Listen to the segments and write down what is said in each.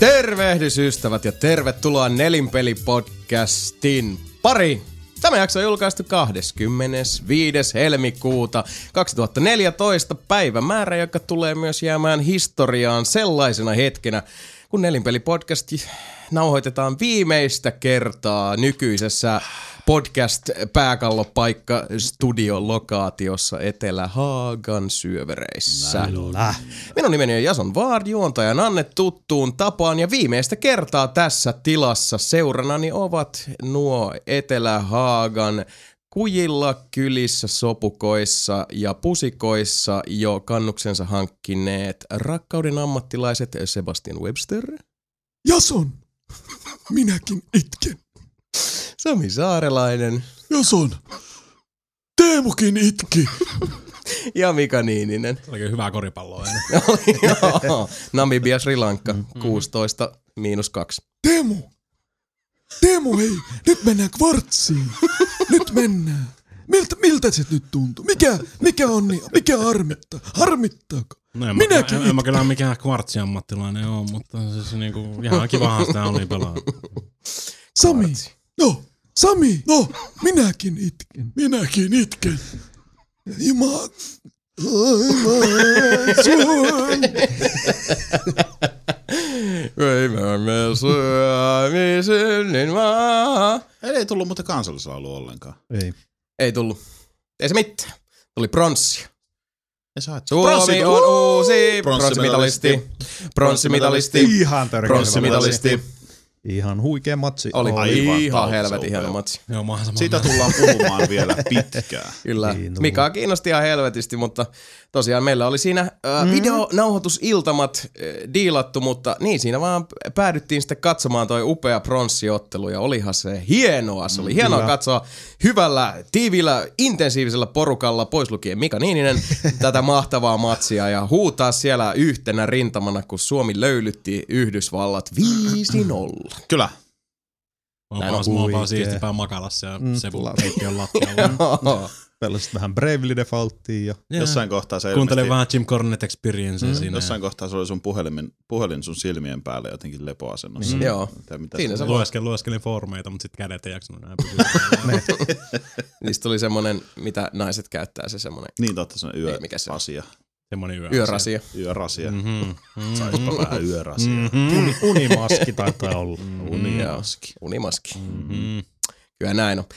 Tervehdys ystävät ja tervetuloa Nelinpeli-podcastin pari. Tämä jakso on julkaistu 25. helmikuuta 2014 päivämäärä, joka tulee myös jäämään historiaan sellaisena hetkenä, kun Nelinpeli-podcast nauhoitetaan viimeistä kertaa nykyisessä podcast-pääkallopaikka-studion lokaatiossa Etelä-Haagan syövereissä. Minun nimeni on Jason Ward, juontajan Anne tuttuun tapaan, ja viimeistä kertaa tässä tilassa seuranani ovat nuo Etelä-Haagan kujilla, kylissä, sopukoissa ja pusikoissa jo kannuksensa hankkineet rakkauden ammattilaiset Sebastian Webster. Jason, minäkin itken. Sami Saarelainen. Jason, Teemukin itki. Ja Mika Niininen. Olikin hyvää koripalloa aina. Joo. Namibia, Sri Lanka, 16-2. Teemu, hei, nyt mennään kvartsiin. Nyt mennään. Miltä se nyt tuntuu? Mikä on niin? Mikä harmittaako? No en Minäkin mä kyllä mikään kvartsiammattilainen ole, mutta siis niinku ihan kivahan sitä oli pelaa. Sami, minäkin itken. Jumala. Veivämme Suomi synnin maa. Ei tullut muuten kansallislaulu ollenkaan. Ei tullut. Ei se mitään. Tuli pronssia. Suomi on uusi pronssimitalisti. Ihan törkeä. Pronssimitalisti. Ihan huikea matsi. Oli ihan helvetin hieno matsi. Joo, siitä tullaan puhumaan vielä pitkään. Kyllä. Mika kiinnosti ihan helvetisti, mutta tosiaan meillä oli siinä videonauhoitusiltamat diilattu, mutta niin siinä vaan päädyttiin sitten katsomaan toi upea pronssiottelu ja olihan se hienoa. Se oli hienoa katsoa hyvällä, tiivillä, intensiivisellä porukalla, pois lukien Mika Niininen, tätä mahtavaa matsia ja huutaa siellä yhtenä rintamana, kun Suomi löylytti Yhdysvallat 5-0. Kyllä. Mä oon vaan siistipää makalassa ja se heitti on lattialla. Pelasit vähän Bravely Defaulttiin ja jossain kohtaa se kuuntelin vähän Jim Cornette Experiencea siinä. Jossain kohtaa se oli sun puhelin sun silmien päälle jotenkin lepoasennossa. Joo. Siinä se lueskelin foorumeita, mutta sit kädet ei jaksanut näin pysyä. Niistä tuli semmonen, mitä naiset käyttää, se semmonen. Niin totta, se yöasia. Semmonen yörasia. Yörasia. Saispa vähän yörasia. unimaski taitaa olla. Unimaski. Kyllä näin on.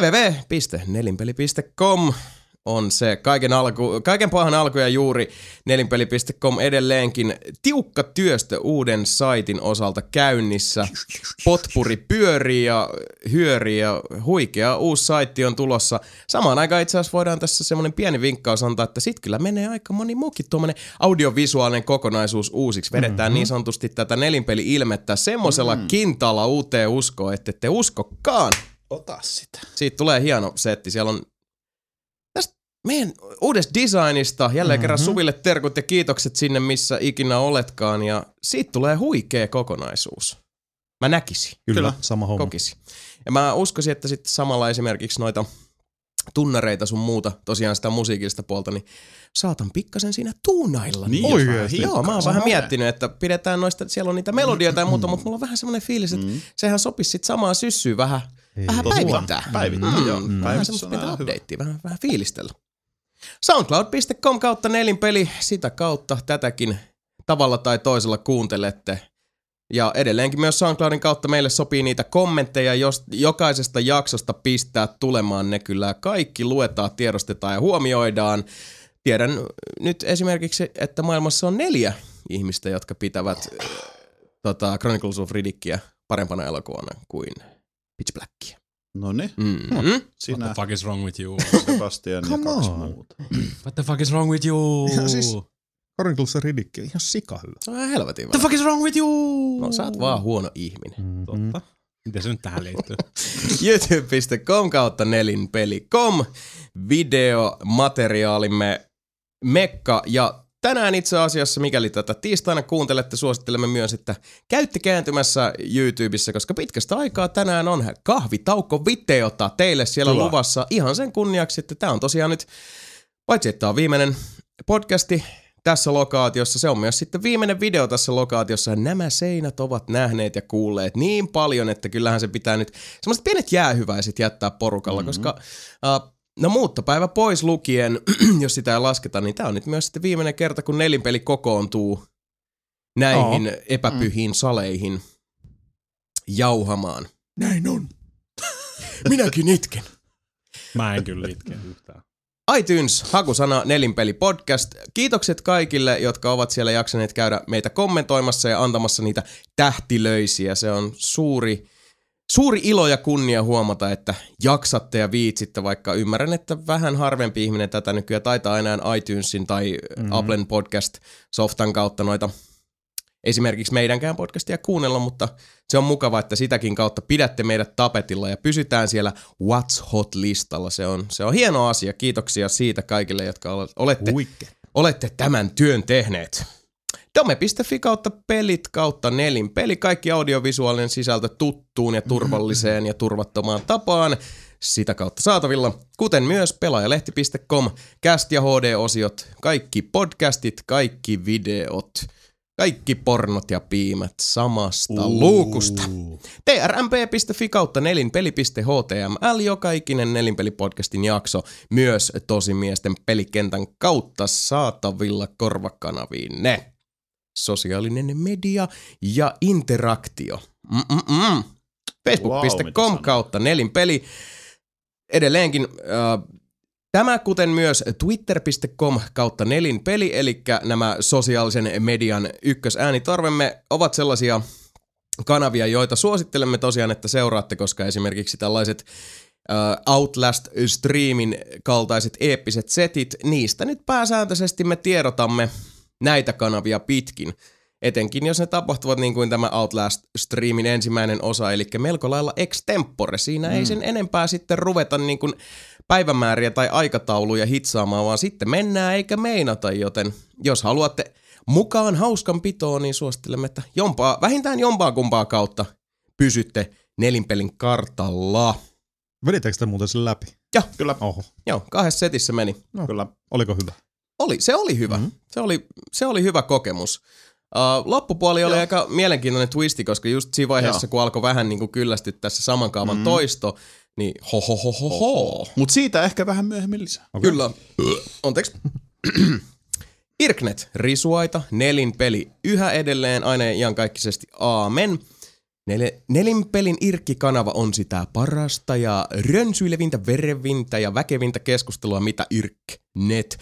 www.nelinpeli.com on se kaiken pahan alku ja juuri. Nelinpeli.com edelleenkin tiukka työstö uuden saitin osalta käynnissä. Potpuri pyörii ja hyörii ja huikea uusi saitti on tulossa. Samaan aikaan itse asiassa voidaan tässä semmoinen pieni vinkkaus antaa, että sit kyllä menee aika moni muukin tuommoinen audiovisuaalinen kokonaisuus uusiksi. Vedetään niin sanotusti tätä Nelinpeli-ilmettä semmoisella kintaalla uuteen uskoon, että ette uskokaan. Ota sitä. Siitä tulee hieno setti. Siellä on tästä meidän uudesta designista jälleen kerran Suville terkut ja kiitokset sinne, missä ikinä oletkaan. Ja siitä tulee huikea kokonaisuus. Mä näkisin. Kyllä, sama homma. Kokisin. Ja mä uskoisin, että sitten samalla esimerkiksi noita tunnareita sun muuta, tosiaan sitä musiikillista puolta, niin saatan pikkasen siinä tuunailla. Niin, joo, mä oon vähän miettinyt, että pidetään noista, siellä on niitä melodioita ja muuta, mutta mulla on vähän semmoinen fiilis, että sehän sopisi sit samaa syssyä vähän päivittää. Joo. Vähän semmoista pientä updatea, vähän fiilistellä. Soundcloud.com kautta Nelinpeli, sitä kautta tätäkin tavalla tai toisella kuuntelette. Ja edelleenkin myös SoundCloudin kautta meille sopii niitä kommentteja, jos jokaisesta jaksosta pistää tulemaan. Ne kyllä kaikki luetaan, tiedostetaan ja huomioidaan. Tiedän nyt esimerkiksi, että maailmassa on 4 ihmistä, jotka pitävät Chronicles of Riddickia parempana elokuvana kuin Pitch Blackia. Noniin. What the fuck is wrong with you? Sebastian ja 2 muuta. What the fuck is wrong with you? Siis Chronicles of Riddick ihan sikahyvä. Se on vähän helvetin What the fuck is wrong with you? No sä oot vaan huono ihminen. Totta. Miten se nyt tähän liittyy? YouTube.com kautta nelinpeli.com videomateriaalimme Mekka ja tänään itse asiassa, mikäli tätä tiistaina kuuntelette, suosittelemme myös, että käytte kääntymässä YouTubessa, koska pitkästä aikaa tänään on kahvitaukko-videota teille siellä luvassa ihan sen kunniaksi, että tää on tosiaan nyt, paitsi että tää on viimeinen podcasti tässä lokaatiossa. Se on myös sitten viimeinen video tässä lokaatiossa. Nämä seinät ovat nähneet ja kuulleet niin paljon, että kyllähän se pitää nyt semmoiset pienet jäähyväiset jättää porukalla, koska no muuttopäivä pois lukien, jos sitä ei lasketa, niin tää on nyt myös sitten viimeinen kerta, kun Nelinpeli kokoontuu näihin epäpyhiin saleihin jauhamaan. Näin on. Minäkin itken. Mä en kyllä itke yhtään. iTunes, hakusana Nelinpeli podcast. Kiitokset kaikille, jotka ovat siellä jaksaneet käydä meitä kommentoimassa ja antamassa niitä tähtilöisiä. Se on suuri ilo ja kunnia huomata, että jaksatte ja viitsitte, vaikka ymmärrän, että vähän harvempi ihminen tätä nykyään taitaa enää iTunesin tai Applen podcast-softan kautta noita esimerkiksi meidänkään podcastia kuunnella, mutta se on mukava, että sitäkin kautta pidätte meidät tapetilla ja pysytään siellä What's Hot-listalla. Se on hieno asia. Kiitoksia siitä kaikille, jotka olette tämän työn tehneet. Dome.fi kautta pelit kautta Nelinpeli. Kaikki audiovisuaalinen sisältö tuttuun ja turvalliseen ja turvattomaan tapaan. Sitä kautta saatavilla, kuten myös pelaajalehti.com, cast ja HD-osiot, kaikki podcastit, kaikki videot. Kaikki pornot ja piimät samasta luukusta. trmp.fi kautta nelinpeli.html, joka ikinen Nelinpeli-podcastin jakso myös tosimiesten pelikentän kautta saatavilla korvakanaviinne. Sosiaalinen media ja interaktio. Facebook.com kautta Nelinpeli. Edelleenkin tämä, kuten myös twitter.com kautta Nelinpeli, eli nämä sosiaalisen median ykkösäänitorvemme ovat sellaisia kanavia, joita suosittelemme tosiaan, että seuraatte, koska esimerkiksi tällaiset Outlast-streamin kaltaiset eeppiset setit, niistä nyt pääsääntöisesti me tiedotamme näitä kanavia pitkin. Etenkin jos ne tapahtuvat niin kuin tämä Outlast-streamin ensimmäinen osa, eli melko lailla extempore. Siinä ei sen enempää sitten ruveta niin kuin päivämääriä tai aikatauluja hitsaamaan, vaan sitten mennään eikä meinata, joten jos haluatte mukaan hauskanpitoon, niin suosittelemme, että vähintään jompaa kumpaa kautta pysytte Nelinpelin kartalla. Vedittekö te muuten sen läpi? Joo, Kyllä. Oho. joo, 2 setissä meni. No, kyllä. Oliko hyvä? Se oli hyvä. Se oli hyvä kokemus. Loppupuoli oli aika mielenkiintoinen twisti, koska just siinä vaiheessa, kun alkoi vähän niin kuin kyllästyä tässä saman kaavan toisto, niin Mut siitä ehkä vähän myöhemmin lisää. Okay. Kyllä. Anteeksi. Irknet, risuaita, Nelinpeli, yhä edelleen aina iankaikkisesti aamen. Nelinpelin Irkki-kanava on sitä parasta ja rönsyilevintä, verevintä ja väkevintä keskustelua, mitä Irknet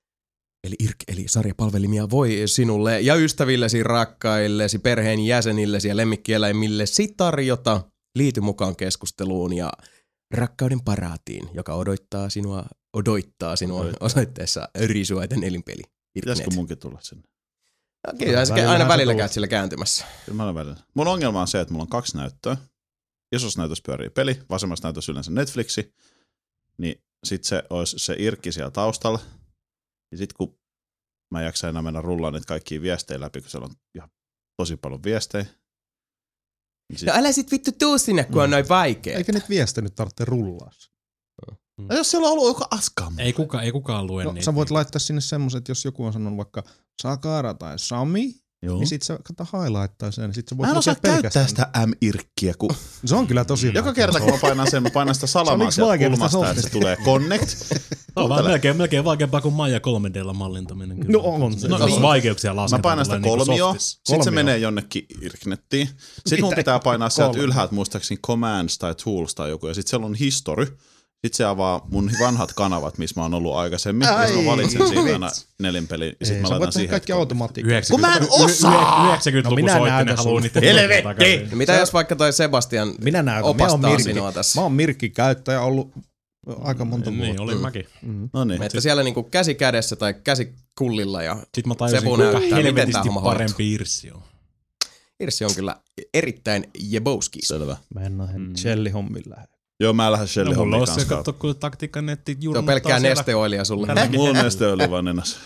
eli sarjapalvelimia voi sinulle ja ystävillesi, rakkaillesi, perheen jäsenillesi ja lemmikkieläimillesi tarjota. Liity mukaan keskusteluun ja rakkauden paraatiin, joka odottaa sinua osoitteessa risuaita Nelinpeli. Pitäisikö munkin tulla sinne? Kyllä, aina välillä käyt sillä kääntymässä. Mun ongelma on se, että mulla on 2 näyttöä. Isossa näytössä pyörii peli, vasemmassa näytössä yleensä Netflixi, niin sit se olisi se Irkki siellä taustalla. Ja sit kun mä en jaksa enää mennä rullaan niitä kaikkia viestejä läpi, kun siellä on ihan tosi paljon viestejä. Niin no älä sit vittu tuu sinne, kun on noin vaikea. Eikä niitä viestejä nyt tarvitse rullaa. No jos siellä on ollut joku askaama. Ei kukaan lue niitä. Sä voit laittaa sinne semmoset, jos joku on sanonut vaikka Sakara tai Sami, niin sit sä highlighttaa sen. Sit sä voit mä en osaa käyttää sitä M-irkkiä, kun se on kyllä tosi joka kerta, kun mä painan sitä salamaa sieltä kulmasta, että se tulee connect. On vaan melkein vaikeampaa kuin Maija 3D:llä mallintaminen. Kyllä. No on se. Jos vaikeuksia lasketaan. Mä painan sitä kolmioa, sit se menee jonnekin Irknettiin. Sit mun pitää painaa sieltä ylhäältä muistaakseni Commands tai Tools tai joku, ja sit siellä on history. Sit se avaa mun vanhat kanavat, missä mä oon ollut aikaisemmin. Jos mä valitsen siitä aina Nelinpeli, ja sit mä laitan siihen. Kaikki automaattisesti. Kun mä en osaa! 90-luvun soittinen haluaa niitä helvetti! Mitä jos vaikka toi Sebastian opastaa sinua tässä? Mä oon Mirkki-käyttäjä ollut aika monta vuotta. Niin, olin mäkin. No niin. Että siellä niinku käsi kädessä tai käsi kullilla ja sit mä tajusin, kuinka helvetisti parempi Irssi on. Irssi on kyllä erittäin jebouski. Selvä. Mä en näe Shelly-hommin lähde. Joo, mä lähden Shelly hommiin kanssa. Mulla on se, kun taktiikkanetti jurnuttaa. Se on pelkkää nesteoilia sulle. Mulla on nesteoilia vaan nenässä.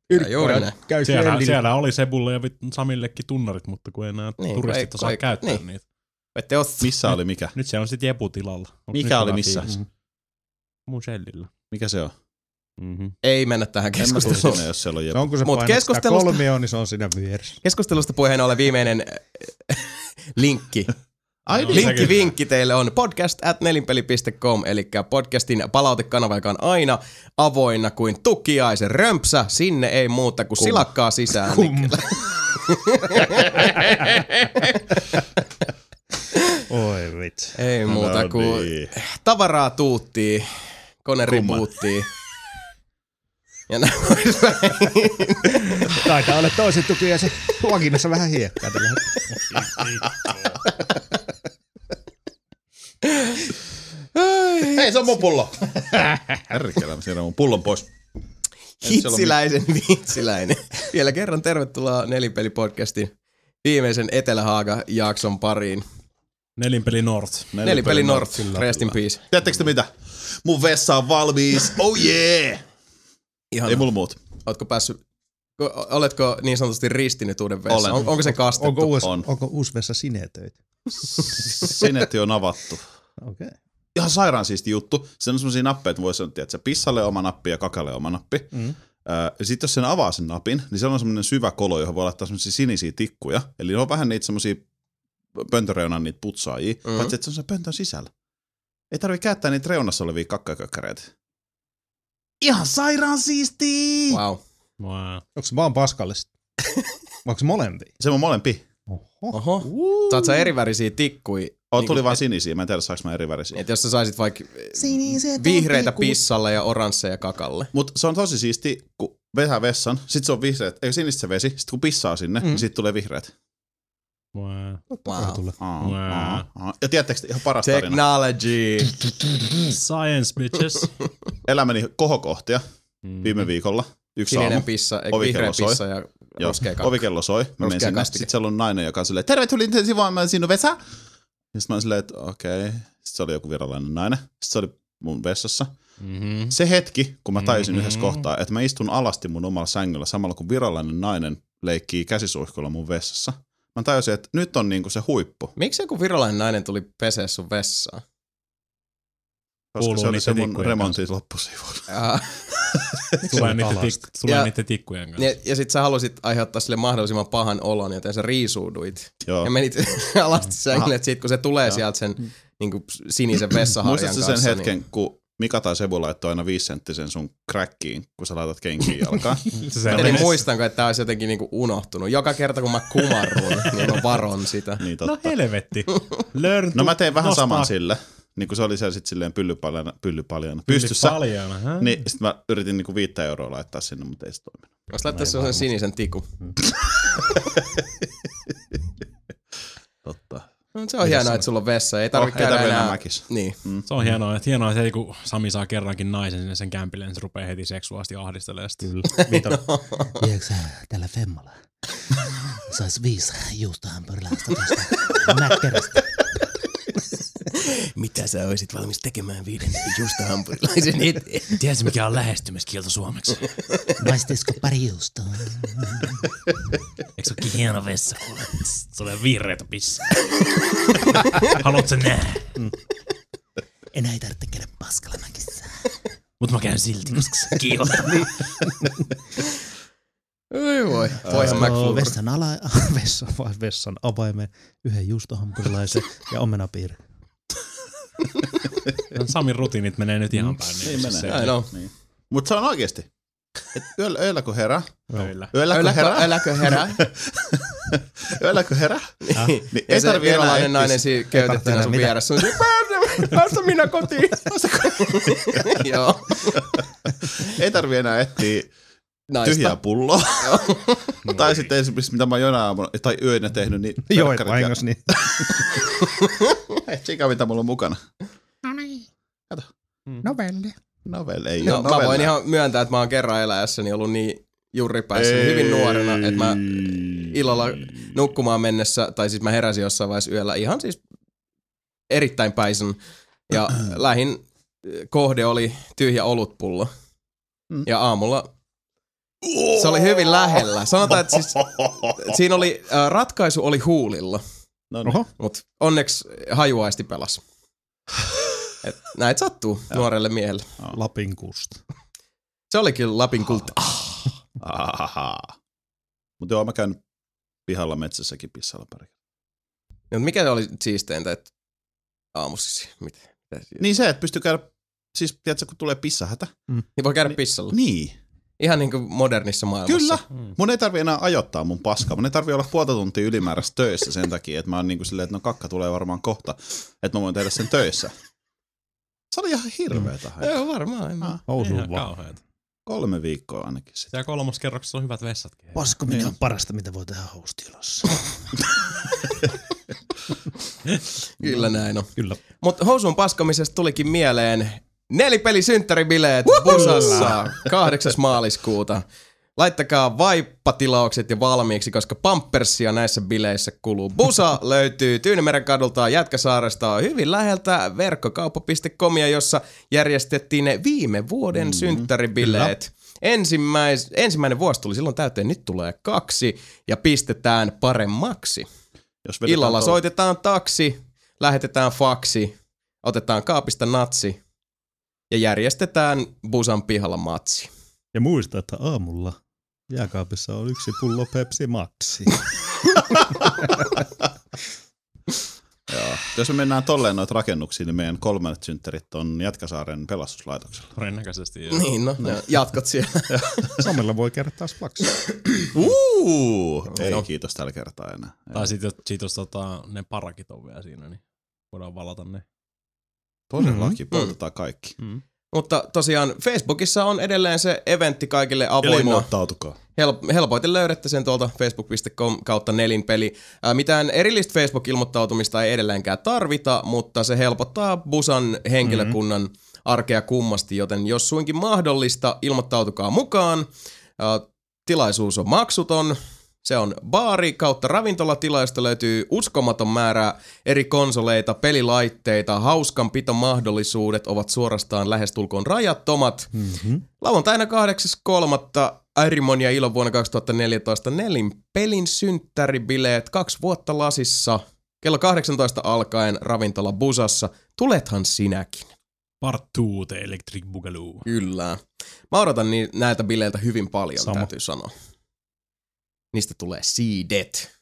Siellä oli Sebulle ja Samillekin tunnarit, mutta kun ei enää turistit osaa käyttää niitä. Missä oli mikä? Nyt se on sitten Jebu-tilalla. Mikä oli missä? Mun Shellillä. Mikä se on? Ei mennä tähän keskusteluun. Sinne, jos siellä on onko se painat sitä kolmioon, niin se on siinä vieressä. Keskustelusta puheen ollen viimeinen linkki. Linkki teille on podcast@nelinpeli.com, eli podcastin palautekanava, joka on aina avoinna kuin tukiaisen römpsä. Sinne ei muuta kuin silakkaa sisään. Oi vitsi. Ei muuta kuin tavaraa tuuttii, kone ripuuttii. Ja näin taitaa olla toisen tukiaisen vakinassa vähän hiekkaa tällä Hei, se on mun pullo. Herkellä, mä siirrän mun pullon pois. Hitsiläisen viitsiläinen. Vielä kerran tervetuloa Nelinpeli-podcastin viimeisen Etelä-Haaga-jakson pariin. Nelinpeli North. Nelinpeli North, rest in peace. Tiedättekö te mitä? Mun vessa on valmis, oh yeah! Ihana. Ei mulla muut. Ootko päässyt, oletko niin sanotusti ristinyt uuden vessan? Onko se kastettu? Onko uusi vessa sinetöity? Sinetti on avattu. Okei. Ihan sairaan siisti juttu. Se on semmosia nappeja, että voi sanoa, että pissalle oma nappi ja kakalle oma nappi. Sitten jos sen avaa sen napin, niin se on semmoinen syvä kolo, johon voi laittaa semmosia sinisiä tikkuja. Eli ne on vähän niitä semmosia pöntöreunan niitä putsaajia, paitsi että se on se pöntön sisällä. Ei tarvitse käyttää niitä reunassa olevia kakkakökkäreitä. Ihan sairaan siistii! Wow. Onko se vaan paskalle? Onko se molempia? Se on molempi. Oho. Saat sä erivärisiä tikkuja? Tuli vaan sinisiä, mä en tiedä saaks mä erivärisiä. Et jos sä saisit vaikka vihreitä pissalle ja oransseja kakalle. Mut se on tosi siisti, kun vetää vessan, sit se on vihreät, ei sinistä se vesi, sit kun pissaa sinne, niin sit tulee vihreät. Wow. Ja tiedättekö ihan paras tarina? Technology. Science, bitches. Elämäni kohokohtia viime viikolla. Yksi sininen aamu. pissa, vihreä pissa ja roskea kakka. Ovikello soi. Mä menin sinne. Sitten siellä on nainen, joka on silleen, tervetuloa sivuamaan sinun vesa. Ja sitten mä olin silleen, että okei. Sitten se oli joku virallinen nainen. Sitten se oli mun vessassa. Se hetki, kun mä tajusin yhdessä kohtaa, että mä istun alasti mun omalla sängyllä samalla kun virallinen nainen leikkii käsisuihkulla mun vessassa. Mä tajusin, että nyt on niinku se huippu. Miksi joku virallinen nainen tuli pesee sun vessaan? Koska se oli se mun remontin loppusivuus. Tulee niiden tikkujen kanssa. Ja sit sä halusit aiheuttaa sille mahdollisimman pahan olon, joten sä riisuuduit. Joo. Ja menit alasti sängylle, että sit kun se tulee sieltä sen niinku sinisen vessaharjan kanssa. Muistatko sen hetken, kun Mika tai Sebu laittoi aina 5 senttisen sun crackiin, kun sä laitat kenkiin jalkaan? Eli muistanko, että tää olisi jotenkin niinku unohtunut. Joka kerta kun mä kumarrun, niin mä varon sitä. Niin totta. No helvetti. No mä tein vähän saman sille. Niin kuin se oli siellä sit silleen pyllypaljana pystyssä. Niin sit mä yritin niinku 5 € laittaa sinne, mutta ei se toiminut. Ois laittaa sellaisen sinisen tikun. Totta. No, se on hienoa, että sulla on vessa. Ei tarvitse käydä enää mäkissä. Niin. Se on hienoa, että kun Sami saa kerrankin naisen sinne sen kämpille, niin se rupeaa heti seksuaalisesti ahdistelemaan sitä. Kyllä. Tiedätkö sä, tällä femmalla sais 5 juustohampurilaista tuosta mäkkärästä. Mitä sä oisit valmis tekemään 5 juustohampurilaisen eteen? Tiedätkö mikä on lähestymiskielto suomeksi? Maistaisiko pari juustoa? Eikö se olekin hieno vessa? Tulee vihreitä pissaa. Haluatko sä nähdä? Enää ei tarvitse käydä paskalla mäkissä. Mut mä käyn silti, koska se kiilottaa. Ei voi. Voihan McFlurry. Vessan avaimen, 1 juustohampurilaisen ja omenapiirre. Samin rutiinit menee nyt ihan päin. Niin menee. Niin. Mut se on oikeesti. Et yöllä kun herää. Yöllä kun herää. Niin ei se virallinen nainen siinä köytettynä sun vieressä. Päästä minä kotiin. Joo. Ei tarvii enää etsiä tyhjää pulloa. Tai sitten esimerkiksi, mitä mä oon jonain aamuna tai yönä tehnyt, niin Joit vahingossa niin. Hei, tsika mitä mulla on mukana. No niin. Kato. Novelli. Ei no, ole mä voin ihan myöntää, että mä oon kerran eläessäni ollut niin jurripäissä hyvin nuorena, että mä illalla nukkumaan mennessä, tai siis mä heräsin jossain vaiheessa yöllä ihan siis erittäin päisen. Ja lähin kohde oli tyhjä olutpullo. Ja aamulla se oli hyvin lähellä. Sanotaan, että siis siinä oli, ratkaisu oli huulilla. Mutta onneksi hajuaisti pelasi. Näitä sattuu nuorelle miehelle. Lapin kusta. Se olikin Lapin kulta. Mutta joo, mä käyn pihalla metsässäkin pissalla pari. No, mikä oli siisteintä, että aamuisin? Niin se, että pystyy käydä, siis tiedätkö, kun tulee pissahätä. Niin voi käydä pissalla. Niin. Ihan niin kuin modernissa maailmassa. Kyllä. Mun ei tarvi enää ajoittaa mun paskaa. Mun ei tarvi olla puolta tuntia ylimääräistä töissä sen takia, että mä oon niin kuin silleen, että no kakka tulee varmaan kohta, että mä voin tehdä sen töissä. Se oli ihan hirveetä. Joo, varmaan. Housuun vaan. Kauheeta. 3 viikkoa ainakin sitten. Siellä 3. kerroksessa on hyvät vessatkin. Paskominen on parasta, mitä voi tehdä houstilassa. Kyllä näin on. Kyllä. Mutta housuun paskamisesta tulikin mieleen 4-pelisynttäribileet Busassa 8. maaliskuuta. Laittakaa vaippatilaukset jo valmiiksi, koska pampersia näissä bileissä kuluu. Busa löytyy Tyynimeren kadulta Jätkäsaaresta hyvin läheltä verkkokauppa.comia, jossa järjestettiin ne viime vuoden synttäribileet. Ensimmäinen vuosi tuli silloin täyteen, nyt tulee 2 ja pistetään paremmaksi. Illalla soitetaan taksi, lähetetään faksi, otetaan kaapista natsi ja järjestetään Busan pihalla matsi. Ja muista, että aamulla jääkaapissa on 1 pullo Pepsi Maxi. Joo. Jos me mennään tolleen noita rakennuksiin, niin meidän 3 synttärit on Jätkäsaaren pelastuslaitoksella. Todennäköisesti joo. Niin, no jatkot siellä. Samalla voi käydä taas flaksi. Ei kiitos tällä kertaa enää. Tai sit jos ne parakit on vielä siinä, niin voidaan valata ne. Todellakin, poltetaan kaikki. Mutta tosiaan Facebookissa on edelleen se eventti kaikille avoinna. Ilmoittautukaa. Helpoiten löydätte sen tuolta facebook.com kautta nelinpeli. Mitään erillistä Facebook-ilmoittautumista ei edelleenkään tarvita, mutta se helpottaa Busan henkilökunnan arkea kummasti, joten jos suinkin mahdollista, ilmoittautukaa mukaan. Tilaisuus on maksuton. Se on baari kautta ravintolatila, josta löytyy uskomaton määrä eri konsoleita, pelilaitteita, hauskanpitomahdollisuudet ovat suorastaan lähestulkoon rajattomat. Lauantaina 8.3. Airimon ja Ilo vuonna 2014 Nelinpelin synttäribileet 2 vuotta lasissa. Kello 18 alkaen ravintola Busassa. Tulethan sinäkin. Part 2 The Electric Boogaloo. Kyllä. Mä odotan näiltä bileiltä hyvin paljon, täytyy sanoa. Niistä tulee siidet.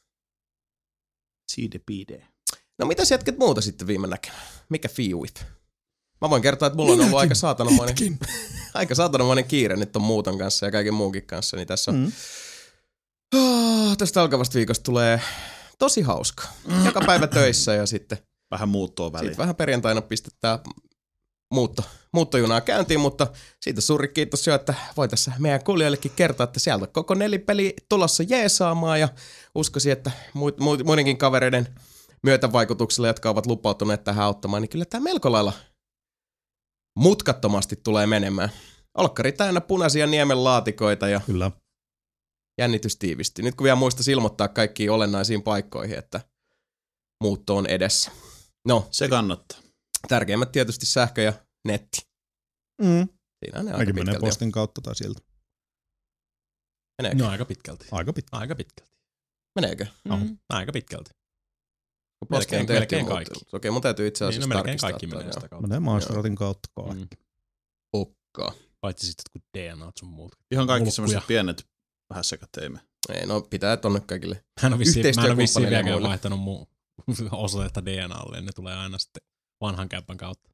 Siide. No mitäs jätket muuta sitten viime näkemään? Mikä fiuit? Mä voin kertoa, että mulla on ollut aika saatanamainen kiire nyt ton muuton kanssa ja kaiken muunkin kanssa. Niin tässä on, tästä alkavasta viikosta tulee tosi hauska. Joka päivä töissä ja sitten vähän muuttoa väliin. Sitten vähän perjantaina pistetään muuttojunaa käyntiin, mutta siitä suuri kiitos jo, että voi tässä meidän kuulijoillekin kertoa, että sieltä koko Nelinpeli tulossa jeesaamaan ja uskoisin, että muidenkin kavereiden myötävaikutuksella, jotka ovat lupautuneet tähän auttamaan, niin kyllä tämä melko lailla mutkattomasti tulee menemään. Olkkari täynnä punaisia niemen laatikoita ja kyllä. Jännitys tiivistyy. Nyt kun vielä muistaisi ilmoittaa kaikkiin olennaisiin paikkoihin, että muutto on edessä. No, se kannattaa. Tärkeimmät tietysti sähkö ja netti. Siinä on ne aika pitkälti. postin kautta tai sieltä. Meneekö? No aika pitkälti. Aika pitkälti. Meneekö? Aika pitkälti. Melkein kaikki. Okei, mun täytyy itse asiassa melkein tarkistaa. kaikki menee sitä kautta. Menee Maasratin kautta kaikki. Okkaa. Paitsi sitten kun DNAt sun muut. Ihan kaikki semmoiset pienet hässäkät teimme. Ei, no pitää tonne kaikille Mä en ole vissiin vieläkään muille. vaihtanut mun osoitetta DNAlle. Ne tulee aina sitten vanhan kämpän kautta.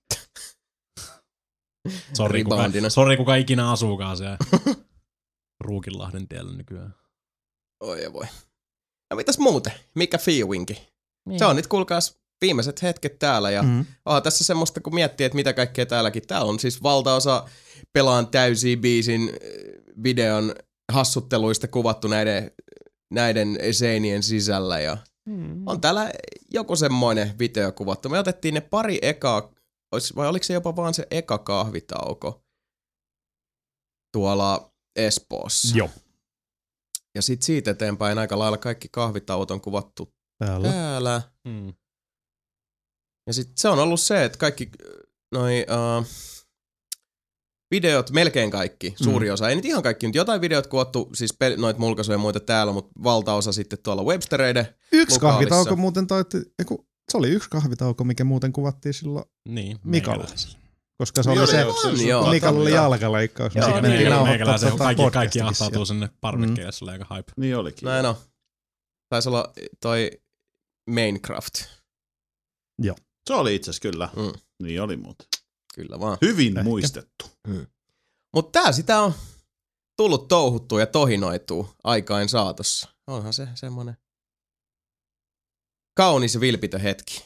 Sori, kuka ikinä asuukaan siellä Ruukinlahden tiellä nykyään. Oi ja voi. No mitäs muuten? Mikä fiilinki? Se on nyt kuulkaas viimeiset hetket täällä ja tässä semmoista kun miettii, että mitä kaikkea täälläkin. Tää on siis valtaosa Pelaan täysiä biisin videon hassutteluista kuvattu näiden seinien sisällä ja on täällä joku semmoinen video kuvattu. Me otettiin ne pari ekaa, vai oliko se jopa vaan se eka kahvitauko tuolla Espoossa. Joo. Ja sit siitä eteenpäin aika lailla kaikki kahvitauot on kuvattu täällä. Ja sit se on ollut se, että kaikki noi videot, melkein kaikki, suuri osa, ei nyt ihan kaikki, mutta jotain videot kuvattu, siis noita mulkaisuja ja muita täällä, mutta valtaosa sitten tuolla Webstereiden Yksi kahvitauko muuten se oli yksi kahvitauko, mikä muuten kuvattiin silloin niin, Mikalle. Koska se oli se, Mikalla oli jalkaleikkaus. Meikäläisen kaikki ahtautuu sinne parvekkeelle, se oli aika hype. Niin olikin. Näin on. Taisi olla toi Minecraft. Joo. Se oli itse asiassa kyllä. Niin oli muuten. Kyllä vaan. Hyvin muistettu. Mutta tää sitä on tullut touhuttua ja tohinoitua aikain saatossa. Onhan se semmonen kaunis ja vilpitön hetki.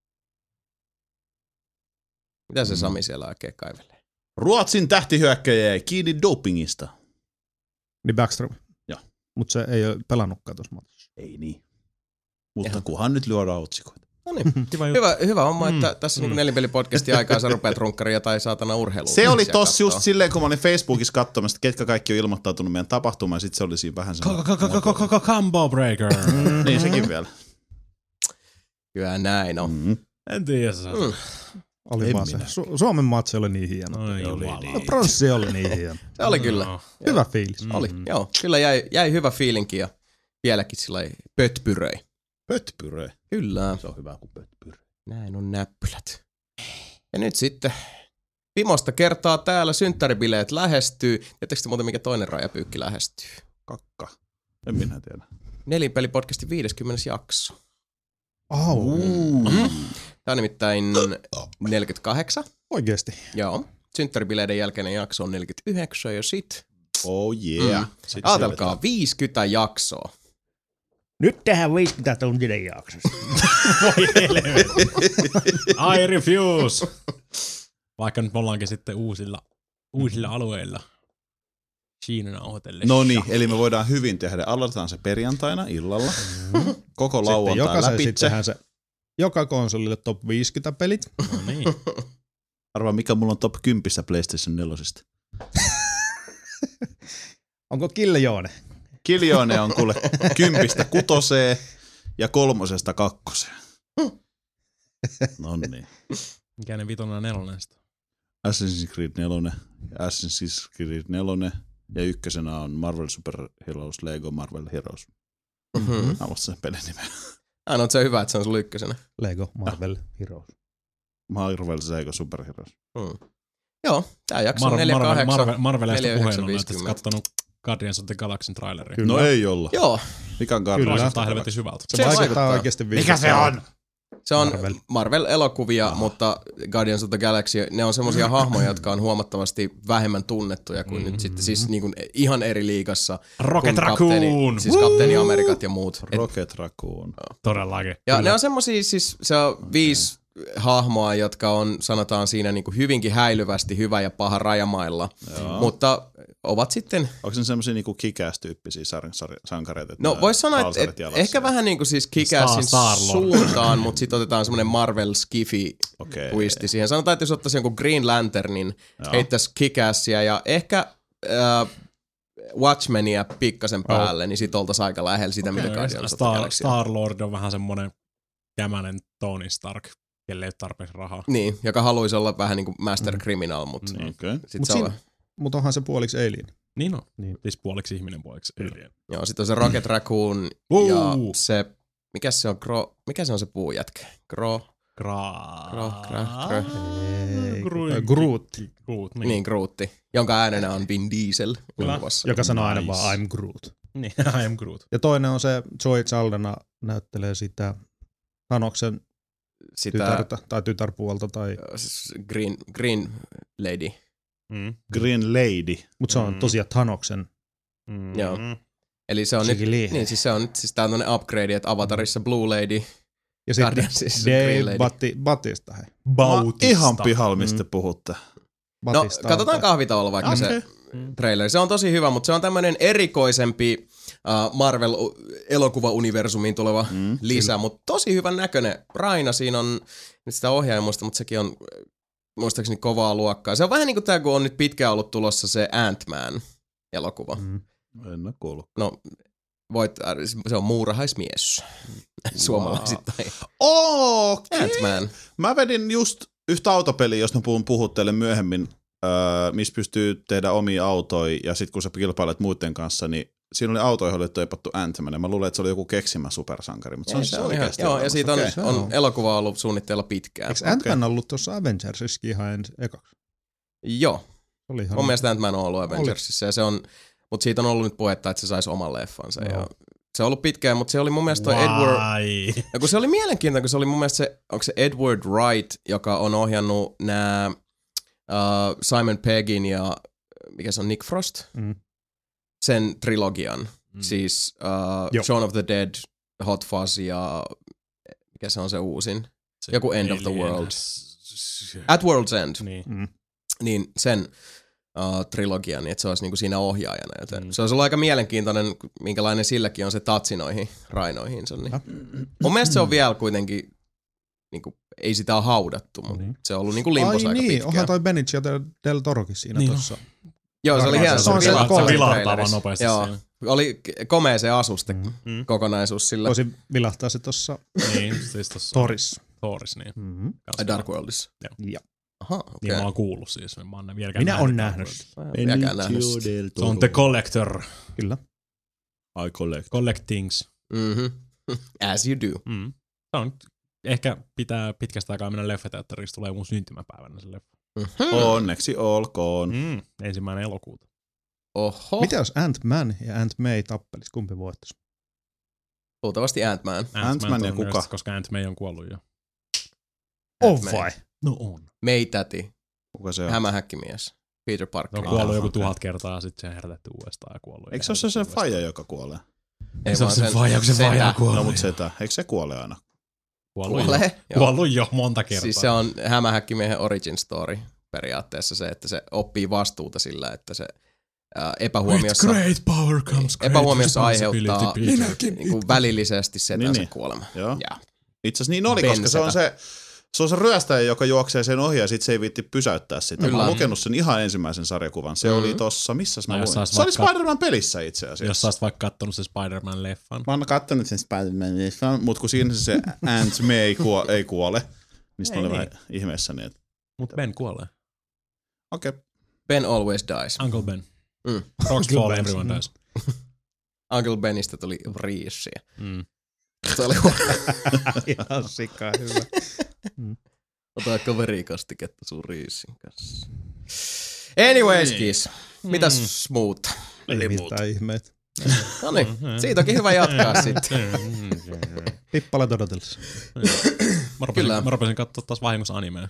Mitä se Sami siellä oikein kaivelee? Ruotsin tähtihyökkäjä jäi kiinni dopingista. Niin Backstrom. Joo. Mutta se ei ole pelannutkaan tuossa matissa. Ei niin. Mutta kunhan nyt lyödään otsikoita. No niin, hyvä homma, että tässä niinku Nelinpeli-podcastin aikaa sä rupeat runkkaria tai saatana urheilua. Se oli tossa just silleen, kun mä olin Facebookissa katsomassa, ketkä kaikki on ilmoittautunut meidän tapahtumaan, ja sit se oli siinä vähän semmoinen... Combo breaker. Niin, sekin vielä. Kyllä näin on. En tiedä. Oli vaan se. Suomen matsi oli niin hieno. Pronssi oli niin hieno. Se oli kyllä. Hyvä fiilis. Oli, joo. Kyllä jäi hyvä fiilinki ja vieläkin sillai pötpyröi. Pötpyröi. Kyllä. Se on hyvä kuin pötpyröi. Näin on näppylät. Ja nyt sitten Pimosta kertaa täällä synttäribileet lähestyy. Tiedättekö te muuten mikä toinen rajapyykki lähestyy? Kakka. En minä tiedä. Nelinpeli-podcastin 50. jakso. Tämä on nimittäin 48. Oikeesti? Joo. Synttäribileiden jälkeinen jakso on 49 ja sit. Oh yeah. Ajatelkaa 50 jaksoa. Nyt tehdään 50 tuntinen jaksosta. Voi helvetti. I refuse. Vaikka nyt me ollaankin sitten uusilla alueilla. Siinä nauhoitellessa. No niin, eli me voidaan hyvin tehdä. Aloitetaan se perjantaina illalla. Koko lauantai läpitse. Joka konsolille top 50 pelit. No niin. Arvaa, mikä mulla on top 10 PlayStation 4. Onko Killjoone? Killjoone on kuule 10 6 ja 3 2. No niin. Mikä ne 5 ja 4 sitten? Assassin's Creed 4, Assassin's Creed 4 ja ykkösenä on Marvel Super Heroes, Lego Marvel Heroes. Mä muistan sen pelin nimeä. On se hyvä, että se on sulla ykkösenä. Lego Marvel Heroes. Marvel Lego Super Heroes. Joo, tää jakso on 48. Marvelista puheen on näyttäisi kattonut Guardians of the Galaxyn traileria. No ei olla. Joo. Mikä on Guardians of the Galaxy? Helvetin syvältä. Se vaikuttaa oikeasti Mikä se on? Se on Marvel-elokuvia, mutta Guardians of the Galaxy, ne on semmosia hahmoja, jotka on huomattavasti vähemmän tunnettuja kuin nyt sitten siis niin kuin ihan eri liigassa. Rocket Raccoon! Siis Kapteeni Amerikat ja muut. Rocket Raccoon. Todellakin. Ja ne on semmosia, siis se on 5 hahmoa, jotka on, sanotaan siinä niin kuin hyvinkin häilyvästi hyvä ja paha rajamailla, mutta ovat sitten... Onko se semmosia niinku Kick-Ass-tyyppisiä sankareita? No vois sanoa, että ehkä vähän niinku siis Kick-Assin suuntaan, mutta sitten otetaan semmonen Marvel Skifi-twisti siihen. Sanotaan, että jos ottaisi jonkun Green Lanternin, heittäisi Kick-Assia ja ehkä Watchmenia pikkasen päälle, niin sit oltais aika lähellä sitä, mitä Guardians of the Galaxy. Star-Lord on vähän semmonen kämänen Tony Stark, kelle ei tarpeeksi rahaa. Niin, joka haluaisi olla vähän niinku Master Criminal, mutta Mutta onhan se puoliksi alien. Niin on. Niin. Siis puoliksi ihminen, puoliksi alien. Joo, sit on se Rocket Raccoon ja se, mikä se on se puujätkä? Groot. Niin, Grootti, jonka äänenä on Vin Diesel. Joka sanoo aina vaan I'm Groot. Niin, I am Groot. Ja toinen on se, Zoe Saldana näyttelee sitä Thanoksen tytärtä tai tytärpuolta tai... Green Lady. Green Lady. Mutta se on tosiaan Thanoksen. Joo. Eli se on nyt, niin siis se on nyt siis tää on tämmönen upgrade, että Avatarissa Blue Lady. Ja sitten Dave Batista. Ihan pihalla, mistä puhutte. No, katsotaan kahvitauolla vaikka se traileri. Se on tosi hyvä, mutta se on tämmönen erikoisempi Marvel-elokuva-universumiin tuleva lisä, mutta tosi hyvän näköinen. Raina siinä on, nyt sitä ohjaajamuista, mutta sekin on muistaakseni kovaa luokkaa. Se on vähän niin kuin tää, kun on nyt pitkään ollut tulossa se Ant-Man-elokuva. En ole kuullut. No, se on muurahaismies suomalaisittain. Ant-Man. Mä vedin just yhtä autopeliä, jos mä puhun teille myöhemmin, missä pystyy tehdä omia autoja, ja sit kun sä kilpailet muiden kanssa, niin siinä oli auto, johon oli toipattu Ant-Man, ja mä luulen, että se oli joku keksimä supersankari, mutta se on oikeasti. Joo, ja siitä on elokuva ollut suunnitteilla pitkään. Eikö Ant-Man ollut tuossa Avengersissakin ihan ekaksi? Joo. Mun mielestä Ant-Man on ollut Avengersissa. Ja se on, mutta siitä on ollut nyt puhetta, että se saisi oman leffansa. No. Ja se on ollut pitkään, mutta se oli mun mielestä toi Edward... Ja kun se oli mielenkiintoinen, kun se oli mun mielestä se, onko se Edward Wright, joka on ohjannut nämä Simon Peggin ja mikä se on, Nick Frost? Sen trilogian. Siis Shaun of the Dead, Hot Fuzz ja mikä se on se uusin? Joku End of the World. At World's End. Niin sen trilogian, niin että se olisi niinku siinä ohjaajana. Joten se olisi ollut aika mielenkiintoinen, minkälainen silläkin on se tatsi noihin rainoihinsa. Niin. Mun mielestä se on vielä kuitenkin, niinku, ei sitä ole haudattu, mutta se on ollut niinku limpos aika pitkään. Onhan toi Benicio del Torokin siinä tossa. Joo, se oli hieno. Se vilahtaa vaan nopeasti. Joo, oli komea se asuste kokonaisuus sillä. Voisi vilahtaa se tossa siis tossa Thorissa. Niin. Dark Worldissa. Joo. Aha, okei. Niin mä oon kuullut siis. Minä oon nähnyt. Se on The Collector. Kyllä. I collect. Collect things. As you do. Se on, ehkä pitää pitkästä aikaa mennä leffateatteriksi, tulee mun syntymäpäivänä se leffa. Onneksi olkoon. 1. elokuuta. Oho. Mitä jos Ant-Man ja Ant-May tappelis? Kumpi voittaisi? Luultavasti Ant-Man. Ant-Man ja kuka? Koska Ant-May on kuollut jo. On vai? No on. May-täti. Kuka se on? Hämähäkkimies. Peter Parker. No kuollut joku 1000 kertaa, sitten se herätetty uudestaan ja kuollut. Eikö se ole se faija, joka kuolee? Ei se ole se faija, kun se faija kuolee. No mut setä. Eikö se kuole aina? Kuollut jo monta kertaa. Siis se on hämähäkkimiehen origin story periaatteessa se, että se oppii vastuuta sillä, että se epähuomiossa aiheuttaa niinku välillisesti setänsä kuolema. Joo. Itse asiassa niin oli, koska se on se ryöstäjä, joka juoksee sen ohi ja sit se ei viitti pysäyttää sitä. Mä oon lukenut sen ihan ensimmäisen sarjakuvan. Se oli tossa, missäs mä luin? Se oli Spider-Man pelissä itse asiassa. Jos sä olisit vaikka kattonut sen Spider-Man-leffan. Mä oon kattonut sen Spider-Man-leffan, mut kun siinä se Ant-May ei kuole, niin sit oli vähän ihmeessäni. Mut Ben kuolee. Okei. Ben always dies. Uncle Ben. Rocks fall, everyone dies. Uncle Benistä tuli riisiä. Se oli ihan sikaa hyvä. Ota kaverikastiketta sun riisin kanssa. Anyways, Kiss. Mitäs muuta? Ei mitään ihmeitä. Noniin, siitä onkin hyvä jatkaa sitten. Pippalet odotellessa. Mä rupesin katsoa taas vahingossa animea.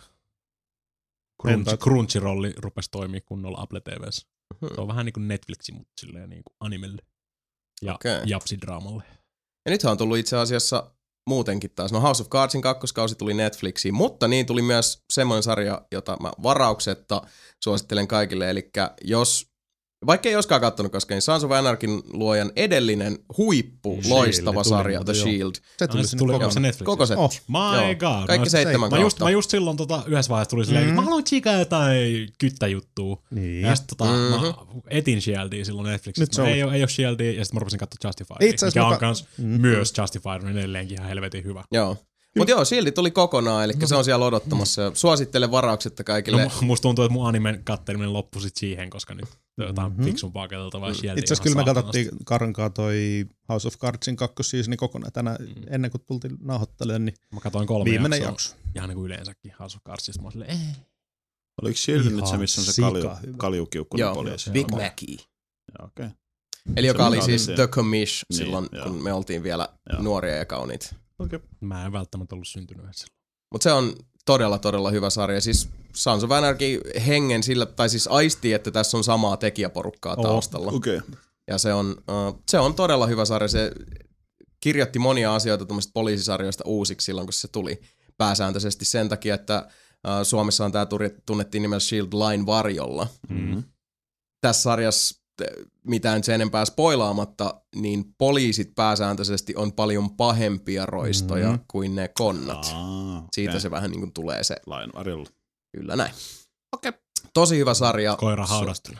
Crunchyrolli rupesi toimia kunnolla Apple TV:ssä. Se on vähän niin kuin Netflixi, mutta silleen niin kuin animelle. Ja japsidraamalle. Ja nythän on tullut itse asiassa muutenkin taas. No House of Cardsin kakkoskausi tuli Netflixiin, mutta niin tuli myös semmoinen sarja, jota mä varauksetta suosittelen kaikille. Eli vaikka ei joskaan katsonut koskaan, niin Sons of Anarchyn luojan edellinen loistava sarja, The Shield. Se tuli Netflixiin. Koko setti. My god. Kaikki 7 kautta. Mä just silloin yhdessä vaiheessa tuli silleen, mä haluan tsikaa jotain kyttäjuttua. Niin. Ja sit mä etin Shieldia silloin Netflixissä. Ei oo Shieldia, ja sit mä rupesin katsoa Justifiedia, mikä on kans myös Justified, on edelleenkin ihan helvetin hyvä. Joo. Mut joo, Shieldi tuli kokonaan, eli se on siellä odottamassa. Suosittelen varauksetta kaikille. No, musta tuntuu, että mun animen katteleminen loppui sit siihen, koska nyt jotain fiksumpaa katseltavaa Shieldia. Itse asiassa kyllä me katsottiin Karankaa toi House of Cardsin kakkosseasoni kokonaan tänään ennen kuin tultiin nauhoittelemaan, niin mä katsoin 3 viimeinen jakso. Ihan niin kuin yleensäkin House of Cardsista. Mä oon silleen, Oliko Shield nyt se, missä on se kaljukiukkunen poliisi? Big Mackie. Okay. Eli joka oli siis The Commish silloin, kun me oltiin vielä nuoria ja kauniita. Okay. Mä en välttämättä ollut syntynyt silloin. Mutta se on todella hyvä sarja. Siis Sons of Anarchy hengen sillä, tai siis aistii, että tässä on samaa tekijäporukkaa taustalla. Okay. Ja se on todella hyvä sarja. Se kirjoitti monia asioita tuommoisista poliisisarjoista uusiksi silloin, kun se tuli. Pääsääntöisesti sen takia, että Suomessa on tämä tunnettiin nimellä Shield Lain varjolla. Tässä sarjassa mitään sen enempää spoilaamatta, niin poliisit pääsääntöisesti on paljon pahempia roistoja kuin ne konnat. Siitä se vähän niin kuin tulee se. Lain varjolla. Kyllä näin. Okei. Tosi hyvä sarja. Koira haudattuna.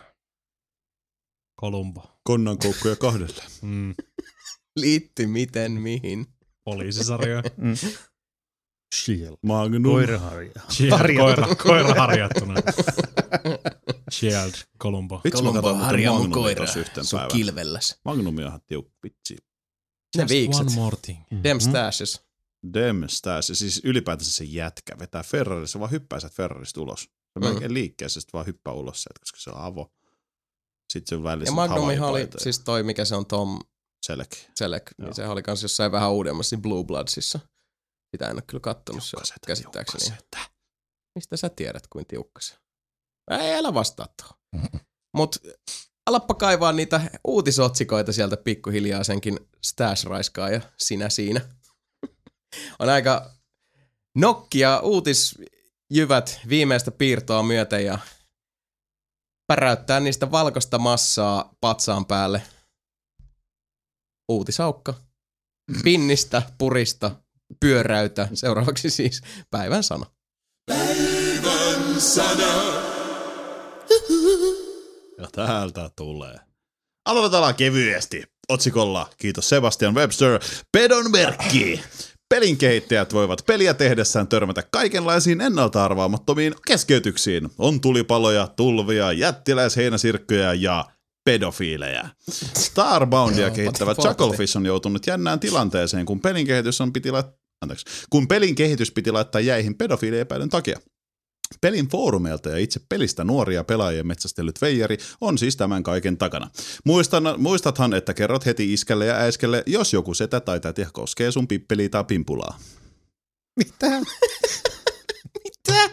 Kolumbo. Konnankoukkuja kahdelle. Liitty miten mihin. Poliisisarja. Shield. Magnum. Koira harjattuna. Shield, Columbo. Columbo harjaa mun koiraa sun kilvelläs. Magnumi on ihan tiukka vitsi. Ne viikset. One more thing. Dem stashes. Dem stashes. Siis ylipäätänsä se jätkä vetää Ferrarissa, vaan hyppää sieltä Ferrarista ulos. Melkein liikkeessä sit vaan hyppää ulos sieltä, koska se on avo. Sitten se välissä ja Magnumihan oli siis toi, mikä se on Tom Selleck. Niin sehän oli kans jossain vähän uudemmassa Blue Bloodsissa. Sitä en ole kyllä kattonut se käsittääkseni. Mistä sä tiedät, kuin tiukka se? Ei, älä vastaa tuohon. Mut alappa kaivaa niitä uutisotsikoita sieltä pikkuhiljaa senkin Stash-raiskaa ja sinä siinä. On aika nokkia uutisjyvät viimeistä piirtoa myöten ja päräyttää niistä valkoista massaa patsaan päälle. Uutisaukka. Pinnistä, purista, pyöräytä. Seuraavaksi siis päivän sana. Päivän sana. Ja täältä tulee. Aloitetaan kevyesti. Otsikolla, kiitos Sebastian Webster, pedon merkki. Pelin kehittäjät voivat peliä tehdessään törmätä kaikenlaisiin ennalta-arvaamattomiin keskeytyksiin. On tulipaloja, tulvia, jättiläisheinäsirkköjä ja pedofiilejä. Starboundia kehittävä Chucklefish on joutunut jännään tilanteeseen, kun pelin kehitys piti laittaa jäihin pedofiiliepäilyn takia. Pelin foorumeilta ja itse pelistä nuoria pelaajia metsästellyt veijari on siis tämän kaiken takana. Muistathan, että kerrot heti iskälle ja äiskelle, jos joku setä tai täti koskee sun pippeliä tai pimpulaa. Mitä? Mitä?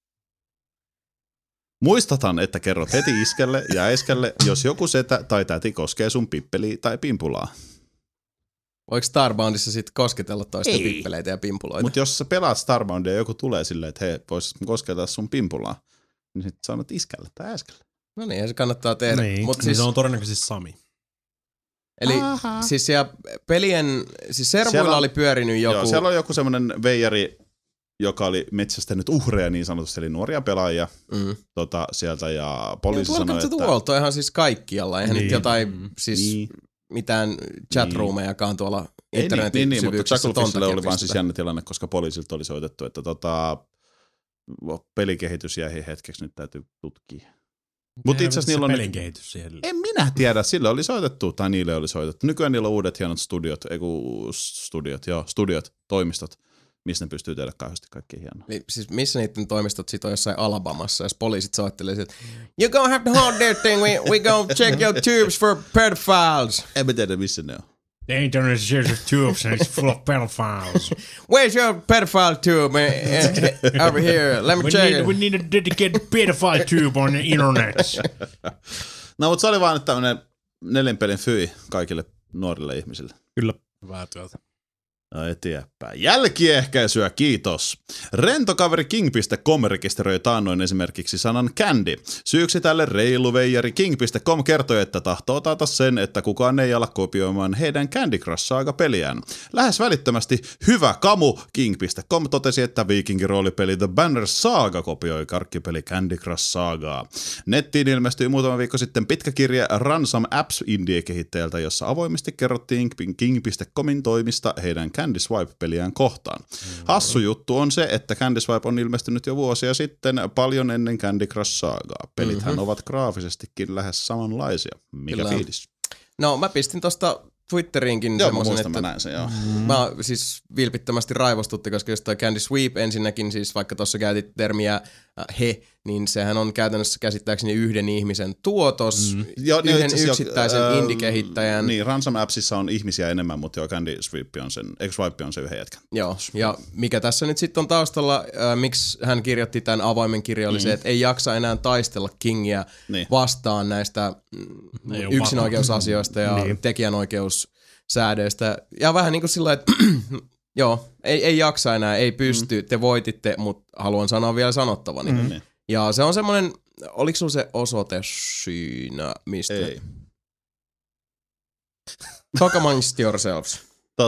Muistathan, että kerrot heti iskälle ja äiskelle, jos joku setä tai täti koskee sun pippeliä tai pimpulaa. Voiko Starboundissa sitten kosketella toisten pippeleitä ja pimpuloita? Mutta jos sä pelaat Starboundia ja joku tulee silleen, että hei, vois kosketella sun pimpulaa, niin sit sanot iskälle tai äskelle. No niin, se kannattaa tehdä. Niin, Mut niin siis, se on todennäköisesti Sami. Eli siis siellä pelien, siis servuilla oli pyörinyt joku... Joo, siellä on joku semmoinen veijari, joka oli metsästänyt uhreja niin sanotusti, eli nuoria pelaajia sieltä, ja poliisi sanoi, että... Welcome to the World, siis kaikkialla, eihän nyt jotain, siis mitään chatroomejakaan tuolla internetin niin, mutta Chucklefishille oli vaan siis jännä tilanne, koska poliisilta oli soitettu, että pelikehitys jäi hetkeksi, nyt täytyy tutkia. Mutta itse asiassa niillä on... Pelinkehitys siellä. En minä tiedä, sille oli soitettu, tai niille oli soitettu. Nykyään niillä on uudet hienot studiot, toimistot, missä ne pystyy tehdä kauheasti kaikki hienoa. Niin, siis missä niiden toimistot sit on jossain Alabamassa, jos poliisit soittelee että you gonna have to hold that thing, we gonna check your tubes for pedophiles. En mä tiedä, missä ne on. The internet is just tubes and it's full of pedophiles. Where's your pedophile tube? Over here, let me check it. We need a dedicated pedophile tube on the internet. No, mutta se oli vaan tämmönen 4 pelin fyi kaikille nuorille ihmisille. Kyllä. Hyvää työtä. No eteenpäin. Jälkiehkäisyä, kiitos. Rentokaveri King.com rekisteröi taannoin esimerkiksi sanan candy. Syyksi tälle reilu veijari King.com kertoi, että tahtoo taata sen, että kukaan ei ala kopioimaan heidän Candy Crush Saga-peliään. Lähes välittömästi hyvä kamu King.com totesi, että viikinkiroolipeli The Banner Saga kopioi karkkipeli Candy Crush Sagaa. Nettiin ilmestyi muutama viikko sitten pitkä kirje Ransom Apps indie-kehittäjältä, jossa avoimesti kerrottiin King.comin toimista heidän Candy Swipe-peliään kohtaan. Hassu juttu on se, että Candy Swipe on ilmestynyt jo vuosia sitten paljon ennen Candy Crush Sagaa. Pelithän ovat graafisestikin lähes samanlaisia. Mikä fiilis? No mä pistin tosta Twitteriinkin semmoisen, että mä näin sen, joo. Mä siis vilpittömästi raivostutti, koska jos toi Candy Sweep ensinnäkin, siis vaikka tuossa käytit termiä niin sehän on käytännössä käsittääkseni yhden ihmisen tuotos, yhden yksittäisen indie-kehittäjän. Niin, Ransom Appsissa on ihmisiä enemmän, mutta joo, Candy Swipe on se yhden jätkän. Joo, ja mikä tässä nyt sitten on taustalla, miksi hän kirjoitti tämän avoimen kirjan, oli se, että ei jaksa enää taistella Kingiä vastaan näistä yksinoikeusasioista ja tekijänoikeussäädöistä. Ja vähän niin kuin sillä että joo, ei jaksa enää, ei pysty, te voititte, mutta haluan sanoa vielä sanottavani. Ja se on semmoinen, oliko sulla se osoite siinä, mistä? Ei. Talk amongst yourselves.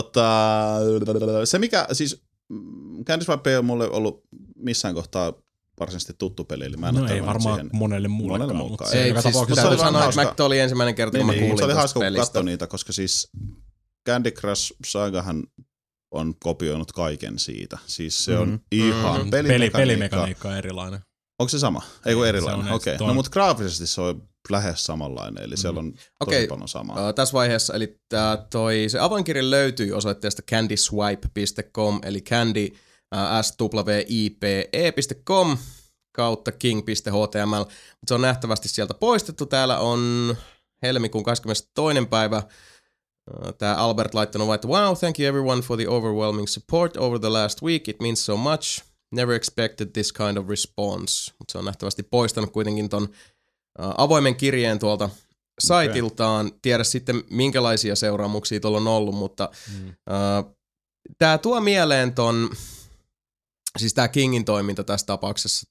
Se mikä, siis Candy Swipe ei ole mulle ollut missään kohtaa varsinaisesti tuttu peli, eli mä en ei varmaan siihen monelle muullekaan. Ei, siis täytyy sanoa, että Mac oli ensimmäinen kerta, kun mä kuulin se oli hauska, kun katsoin niitä, koska siis Candy Crush Sagahan on kopioinut kaiken siitä. Siis se on ihan pelimekaniikka on erilainen. Onko se sama? Ei kun erilainen, okei. No mutta graafisesti se on lähes samanlainen, eli siellä on tosi paljon samaa. Tässä vaiheessa, eli se avainkirja löytyy osoitteesta candyswipe.com, eli candy swipe.com kautta king.html, mutta se on nähtävästi sieltä poistettu. Täällä on helmikuun 22. päivä. Tää Albert laittanut, että wow, thank you everyone for the overwhelming support over the last week. It means so much. Never expected this kind of response. Mutta se on nähtävästi poistanut kuitenkin ton avoimen kirjeen tuolta saitiltaan. Tiedä sitten minkälaisia seuraamuksia tuolla on ollut, mutta tää tuo mieleen ton, siis tää Kingin toiminta tässä tapauksessa,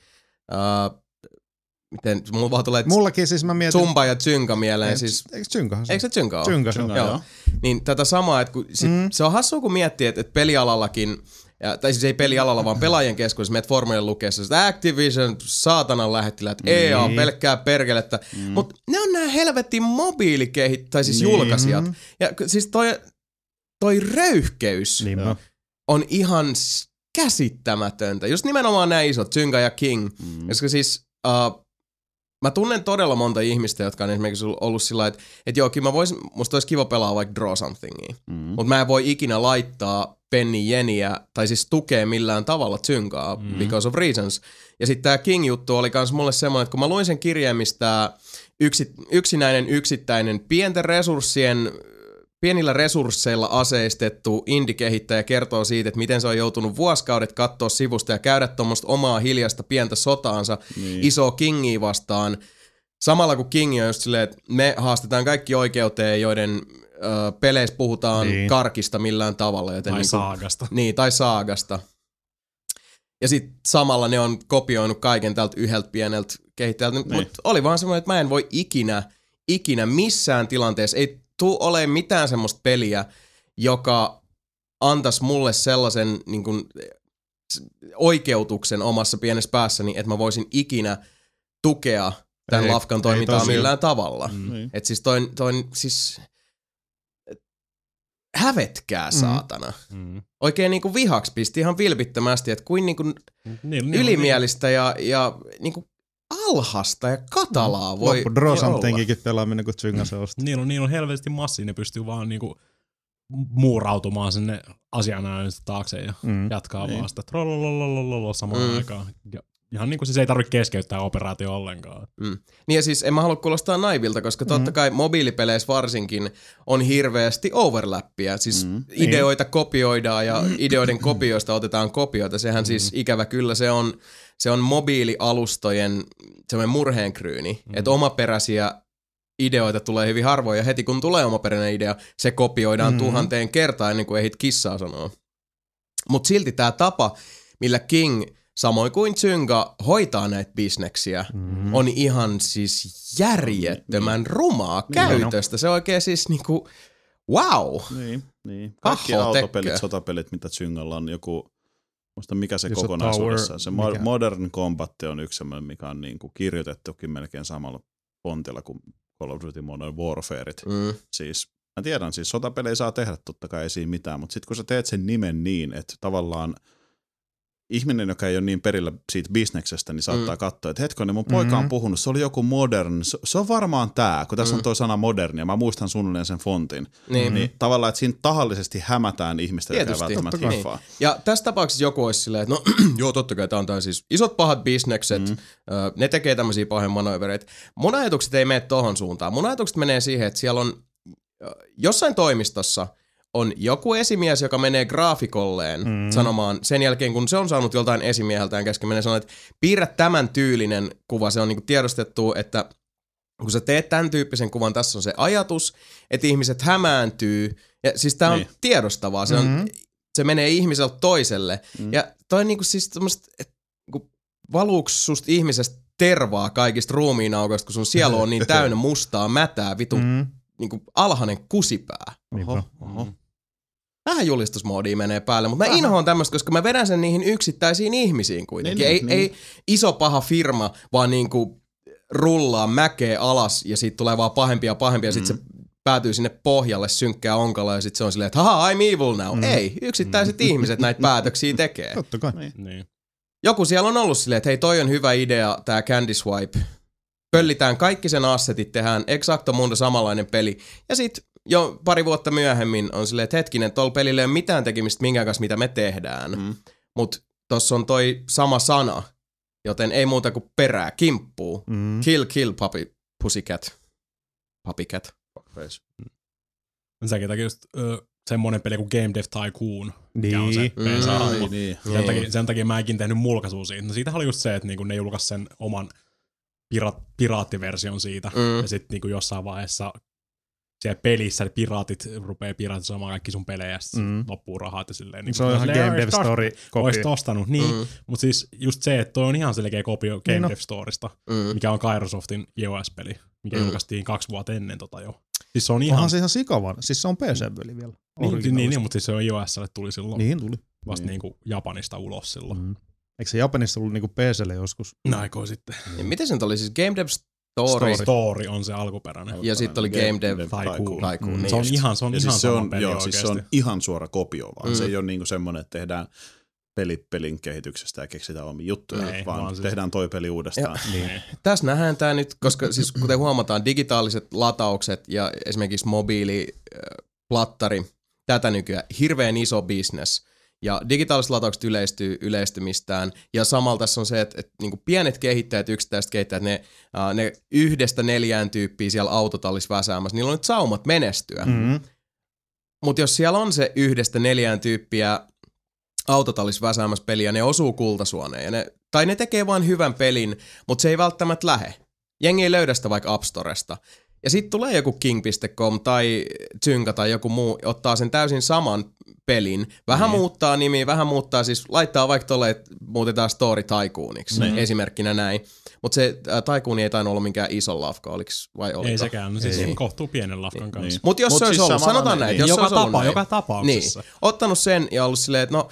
miten, mulla vaan tulee mullakin siis mä mietin Zumba ja Zynga mieleen. Eikö Zyngahan se? Eikö se Zynga ole? Zynga, joo. Niin tätä samaa, että se on hassua kun miettii, että pelialallakin, tai siis ei pelialalla, vaan pelaajien keskuudessa meidät formujen lukeessa, että Activision, saatanan lähettiläät, EA, pelkkää perkelettä, mutta ne on nämä helvetin tai siis julkaisijat. Ja siis toi röyhkeys on ihan käsittämätöntä. Just nimenomaan nämä isot, Zynga ja King, koska siis mä tunnen todella monta ihmistä, jotka on esimerkiksi ollut sillä että joo, kyllä musta olisi kiva pelaa vaikka Draw Somethingia, mutta mä en voi ikinä laittaa penni jeniä, tai siis tukea millään tavalla Zyngaa, because of reasons. Ja sitten tää King-juttu oli kans mulle semmoinen, että kun mä luin sen kirjeen, mistä yksinäinen yksittäinen pienillä resursseilla aseistettu indie-kehittäjä kertoo siitä, että miten se on joutunut vuosikaudet katsoa sivusta ja käydä tuommoista omaa hiljasta pientä sotaansa isoa Kingia vastaan. Samalla kun King on just silleen, että me haastetaan kaikki oikeuteen, joiden peleissä puhutaan karkista millään tavalla. Joten tai saagasta. Niin, tai saagasta. Ja sitten samalla ne on kopioinut kaiken tältä yhdeltä pieneltä kehittäjältä. Mutta oli vaan semmoinen, että mä en voi ikinä missään tilanteessa, ei tuu ole mitään semmoista peliä, joka antaisi mulle sellaisen niin kuin, oikeutuksen omassa pienessä päässäni, että mä voisin ikinä tukea tämän lafkan toimintaa millään tavalla. Että siis siis hävetkää saatana. Oikein niinku vihaksi pisti ihan vilpittömästi, että kuin niinku ylimielistä ja niinku alhasta ja katalaa voi Draw Somethingin pelaaminen, kun Zynga se ostaa. Niillä on helvetisti massia, ne pystyy vaan niinku muurautumaan sinne asianajajan taakse ja jatkaa vaan sitä trollolololololo samaan aikaan. Ihan niin kuin siis ei tarvitse keskeyttää operaatio ollenkaan. Niin ja siis en mä halua kuulostaa naivilta, koska totta kai mobiilipeleissä varsinkin on hirveästi overlappia. Siis ideoita kopioidaan ja ideoiden kopioista otetaan kopioita. Sehän siis ikävä kyllä se on mobiilialustojen semmoinen murheenkryyni. Että omaperäisiä ideoita tulee hyvin harvoin ja heti kun tulee omaperäinen idea, se kopioidaan 1000 kertaa ennen kuin ehdit kissaa sanoa. Mutta silti tämä tapa, millä King samoin kuin Zynga hoitaa näitä bisneksiä, on ihan siis järjettömän rumaa käytöstä. Se oikein siis niinku, wow! Niin. Kaikki autopelit, sotapelit, mitä Zyngalla on joku, muista mikä se kokonaisuudessaan. Se Modern Combat on yksi sellainen, mikä on niinku kirjoitettukin melkein samalla fontilla kuin Call of Duty Modern Warfareit. Siis mä tiedän, siis sotapelejä saa tehdä totta kai ei siinä mitään, mutta sitten kun sä teet sen nimen niin, että tavallaan ihminen, joka ei ole niin perillä siitä bisneksestä, niin saattaa katsoa, että hetkonen, mun poika on puhunut, se oli joku modern, se on varmaan tää, kun tässä on toi sana moderni, ja mä muistan suunnilleen sen fontin. Niin tavallaan, että siinä tahallisesti hämätään ihmistä, joka ei välttämättä hiffaa. Ja tässä tapauksessa joku olisi silleen, että no joo, totta kai, tää on siis isot pahat bisnekset, ne tekee tämmöisiä pahoja manövereitä. Mun ajatukset ei mene tohon suuntaan. Mun ajatukset menee siihen, että siellä on jossain toimistossa on joku esimies, joka menee graafikolleen sanomaan sen jälkeen, kun se on saanut joltain esimieheltään käsken, menee sanoa, että piirrä tämän tyylinen kuva. Se on niinku tiedostettu, että kun sä teet tämän tyyppisen kuvan, tässä on se ajatus, että ihmiset hämääntyy. Ja siis tää on tiedostavaa. Se menee ihmiseltä toiselle. Ja toi niinku siis tommoset, niinku, valuuks susta ihmisestä tervaa kaikista ruumiinaukoista, kun sun sielu on niin täynnä mustaa, mätää, vitun niinku alhainen kusipää. Oho. Vähän julistusmoodia menee päälle, mutta mä inhoan tämmöistä, koska mä vedän sen niihin yksittäisiin ihmisiin kuitenkin. Ei iso paha firma, vaan niinku rullaa mäkeä alas ja siitä tulee vaan pahempia ja pahempia ja sit se päätyy sinne pohjalle synkkää onkalla ja sit se on silleen, että haha, I'm evil now. Ei, yksittäiset ihmiset näitä päätöksiä tekee. Totta kai. Niin. Joku siellä on ollut silleen, että hei, toi on hyvä idea, tää Candy Swipe. Pöllitään kaikki sen assetit, tehdään exacto mundo samanlainen peli. Ja sit jo pari vuotta myöhemmin on silleen, että hetkinen, tuolla pelillä ei ole mitään tekemistä minkään kanssa, mitä me tehdään. Mut tossa on toi sama sana. Joten ei muuta kuin perää, kimppuu. Kill, puppy, pussycat. Puppycat. Senkin takia just semmonen peli kuin Game Dev Tycoon, mikä on se Niin. Sen takia mä enkin tehnyt mulkaisua siitä. No siitähän oli just se, että niinku ne julkaisi sen oman piraattiversion siitä. Ja sitten niinku jossain vaiheessa siellä pelissä piraatit rupeaa piratisoimaan kaikki sun pelejä ja loppuu rahat ja silleen. Niin se on ihan Game Dev Story kopio. Oisit ostanut, niin. Mutta siis just se, että toi on ihan selkeä kopio Game Dev Storista, mikä on Kairosoftin iOS-peli, mikä julkaistiin 2 vuotta ennen jo. Siis se on ihan... Onhan se ihan sikavan. Siis se on PC-peli vielä. Niin, mutta siis se on iOSlle tuli silloin. Niin tuli. Vasta niinku Japanista ulos silloin. Eikö se Japanista ollut niinku PC:lle joskus? Aikoo sitten. Ja miten se nyt oli? Siis Game Dev Story on se alkuperäinen. Ja sitten oli Game Dev Tycoon. Niin se on ihan sama peli oikeesti. Siis se on ihan suora kopio vaan. Se ei ole niinku semmoinen, että tehdään pelin kehityksestä ja keksitään omia juttuja, vaan tehdään toi peli uudestaan. Tässä nähdään tämä nyt, koska siis kuten huomataan, digitaaliset lataukset ja esimerkiksi mobiiliplattari, tätä nykyään hirveän iso business. Ja digitaaliset lataukset yleistyy yleistymistään. Ja samalla tässä on se, että niinku pienet kehittäjät, yksittäiset kehittäjät, ne 1-4 tyyppiä siellä autotallissa väsäämässä, niillä on nyt saumat menestyä. Mutta jos siellä on se 1-4 tyyppiä autotallissa väsäämässä peliä, ne osuu kultasuoneen. Tai ne tekee vain hyvän pelin, mutta se ei välttämättä lähe. Jengi ei löydä sitä vaikka App Storesta. Ja sitten tulee joku King.com tai Zynga tai joku muu, ottaa sen täysin saman pelin. Vähän muuttaa nimiä, vähän muuttaa, siis laittaa vaikka tolle, että muutetaan Story Tycooniksi, esimerkkinä näin. Mutta se Tycoon ei tainnut olla minkään ison lafka, vai oliko? Ei sekään, no siis kohtuu pienen lafkan kanssa. Niin. Mutta jos se olisi ollut, sanotaan näin, jos se olisi ollut näin. Joka tapauksessa. Niin, ottanut sen ja ollut silleen, että no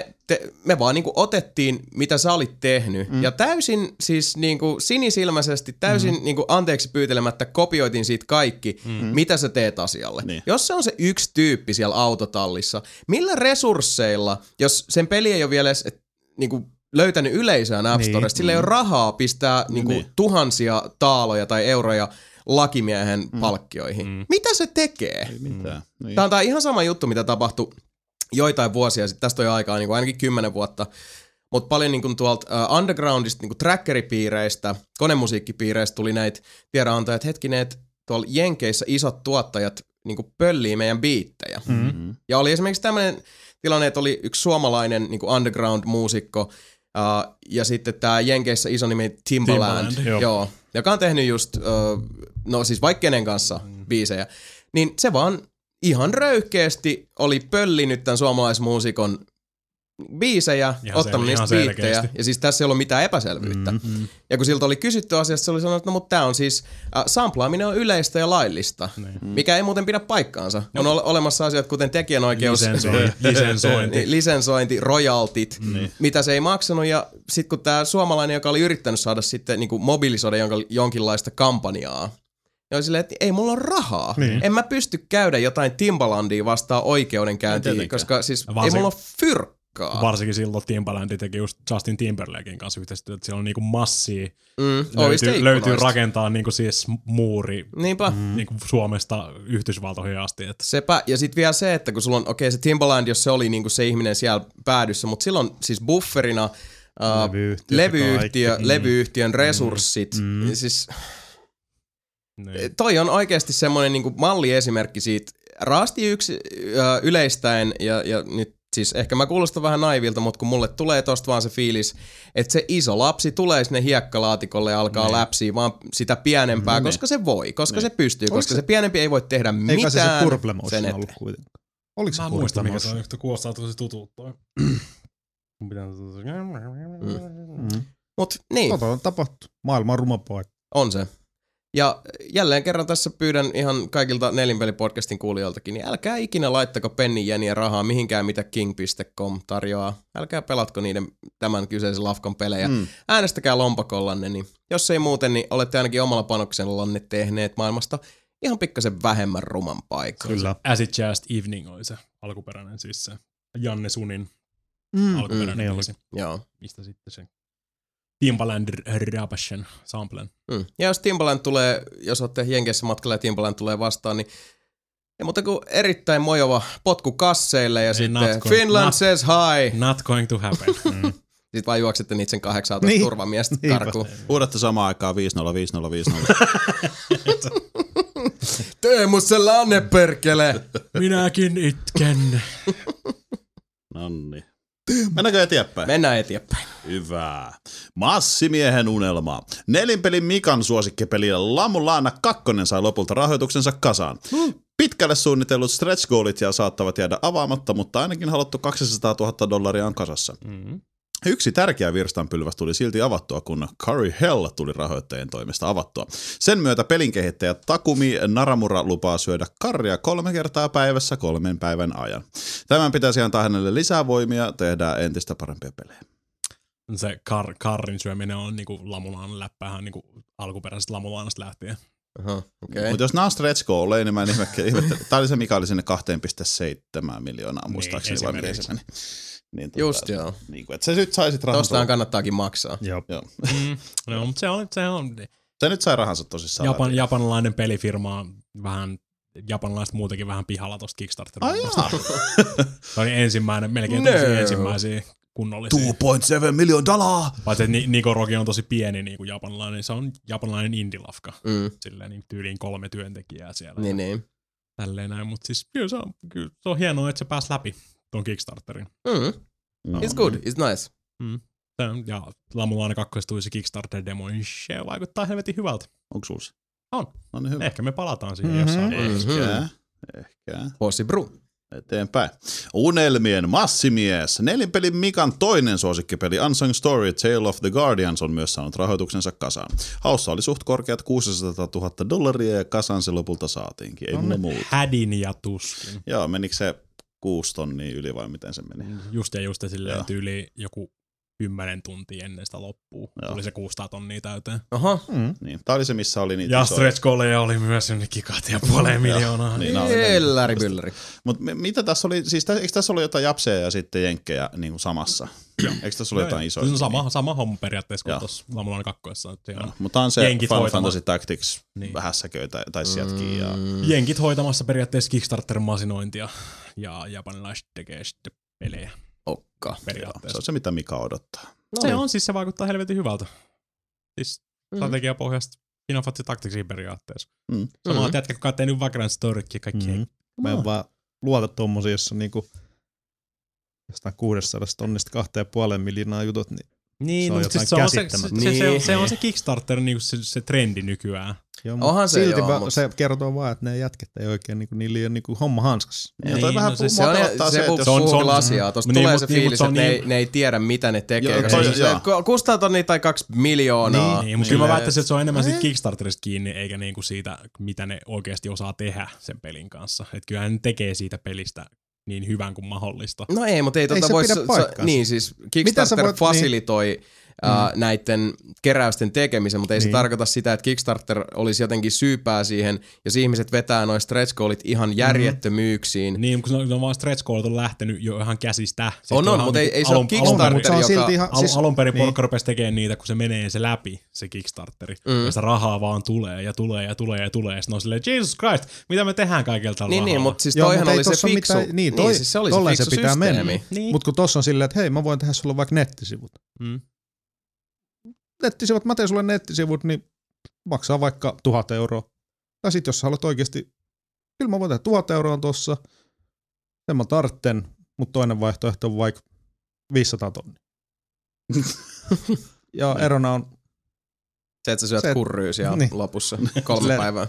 me vaan niinku otettiin, mitä sä olit tehnyt, ja täysin siis niinku sinisilmäisesti, täysin niinku anteeksi pyytelemättä kopioitin siitä kaikki, mitä sä teet asialle. Niin. Jos se on se yksi tyyppi siellä autotallissa, millä resursseilla, jos sen peli ei ole vielä edes niinku löytänyt yleisöä App Storesta, sillä ei ole rahaa pistää niinku tuhansia taaloja tai euroja lakimiehen palkkioihin. Mitä se tekee? Ei mitään. Niin. Tämä on ihan sama juttu, mitä tapahtui joitain vuosia sitten. Tästä on jo aikaa niin kuin ainakin 10 vuotta. Mutta paljon niin kuin tuolta undergroundista, niin kuin trackeripiireistä, konemusiikkipiireistä tuli näitä tiedonantoja, että hetkinen, että tuolla Jenkeissä isot tuottajat niin kuin pöllii meidän biittejä. Ja oli esimerkiksi tämmöinen tilanne, että oli yksi suomalainen niin kuin underground-muusikko, ja sitten tämä Jenkeissä iso nimi Timbaland, joka on tehnyt just, no siis vaikka kenen kanssa biisejä, niin se vaan ihan röyhkeästi oli pöllinyt tämän suomalaismuusikon biisejä, ottanut niistä biittejä, ja siis tässä ei ollut mitään epäselvyyttä. Ja kun siltä oli kysytty asiasta, se oli sanonut, että no mutta tämä on siis, samplaaminen on yleistä ja laillista, mikä ei muuten pidä paikkaansa. On olemassa asiat kuten tekijänoikeus, lisensointi, royaltit, mitä se ei maksanut, ja sitten kun tämä suomalainen, joka oli yrittänyt saada sitten niin kuin mobilisoida jonkinlaista kampanjaa, ja oli silleen, että ei mulla ole rahaa. En mä pysty käydä jotain Timbalandia vastaan oikeudenkäyntiin, koska siis ei mulla ole fyrkkaa. Varsinkin silloin Timbaland teki just Justin Timberlaken kanssa yhteistyötä, että siellä on niinku massia. Löytyy rakentaa niinku siis muuri niinku Suomesta Yhdysvaltoihin asti. Että. Sepä, ja sitten vielä se, että kun sulla on, se Timbaland, jos se oli niinku se ihminen siellä päädyssä, mutta silloin siis bufferina levyyhtiön resurssit, siis... Toi on oikeasti semmoinen niinku malliesimerkki siitä raasti yleistäen, ja nyt siis ehkä mä kuulostan vähän naivilta, mutta kun mulle tulee tosta vaan se fiilis, että se iso lapsi tulee sinne hiekkalaatikolle ja alkaa läpsiä vaan sitä pienempää, koska se voi, koska se pystyy, koska se pienempi ei voi tehdä mitään. Eikä se Purple Motion ollut kuitenkaan. Oliko se Purple Motion? Mä muistan, mikä se on, kuulostaa tosi tutulta. Mut niin. Tota on tapahtu. Maailma on ruma paikka. On se. Ja jälleen kerran tässä pyydän ihan kaikilta Nelinpeli-podcastin kuulijoiltakin, niin älkää ikinä laittako pennin jääniä rahaa mihinkään, mitä King.com tarjoaa. Älkää pelatko niiden tämän kyseisen lafkan pelejä. Äänestäkää lompakollanne, niin jos ei muuten, niin olette ainakin omalla panoksellanne tehneet maailmasta ihan pikkasen vähemmän ruman paikkaa. Kyllä. Acid Jazz Evening oli se alkuperäinen, siis se Janne Sunin alkuperäinen biisi. Joo. Mistä sitten se Timbaland Rapashen samplen. Ja jos Timbaland tulee, jos olette Jenkeissä matkalla ja Timbaland tulee vastaan, niin ei muuta kuin erittäin mojova potku kasseille ja sitten Finland says hi. Not going to happen. Sitten vaan juoksette niitä sen 18 Niin. turvamiestä karkuun. Huudatte samaan aikaan 5-0. Teemu Selänne, perkele! Minäkin itken. Nonni. Mennäänkö eteenpäin? Mennään eteenpäin. Hyvä. Massimiehen unelma. Nelinpelin Mikan suosikkipeli Lamulaana 2 sai lopulta rahoituksensa kasaan. Pitkälle suunnitellut stretch goalit ja saattavat jäädä avaamatta, mutta ainakin haluttu $200,000 on kasassa. Yksi tärkeä virstanpylväs tuli silti avattua, kun Curry Hell tuli rahoittajien toimesta avattua. Sen myötä pelin kehittäjä Takumi Naramura lupaa syödä karria 3 kertaa päivässä 3 päivän ajan. Tämän pitäisi antaa hänelle lisää voimia tehdä entistä parempia pelejä. Se karrin syöminen on niinku Lamulaanan läppähän niinku alkuperäisestä Lamulaanasta lähtien. Okay. Mutta jos nämä on stretch goaleja, niin mä en ihmettele. Tämä oli se, mikä oli sinne 2,7 miljoonaa muistaakseni. Niin, niin, just joo. Niin kuin, että se nyt sai sit rahansa. Tostahan kannattaakin maksaa. Joo. No, mutta se on Se nyt sai rahansa tosissaan. japanilainen pelifirma on vähän, japanilaiset muutenkin vähän pihalla tosta Kickstarterista. Se oli ensimmäinen, melkein ensimmäisiä kunnollisia. $2.7 million! Paitsi että Nikorogi on tosi pieni niin kuin japanilainen, se on japanilainen indie-lafka. Silleen niin tyyliin 3 työntekijää siellä. Niin. Tälleen näin, mutta siis kyllä se on hienoa, että se pääsi läpi ton Kickstarterin. It's good, it's nice. Ja Lamulaana 2 tuli se Kickstarter-demo, niin se vaikuttaa helvetin hyvältä. Onko sulla se? On. No niin hyvä. Ehkä me palataan siihen jossain vaiheessa. Ehkä. Possibru. Eteenpäin. Unelmien massimies. Nelinpelin Mikan toinen suosikkipeli Unsung Story Tale of the Guardians on myös saanut rahoituksensa kasaan. Haussa oli suht korkeat $600,000 ja kasaan se lopulta saatiinkin. Ei mulla muuta. Hädin ja tuskin. Joo, menikö se 6 tonnia yli vai miten se meni? Just silleen tyyli joku 10 tuntia ennen sitä loppua. Tuli se 600 tonnia täyteen. Aha. Niin. Tää oli se, missä oli niitä ja stretch goaleja oli myös jonnekin 2,5 miljoonaa. Helläri bylläri. Mutta mitä tässä oli, siis eikö tässä ollut jotain japseja ja sitten jenkkejä niin kuin samassa? Eikö tässä ollut jotain isoja? Sama homma periaatteessa kuin tuossa Lamulaana 2. Mutta on se Final Fantasy Tactics vähässäköitä tai sieltäkin. Jenkit hoitamassa periaatteessa Kickstarter-masinointia ja japanilaiset tekee sitten pelejä. Okka. Se on se, mitä Mika odottaa. Se on siis, se vaikuttaa helvetin hyvältä. Siis strategiapohjasta Final Fantasy Tacticsiin periaatteessa. Samalla tiedätkö, kun katsoo nyt Vagrant Storykin ja kaikki. Mä en vaan luota tommosia, jossa on niinku jostain 600 tonnista 2,5 miljoonaa jutut, niin se on jotain käsittämättä. Se on se Kickstarter niinku se trendi nykyään. Joo, onhan se silti joo, se kertoo vaan, että ne jätket ei oikein niinku, niillä ei ole niinku homma hanskassa. Ja toi vähän se puhuu asiaa. Tuosta tulee se fiilis, että ne ei tiedä mitä ne tekee. 600 tonnia tai 2 miljoonaa. Niin, mutta kyllä mä väittäisin, että se on enemmän siitä Kickstarterista kiinni, eikä niinku siitä, mitä ne oikeasti osaa tehdä sen pelin kanssa. Että kyllähän ne tekee siitä pelistä niin hyvän kuin mahdollista. No ei, mutta ei se voisi... pidä paikkaansa. Niin, siis Kickstarter fasilitoi näiden keräysten tekemisen, mutta ei se tarkoita sitä, että Kickstarter olisi jotenkin syypää siihen, jos ihmiset vetää noin stretch goalit ihan järjettömyyksiin. Niin, kun ne on vaan stretch goalit on lähtenyt jo ihan käsistä. On, mutta ei se ole Kickstarter, joka... Alun perin porukka rupesi tekemään niitä, kun se menee se läpi, se Kickstarteri. Ja sitä rahaa vaan tulee ja tulee. Ja sitten on silleen, Jesus Christ, mitä me tehdään kaikella tällä rahalla? Niin, mutta siis toihan oli se fiksu... Siis se oli se fiksu pitää systeemi. Mutta kun tossa on silleen, että hei, mä voin tehdä sulle vaikka nettisivut. Nettisivut, mä teen sulle nettisivut, niin maksaa vaikka 1,000 euroa. Tai sit jos sä haluat oikeesti, kyllä mä voin tehdä 1,000 euroa tossa, sen mä tartten, mutta toinen vaihtoehto on vaikka 500 tonnia. Ja erona on... Se, että sä syöt kurryy siellä lopussa 3 päivää.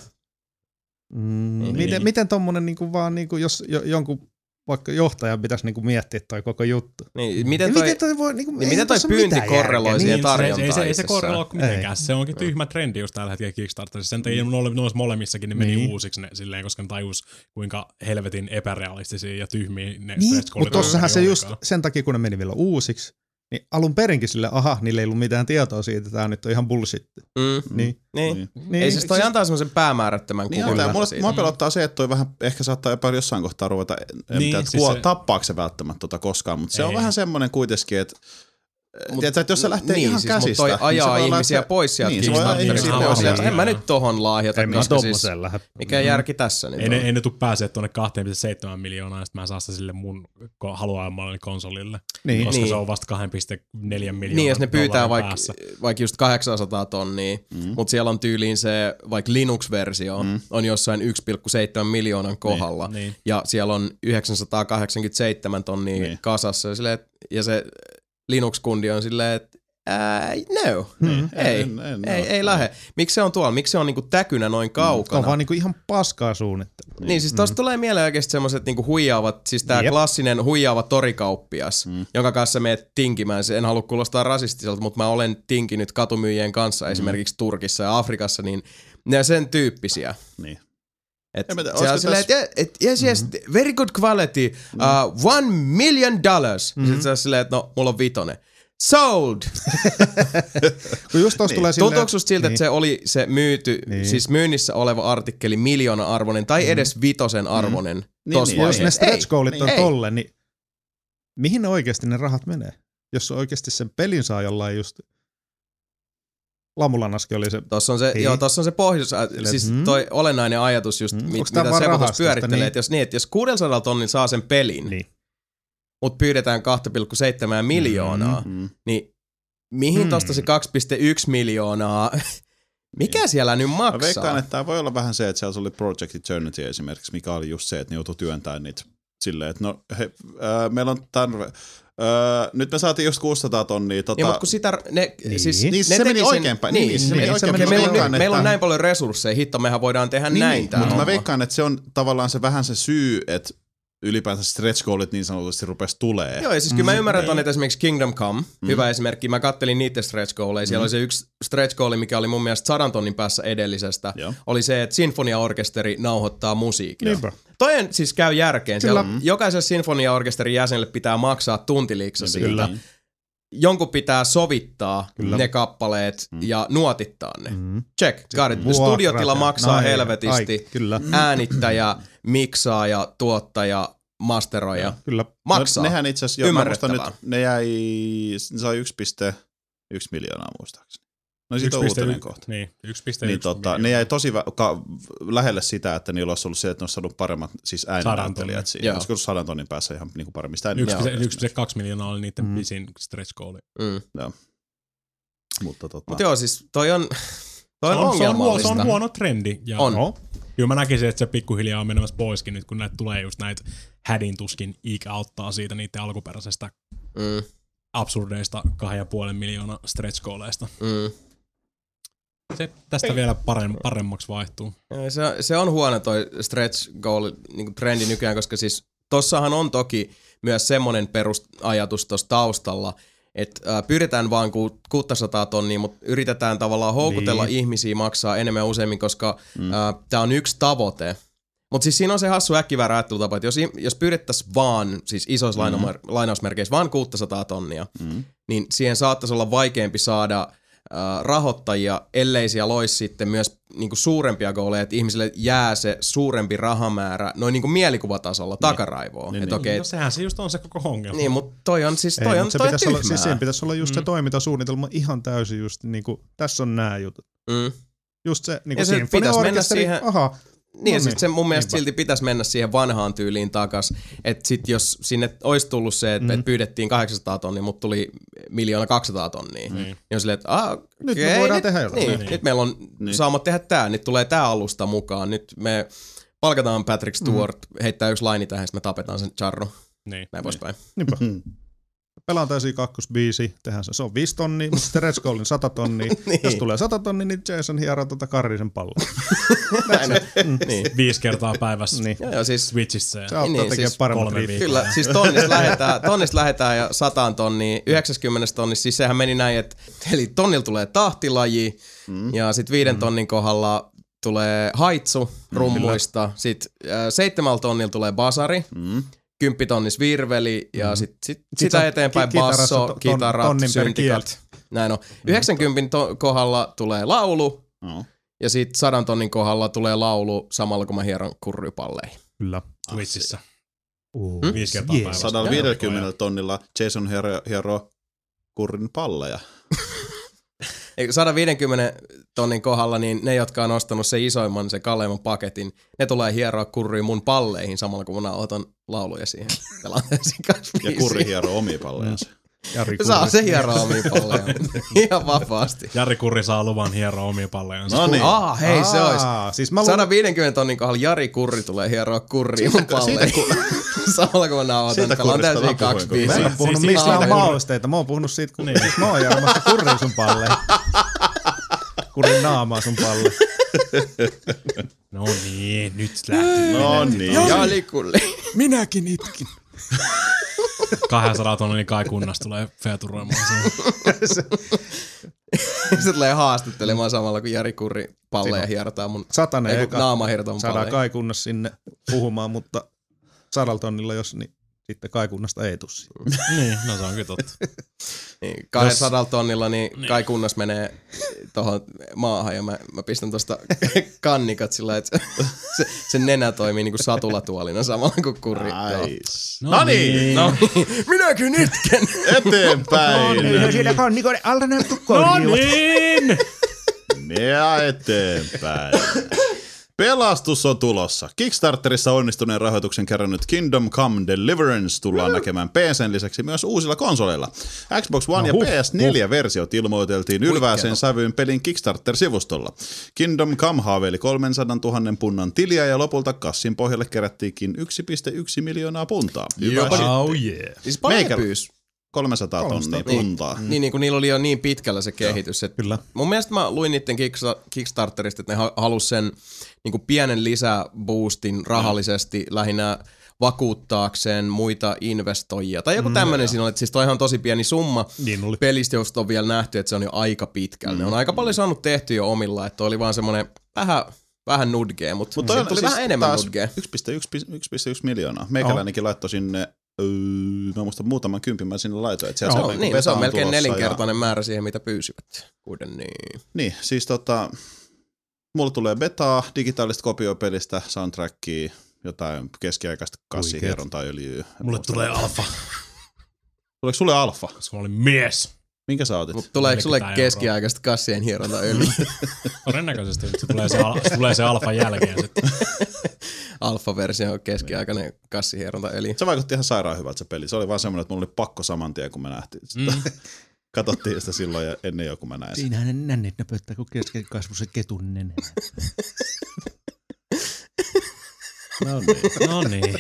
Miten tommonen niinku vaan, niinku, jos jonkun vaikka johtajan pitäisi niinku miettiä toi koko juttu. Niin, miten toi pyynti korreloi siihen tarjontaan? Ei se korreloi mitenkään. Se onkin tyhmä trendi just tällä hetkellä Kickstarterissa. Sen takia noissa molemmissakin ne meni uusiksi ne, silleen, koska ne tajus kuinka helvetin epärealistisia ja tyhmiä ne stretch goalit. Mutta tossahan se just sen takia, kun ne meni vielä uusiksi, niin alun perinkin sille, niillä ei ollut mitään tietoa siitä, että tämä nyt on ihan bullshit. Niin. Ei siis toi antaa semmoisen päämäärättömän kuvan siitä. Mua pelottaa se, että toi vähän ehkä saattaa jopa jossain kohtaa ruveta, tappaako se välttämättä koskaan, mutta se on vähän semmoinen kuitenkin, että Tiedätkö, että jos se lähtee niin, ihan siis, käsistä, toi ajaa niin ihmisiä pois sieltä niin, se voi ajaa ihmisiä pois sieltä. En mä nyt tohon lahjata, koska siis mikä järki tässä nyt ei ne tuu pääsee tuonne 2,7 miljoonaa, ja sit mä saan sitä sille mun haluamalle konsolille. Niin. Koska se on vasta 2,4 miljoonaa. Niin, jos ne pyytää vaikka just 800 tonnia, mutta siellä on tyyliin se vaikka Linux-versio on jossain 1,7 miljoonan kohdalla, niin. Ja siellä on 987 tonnia kasassa, ja se Linux-kundi on silleen, että no, ei lähde. Miksi se on tuolla? Miksi se on niinku täkynä noin kaukana? On vaan niinku ihan paskaa suunnittelua. Niin, siis tosta tulee mieleen oikeesti semmoset niinku huijaavat, siis tää klassinen huijaava torikauppias, jonka kanssa meet tinkimään. En halua kuulostaa rasistiselta, mutta mä olen tinkinyt katumyyjien kanssa esimerkiksi Turkissa ja Afrikassa, niin ne on sen tyyppisiä. Niin. Se on silleen, että yes, very good quality, $1 million. Sitten se on silleen, että no, mulla on 5. Sold! Kun just tossa tulee silleen... Tuntuuko susta siltä, että se oli se myyty, siis myynnissä oleva artikkeli 1 miljoona arvoinen tai edes 5 arvoinen tossa vaiheessa? Jos ne stretch goalit on tolle, niin mihin ne oikeasti ne rahat menee? Jos oikeasti sen pelin saa jollain just... Lamulanaskin oli se... Tossa on se pohjus, siis toi olennainen ajatus just, mitä Sepo pyörittelee, niin. Että jos 600 tonnin saa sen pelin, mutta pyydetään 2,7 miljoonaa, niin mihin tosta se 2,1 miljoonaa, mikä siellä nyt maksaa? Mä veikkaan, että tämä voi olla vähän se, että siellä oli Project Eternity esimerkiksi, mikä oli just se, että ne joutui työntämään niitä silleen, että no meillä on tarve... nyt me saatiin just 600 tonnia. Niin, mutta kun sitä... se meni oikeinpäin. Meillä on näin paljon resursseja, hitto, mehän voidaan tehdä näin. Mutta mä veikkaan, että se on tavallaan se vähän se syy, että ylipäänsä stretch goalit niin sanotusti rupesi tulee. Joo, ja siis kyllä mä ymmärrän ton, että esimerkiksi Kingdom Come, hyvä esimerkki, mä kattelin niiden stretch goaleja, siellä oli se yksi stretch goal, mikä oli mun mielestä 100 tonnin päässä edellisestä, oli se, että sinfoniaorkesteri nauhoittaa musiikkia. Niinpä. Toi siis käy järkeen. Siellä jokaiselle sinfoniaorkesterin jäsenelle pitää maksaa tuntiliiksa siitä. Jonkun pitää sovittaa ne kappaleet ja nuotittaa ne. Check, got it. Studiotila maksaa helvetisti. Äänittäjä, miksaaja, tuottaja, masteroija. Maksaa. No, nehän itse asiassa, mä muistan nyt, ne sai 1,1 miljoonaa muistaakseni. No siitä on uutinen kohta. Niin, 1,1 ne jäi tosi lähelle sitä, että niillä olisi ollut se, että ne olisi saanut paremmat siis ääninäyttelijät siinä. Olisiko 100 tonnin päässä ihan niin kuin paremmin sitä 1,2 miljoonaa oli niiden pisin stretch goali. Joo. Mutta joo, siis toi on ongelmallista. Se on huono trendi. Ja on. Kyllä mä näkisin, että se pikkuhiljaa on menemässä poiskin nyt, kun näitä tulee just näitä hädin tuskin auttaa siitä niiden alkuperäisestä absurdeista 2,5 miljoonaa stretch goaleista. Se tästä vielä paremmaksi vaihtuu. Se on huono toi stretch goal niin trendi nykyään, koska siis tossahan on toki myös semmoinen perusajatus tuossa taustalla, että pyydetään vaan 600 tonnia, mutta yritetään tavallaan houkutella ihmisiä maksaa enemmän useammin, koska tämä on yksi tavoite. Mutta siis siinä on se hassu äkkiväärä ajattelutapa, että jos pyydettäisiin vaan, siis isoissa lainausmerkeissä, vaan 600 tonnia, niin siihen saattaisi olla vaikeampi saada rahoittajia, ellei siellä olisi sitten myös niinku suurempia gooleja, että ihmisille jää se suurempi rahamäärä noin niinku mielikuvatasolla takaraivoon. No sehän se just on se koko ongelma. Niin, mutta toi on siis tyhmää. Siis siihen pitäisi olla just se toimintasuunnitelma ihan täysin just niinku, tässä on nämä jutut. Just se niinku sinfoniaorkesteri, Niin, ja sitten se mun mielestä silti pitäisi mennä siihen vanhaan tyyliin takas, että sit jos sinne olisi tullut se, että pyydettiin 800 tonnia, mutta tuli 1,2 tonnia, niin on silleen, että nyt me voidaan tehdä jotain. Nyt meillä on saamat tehdä tää, nyt tulee tää alusta mukaan, nyt me palkataan Patrick Stewart, heittää yksi laini tähän, sitten me tapetaan sen charru. Näin poispäin. Niinpä. Pelaan täysin kakkosbiisi, tehdään se on 5 tonnia, mutta sitten Red Skullin 100 tonnia. Jos tulee 100 tonnia, niin Jason hieroo Karrisen palloa. 5 kertaa päivässä siis Switchissä. Se auttaa tekemään paremmat riippua. Kyllä, siis tonnista lähdetään ja 100 tonnia, 90 tonnissa, siis sehän meni näin, että eli tonnilla tulee tahtilaji ja sitten 5 tonnin kohdalla tulee haitsu rummuista, sitten 7 tonnilla tulee basari. 10 tonnis virveli ja sit sitä eteenpäin basso, kitarat, syntikat. Näin on. 90 kohdalla tulee laulu ja sit 100 tonnin kohdalla tulee laulu samalla kun mä hieron kurrypalleihin. Kyllä. Twitchissä. 5 kertaa päivässä. 150 tonnilla Jason hieroo kurrin palleja. 150 tonnin kohdalla, niin ne, jotka on ostanut se isoimman, se kalleimman paketin, ne tulee hieroa kurriin mun palleihin samalla, kun mä otan lauluja siihen pelanteisiin kanssa. Ja kurri hieroo omia pallejansa. Saa se hieroa omia palleja. Ihan vapaasti. Jari Kurri saa luvan hieroa omia pallejansa. No niin. Hei, se olisi. Siis 150 tonnin kohdalla Jari Kurri tulee hieroa kurriin mun palleihin. Samalla kun mä nauhoitan, pelaan täysin 2 biisiä. Mä en puhunut mistään mausteita. Mä oon puhunut siitä, kun mä oon jarmasta kurriin sun palleen. Kurrin naamaa sun palle. No niin, nyt lähti. No niin. Jari Kurri. Minäkin itkin. 200 tonnin kai kunnasta tulee featuroimaan siihen. Se tulee haastattelemaan samalla, kun Jari Kurri palleja hiertaa mun... 100 naama hiertaa mun saadaan palleja. Kaikunnassa sinne puhumaan, mutta 100 tonnilla jos, niin sitten Kaikunnasta ei tuu siitä. Niin, no se on kyllä totta. Niin, 200 tonnilla niin Kai Kunnas menee tohon maahan ja mä pistän tosta kannikat sillä, että se nenä toimii niinku satulatuolina samalla kuin kurri. Nice. No niin. No niin, minäkin itken. Eteenpäin. No siinä kannikoiden alla näytty No korjuvat. niin! Ja eteenpäin. Pelastus on tulossa. Kickstarterissa onnistuneen rahoituksen kerännyt Kingdom Come Deliverance tullaan näkemään PC:n lisäksi myös uusilla konsoleilla. Xbox One ja PS4-versiot ilmoiteltiin ylvääseen sävyyn pelin Kickstarter-sivustolla. Kingdom Come haaveili 300 000 punnan tiliä ja lopulta kassin pohjalle kerättiinkin 1,1 miljoonaa puntaa. Hyvä shit. Oh yeah. Siis paljon Meikä- pyysi. 300 tonnia puntaa. Niin kun niillä oli jo niin pitkällä se kehitys. Että Kyllä. mun mielestä mä luin niiden Kickstarterista, että ne halus sen niin kuin pienen lisäboostin rahallisesti lähinnä vakuuttaakseen muita investoijia. Tai joku tämmöinen siinä oli, että siis toihan on tosi pieni summa Niin oli. pelistä, josta on vielä nähty, että se on jo aika pitkällä. Ne on aika paljon saanut tehty jo omilla, että oli vaan semmoinen vähän nudgea, mutta toi on tuli siis vähän enemmän taas nudgea. 1,1 miljoonaa. Meikäläinenkin laittoi sinne, mä muistan muutaman kympin mä sinne laitoin. Että Se on, niinku niin, se Vesa on melkein tulossa nelinkertainen määrä siihen, mitä pyysivät. Kuten niin. Niin, siis mulla tulee betaa, digitaalista kopiopelistä, soundtrackia, jotain keskiaikaista kassihierontaöljyä. Mulle tulee alfa, Tuleeko sulle alfa? koska mä olin mies. Minkä sä otit? Mut tuleeko sulle 40 euroa. keskiaikaista kassien hierontaöljyä? Todennäköisesti se tulee se alfa jälkeen sitten. Alfa-versio on keskiaikainen kassihierontaöljy. Se vaikutti ihan sairaan hyvältä se peli. Se oli vaan semmoinen, että mulla oli pakko saman tien, kun me nähtiin sitä. Katsottiin sitä silloin ja ennen jo, kun mä näin sen. Siinähän ne nännit nöpöttää, kun keskikasvuisen ketun nenä. No niin.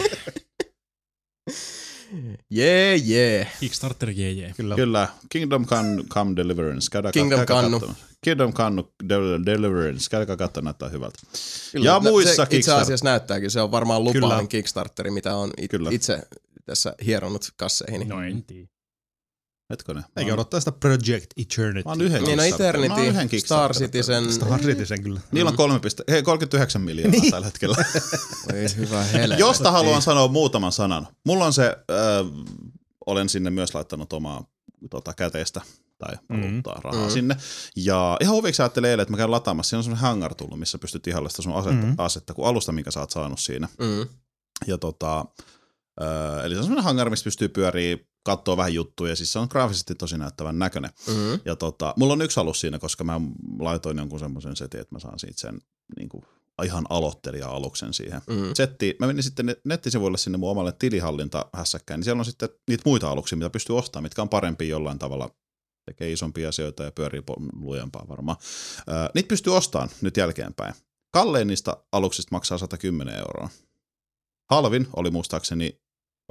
Jee. Kickstarter jee. Kyllä, Kingdom Come Deliverance. Kingdom Come. Kingdom Come Deliverance. Käykää katsomaan, näyttää hyvältä. Kyllä, Ja muissa se itse Kickstarter. asiassa näyttääkin. Se on varmaan lupaavin Kyllä. Kickstarteri, mitä on Kyllä. itse tässä hieronut kasseihin. No en tiedä. Hetkonen. Eikä odottaa sitä Project Eternity. Mä oon yhden Niin, no Kickstarter. Mä oon Eternity, yhden Star Kickstarter. Citizen. Star Citizen kyllä. Niillä on 39 miljoonaa tällä hetkellä. Oi hyvä helvetti. Josta haluan sanoa muutaman sanan. Mulla on se, olen sinne myös laittanut omaa käteistä tai valuuttaa rahaa sinne. Ja ihan huviksi ajattelin eilen, että mä käyn lataamassa. Siinä on semmoinen hangar tullut, missä pystyt ihalla sitä sun asetta kuin alusta, minkä sä oot saanut siinä. Ja eli se on semmoinen hangar, missä pystyy pyörii, katsoo vähän juttuja, siis se on graafisesti tosi näyttävän näköinen. Ja mulla on yksi alus siinä, koska mä laitoin jonkun semmoisen setin, että mä saan siitä sen niin kuin, ihan aloittelija-aluksen siihen settiin. Mä menin sitten nettisivuille sinne mun omalle tilihallinta-hässäkkään, niin siellä on sitten niitä muita aluksia, mitä pystyy ostamaan, mitkä on parempia jollain tavalla, tekee isompia asioita ja pyörii lujempaa varmaan. Niitä pystyy ostamaan nyt jälkeenpäin. Kallein niistä aluksista maksaa 110 €. Halvin oli muistaakseni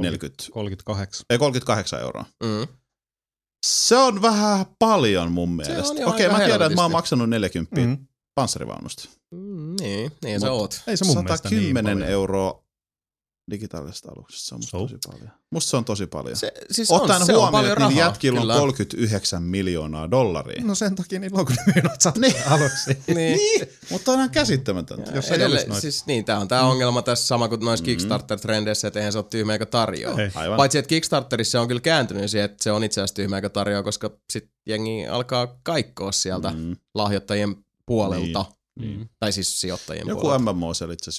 38 €. Se on vähän paljon mun mielestä. jo Okei, aika mä tiedän, että mä helvetisti. oon maksanut 40 panssarivaunusta. Niin sä oot. Ei se mun mielestä niin 110 paljon. € digitaalisesta aluksesta, se on musta tosi paljon. Musta se on tosi paljon. Siis Ottaen se on huomioon, paljon että niillä rahaa. jätkillä on kyllä. 39 miljoonaa $. No sen takia niillä on kun ne myynyt 100 aluksi. Niin. Mutta on ihan käsittämätöntä. Jos ei Edelleen, olisi noita. siis niin, tää on tää ongelma tässä sama kuin noissa Kickstarter-trendeissä, että eihän se ole tyhmä eikä tarjoa. Ei. Aivan. Paitsi, että Kickstarterissa se on kyllä kääntynyt siihen, että se on itse asiassa tyhmä eikä tarjoa, koska sit jengi alkaa kaikkoa sieltä lahjoittajien puolelta. Tai siis sijoittajien Joku puolelta. MMO siellä itse asiassa just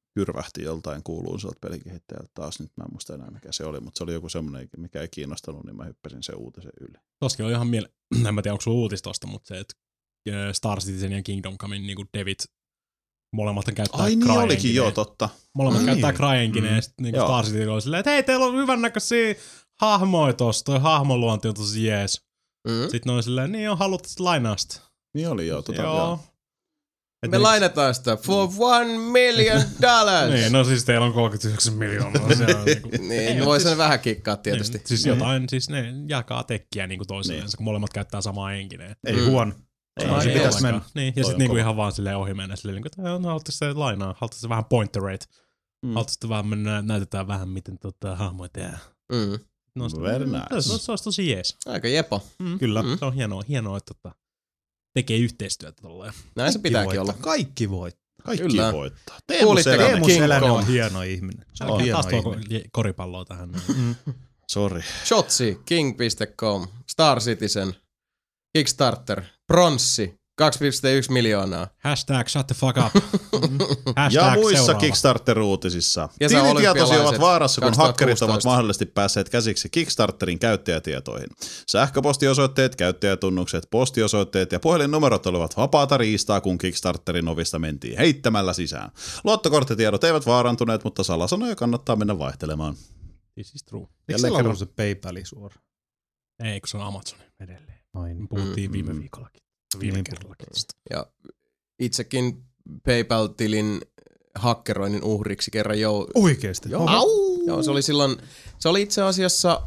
kyrvähti joltain kuuluiselta pelikehittäjältä taas. Nyt mä en muista enää mikä se oli, mutta se oli joku semmoinen, mikä ei kiinnostanut, niin mä hyppäsin sen uutisen yli. Toskin oli ihan en mä tiedä onko sulla uutis tosta, mutta se, että Star Citizen ja Kingdom Comein niin devit molemmat käyttää Ai niin olikin, joo, totta. Molemmat käyttää CryEnginea ja sitten niin Star Citizen oli silleen, että hei, teillä on hyvännäköisiä hahmoja tossa, toi hahmoluonti on tosi jees. Sitten ne oli silleen, niin haluat lainaa sitä. Niin oli, joo. Joo. Me lainataan sitä for $1 million. Niin, no siis teillä on 39 miljoonaa. Niin, voi sen vähän kikkaa tietysti. Niin, siis jotain, siis ne jakaa tekkiä niinku toisilleen, kun molemmat käyttää samaa engineen. Ei huono. Se pitäisi mennä. Niin, ja sitten niinku ihan vaan silleen ohi mennä silleen, että haluatte se lainaa, haluatte se vähän pointer rate. Haluatte se vähän mennä, näytetään vähän miten hahmoja tehdään. No, very nice. Se olisi tosi jees. Aika jepo. Kyllä. Se on hienoa, että tekee yhteistyötä tolleen. Näin se pitääkin olla. Kaikki voittaa. Kaikki voittaa. Teemu Selänne on hieno ihminen. Se on hieno ihminen. Koripalloa tähän. Sori. Shotsi, king.com, Star Citizen, Kickstarter, Pronssi, 2,1 miljoonaa. Hashtag shut the fuck up. Ja muissa Kickstarter-uutisissa. Tilitietosi ovat vaarassa, kun hakkerit ovat mahdollisesti päässeet käsiksi Kickstarterin käyttäjätietoihin. Sähköpostiosoitteet, käyttäjätunnukset, postiosoitteet ja puhelinnumerot olivat vapaata riistaa, kun Kickstarterin ovista mentiin heittämällä sisään. Luottokorttitiedot eivät vaarantuneet, mutta salasanoja kannattaa mennä vaihtelemaan. This is true. Eikö siellä ollut se PayPali suora? Ei, kun se on Amazon edelleen. Aina. Puhuttiin viime viikollakin. Viime kerrallakin. Ja itsekin PayPal-tilin hakkeroinnin uhriksi kerran Oikeesti? Joo, se oli itse asiassa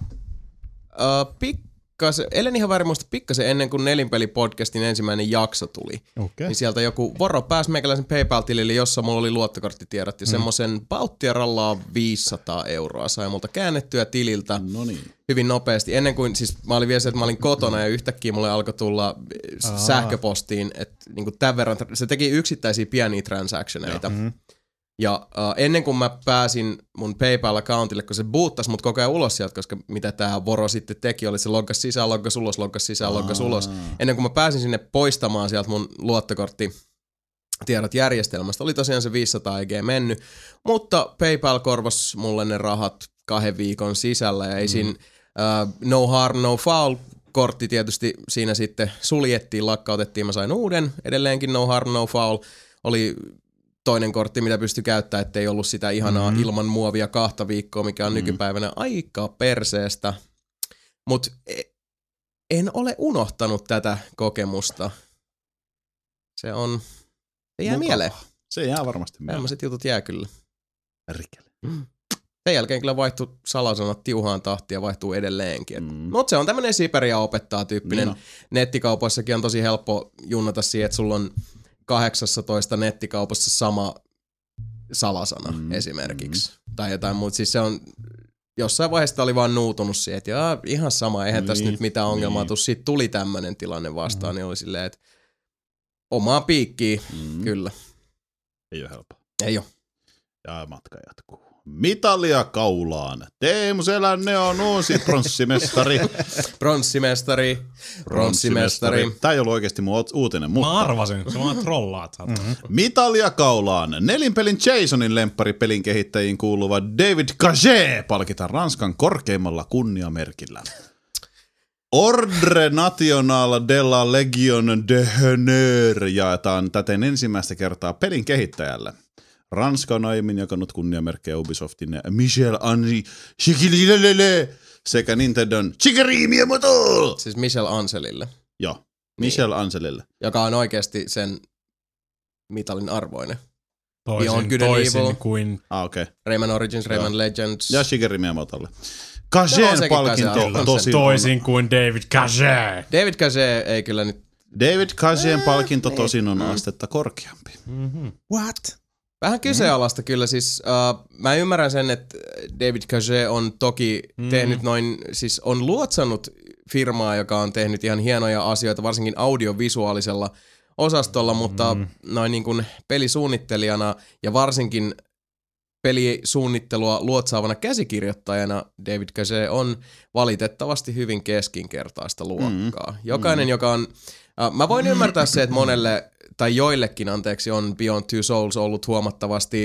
ellen ihan väärin muista pikkasen ennen kuin Nelinpeli-podcastin ensimmäinen jakso tuli. Okay. Niin sieltä joku voro pääsi meikäläisen PayPal-tilille, jossa mulla oli luottokorttitiedot ja semmoisen pauttia rallaa 500 € sai multa käännettyä tililtä hyvin nopeasti. Ennen kuin, siis mä olin vielä se, että mä olin kotona ja yhtäkkiä mulle alkoi tulla sähköpostiin, että niinku tämän verran, se teki yksittäisiä pieniä transactioneita. Ja ennen kuin mä pääsin mun PayPal-accountille, kun se boottasi mut koko ajan ulos sieltä, koska mitä tää voro sitten teki, oli se loggas sisään, loggas ulos, loggas sisään, loggas ulos. Ennen kuin mä pääsin sinne poistamaan sieltä mun luottokorttitiedot järjestelmästä, oli tosiaan se 500 EG mennyt, mutta PayPal korvasi mulle ne rahat 2 viikon sisällä ja ei siinä no harm, no foul kortti tietysti siinä sitten suljettiin, lakkautettiin, mä sain uuden, edelleenkin no harm, no foul, oli toinen kortti, mitä pystyi käyttämään, ettei ollut sitä ihanaa ilman muovia 2 viikkoa, mikä on nykypäivänä aika perseestä. Mut en ole unohtanut tätä kokemusta. Se jää mieleen. Se jää varmasti mieleen. Tällaiset jutut jää kyllä. Rikele. Sen jälkeen kyllä vaihtui salasanat tiuhaan tahtiin ja vaihtuu edelleenkin. Mutta se on tämmönen Siberia opettaa -tyyppinen. Nettikaupoissakin on tosi helppo junnata siihen, että sulla on 18 nettikaupassa sama salasana esimerkiksi. Tai jotain muuta. Siis se on, jossain vaiheessa oli vaan nuutunut siihen, että ihan sama, eihän tässä nyt mitään ongelmaa tuu. Siitä tuli tämmönen tilanne vastaan, niin oli silleen, että omaa piikkiä, kyllä. Ei ole helppoa. Ei ole. Ja matka jatkuu. Mitalia kaulaan. Teemu Selänne on uusi pronssimestari. Pronssimestari. Tää ei ollut oikeesti mun uutinen, mutta... Mä arvasin, se vaan trollaat. Mitalia kaulaan. Nelinpelin Jasonin lempparipelin kehittäjiin kuuluva David Cage palkitaan Ranskan korkeimmalla kunniamerkillä. Ordre National de la Legion de Honneur jaetaan täten ensimmäistä kertaa pelin kehittäjälle. Ranska on aiemmin jakanut kunniamerkkejä Ubisoftin Michel-Henri Chiquililele sekä Nintendon Chicory Miyamoto. Siis Michel Anselille. Joo, Michel Anselille. Joka on oikeasti sen mitalin arvoinen. Toisin kuin... Okay. Rayman Origins, Rayman Legends. Ja Shigeru Miyamotolle. Cageen palkinto toisin kuin David Cage. David Cage ei kyllä nyt... David Cageen palkinto tosin on astetta korkeampi. What? Vähän kyseenalaista kyllä, siis mä ymmärrän sen, että David Cage on toki tehnyt siis on luotsannut firmaa, joka on tehnyt ihan hienoja asioita, varsinkin audiovisuaalisella osastolla, mutta noin niin kuin pelisuunnittelijana ja varsinkin pelisuunnittelua luotsaavana käsikirjoittajana David Cage on valitettavasti hyvin keskinkertaista luokkaa. Jokainen, joka on... mä voin ymmärtää se, että monelle tai joillekin, anteeksi, on Beyond Two Souls ollut huomattavasti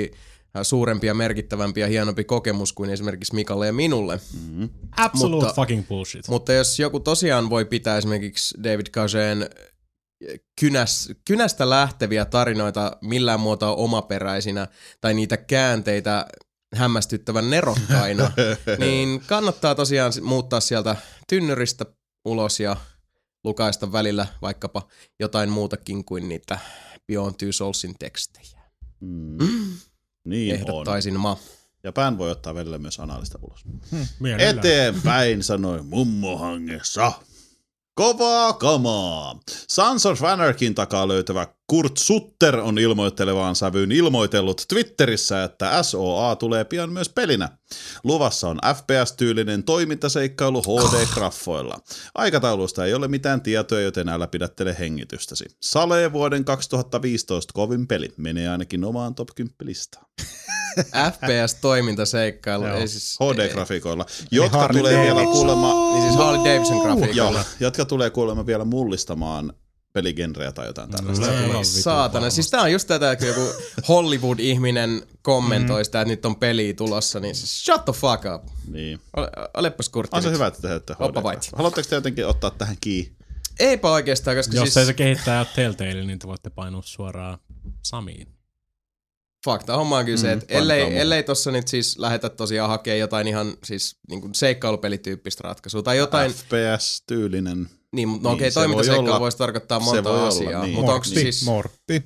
suurempi ja merkittävämpi ja hienompi kokemus kuin esimerkiksi Mikalle ja minulle. Absolute fucking bullshit. Mutta jos joku tosiaan voi pitää esimerkiksi David Cageen kynästä lähteviä tarinoita millään muotoa omaperäisinä tai niitä käänteitä hämmästyttävän nerokkaina, niin kannattaa tosiaan muuttaa sieltä tynnyristä ulos ja lukaista välillä vaikkapa jotain muutakin kuin niitä Beyond Two Soulsin tekstejä. Niin ehdottaisin on. mä. Ja pään voi ottaa välillä myös analista ulos. Mielellään. Eteenpäin, sanoi mummo hangessa. Kovaa kamaa! Sons of Anarchyn takaa löytävä Kurt Sutter on ilmoittelevaan sävyyn ilmoitellut Twitterissä, että SOA tulee pian myös pelinä. Luvassa on FPS-tyylinen toimintaseikkailu HD-graffoilla. Aikataulusta ei ole mitään tietoa, joten älä pidättele hengitystäsi. Salee vuoden 2015 kovin peli. Menee ainakin omaan top 10-listaan. FPS-toimintaseikkailu. Ei siis, HD-grafiikoilla, jotka tulee vielä kuulemma... Niin siis Harley Davidson grafiikoilla. Jotka tulee kuulemma vielä mullistamaan peligenreä tai jotain tällaista. Saatana. Siis tää on just tätä, kun joku Hollywood-ihminen kommentoi sitä, että nyt on peliä tulossa, niin siis shut the fuck up. Niin. Olepas kurtti. On se hyvä, että tehdään Haluatteko te jotenkin ottaa tähän kiinni? Eipä oikeastaan, koska jos siis... ei se kehittää Telltale, niin te voitte painua suoraan Samiin. Fakta homma on kyllä se, että ellei tossa nyt siis lähetä tosiaan hakemaan jotain ihan siis niin kuin seikkailupelityyppistä ratkaisua tai jotain... FPS-tyylinen. Niin, no okei, toimintaseikkailu voisi tarkoittaa monta asiaa. Niin. Mutta onko siis... Morppi.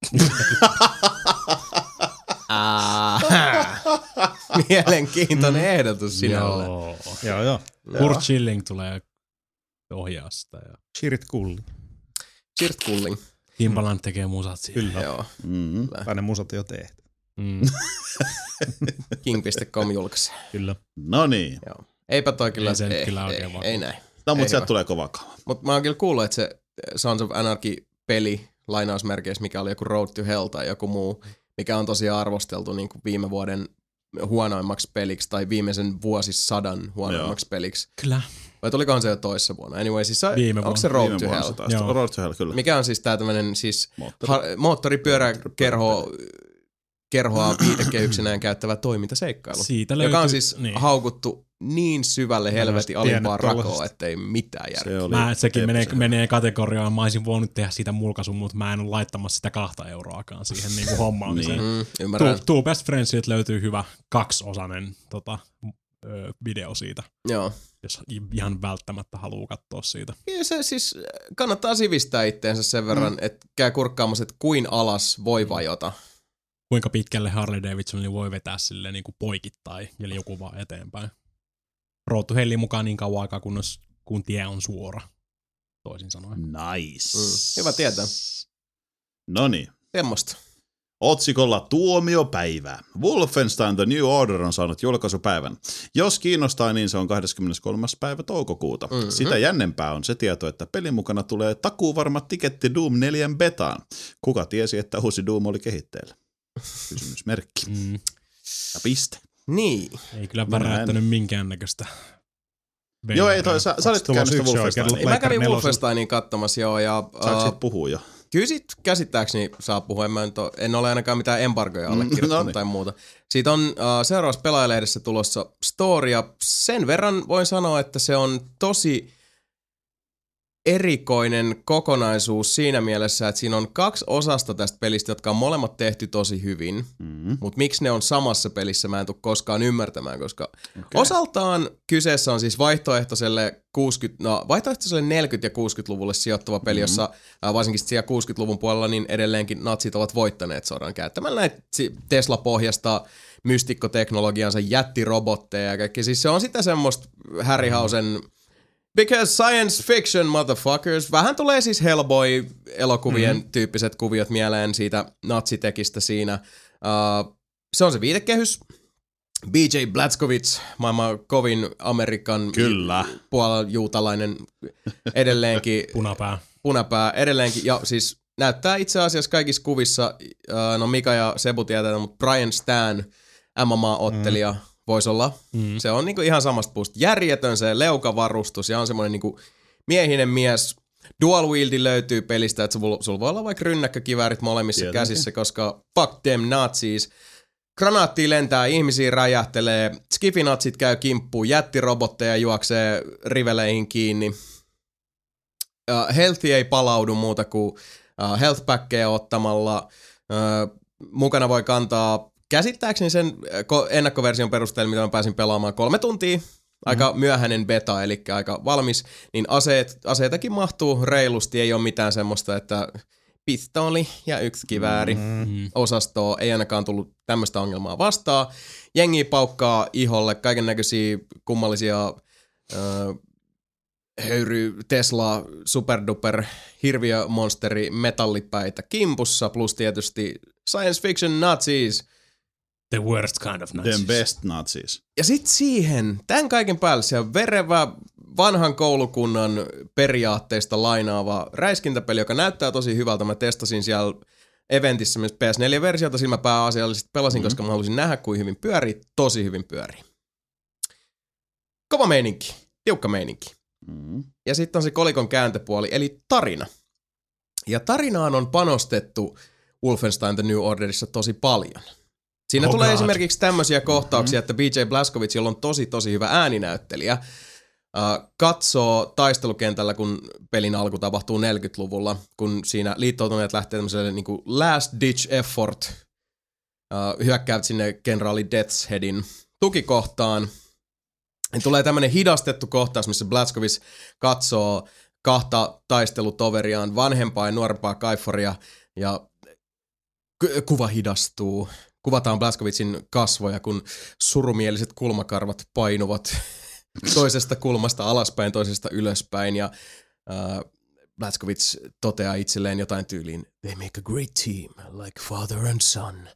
Mielenkiintoinen ehdotus sinälle. Joo. Kurt Schilling tulee ohjaa sitä. Shirt Kulli. Shirt Kulling. Timbaland tekee musat siihen. Kyllä. Joo. Tai ne musat jo tehty. King.com julkaisee. Kyllä. No niin. Joo. Eipä toi kyllä. Ei näin. No, mutta sieltä tulee kovaa kamaa. Mutta mä oon kyllä kuullut, että se Sons of Anarchy-peli, lainausmerkeissä, mikä oli joku Road to Hell tai joku muu, mikä on tosiaan arvosteltu niin kuin viime vuoden huonoimmaksi peliksi tai viimeisen vuosisadan huonoimmaksi peliksi. Kyllä. Vai tulikohan se jo toissa vuonna? Anyway, siis onko se Road to Hell? Joo. Road to Hell, kyllä. Mikä on siis tää tämmönen siis moottoripyöräkerhoa viitekehyksenään käyttävä toimintaseikkailu. Siitä löytyy, joka on siis haukuttu niin syvälle helvetin alimpaan rakoon, ettei mitään järkeä. Sekin menee kategoriaan. Mä olisin voinut tehdä siitä mulkaisun, mutta mä en ole laittamassa sitä 2 euroakaan siihen niinku hommaamiseen. Ymmärrän. Two Best Friendsit löytyy hyvä 2-osainen video siitä. Joo. Jos ihan välttämättä haluaa katsoa siitä. Ja se siis kannattaa sivistää itteensä sen verran, että käy kurkkaamassa, että kuin alas voi vajota. Kuinka pitkälle Harley Davidson voi vetää silleen niin kuin poikittain, eli joku vaan eteenpäin. Road to Hellin mukaan niin kauan aikaa, kun tie on suora, toisin sanoen. Nice. Hyvä tietää. Noniin. Semmosta. Otsikolla tuomiopäivä. Wolfenstein The New Order on saanut julkaisupäivän. Jos kiinnostaa, niin se on 23. päivä toukokuuta. Sitä jännempää on se tieto, että pelin mukana tulee takuuvarma tiketti Doom 4 betaan. Kuka tiesi, että uusi Doom oli kehitteillä? Kysymysmerkki. Ja piste. Niin. Ei kyllä väräyttänyt minkäännäköistä. Joo, ei toi, sä olit käynyt sitä Wolfenstein. Mä kävin Wolfensteinin katsomassa, joo. Ja, saatko sit puhua jo? Kyllä sit käsittääkseni saa puhua. En ole ainakaan mitään embargoja allekirjoittanut tai muuta. Siitä on seuraavassa Pelaajalehdessä tulossa story, ja sen verran voin sanoa, että se on tosi erikoinen kokonaisuus siinä mielessä, että siinä on 2 osasta tästä pelistä, jotka on molemmat tehty tosi hyvin, mutta miksi ne on samassa pelissä, mä en tule koskaan ymmärtämään, koska osaltaan kyseessä on siis vaihtoehtoiselle 40- ja 60-luvulle sijoittuva peli, jossa varsinkin siellä 60-luvun puolella niin edelleenkin natsit ovat voittaneet sodan käyttämällä näitä Tesla-pohjasta mystikkoteknologiansa jättirobotteja ja kaikki. Siis se on sitä semmoista Harryhausen because science fiction, motherfuckers. Vähän tulee siis Hellboy-elokuvien tyyppiset kuviot mieleen siitä natsitekistä siinä. Se on se viitekehys. BJ Blazkowicz, maailman kovin Amerikan puolajuutalainen edelleenkin. Punapää edelleenkin. Ja siis näyttää itse asiassa kaikissa kuvissa, no Mika ja Sebu tietää, mutta Brian Stan, MMA-ottelija, voisi olla. Se on niinku ihan samasta puusta. Järjetön se leukavarustus ja on semmoinen niinku miehinen mies. Dual wieldi löytyy pelistä, että sulla voi olla vaikka rynnäkkökiväärit molemmissa käsissä, koska fuck them Nazis. granaattia lentää, ihmisiä räjähtelee, skifinatsit käy kimppuun, jättirobotteja juoksee riveleihin kiinni. Healthi ei palaudu muuta kuin health packeja ottamalla. Mukana voi kantaa käsittääkseni sen ennakkoversion perusteella, mitä mä pääsin pelaamaan 3 tuntia. Aika myöhäinen beta, eli aika valmis. Niin aseitakin mahtuu reilusti, ei ole mitään semmoista, että pistooli ja 1 kivääri osastoa. Ei ainakaan tullut tämmöistä ongelmaa vastaan. Jengi paukkaa iholle kaiken näköisiä kummallisia höyry, Tesla, superduper, hirviömonsteri, metallipäitä kimpussa, plus tietysti science fiction Nazis. The worst kind of Nazis. The best Nazis. Ja sit siihen, tämän kaiken päälle, se on verevä, vanhan koulukunnan periaatteista lainaava räiskintäpeli, joka näyttää tosi hyvältä. Mä testasin siellä eventissä myös PS4-versiota, sillä mä pääasiallisesti pelasin, koska mä halusin nähdä, kuin hyvin pyörii. Tosi hyvin pyörii. Kova meininki, tiukka meininki. Ja sitten on se kolikon kääntöpuoli, eli tarina. Ja tarinaan on panostettu Wolfenstein The New Orderissa tosi paljon. Siinä tulee esimerkiksi tämmöisiä kohtauksia, että BJ Blazkowicz, jolla on tosi hyvä ääninäyttelijä, katsoo taistelukentällä, kun pelin alku tapahtuu 40-luvulla, kun siinä liittoutuneet lähtee tämmöiselle niin kuin last ditch effort, hyökkäävät sinne kenraali Death's Headin tukikohtaan. Ja tulee tämmöinen hidastettu kohtaus, missä Blazkowicz katsoo 2 taistelutoveriaan, vanhempaa ja nuorempaa Kaiforia, ja kuva hidastuu. Kuvataan Blazkowiczin kasvoja, kun surumieliset kulmakarvat painuvat toisesta kulmasta alaspäin, toisesta ylöspäin, ja Blazkowicz toteaa itselleen jotain tyyliin, they make a great team, like father and son.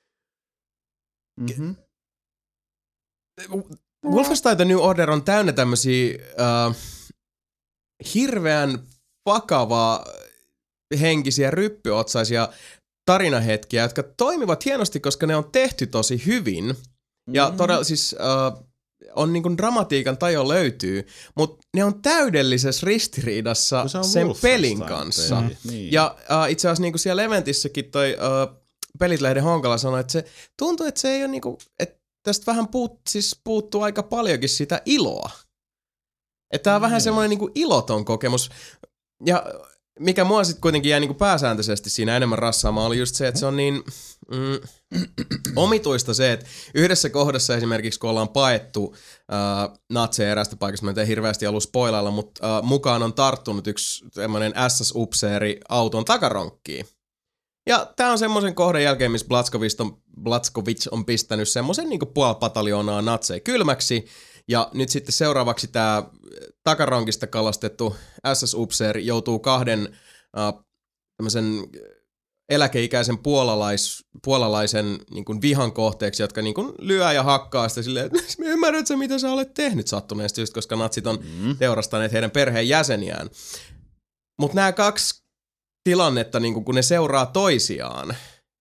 Wolfenstein The New Order on täynnä tämmösiä hirveän vakavaa henkisiä ryppyotsaisia tarinahetkiä, jotka toimivat hienosti, koska ne on tehty tosi hyvin. Ja todella siis on niin kuin dramatiikan tajo löytyy, mutta ne on täydellisessä ristiriidassa sen pelin kanssa. Niin. Ja itse asiassa niin kuin siellä eventissäkin toi Pelitlehden Honkala sanoi, että se tuntuu, että se ei ole niin kuin, että tästä vähän puuttuu aika paljonkin sitä iloa. Että tää on vähän semmoinen niin kuin iloton kokemus. Ja mikä mua sitten kuitenkin jää niin kuin pääsääntöisesti siinä enemmän rassaamaan oli just se, että se on niin omituista se, että yhdessä kohdassa esimerkiksi kun ollaan paettu natseja erästä paikasta, mä en tee hirveästi halua spoilailla, mutta mukaan on tarttunut yksi semmoinen SS-upseeri auton takaronkkiin. Ja tää on semmoisen kohdan jälkeen, missä Blazkowicz on pistänyt semmoisen niinku 0,5 pataljoonaa natseja kylmäksi. Ja nyt sitten seuraavaksi tää takaronkista kalastettu SS-upseeri joutuu 2 tämmöisen eläkeikäisen puolalaisen niin kuin vihan kohteeksi, jotka niin kuin lyö ja hakkaa sitä silleen, että ymmärrätkö mitä sä olet tehnyt sattuneesti, just koska natsit on teurastaneet heidän perheen jäseniään. Mutta nämä 2 tilannetta, niin kun ne seuraa toisiaan,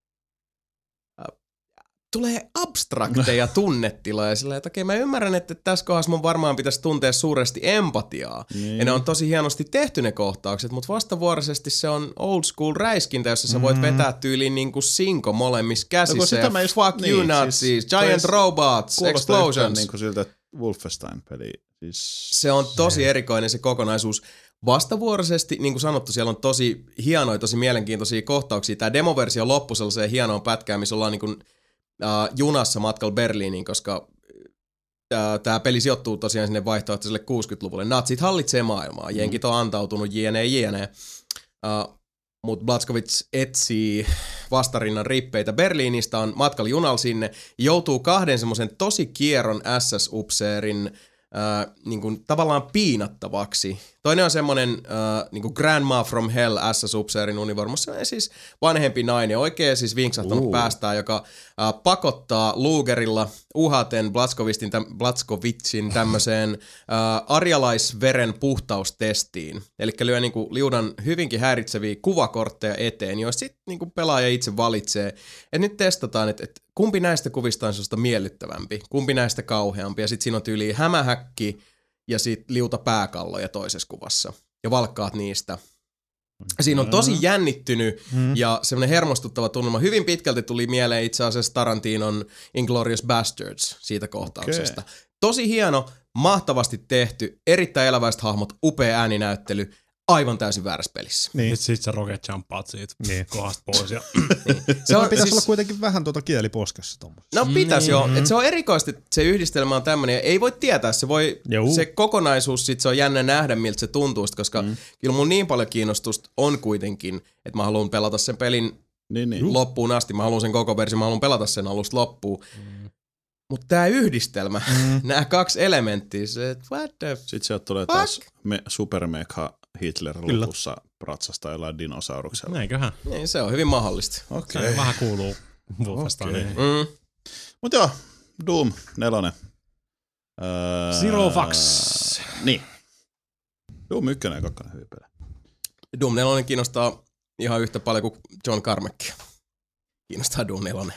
tulee abstrakteja tunnetiloja sillä, että okei, mä ymmärrän, että tässä kohdassa mun varmaan pitäisi tuntea suuresti empatiaa. Niin. Ja ne on tosi hienosti tehty ne kohtaukset, mutta vastavuoroisesti se on old school räiskintä, jossa sä voit vetää tyyliin niin kuin sinko molemmissa käsissä. Ja fuck you Nazis, giant robots, explosions. Niin kuin siltä Wolfenstein-peli. Siis se on tosi erikoinen se kokonaisuus. Vastavuoroisesti, niin kuin sanottu, siellä on tosi hienoja, tosi mielenkiintoisia kohtauksia. Tämä demoversio loppui sellaiseen hienoon pätkään, missä ollaan niin kuin junassa matkalla Berliiniin, koska tämä peli sijoittuu tosiaan sinne vaihtoehtoiselle 60-luvulle. Natsit hallitsee maailmaa, jenkit on antautunut, jne. Mutta Blazkowicz etsii vastarinnan rippeitä Berliinistä, on matkalla junalla sinne, joutuu 2 semmoisen tosi kierron SS-upseerin niin kuin tavallaan piinattavaksi. Toinen on semmoinen niin kuin Grandma from Hell SS-upseerin univormussa, siis vanhempi nainen, oikein siis vinksahtanut päästään, joka pakottaa Lugerilla uhaten Blazkowiczin tämmöiseen arjalaisveren puhtaustestiin. Eli lyö niin kuin liudan hyvinkin häiritseviä kuvakortteja eteen, joista sitten niin kuin pelaaja itse valitsee. Et nyt testataan, että kumpi näistä kuvista on sellaista miellyttävämpi, kumpi näistä kauheampi. Ja sitten siinä on tyyliin hämähäkki ja sitten liuta pääkalloja toisessa kuvassa. Ja valkkaat niistä. Siinä on tosi jännittynyt ja semmoinen hermostuttava tunnelma. Hyvin pitkälti tuli mieleen itse asiassa Tarantinon Inglourious Basterds siitä kohtauksesta. Okay. Tosi hieno, mahtavasti tehty, erittäin eläväiset hahmot, upea ääninäyttely, aivan täysin väärässä pelissä. Niin. Sitten sä rocket jumppaat siitä kohdasta pois. Ja Se pitäisi olla kuitenkin vähän kieliposkessa tuommoisessa. No pitäisi joo. Et se on erikoisesti, se yhdistelmä on tämmöinen, ja ei voi tietää, se kokonaisuus, sit se on jännä nähdä, miltä se tuntuu, koska kyllä mun niin paljon kiinnostusta on kuitenkin, että mä haluan pelata sen pelin loppuun asti, mä haluan sen koko version, mä haluan pelata sen alusta loppuun. Mutta tää yhdistelmä, nämä 2 elementtiä, se what the Sitten sieltä tulee taas Super Mega Hitler lopussa ratsastaa jollain dinosauruksella. Näinköhän? Niin, se on hyvin mahdollista. Okei. Se vähän kuuluu Wolfensteiniin. Mut joo, Doom 4. Zero Fox. Niin. Doom 1 ja 2 hyvin pelejä. Doom 4 kiinnostaa ihan yhtä paljon kuin John Carmack. Kiinnostaa Doom 4.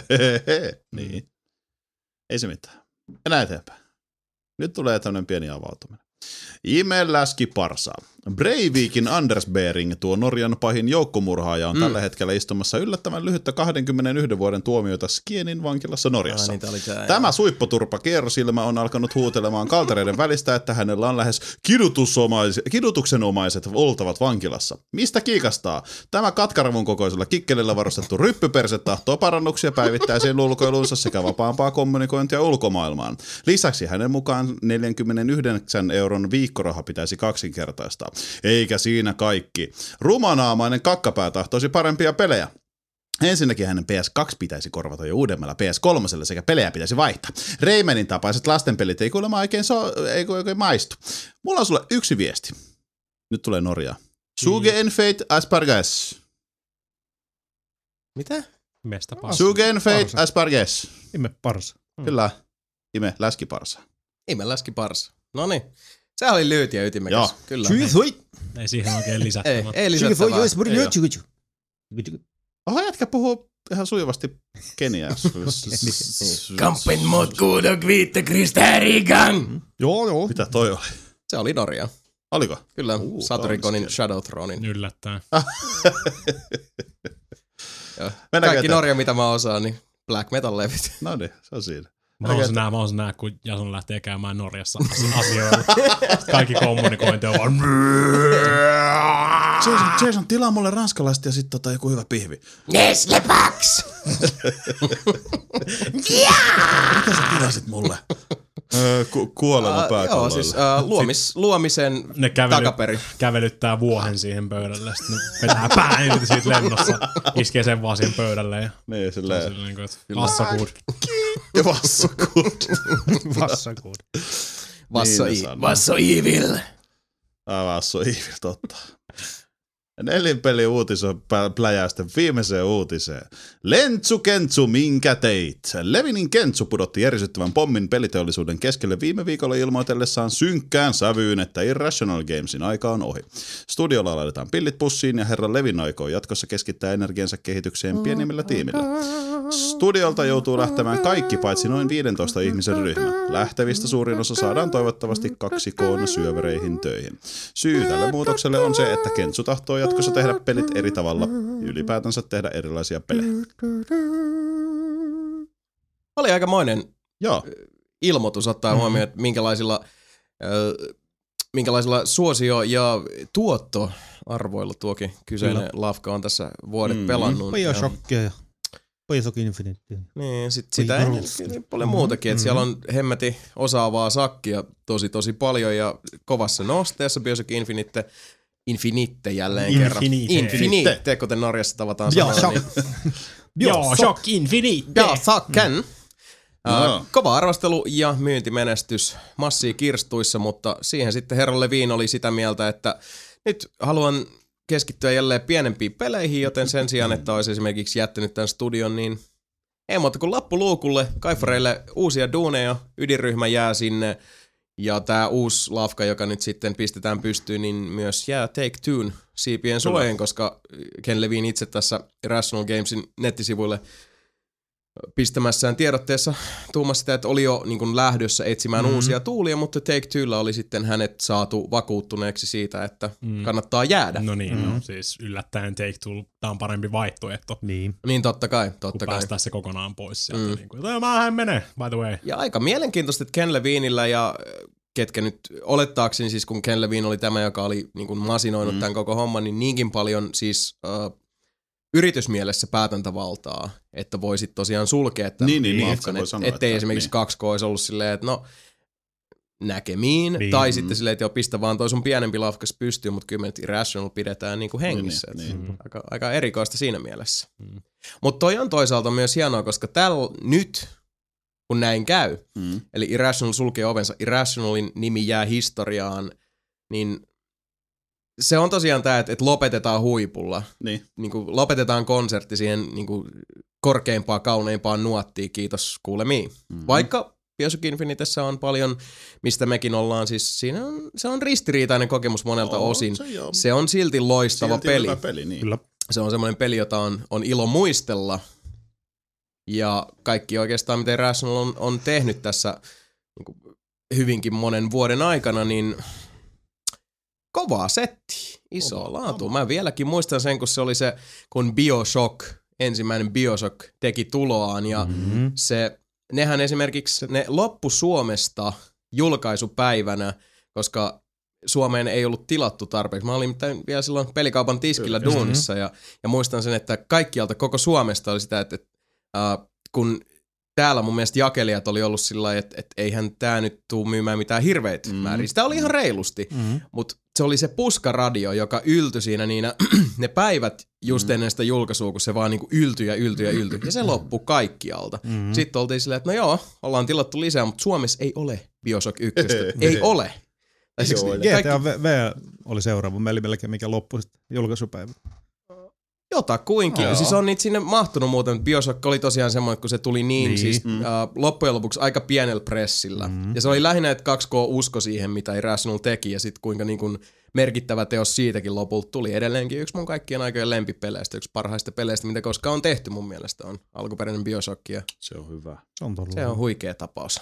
Niin. Ei se mitään. Mennään eteenpäin. Nyt tulee tämmönen pieni avautuminen. Imeläski parsaa. Breivikin Anders Bering, tuo Norjan pahin joukkomurhaaja, on tällä hetkellä istumassa yllättävän lyhyttä 21 vuoden tuomioita Skienin vankilassa Norjassa. Tämä suippoturpa kierrosilmä on alkanut huutelemaan kaltereiden välistä, että hänellä on lähes kidutuksenomaiset oltavat vankilassa. Mistä kiikastaa? Tämä katkaravun kokoisella kikkelillä varustettu ryppyperse tahtoo parannuksia päivittäisiin ulkoiluunsa sekä vapaampaa kommunikointia ulkomaailmaan. Lisäksi hänen mukaan 49 euron viikkoraha pitäisi kaksinkertaistaa. Eikä siinä kaikki. Rumanaamainen kakkapää tahtoisi parempia pelejä. Ensinnäkin hänen PS2 pitäisi korvata jo uudemmalla PS3 sekä pelejä pitäisi vaihtaa. Raymanin tapaiset lastenpelit ei kuulemma oikein maistu. Mulla on sulle yksi viesti. Nyt tulee Norjaa. Suge en fate asparges. Mitä? Mestä parsa. Suge en fate asparges. Ime parsa. Kyllä. Ime läskiparsa. Ime läskiparsa. Noniin. Se oli lyhyt ja ytimekäs. Joo. Kyllä. Ei siihen oikein lisättävää. Ei lisättävää. Oho, jätkä puhuu ihan sujuvasti keniaa. Kampen mot kuudok viitte kristäärigan. Joo. Mitä toi oli? Se oli Norja. Oliko? Kyllä, Saturiconin Shadow Thronein. Yllättäen. Kaikki Norja, mitä mä osaan, niin black metal-levyt. No niin, se on siinä. Mä haluaisin nähdä, kun Jason lähtee käymään Norjassa asioilla. Kaikki kommunikointi on vaan... Jason, tilaa mulle ranskalaisesti ja sitten joku hyvä pihvi. Nestle Pax! Mitä sä tilasit mulle? Kuolema pääkalloilla. Joo, siis luomisen takaperi. Kävelyttää vuohen siihen pöydälle, sitten ne vetää pään irti siitä lennossa, iskee sen vaan siihen pöydälle. Ja niin, silleen. Niin kuin, Vassakuud. Ja Vassakuud. Vassakuud. Vasso Evil. Vasso Evil, totta. Nelinpeli uutiso pläjästä viimeiseen uutiseen. Lentsu Kentsu, minkä teit? Levinin Kentsu pudotti järisyttävän pommin peliteollisuuden keskelle viime viikolla ilmoitellessaan synkkään sävyyn, että Irrational Gamesin aika on ohi. Studiolla laitetaan pillit pussiin ja herra Levin aikoo jatkossa keskittää energiansa kehitykseen pienimmillä tiimillä. Studiolta joutuu lähtemään kaikki paitsi noin 15 ihmisen ryhmä. Lähtevistä suurin osa saadaan toivottavasti 2K:n syövereihin töihin. Syy tälle muutokselle on se, että Kentsu tahtoo jatkossa tehdä pelit eri tavalla, ylipäätänsä tehdä erilaisia pelejä. Oli aikamoinen ilmoitus ottaa huomioon, että minkälaisilla suosio- ja tuottoarvoilla tuokin kyseinen lafka on tässä vuodet pelannut. Bioshockia ja Bioshock Infinite. Niin, sitä ei paljon muutakin, että siellä on hemmeti osaavaa sakkia tosi paljon ja kovassa nosteessa Bioshock Infinite jälleen kerran. Infinite, kuten Norjassa tavataan sanoa. Bioshock Infinite. Bioshocken. Kova arvostelu ja myyntimenestys massii kirstuissa, mutta siihen sitten herra Levin oli sitä mieltä, että nyt haluan keskittyä jälleen pienempiin peleihin, joten sen sijaan, että olisi esimerkiksi jättänyt tämän studion, niin ei muuta kuin lappu luukulle, kaifareille uusia duuneja, ydinryhmä jää sinne, ja tämä uusi lafka, joka nyt sitten pistetään pystyyn, niin myös jää Take-Two'n siipien suojeen, koska Ken Levine itse tässä Irrational Gamesin nettisivuille pistämässään tiedotteessa tuumasi sitä, että oli jo niin kuin lähdössä etsimään uusia tuulia, mutta Take-Twolla oli sitten hänet saatu vakuuttuneeksi siitä, että kannattaa jäädä. No niin, no, siis yllättäen Take-Two, tää on parempi vaihtoehto. Niin totta kai. Päästään se kokonaan pois sieltä. Niin kuin, mähän menee, by the way. Ja aika mielenkiintoista, että Ken Levinillä ja ketkä nyt olettaakseni siis, kun Ken Levine oli tämä, joka oli niin kuin masinoinut tämän koko homman, niin niinkin paljon siis yritysmielessä päätäntävaltaa, että voisit tosiaan sulkea tämän lafkan, ettei esimerkiksi 2K olisi ollut silleen, että no näkemiin, tai sitten silleen, että pistä vaan toi sun pienempi lafkas pystyyn, mutta kyllä Irrational pidetään niinku hengissä. Aika erikoista siinä mielessä. Mutta toi on toisaalta myös hienoa, koska nyt, kun näin käy, eli Irrational sulkee ovensa, Irrationalin nimi jää historiaan, niin se on tosiaan tämä, että lopetetaan huipulla. Niin kuin lopetetaan konsertti siihen niin kuin korkeimpaan, kauneimpaan nuottiin, kiitos kuulemiin. Vaikka Bioshock Infinitessä on paljon, mistä mekin ollaan, siis se on ristiriitainen kokemus monelta osin. Se on silti loistava peli. Hyvä peli, niin. Kyllä. Se on semmoinen peli, jota on ilo muistella. Ja kaikki oikeastaan, miten Rational on tehnyt tässä niin kuin hyvinkin monen vuoden aikana, niin kovaa setti, iso laatu. Mä vieläkin muistan sen, kun se oli se, kun ensimmäinen Bioshock teki tuloaan ja nehän esimerkiksi, ne loppu Suomesta julkaisupäivänä, koska Suomeen ei ollut tilattu tarpeeksi. Mä olin vielä silloin pelikaupan tiskillä duunissa ja muistan sen, että kaikkialta koko Suomesta oli sitä, että kun täällä mun mielestä jakelijat oli ollut sillä lailla, että eihän tää nyt tuu myymään mitään hirveitä määriä. Sitä oli ihan reilusti, mutta se oli se puskaradio, joka yltyi siinä ne päivät just ennen sitä julkaisua, kun se vaan niinku yltyi. Ja se loppui kaikkialta. Sitten oltiin silleen, että no joo, ollaan tilattu lisää, mutta Suomessa ei ole Bioshock 1. Ei ole. GTA V oli seuraava melkein, mikä loppui julkaisupäivä. Jotakuinkin. Siis on niitä sinne mahtunut muuten. Bioshock oli tosiaan semmoinen, kun se tuli siis loppujen lopuksi aika pienellä pressillä. Ja se oli lähinnä, että 2K usko siihen, mitä Irrational teki, ja sitten kuinka niin kuin merkittävä teos siitäkin lopulta tuli. Edelleenkin yksi mun kaikkien aikojen lempipeleistä, yksi parhaista peleistä, mitä koskaan on tehty mun mielestä, on alkuperäinen Bioshock. Ja se on hyvä. Se on huikea tapaus.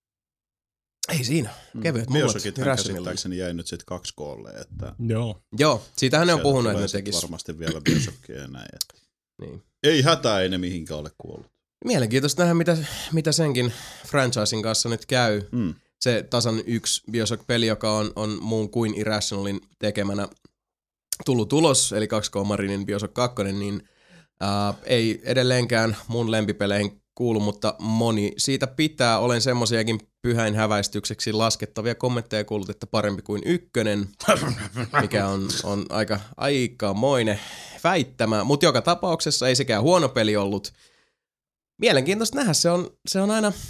Ei siinä. Kevyet mullat. Bioshokit käsittääkseni jäi nyt sitten 2K:lle, että Joo, siitähän ne on puhunut, että ne tekis. Varmasti vielä Bioshockia ja näin. Niin. Ei hätää, ei ne mihinkään ole kuollut. Mielenkiintoista nähdä, mitä senkin franchisin kanssa nyt käy. Se tasan yksi Bioshock-peli, joka on muun kuin Irrationalin tekemänä tullut ulos, eli 2K Marinin Bioshock 2, niin ei edelleenkään mun lempipeleihin kuulu, mutta moni siitä pitää. Olen semmosiakin pyhäin häväistykseksi laskettavia kommentteja kuullut, että parempi kuin ykkönen, mikä on aikamoinen väittämä. Mutta joka tapauksessa ei sekään huono peli ollut. Mielenkiintoista nähdä, se on aina,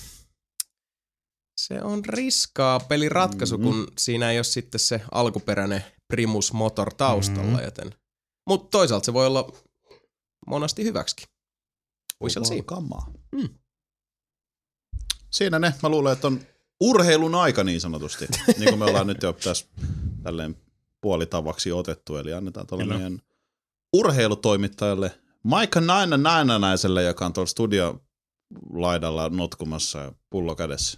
se on riskaa peliratkaisu, kun siinä ei ole sitten se alkuperäinen Primus Motor taustalla, joten. Mutta toisaalta se voi olla monasti hyväksikin. We shall see. Siinä ne. Mä luulen, että on urheilun aika niin sanotusti. Niin kuin me ollaan nyt jo tässä tälleen puolitavaksi otettu. Eli annetaan tuolle meidän urheilutoimittajalle Maikka Nainanaiselle, joka on tuolla studion laidalla notkumassa ja pullo kädessä.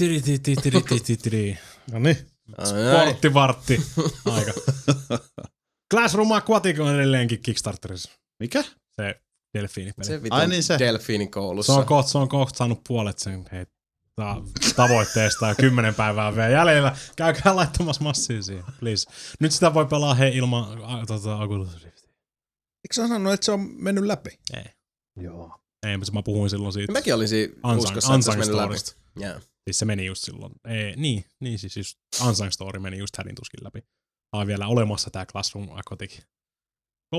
No niin. Sporttivartti. Aika. Classroom Aquatic on edelleenkin Kickstarterissa. Mikä? Se delfiinipeli. Se niin se delfiinikoulussa. Se on kohta saanut puolet sen tavoitteesta ja 10 päivää vielä jäljellä. Käykää laittamassa massia siihen, please. Nyt sitä voi pelaa ilman Oculus Riftiä. Eikö sä sanonut, että se on mennyt läpi? Ei. Joo. Ei, mutta mä puhuin silloin siitä. Mäkin olisin uskossa, että se meni läpi. Yeah. Siis se meni just silloin. Niin siis just Unsung Story meni just hädintuskin läpi. Tää on vielä olemassa tää Classroom Aquatic. 14,478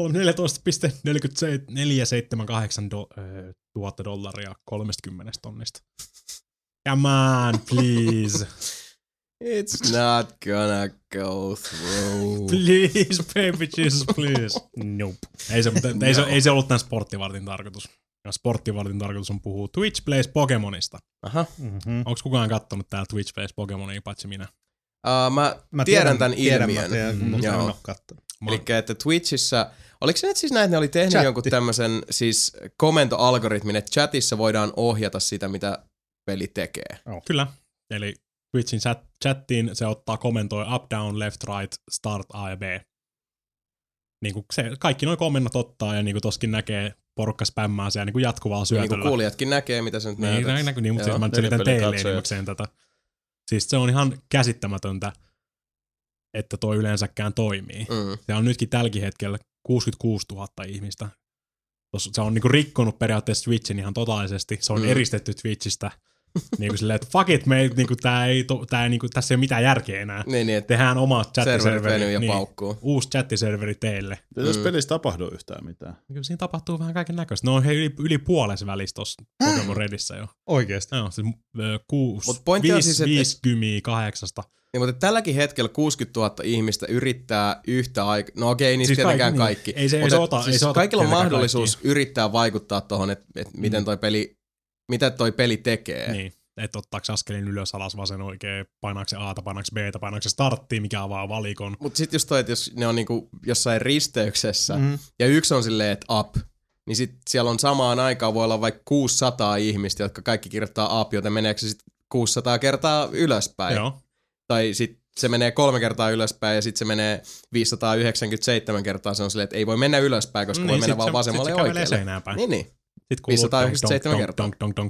tuhatta dollaria 30 tonnista. Come on, please. It's not gonna go through. Please, baby Jesus, please. Nope. Ei se ollut tämän sporttivartin tarkoitus. Ja sporttivartin tarkoitus on puhua Twitch Plays Pokemonista. Aha. Onko kukaan kattonut täällä Twitch Plays Pokemonia, paitsi minä? Mä tiedän tämän ilmiön. Mutta en ole kattonut. Elikkä, että Twitchissä Oliko se nyt siis näin, että ne oli tehnyt jonkun tämmöisen siis komentoalgoritmin, että chatissa voidaan ohjata sitä, mitä peli tekee? Kyllä. Eli Twitchin chattiin se ottaa komentoi up, down, left, right, start, A ja B. Niin kuin se, kaikki nuo komennot ottaa ja niin kuin toskin näkee porukka spämmää siellä niin kuin jatkuvalla syötöllä. Niin kuin kuulijatkin näkee, mitä se nyt näytät. Niin, mutta siis mä nyt selitän teille enimmäkseen tätä. Siis se on ihan käsittämätöntä, että toi yleensäkään toimii. Se on nytkin tälläkin hetkellä 66 000 ihmistä. Se on niinku rikkonut periaatteessa Twitchin ihan totaalisesti. Se on eristetty Twitchistä. Niinku silleen, että fuck it, niinku, niinku, tässä ei ole mitään järkeä enää. Niin, tehdään oma chattiserveri. Ja paukkuu. Uusi chattiserveri teille. Jos pelissä tapahtuu yhtään mitään. Kyllä siinä tapahtuu vähän kaiken näköistä. No on yli puolessa välissä tuossa Pokemon Redissä jo. Oikeesti? Joo, siis 58. Niin, mutta tälläkin hetkellä 60 000 ihmistä yrittää yhtä aikaa. No okei, niin siis tietenkään kaikki. Ei se ota kaikilla on mahdollisuus yrittää vaikuttaa tuohon, että miten mitä toi peli tekee. Niin, että ottaako askelin ylös, alas, vasen, oikein, painaako se A:ta, painaako se B:tä, painaako se starttiin, mikä avaa valikon. Mutta sitten just toi, että jos ne on niinku jossain risteyksessä ja yksi on silleen, että up, niin sit siellä on samaan aikaan voi olla vaikka 600 ihmistä, jotka kaikki kirjoittaa up, joten meneekö se sitten 600 kertaa ylöspäin. Joo. Tai sitten se menee 3 kertaa ylöspäin ja sitten se menee 597 kertaa. Se on silleen, että ei voi mennä ylöspäin, koska voi mennä vaan vasemmalle ja oikealle. Niin. Sitten 597 kertaa.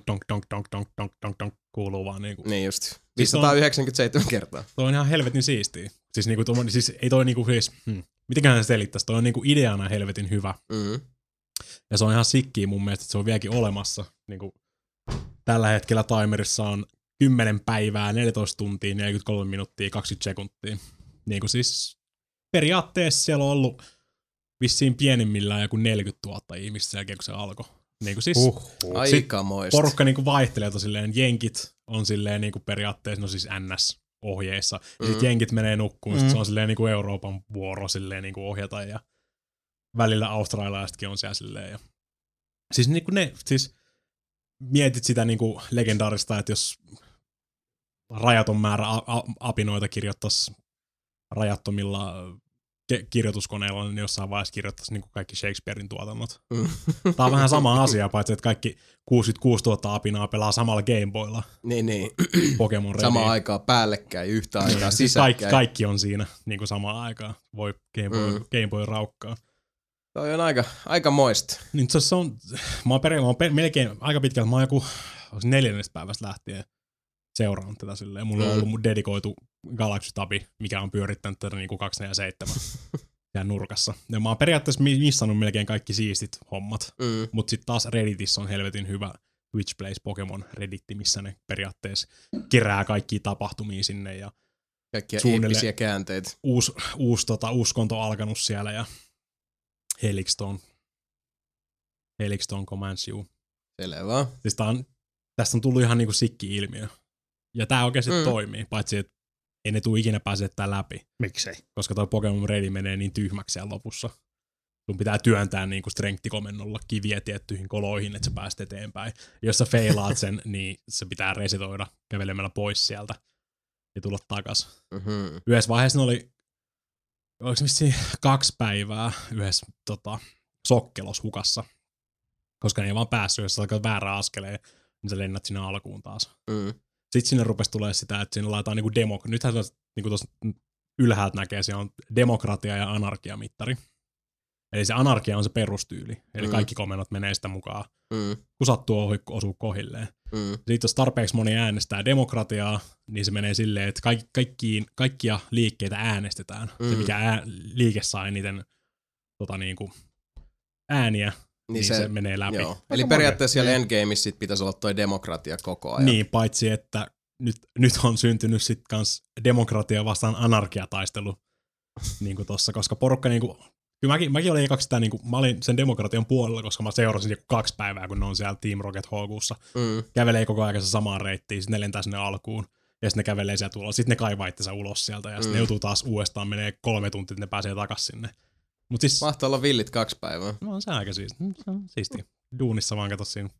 Kuuluu vaan niinku. Niin just. 597 kertaa. Toi on ihan helvetin siistiä. Siis niinku siis ei toi niinku siis, mitenköhän se selittäisi, toi on niinku ideana helvetin hyvä. Ja se on ihan sikkiä mun mielestä, että se on vieläkin olemassa. Niinku tällä hetkellä timerissa on 10 päivää, 14 tuntia, 43 minuuttia, 20 sekuntia. Niinku siis periaatteessa siellä on ollut vissiin pienimmillään joku 40 000 ihmistä sen jälkeen, kun se alkoi. Niinku siis aikamoista. Porukka niinku vaihtelee tosilleen. Jenkit on silleen niinku periaatteessa, no siis NS-ohjeissa. Ja sit jenkit menee nukkuun, sit se on silleen niinku Euroopan vuoro silleen niinku ohjata. Ja välillä australialaisetkin on siellä silleen. Ja siis niinku siis mietit sitä niinku legendaarista, että jos rajaton määrä apinoita kirjoittaisi rajattomilla kirjoituskoneella, niin jossain vaiheessa kirjoittaisi niin kaikki Shakespearein tuotannot. Tää on vähän sama asia, paitsi että kaikki 66 000 apinaa pelaa samalla Gameboylla. Niin. Pokemon Red. Samaan aikaan päällekkäin, yhtä aikaa sisäkkäin. Kaikki on siinä niin kuin samaan aikaan. Voi Gameboy raukkaa. Toi on aika moista. Niin se on, mä oon melkein aika pitkältä, mä oon joku 4. päivästä lähtien seurannut tätä silleen. Mulla on ollut mun dedikoitu Galaxy-tabi, mikä on pyörittänyt tätä niinku 247 siellä nurkassa. Ja mä oon periaatteessa missannut melkein kaikki siistit hommat. Mut sit taas Redditissä on helvetin hyvä Twitch Plays Pokemon Redditti, missä ne periaatteessa kerää kaikkia tapahtumia sinne. Ja kaikkia eeppisiä käänteitä. Uusi konto alkanut siellä ja Helixstone Commands You. Selvä. Siis tästä on tullut ihan niinku sikki-ilmiö. Ja tää oikeesti toimii, paitsi että ei ne tule ikinä pääse tää läpi. Miksei? Koska toi Pokemon Ready menee niin tyhmäksi siellä lopussa. Sun pitää työntää niinku strength-komennolla kiviä tiettyihin koloihin, että sä pääset eteenpäin. Ja jos sä feilaat sen, niin se pitää resetoida kävelemällä pois sieltä ja tulla takas. Yhdessä vaiheessa ne oliko se vissiin 2 päivää yhdessä sokkelos hukassa. Koska ne ei vaan päässyt, jos sä alkaa väärää askeleen, niin sä lennät sinne alkuun taas. Sitten sinne rupesi tulemaan sitä, että siinä laitetaan niinku nythän niinku tuossa ylhäältä näkee, siellä on demokratia ja anarkia-mittari. Eli se anarkia on se perustyyli. Eli kaikki komennot menee sitä mukaan. Kun sattuu osuu kohilleen. Sitten jos tarpeeksi moni äänestää demokratiaa, niin se menee silleen, että kaikkia liikkeitä äänestetään. Se mikä liike saa eniten niinku ääniä, niin se menee läpi. Joo. Eli periaatteessa siellä endgameissa pitäisi olla toi demokratia koko ajan. Niin, paitsi että nyt on syntynyt sitten kans demokratia vastaan anarkiataistelu niinku tossa, koska porukka niinku, kyllä mäkin olin ekaksi sitä niinku, mä olin sen demokratian puolella, koska mä seurasin joku 2 päivää, kun ne on siellä Team Rocket HQ:ssa. Kävelee koko ajan samaan reittiin, sitten ne lentää sinne alkuun. Ja sitten ne kävelee sieltä ulos, sitten ne kaivaa itsensä ulos sieltä ja sitten ne joutuu taas uudestaan, menee 3 tuntia, että ne pääsee takas sinne. Mut siis, mahtaa olla villit 2 päivää. No on se aika siistiä. Duunissa vaan kato siinä.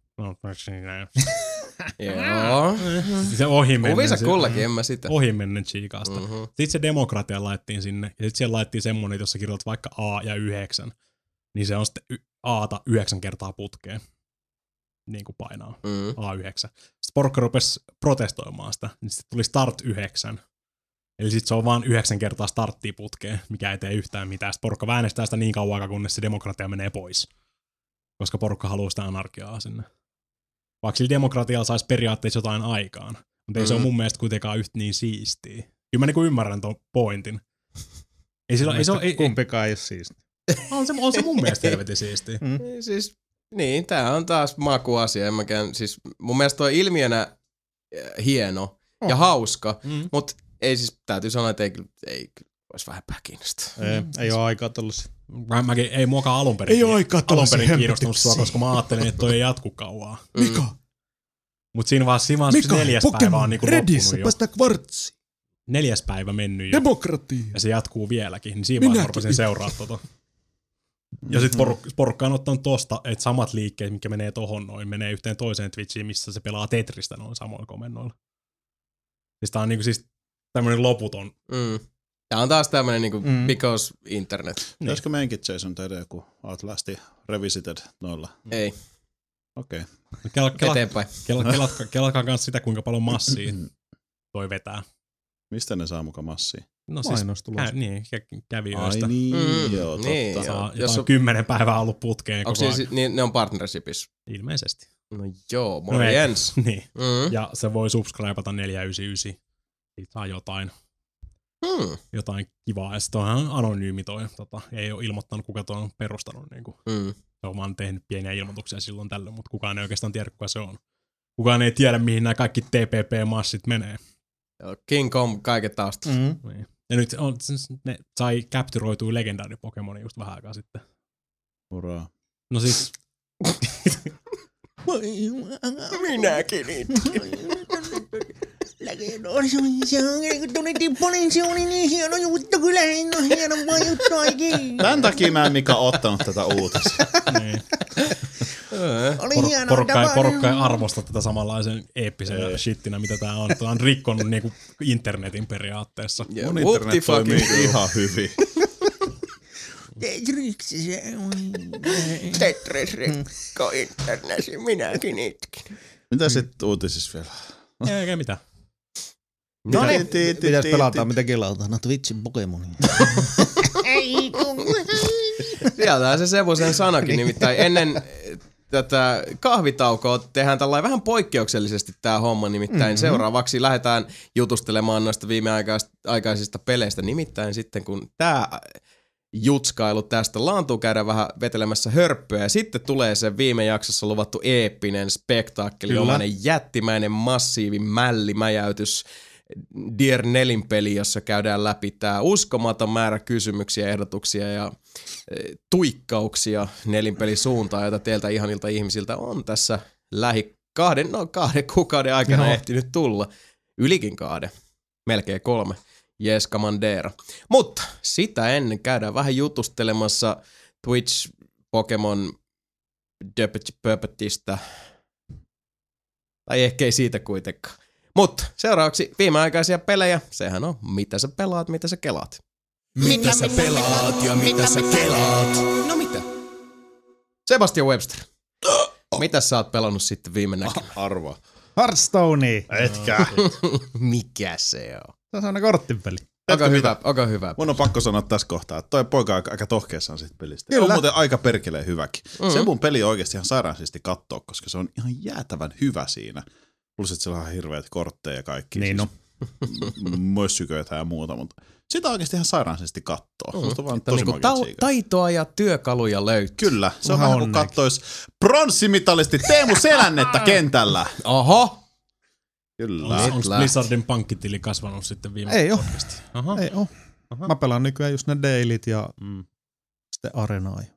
Joo. Se ohimennen. Huvisa kullakin, en mä sitä. Ohimennen chiikaasta. Sitten se demokratia laittiin sinne. Ja sitten siellä laittiin semmonen, jossa kirjoitat vaikka A ja 9. niin se on sitten A:ta 9 kertaa putkeen. Niin kuin painaa. A9. Sitten porukka rupesi protestoimaan sitä, niin sitten tuli Start 9. Eli sitten se on vaan 9 kertaa starttia putkeen, mikä ei tee yhtään mitään. Sitten porukka väänestää sitä niin kauan, kunnes se demokratia menee pois. Koska porukka haluaa sitä anarkiaa sinne. Vaikka sillä demokratialla saisi periaatteessa jotain aikaan. Mutta ei se ole mun mielestä kuitenkaan yhtä niin siistiä. Kyllä mä niinku ymmärrän ton pointin. Kumpikaan ei ole siistiä. On se mun mielestä helvetin siistiä. Siis, niin, tää on taas makuasia. Siis, mun mielestä toi ilmiönä hieno ja hauska, mutta ei siis, täytyy sanoa, että ei olisi vähempää kiinnostaa. Ei ole aikaa tollasia. Mäkin ei muokaan alun perin kiinnostunut sua, koska mä ajattelin, että toi ei jatku kauaa. Mika! Mut siinä vaan 4. päivä on niinku loppunut jo. Päästä kvartsi. 4. päivä mennyt jo. Demokratia. Ja se jatkuu vieläkin. Niin siinä vaiheessa rupesin seuraa tota. Ja sit porukka on ottanut tosta, että samat liikkeet, mitkä menee tohon noin, menee yhteen toiseen Twitchiin, missä se pelaa Tetristä noin samoilla komennoilla. Siis tää on niinku siis tämmönen loputon. Tää on taas tämmönen niinku because internet. Pitäisikö meidänkin Jason tehdä joku Outlasti Revisited noilla? Ei. Okei. Eteenpäin. Kelakaa kans sitä, kuinka paljon massia toi vetää. Mistä ne saa muka massia? No siis kävijöistä. Ai niin, joo, totta. Niin, jos on 10 päivää ollut putkeen. Onko siis, niin, ne on partnershipissa? Ilmeisesti. No joo, morjens. Niin. Ja se voi subscribeata 499. Siitä saa jotain kivaa. Ja sitten onhan anonyymi toi. Ei ole ilmoittanut, kuka toi on perustanut. Niin kuin. Se on vaan tehnyt pieniä ilmoituksia silloin tällöin, mutta kukaan ei oikeastaan tiedä, kuka se on. Kukaan ei tiedä, mihin nämä kaikki TPP-massit menee. King Kong kaiket taustat. Niin. Ja nyt ne sai capturoitua legendaari Pokemoni just vähän aikaa sitten. Uraa. No siis... Minäkin itkin. Tän takia mä en Mika ottanut tätä uutista. Niin. Porukka ei arvosta tätä samanlaisen eeppisenä shittinä, mitä tää on. Tää on rikkonut niinku internetin periaatteessa. Mun internet toimii ihan hyvin. Tetris rikko internetin, minäkin itkin. Mitä sit uutisissa vielä? Eikä mitään. Pitäis pelata, mitä kelautaan? No Twitchin Pokemonia. Sieltähän se semmoisen sanakin, nimittäin ennen tätä kahvitaukoa tehdään tällainen vähän poikkeuksellisesti tää homma, nimittäin seuraavaksi lähdetään jutustelemaan noista viimeaikaisista peleistä, nimittäin sitten kun tää jutskailu tästä laantuu, käydään vähän vetelemässä hörppöä ja sitten tulee se viime jaksossa luvattu eeppinen spektaakkeli, omainen jättimäinen massiivi mällimäjäytys Dear Nelin peli, jossa käydään läpi tää uskomaton määrä kysymyksiä, ehdotuksia ja tuikkauksia Nelin pelin suuntaan, jota teiltä ihanilta ihmisiltä on tässä kahden kuukauden aikana ehtinyt tulla. Ylikin 2, melkein 3. Jes, Comandera. Mutta sitä ennen käydään vähän jutustelemassa Twitch Pokemon Döpötistä. Tai ehkä ei siitä kuitenkaan. Mutta seuraavaksi viimeaikaisia pelejä. Sehän on, mitä sä pelaat, mitä sä kelaat. Mitä sä pelaat ja mitä sä kelaat? No mitä? Sebastian Webster. Mitä sä oot pelannut sitten viime näkemään? Arva. Hearthstonea. Etkä. Mikä se on? Se on aina korttipeli. Onko hyvä. Mun on pakko sanoa tässä kohtaa, että toi poika on aika tohkeessaan siitä pelistä. Kyllä. On muuten aika perkeleen hyväkin. Se mun peli on oikeasti ihan sairaansisti katsoa, koska se on ihan jäätävän hyvä siinä. Plus, että sillä on hirveät kortteja ja kaikki. Niin siis mössyköitä ja muuta, mutta sitä oikeasti ihan sairaanisesti kattoo. Musta on vaan tosi niinku taitoa ja työkaluja löytyy. Kyllä, se on vähän kuin kattois pronssimitalisti Teemu Selännettä kentällä. Oho! Kyllä. Onko Blizzardin pankkitili kasvanut sitten viime Ei oo. Aha. Ei oo. Mä pelaan nykyään just ne dailit ja sitten arenaa ja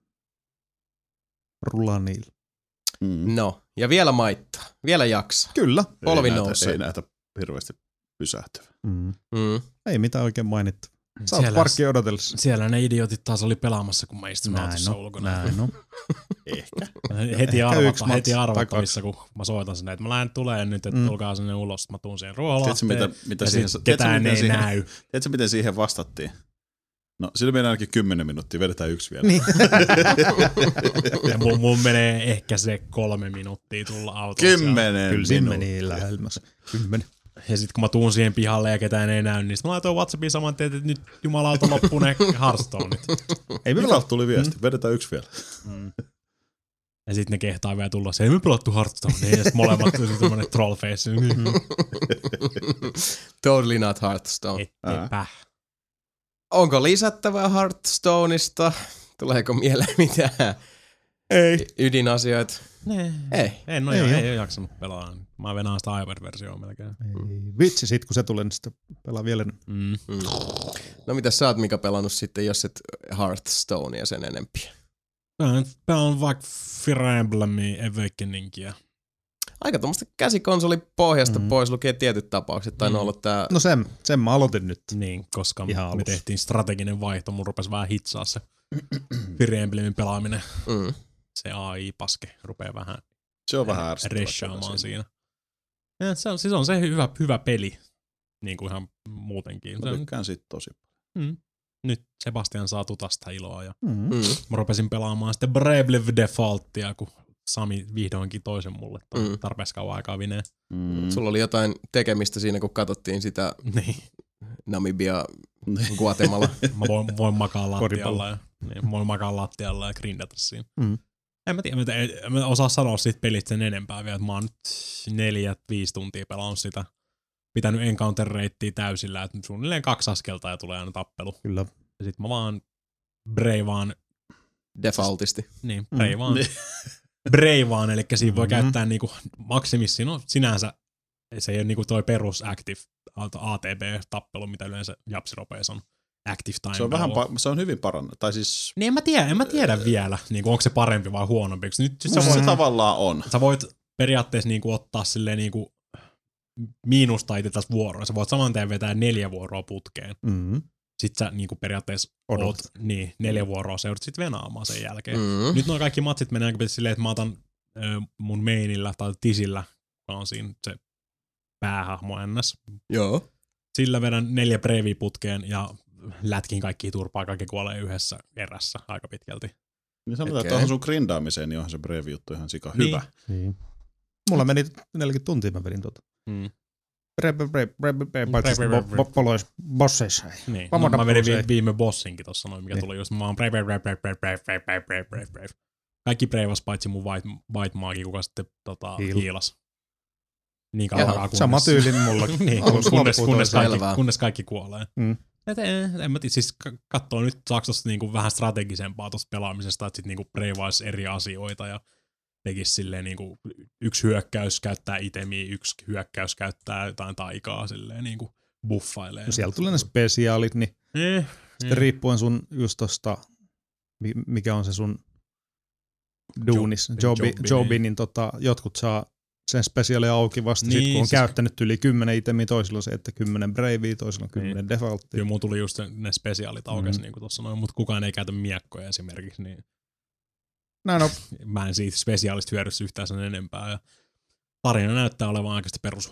rullaan niillä. No, ja vielä maittaa. Vielä jaksaa. Kyllä. Polvi nousee. Ei näytä hirveästi pysähtyvä. Ei mitään oikein mainittu. Sä oot parkki odotellessa. Siellä ne idiotit taas oli pelaamassa, kun mä istun autossa ulkona. Näin on. Ehkä. Heti arvattavissa, kun mä soitan sinne, että mä lähden tulemaan nyt, että tulkaa sinne ulos. Mä tuun siihen Ruoholahteen mitä ja siihen, ketään ei näy. Tiedätkö, miten siihen vastattiin? No, sillä menee ainakin 10 minuuttia, vedetään yksi vielä. Niin. Ja mun menee ehkä se 3 minuuttia tulla autoon. 10 Kyllä siinä minuuttia. meni lähemmäs. 10. Ja sit kun mä tuun siihen pihalle ja ketään ei näy, niin sit mä laitoin WhatsAppiin saman tien, että nyt jumalauta loppuu ne Hearthstoneit. Ei me Mikalta tuli viesti, vedetään yksi vielä. Ja sit ne kehtaa vielä tulla, se ei me pelattu Hearthstonea, ja sit molemmat tuli semmonen trollface. Totally not Hearthstone. Ettepä. Onko lisättävää Hearthstoneista? Tuleeko mieleen mitään ydinasioita? Ei. Ei jaksanut pelaa. Mä venaan sitä iPad-versioa melkein. Vitsi, sit kun se tulee, niin sitä pelaa vielä. No mitä sä oot, Mika, pelannut sitten, jos et Hearthstonea sen enempiä? Pelaan vaikka Fire Emblemia, Awakeningia. Aika tuommoista käsikonsolipohjasta pois lukee tietyt tapaukset, tai on ollut tää... No sen mä aloitin nyt. Niin, koska Ihan me alussa. tehtiin strateginen vaihto, mun rupesi vähän hitsaa se Fire Emblemin pelaaminen. Se AI-paske rupeaa vähän Se on vähän ärsyttävää. reshaamaan siinä. Ja se on se hyvä peli, niin kuin ihan muutenkin. Mä tykkään siitä tosi. Nyt Sebastian saa tutasta iloa ja mä rupesin pelaamaan sitten Bravely Defaultia, kun Sami vihdoinkin toisen mulle tarpeeksi kauan aikaa vineen. Sulla oli jotain tekemistä siinä, kun katsottiin sitä Niin. Namibia, Guatemala. Mä voin makaa lattialla ja grindata siinä. En mä tiedä, en mä osaa sanoa siitä pelistä sen enempää vielä, että mä oon nyt 4-5 tuntia pelannut sitä. Pitänyt encounter ratea täysillä, että suunnilleen 2 askelta ja tulee aina tappelu. Kyllä. Ja sit mä vaan breivaan. Defaultisti. Niin, breivaan, eli siinä voi käyttää niinku maksimissi, no sinänsä se ei ole niinku toi perus active ATB-tappelu, mitä yleensä japsiropeissa on. Active time. Se on, se on hyvin parannut. Tai siis... Niin en mä tiedä vielä, niinku, onko se parempi vai huonompi. Nyt se tavallaan on. Sä voit periaatteessa niinku ottaa silleen niinku miinusta itse tässä vuoroa. Sä voit saman tien vetää 4 vuoroa putkeen. Sit sä niinku periaatteessa oot 4 vuoroa, sä joudut sit venaamaan sen jälkeen. Nyt nuo kaikki matsit menee aika silleen, että mä otan mun mainillä tai tisillä, mä on siinä se päähahmo ns. Joo. Sillä vedän 4 breviä putkeen ja lätkin kaikki turpaa, kaikki kuolee yhdessä erässä aika pitkälti. Niin sanotaan, että tuohon sun grindaamiseen, niin onhan se brevi juttu ihan sika hyvä. Niin. Mulla meni 40 tuntia, mä vedin tuota. Bosseissa. Niin, mä vedin viime bossinkin tossa noin, mikä tuli just. Mä oon kaikki breivas paitsi mun white maagi, kuka sitten hiilas. Niin kauan kunnes... Sama tyyli mulla. Niin, kunnes kaikki kuolee. En mä tiedä, siis katsoo nyt saako tosta niinku vähän strategisempaa tosta pelaamisesta, että sit niinku breivaisi eri asioita ja tekisi silleen niinku yksi hyökkäys käyttää itemiä, yksi hyökkäys käyttää jotain taikaa silleen niinku buffailee. No siellä tulee ne spesiaalit, niin sitten riippuen sun just tosta, mikä on se sun duunis, jobi, niin jotkut saa sen spesiaali auki vasta niin, sit, kun on käyttänyt yli 10 itemiä, toisilla on se, että 10 bravea, toisilla on 10 defaulttia. Kyllä mun tuli just ne spesiaalit aukesi, niin kuin tuossa noin, mutta kukaan ei käytä miekkoja esimerkiksi, niin no. Mä en siitä spesiaalista hyödyssä yhtään sen enempää. Ja tarina näyttää olevan oikeasti perus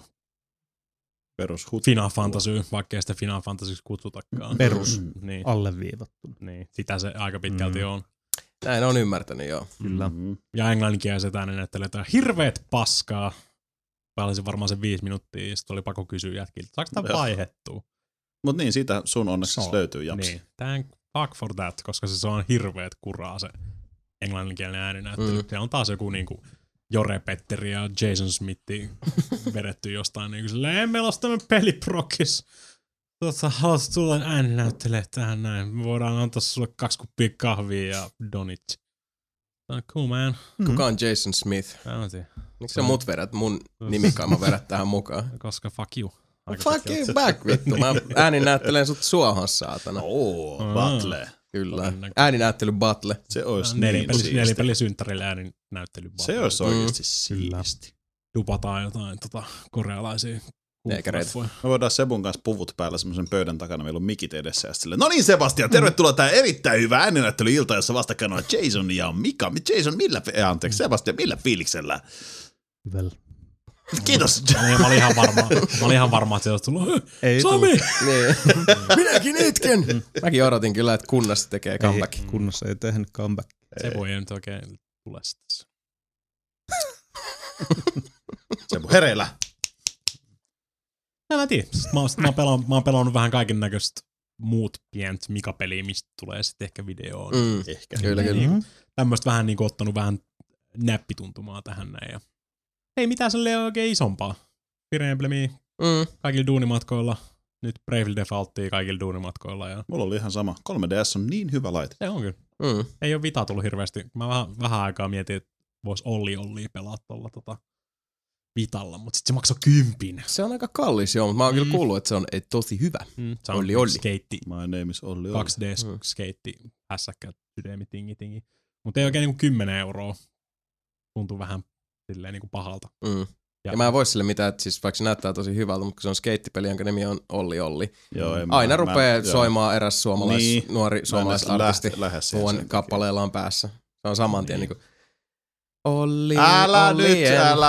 Final Fantasy, vaikkei sitä Final Fantasyksi kutsutakaan. Perus, niin. alleviivattu. Niin, sitä se aika pitkälti on. Näin on ymmärtänyt, joo. Kyllä. Ja englanninkieliset äänen näyttelee, että hirveet paskaa. Pelasin varmaan sen 5 minuuttia ja sitten oli pakko kysyä jätkiltä, saako tämä vaihettua? Mut niin, siitä sun onneksi löytyy japsi. Niin, thank fuck for that, koska se on hirveet kuraa se englanninkielinen ääninäyttely. Se on taas joku niinku Jore Petteri ja Jason Smithi vedetty jostain niinku silleen, ei meillä ole tämmönen peliprokis. Haluaisit tulla ääninäyttelee tähän näin. Me voidaan antaa sulle 2 kuppia kahvia ja donitsi. Cool man. Kuka on Jason Smith? Miksi sä mut vedät? Mun nimikaima vedät tähän mukaan. Koska fuck you. Fuck you back, vittu. Mä ääninäyttelen sut suohon, saatana. Battle. Kyllä. Ääninäyttely battle. Se olisi niin siisti. Nelipelisynttärillä ääninäyttely battle. Se olisi oikeasti siisti. Dupataan jotain korealaisia teekäreitä. Me voidaan Sebun kanssa puvut päällä semmoisen pöydän takana, meillä on mikit edessä ja silleen, no niin Sebastian, tervetuloa tähän erittäin hyvä ääninäyttelyilta, jossa vastakkain on Jason ja Mika. Jason, Sebastian, millä fiiliksellä? Hyvällä. Kiitos. Mä olin ihan varma, että se olisi tullut. Sami! Niin. Minäkin itken! Mäkin odotin kyllä, että Kunnassa tekee comeback. Kunnassa ei tehnyt comeback. Se voi nyt oikein tule tässä. Se on hereillä. Mä tiedän. Mä oon pelannut vähän kaiken näköistä muut pienet Mika-peliä, mistä tulee sitten ehkä videoon. Ehkä. Kyllä. Tämmöistä vähän niin kuin ottanut vähän näppituntumaa tähän näin. Ja ei mitään sellainen oikein isompaa. Fire Emblemia kaikilla duunimatkoilla. Nyt Bravely Defaultia kaikilla duunimatkoilla. Ja Mulla oli ihan sama. 3DS on niin hyvä laite. se on kyllä. Ei ole Vita tullut hirveästi. Mä vähän aikaa mietin, että vois Olli pelaa tuolla Vitalla, mutta sitten se maksoi 10. Se on aika kallis, joo, mutta mä oon kyllä kuullut, että se on tosi hyvä. Se on Olli. skeitti. My name is Olli. 2D-skeitti, hässäkkä, sydämi, tingi. Mutta ei oikein niinku 10 euroa. Tuntuu vähän silleen niinku pahalta. Ja mä en voi sille mitään, että siis vaikka se näyttää tosi hyvältä, mutta kun se on skeittipeli, jonka nimi on Olli. Joo, aina rupeaa soimaan eräs nuori suomalaisartisti vuon kappaleella on päässä. Se on saman tien niinku Olli, älä Olli, nyt,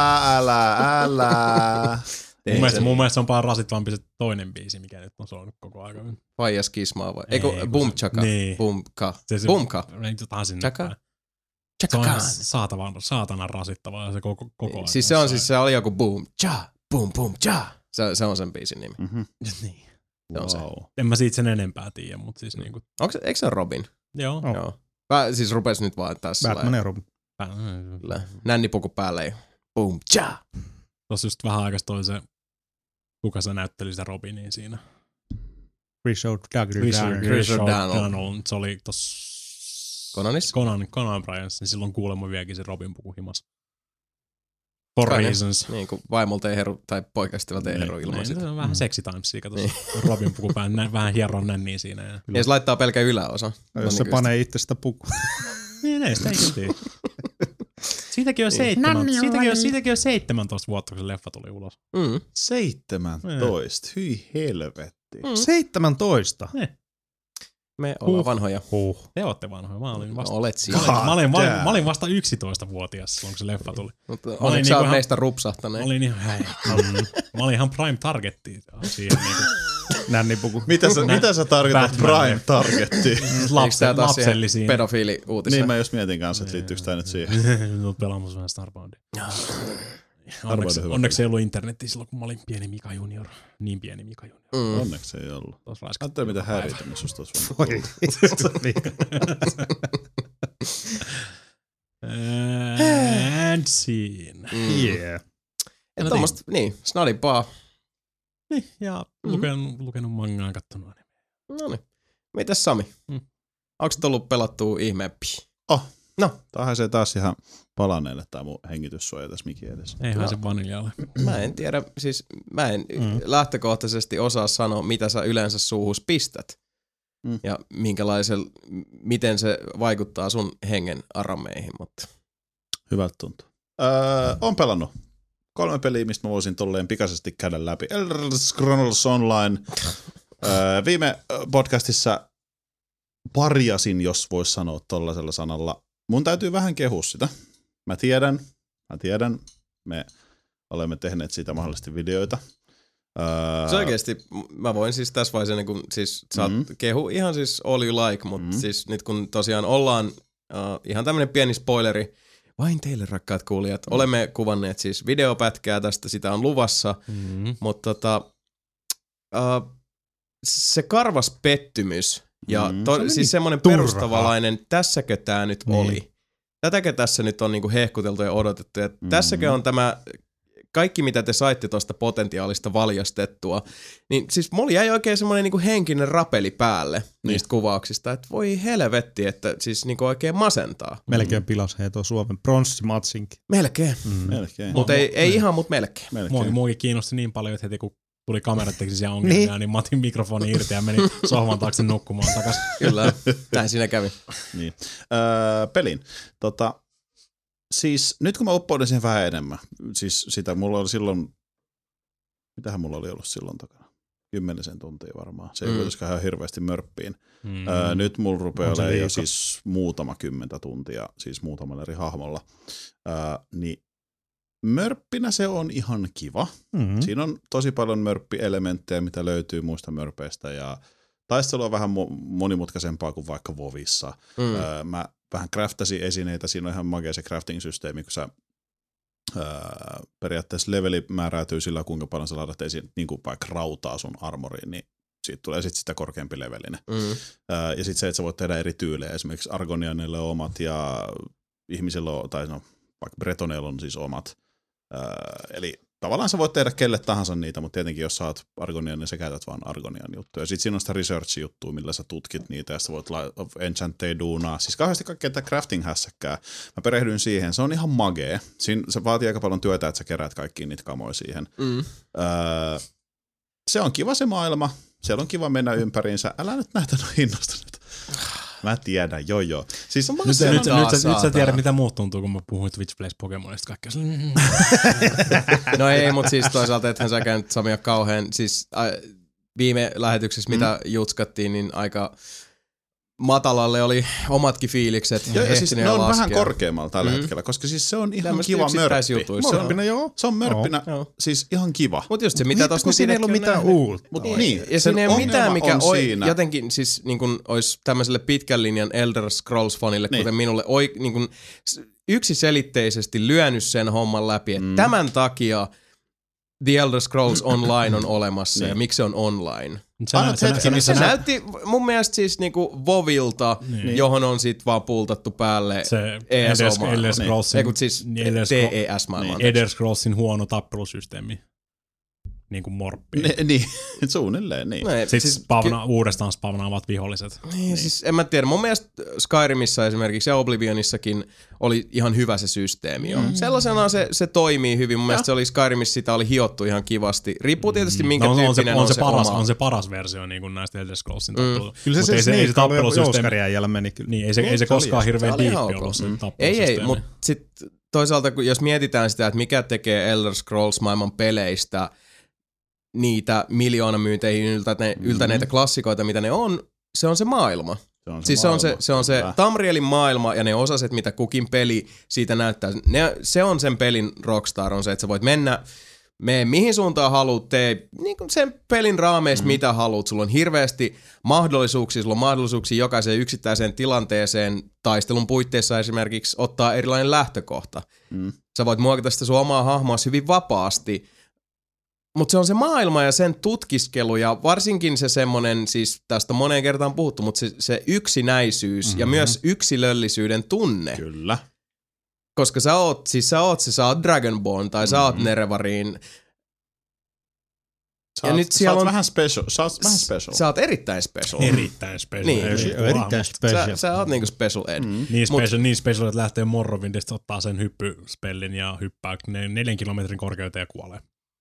älä. Mun mielestä se on paljon rasittavampi se toinen biisi, mikä nyt on soinut koko ajan. Faijas kismaa vai? Eikö Bumchaka? Niin. Bumka. Jotain sinne. Chaka? Se on saatanan rasittavaa se koko ajan. Siis se oli joku boom, cha, boom, boom, cha. Se on sen biisin nimi. Niin. Se on se. En mä siitä sen enempää tiedä, mutta siis niinku. Eikö se ole Robin? Joo. Mä siis rupes nyt vaan tässä. Batman ja Robin. Nännipuku päälle ja boom, cha. Tuossa just vähän aikaa toi se, kuka se näytteli sitä Robinia siinä. Chris O'Donnell. Se oli tossa Conan Bryans, niin silloin kuulemma vieläkin se Robin puku himas. For reasons. Niin kuin vaimolta ei heru, tai poikaystävältä ei heru ilman sitä. Se on vähän sexy timesia, kato Robin puku päällä, vähän hieron nänniä siinä. Ja se laittaa pelkä yläosa. Jos se panee itse sitä pukua. Niin ei sitä ei Siitäkin on 17 vuotta, kun se leffa tuli ulos. 17? Hyi helvetti. 17? Me ollaan vanhoja. Te ootte vanhoja. Mä olin vasta, olet siinä. Mä olin vasta 11-vuotias silloin, kun se leffa tuli. Mutta oliko sä meistä rupsahtaneen? Mä olin ihan prime targettiin siihen. Nännipuku. Mitä sä tarkoitat prime targettiin? Lapsellisiin. Pedofiili-uutisia. Niin mä just mietin kanssa, että liittyykö tää nyt siihen. Nyt pelaamassa vähän Starboundia. Onneksi ei ollut internetiä silloin, kun mä olin pieni Mika Junior. Niin pieni Mika Junior. Onneksi ei ollut. Ajattelin, mitä häiritä, missä susta olisi voinut. And scene. Yeah. Ja tommoista, snadimpaa. Niin, ja lukenut mangaa, kattonut animea. Noniin. Mitäs Sami? Onko tullut pelattua ihmeempi? No. Tämähän se taas ihan palaneelle tää mun hengityssuoja tässä mikin edessä. Eihän se vanilja ole. Mä en tiedä, siis mä en lähtökohtaisesti osaa sanoa, mitä sä yleensä suuhus pistät. Ja miten se vaikuttaa sun hengen arameihin, mutta. Hyvältä tuntuu. On pelannut 3 peliä, mistä mä voisin tolleen pikaisesti käydä läpi. Elder Scrolls Online. Viime podcastissa parjasin, jos vois sanoa tollaisella sanalla. Mun täytyy vähän kehua sitä. Mä tiedän. Me olemme tehneet siitä mahdollisesti videoita. Se oikeesti, mä voin siis tässä vaiheessa, niin kun siis saat kehu ihan siis all you like, mutta siis nyt kun tosiaan ollaan, ihan tämmönen pieni spoileri, vain teille rakkaat kuulijat, olemme kuvanneet siis videopätkää tästä, sitä on luvassa, mutta se karvas pettymys ja siis semmoinen perustavalainen, tässäkö tää nyt oli? Tätäkö tässä nyt on niinku hehkuteltu ja odotettu? Ja tässäkö on tämä kaikki, mitä te saitte tuosta potentiaalista valjastettua, niin siis mulla jäi oikein semmoinen niinku henkinen rapeli päälle niistä kuvauksista, että voi helvetti, että siis niinku oikein masentaa. Melkein pilas heitä Suomen pronssimatsinkin. Melkein. Mutta ei ihan, mutta melkein. Muakin kiinnosti niin paljon, että heti kun tuli kamerateknisiä ongelmia, niin mä otin mikrofoni irti ja menin sohvan taakse nukkumaan takas. Kyllä, näin siinä kävi. Niin. Pelin. Siis nyt kun mä uppoudin siihen vähän enemmän, siis sitä mulla oli silloin, mitähän mulla oli ollut silloin takana? 10 tuntia varmaan. Se ei kuitenkaan ihan hirveästi mörppiin. Nyt mulla rupeaa olemaan jo siis muutama 10 tuntia, siis muutamalla eri hahmolla. Niin Mörppinä se on ihan kiva. Siinä on tosi paljon mörppielementtejä, mitä löytyy muista mörpeistä ja taistelu on vähän monimutkaisempaa kuin vaikka WoWissa. Mä vähän craftasin esineitä, siinä on ihan magea se crafting-systeemi, kun sä periaatteessa leveli määräytyy sillä, kuinka paljon sä laitat esiin, niin kuin vaikka rautaa sun armoriin, niin siitä tulee sitten sitä korkeampi levelinen. Ja sitten se, että sä voit tehdä eri tyylejä, esimerkiksi Argonianille on omat ja ihmisillä on, tai no vaikka Bretoneilla on siis omat. Eli tavallaan sä voit tehdä kelle tahansa niitä, mutta tietenkin jos sä oot Argonian, niin sä käytät vaan Argonian juttuja. Sitten siinä on sitä research-juttua, millä sä tutkit niitä ja sä voit enchantteja duunaa. Siis kauheasti kaikkea tätä crafting-hässäkkää. Mä perehdyin siihen. Se on ihan magee. Se vaatii aika paljon työtä, että sä keräät kaikkiin niitä kamoja siihen. Se on kiva se maailma. Siellä on kiva mennä ympäriinsä. Älä nyt näytä noin innostuneita. Mä tiedän, joo. Siis nyt sä tiedät, mitä muut tuntuu, kun mä puhuin Twitch Plays Pokemonista kaikkea. No ei, mutta siis toisaalta ethän sä käynyt Samia kauhean, siis viime lähetyksessä, mitä jutskattiin, niin aika matalalle oli omatkin fiilikset. Ja siis ne on vähän korkeammalla tällä hetkellä, koska siis se on ihan kiva mörppi. Se on mörppinä siis ihan kiva. Mutta just se, mitä tossa siinä ei ollut mitään uutta. Niin, ja siinä ei ole mitään, mikä jotenkin siis niin kuin olisi tämmöiselle pitkän linjan Elder Scrolls-fanille, kuten minulle, niin kuin yksiselitteisesti lyönyt sen homman läpi, että tämän takia The Elder Scrolls Online on olemassa ja miksi se on online. Se näytti mun mielestä siis niinku WoWilta, johon on sit vaan pultattu päälle Elder Scrollsin TES-maailma. Elder Scrollsin huono tappelusysteemi. Niin kuin morppi. Niin, suunnilleen niin. Sitten uudestaan spavnaavat viholliset. Niin. Siis en mä tiedä. Mun mielestä Skyrimissa esimerkiksi ja Oblivionissakin oli ihan hyvä se systeemi jo. Sellaisena se toimii hyvin. Mun mielestä se oli Skyrimissa, sitä oli hiottu ihan kivasti. Riippuu tietysti minkä tyyppinen on se paras, oma. On se paras versio niin kuin näistä Elder Scrollsin tappeluja. Kyllä se tappelusysteemi jäljellä meni kyllä. Niin, ei se koskaan hirveän diippi ollut se tappelusysteemi. Ei, mutta sitten toisaalta jos mietitään sitä, että mikä tekee Elder Scrolls-maailman peleistä niitä miljoonamyynteihin yltäneitä klassikoita, mitä ne on, se on se maailma. Se on se Tamrielin maailma ja ne osaset, mitä kukin peli siitä näyttää. Se on sen pelin Rockstar, on se, että sä voit mene mihin suuntaan haluat, tee niin sen pelin raameissa mitä haluat. Sulla on hirveästi mahdollisuuksia, jokaiseen yksittäiseen tilanteeseen taistelun puitteissa esimerkiksi ottaa erilainen lähtökohta. Sä voit muokata sitä sun omaa hahmoa hyvin vapaasti, mutta se on se maailma ja sen tutkiskelu ja varsinkin se semmonen, siis tästä moneen kertaan puhuttu, mutta se yksinäisyys ja myös yksilöllisyyden tunne. Kyllä. Koska sä oot Dragonborn tai sä oot Nerevarin. Sä oot vähän special. Sä oot erittäin special. Erittäin special. Niin. Erittäin special. Sä oot niinku special ed. Niin special, että lähtee Morrowindista, ottaa sen hyppyspellin ja hyppää 4 kilometrin korkeuteen ja kuolee.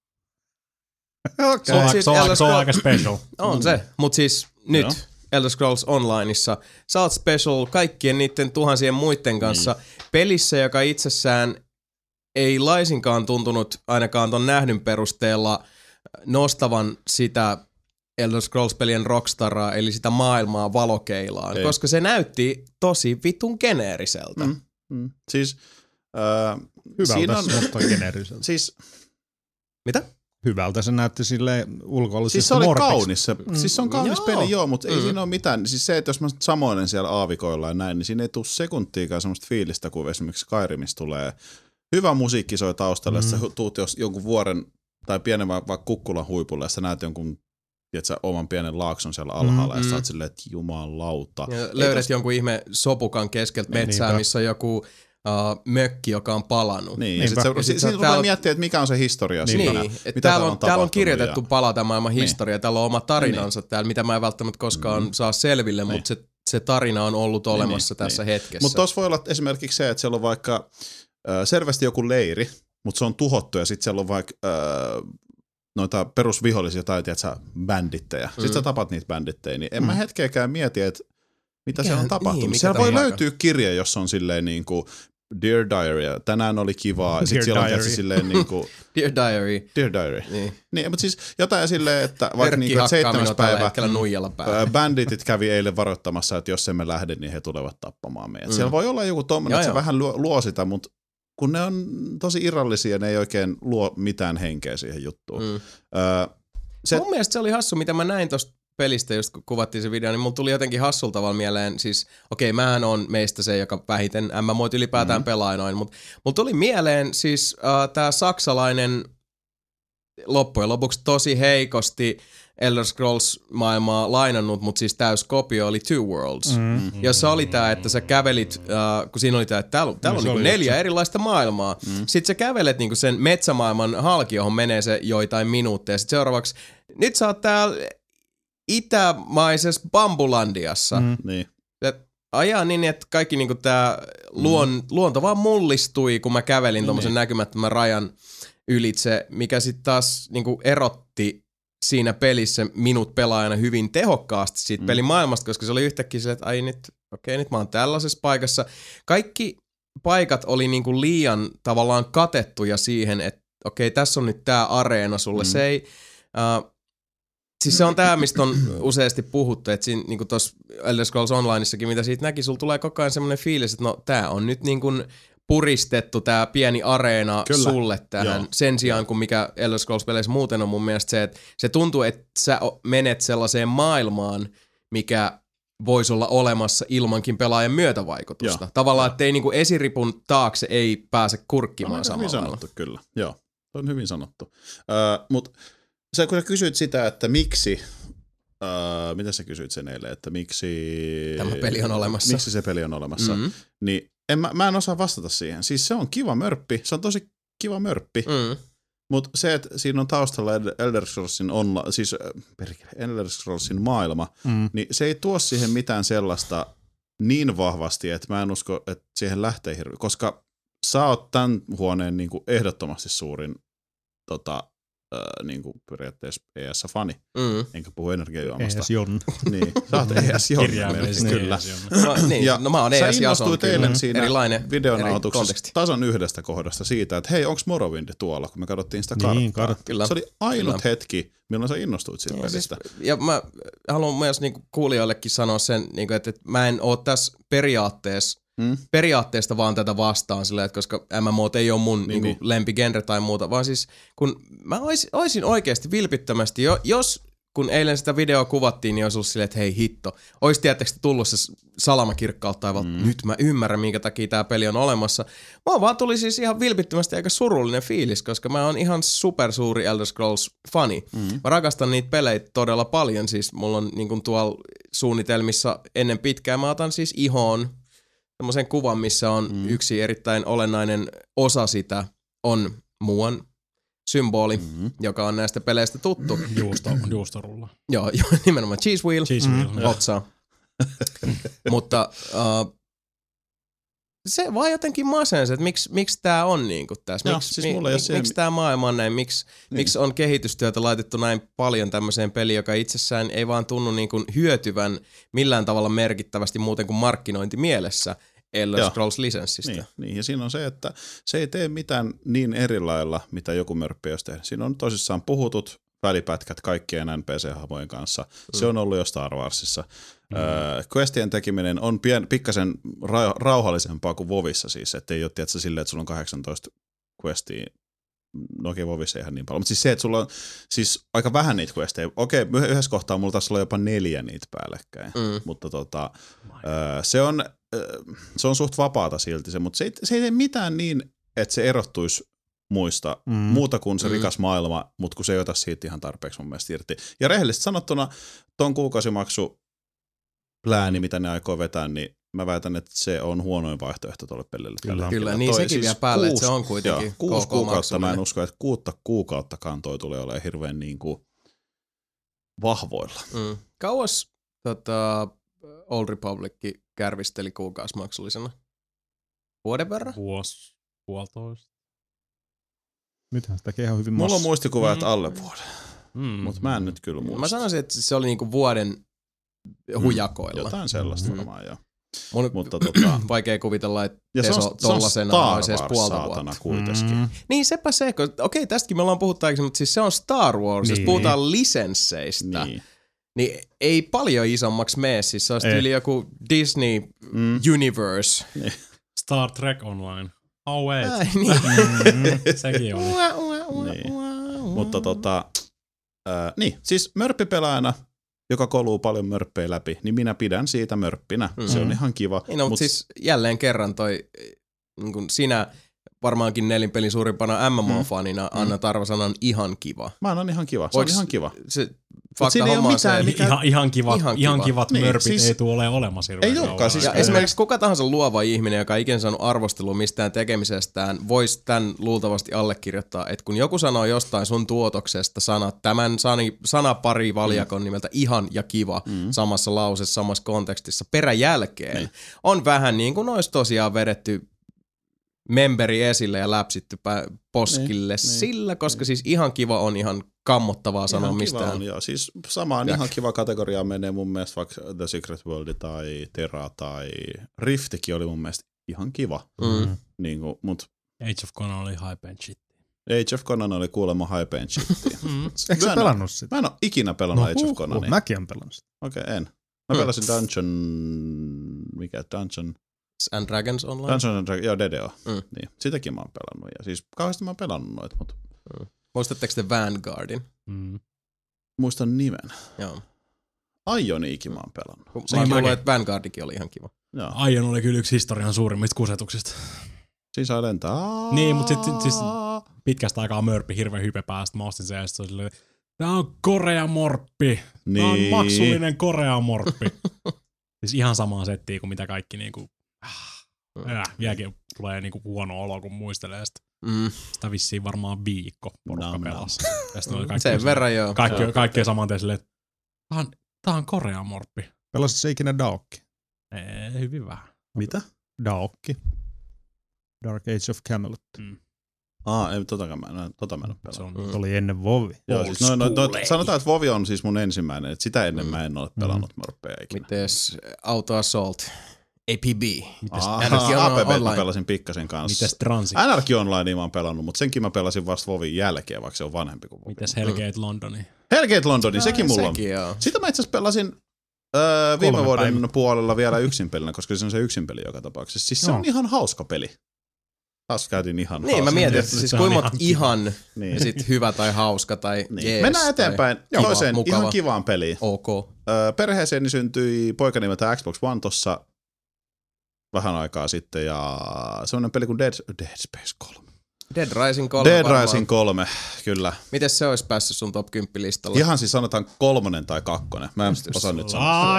Se on aika special. On se, mutta siis nyt Elder Scrolls Onlineissa sä oot special kaikkien niiden tuhansien muiden kanssa pelissä, joka itsessään ei laisinkaan tuntunut ainakaan ton nähdyn perusteella nostavan sitä Elder Scrolls-pelien rockstaraa, eli sitä maailmaa valokeilaan, koska se näytti tosi vitun geneeriseltä. Siis hyvältä se nostaa geneeriseltä. Siis mitä? Hyvältä se näytti silleen ulkollisesti. Siis se oli kaunis. Siis se on kaunis peli, mutta ei siinä ole mitään. Siis se, että jos mä samoinen siellä aavikoilla ja näin, niin siinä ei tule sekuntiikaan semmoista fiilistä, kun esimerkiksi Skyrimissa tulee hyvä musiikki soi taustalle, ja sä tuut jonkun vuoren tai pienen vaikka kukkulan huipulle, ja sä näet jonkun oman pienen laakson siellä alhaalla, ja sä oot silleen, että jumalauta. Ja löydät jonkun ihme sopukan keskeltä metsää, missä on joku mökki, joka on palannut. Niin, ja sitten rupeaa miettiä, että mikä on se historia siinä. Täällä on kirjoitettu Palata maailman historia, täällä on oma tarinansa täällä, mitä mä en välttämättä koskaan saa selville, mutta se tarina on ollut olemassa tässä hetkessä. Mutta tuossa voi olla esimerkiksi se, että siellä on vaikka selvästi joku leiri, mutta se on tuhottu ja sitten siellä on vaikka noita perusvihollisia tai bändittejä. Sitten sä tapat niitä bändittejä, niin en mä hetkeäkään mieti, että mitä siellä on tapahtunut. Niin, siellä voi löytyä kirje, jossa on silleen niinku Dear Diary, tänään oli kivaa. Sitten siellä on tietysti silleen niinku Dear Diary. Dear Diary. Niin, mutta siis jotain silleen, että vaikka niinku 7. päivä banditit kävi eilen varoittamassa, että jos emme lähde, niin he tulevat tappamaan meidät. Siellä voi olla joku tommoinen, että se vähän luo sitä, mutta kun ne on tosi irrallisia, ne ei oikein luo mitään henkeä siihen juttuun. Mun mielestä se oli hassu, mitä mä näin tosta pelistä, just kun kuvattiin se video, niin mulla tuli jotenkin hassulta tavalla mieleen, siis mähän on meistä se, joka vähiten MMOt ylipäätään pelaa noin, mutta mulla tuli mieleen siis tää saksalainen loppujen lopuksi tosi heikosti Elder Scrolls-maailmaa lainannut, mutta siis täys kopio oli Two Worlds, jossa oli tää, että sä kävelit, kun siinä oli tää, että täällä on niinku 4 erilaista maailmaa. Sitten sä kävelet niinku sen metsämaailman halki, johon menee se joitain minuutteja. Sitten seuraavaksi, nyt sä oot täällä itämaisessa Bambulandiassa. Niin. Ajaa niin, että kaikki niinku tää luonto vaan mullistui, kun mä kävelin tommosen näkymättömän rajan ylitse, mikä sitten taas niinku erotti siinä pelissä minut pelaajana hyvin tehokkaasti siitä pelimaailmasta, koska se oli yhtäkkiä silleen, että nyt mä oon tällaisessa paikassa. Kaikki paikat oli niinku liian tavallaan katettuja siihen, että tässä on nyt tää areena sulle. Se ei... Siis se on tää, mistä on useasti puhuttu, että siinä niinku tossa Elder Scrolls Onlineissakin, mitä siitä näki, sulla tulee koko ajan semmoinen fiilis, että no tää on nyt niinku puristettu tää pieni areena sulle tähän. Sen sijaan, kun mikä Elder Scrolls-peleissä muuten on mun mielestä se, että se tuntuu, että sä menet sellaiseen maailmaan, mikä voisi olla olemassa ilmankin pelaajan myötävaikutusta. Tavallaan, että ei niinku esiripun taakse ei pääse kurkkimaan samalla. Hyvin sanottu, kyllä. Joo, on hyvin sanottu. Mutta kun sä kysyit sitä, että miksi, mitä sä kysyit sen eilen, että miksi tämä peli on olemassa. Miksi se peli on olemassa, niin mä en osaa vastata siihen. Siis se on kiva mörppi, se on tosi kiva mörppi, mutta se, että siinä on taustalla Elder Scrollsin maailma, niin se ei tuo siihen mitään sellaista niin vahvasti, että mä en usko, että siihen lähtee hirveän, koska sä oot tämän huoneen niin kuin ehdottomasti suurin niin kuin periaatteessa ES-fani, enkä puhu energiajuomasta. ES-jon. Niin, sä oot ES-jon. Kyllä. No mä oon ES-jason. Sä innostuit eilen siinä erilainen videonautuksessa tasan yhdestä kohdasta siitä, että hei, onks Morrowind tuolla, kun me katsottiin sitä karttaa. Kyllä. Se oli ainut hetki, milloin sä innostuit siitä pelistä. Ja mä haluan myös niinku kuulijoillekin sanoa sen, niinku, että mä en oo tässä periaatteesta vaan tätä vastaan silleen, että koska MMOt ei ole mun niinku lempigenre tai muuta, vaan siis kun mä oisin oikeasti vilpittömästi, jos kun eilen sitä videoa kuvattiin, niin olisi ollut silleen, että hei hitto, olisi tietysti tullut se salama kirkkaalta taivalta, nyt mä ymmärrän, minkä takia tää peli on olemassa. Mä vaan tuli siis ihan vilpittömästi aika surullinen fiilis, koska mä oon ihan supersuuri Elder Scrolls-fani. Mä rakastan niitä pelejä todella paljon, siis mulla on niin kuin tuolla suunnitelmissa ennen pitkään, mä otan siis ihoon semmoisen kuvan, missä on yksi erittäin olennainen osa sitä, on muuan symboli, joka on näistä peleistä tuttu. Juustorulla. Joo, nimenomaan cheese wheel. Otsa. Mutta se vaan jotenkin masensi, että miksi tää on niinku tässä. Miksi tää maailma on näin? Miksi on kehitystyötä laitettu näin paljon tämmöiseen peliin, joka itsessään ei vaan tunnu niinku hyötyvän millään tavalla merkittävästi muuten kuin markkinointimielessä Elder Scrolls-lisenssistä. Niin, ja siinä on se, että se ei tee mitään niin eri lailla, mitä joku mörppi olisi tehnyt. Siinä on tosissaan puhutut välipätkät kaikkien NPC-hahmojen kanssa. Se on ollut jo Star Warsissa. Questien tekeminen on pikkasen rauhallisempaa kuin WoWissa siis, että ei ole tietysti silleen, että sulla on 18 questia. No okei, WoWissa ei ihan niin paljon, mutta siis se, että sulla on siis aika vähän niitä questeja. Okei, yhdessä kohtaa mulla taisi olla jopa 4 niitä päällekkäin, mutta se on suht vapaata silti se, mutta se ei tee mitään niin, että se erottuisi muista, muuta kuin se rikas maailma, mutta kun se ei ota siitä ihan tarpeeksi mun mielestä irti. Ja rehellisesti sanottuna, ton kuukausimaksu plääni, mitä ne aikoo vetää, niin mä väitän, että se on huonoin vaihtoehto tuolle pelille. Kyllä, niin sekin siis vielä päälle, että se on kuitenkin 6 kuukautta, mä en usko, että 6 kuukauttakaan toi tulee olemaan hirveän niin kuin vahvoilla. Kauas Old Republic kärvisteli kuukausimaksullisena? Vuoden verran? Puolitoista. Nythän sitä tekee ihan hyvin Mulla on muistikuva, että alle vuoden. Mutta mä en nyt kyllä muista. Mä sanoisin, että se oli niinku vuoden hujakoilla. Jotain sellaista varmaan, joo. Mutta vaikea kuvitella, että Teso tollasena olisi edes puolta vuotta. Kuitenkin. Niin sepä se, okei tästäkin me ollaan puhuttu aikaisemmin, mutta siis se on Star Wars, jos puhutaan lisensseistä. Niin ei paljon isommaksi mene, siis se olisi yli joku Disney Universe. Star Trek Online. Oh wait. Sekin oli. Niin. Mutta niin, siis mörppipelaajana, joka koluu paljon mörppejä läpi, niin minä pidän siitä mörppinä. Se on ihan kiva. Niin, no, mutta siis jälleen kerran toi, niin kun sinä varmaankin Nelinpelin suurimpana MMO-fanina annat arvosanan ihan kiva. Mä annan ihan kiva. Se on ihan kiva. Se fakta homma on se, ihan kivat niin, mörpit siis, ei tule olemaan olemassa hirveän ei olekaan. Siis, ja esimerkiksi kuka tahansa luova ihminen, joka ei ikinä saanut arvostelua mistään tekemisestään, voisi tämän luultavasti allekirjoittaa, että kun joku sanoo jostain sun tuotoksesta tämän sanapari valjakon nimeltä ihan ja kiva samassa lausessa, samassa kontekstissa peräjälkeen, on vähän niin kuin olisi tosiaan vedetty memberi esille ja läpsitty poskille sillä, koska siis ihan kiva on ihan kammottavaa sanoa mistään. On, joo. Siis samaan ihan kiva kategoriaan menee mun mielestä vaikka The Secret World tai Terra tai Riftikin oli mun mielestä ihan kiva. Niin kuin, mut Age of Conan oli hype and shit. Age of Conan oli kuulemma hype and shittiä. Eikö sä pelannut sitä? Mä en ole ikinä pelannut Age of Conania. Mäkin on pelannut sitä. Okei, en. Mä pelasin Dungeon and Dragons Online? Dungeons and Dragons, joo, DDO. Niin, sitäkin mä oon pelannut. Ja siis kauheasti mä oon pelannut noita, mutta... Muistatteko te Vanguardin? Muistan nimen. Joo. Ioniikin mä oon pelannut. Mä luulen, että Vanguardikin oli ihan kiva. Ion oli kyllä yksi historian suurimmista kusetuksista. Siis sai lentää. Niin, mutta sitten siis pitkästä aikaa mörppi hirveän hype päästä. Mä ostin sen ja sitten silleen, tää on koreamorppi. Niin. Tää on maksullinen koreamorppi. Siis ihan samaa settiä kuin mitä kaikki niinku... vieläkin tulee niinku huono olo, kun muistelee sitä. Sitä vissiin varmaan viikko porukka pelasi. Sen verran joo. Kaikki saman tein silleen, tää on koreamorppi. Pelasit se ikinä Daokki? Ei, hyvin vähän. Mitä? Daokki. Dark Age of Camelot. Ei, tota mä en ole pelannut. Se oli ennen WoWi. Joo, siis sanotaan, että WoWi on siis mun ensimmäinen, että sitä ennen mä en ole pelannut morppeja ikinä. Mites Auto Assault? APB. APB mä pelasin pikkasen kanssa. Mites Transit? Anarchy Online mä oon pelannut, mutta senkin mä pelasin vasta WoWin jälkeen, vaikka se on vanhempi kuin WoW. Mites Hellgate Londoni? Hellgate Londoni, sekin mulla on. Sitä mä itse asiassa pelasin viime vuoden puolella vielä yksinpelinä, koska se on se yksinpeli joka tapauksessa. Siis se on ihan hauska peli. Taas käytin ihan hauska. Niin, mä mietin, että siis kuinka monta ihan ja sit hyvä tai hauska tai jees. Mennään eteenpäin toiseen mukava. Ihan kivaan peliin. Ok. Perheeseeni syntyi poika nimeltä Xbox One tossa vähän aikaa sitten ja semmoinen peli kuin Dead Space 3. Dead Rising 3 Dead Rising 3, kyllä. Mites se olisi päässyt sun top 10 listalla? Ihan siis sanotaan 3 tai 2. Mä en osaa nyt sanoa.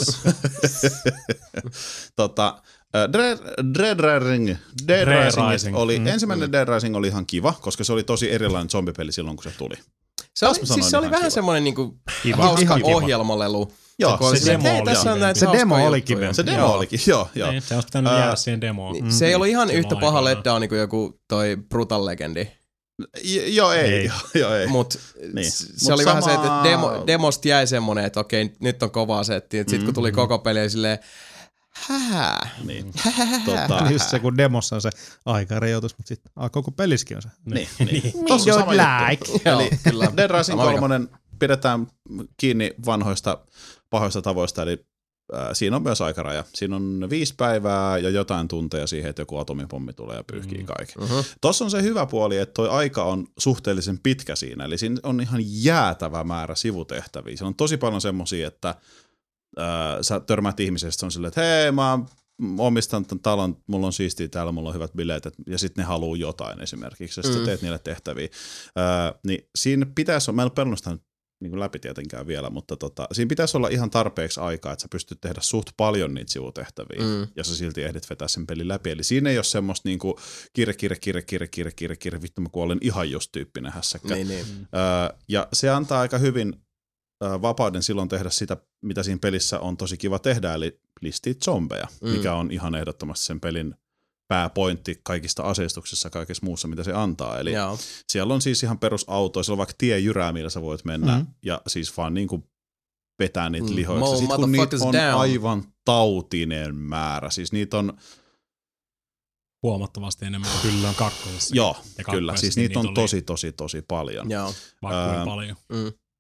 Dead Rising oli, ensimmäinen Dead Rising oli ihan kiva, koska se oli tosi erilainen zombipeli silloin, kun se tuli. Se oli vähän semmoinen niinku hauska ohjelmalelu. Joo, se demo oli kiva. Se demo olikin, joo. Se olisi pitänyt jäädä siihen demoon. Se ei ollut ihan yhtä paha letdown kuin joku toi Brutal Legendi. Joo, ei. Mut se oli vähän se, että demosta jäi semmonen, että okei, nyt on kovaa setti. Sit kun tuli koko peli ja silleen, Niin. Just se, kun demossa on se aikarajoitus, mutta sitten koko peliskin on se. Niin. Tossa on sama juttu. Eli Dead Rising 3 pidetään kiinni vanhoista pahoista tavoista, eli siinä on myös aikaraja. Siinä on 5 päivää ja jotain tunteja siihen, että joku atomipommi tulee ja pyyhkii kaiken. Tossa on se hyvä puoli, että toi aika on suhteellisen pitkä siinä, eli siinä on ihan jäätävä määrä sivutehtäviä. Siinä on tosi paljon semmosia, että sä törmäät ihmisestä, on silleen, että hei, mä omistan tämän talon, mulla on siistiä täällä, mulla on hyvät bileet, ja sitten ne haluu jotain esimerkiksi, ja sitten sä teet niille tehtäviä. Niin siinä pitäisi olla, mä en ole pelannut sitä niin läpi tietenkään vielä, mutta siinä pitäisi olla ihan tarpeeksi aikaa, että sä pystyt tehdä suht paljon niitä sivutehtäviä, ja sä silti ehdit vetää sen pelin läpi. Eli siinä ei ole semmoista niinku kirre, vittu mä kuolen ihan just tyyppinen hässäkkä. Niin. Ja se antaa aika hyvin vapauden silloin tehdä sitä, mitä siinä pelissä on tosi kiva tehdä, eli listii zombeja, mikä on ihan ehdottomasti sen pelin pääpointti kaikista aseistuksissa, kaikessa muussa, mitä se antaa. Eli siellä on siis ihan perusautoja, siellä on vaikka tiejyrää, millä sä voit mennä, ja siis vaan niinku vetää niitä lihoiksi. Sitten kun niitä on aivan tautinen määrä, siis niitä on huomattavasti enemmän kyllä kakkosessa. Joo, kyllä. Siis niitä on tosi paljon. Vaikka paljon.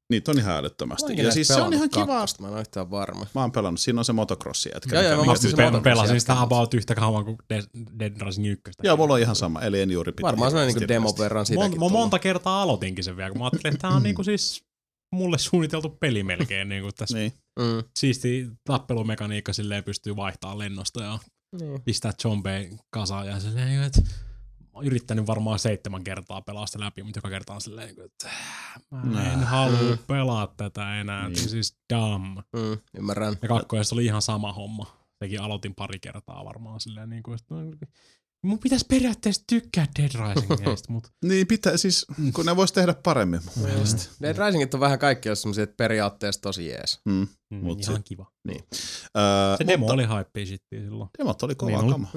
Niitä on ihan älyttömästi. Ja siis se on ihan kiva. Mä en ole yhtään varma. Mä oon pelannut. Siinä on se motocrossi. Mä pelasin sitä about yhtä kauan kuin Dead Rising 1. Joo, mulla on ihan sama. Eli en juuri pitää. Varmaan sellainen niin demo verran sitäkin. Mä monta kertaa aloitinkin sen vielä, kun mä ajattelin, että tää on niinku siis mulle suunniteltu peli melkein. Niinku tässä niin. Siisti tappelumekaniikka silleen pystyy vaihtamaan lennosta ja pistää zombeja kasaan ja silleen, että mä oon yrittänyt varmaan 7 kertaa pelaa sitä läpi, mutta joka kerta on silleen, että mä en halua pelaa tätä enää. Niin. Siis dumb. Ymmärrän. Ja kakkoessa oli ihan sama homma. Sekin aloitin pari kertaa varmaan silleen, niin kuin, että mun pitäisi periaatteessa tykkää Dead Risingista, mutta... Niin pitää, siis kun ne vois tehdä paremmin mun mielestä. Dead Risingit on vähän kaikki semmosia, että periaatteessa tosi jees. Ihan kiva. Niin. Se demo oli hype shittiä silloin. Demot oli kovaa kama.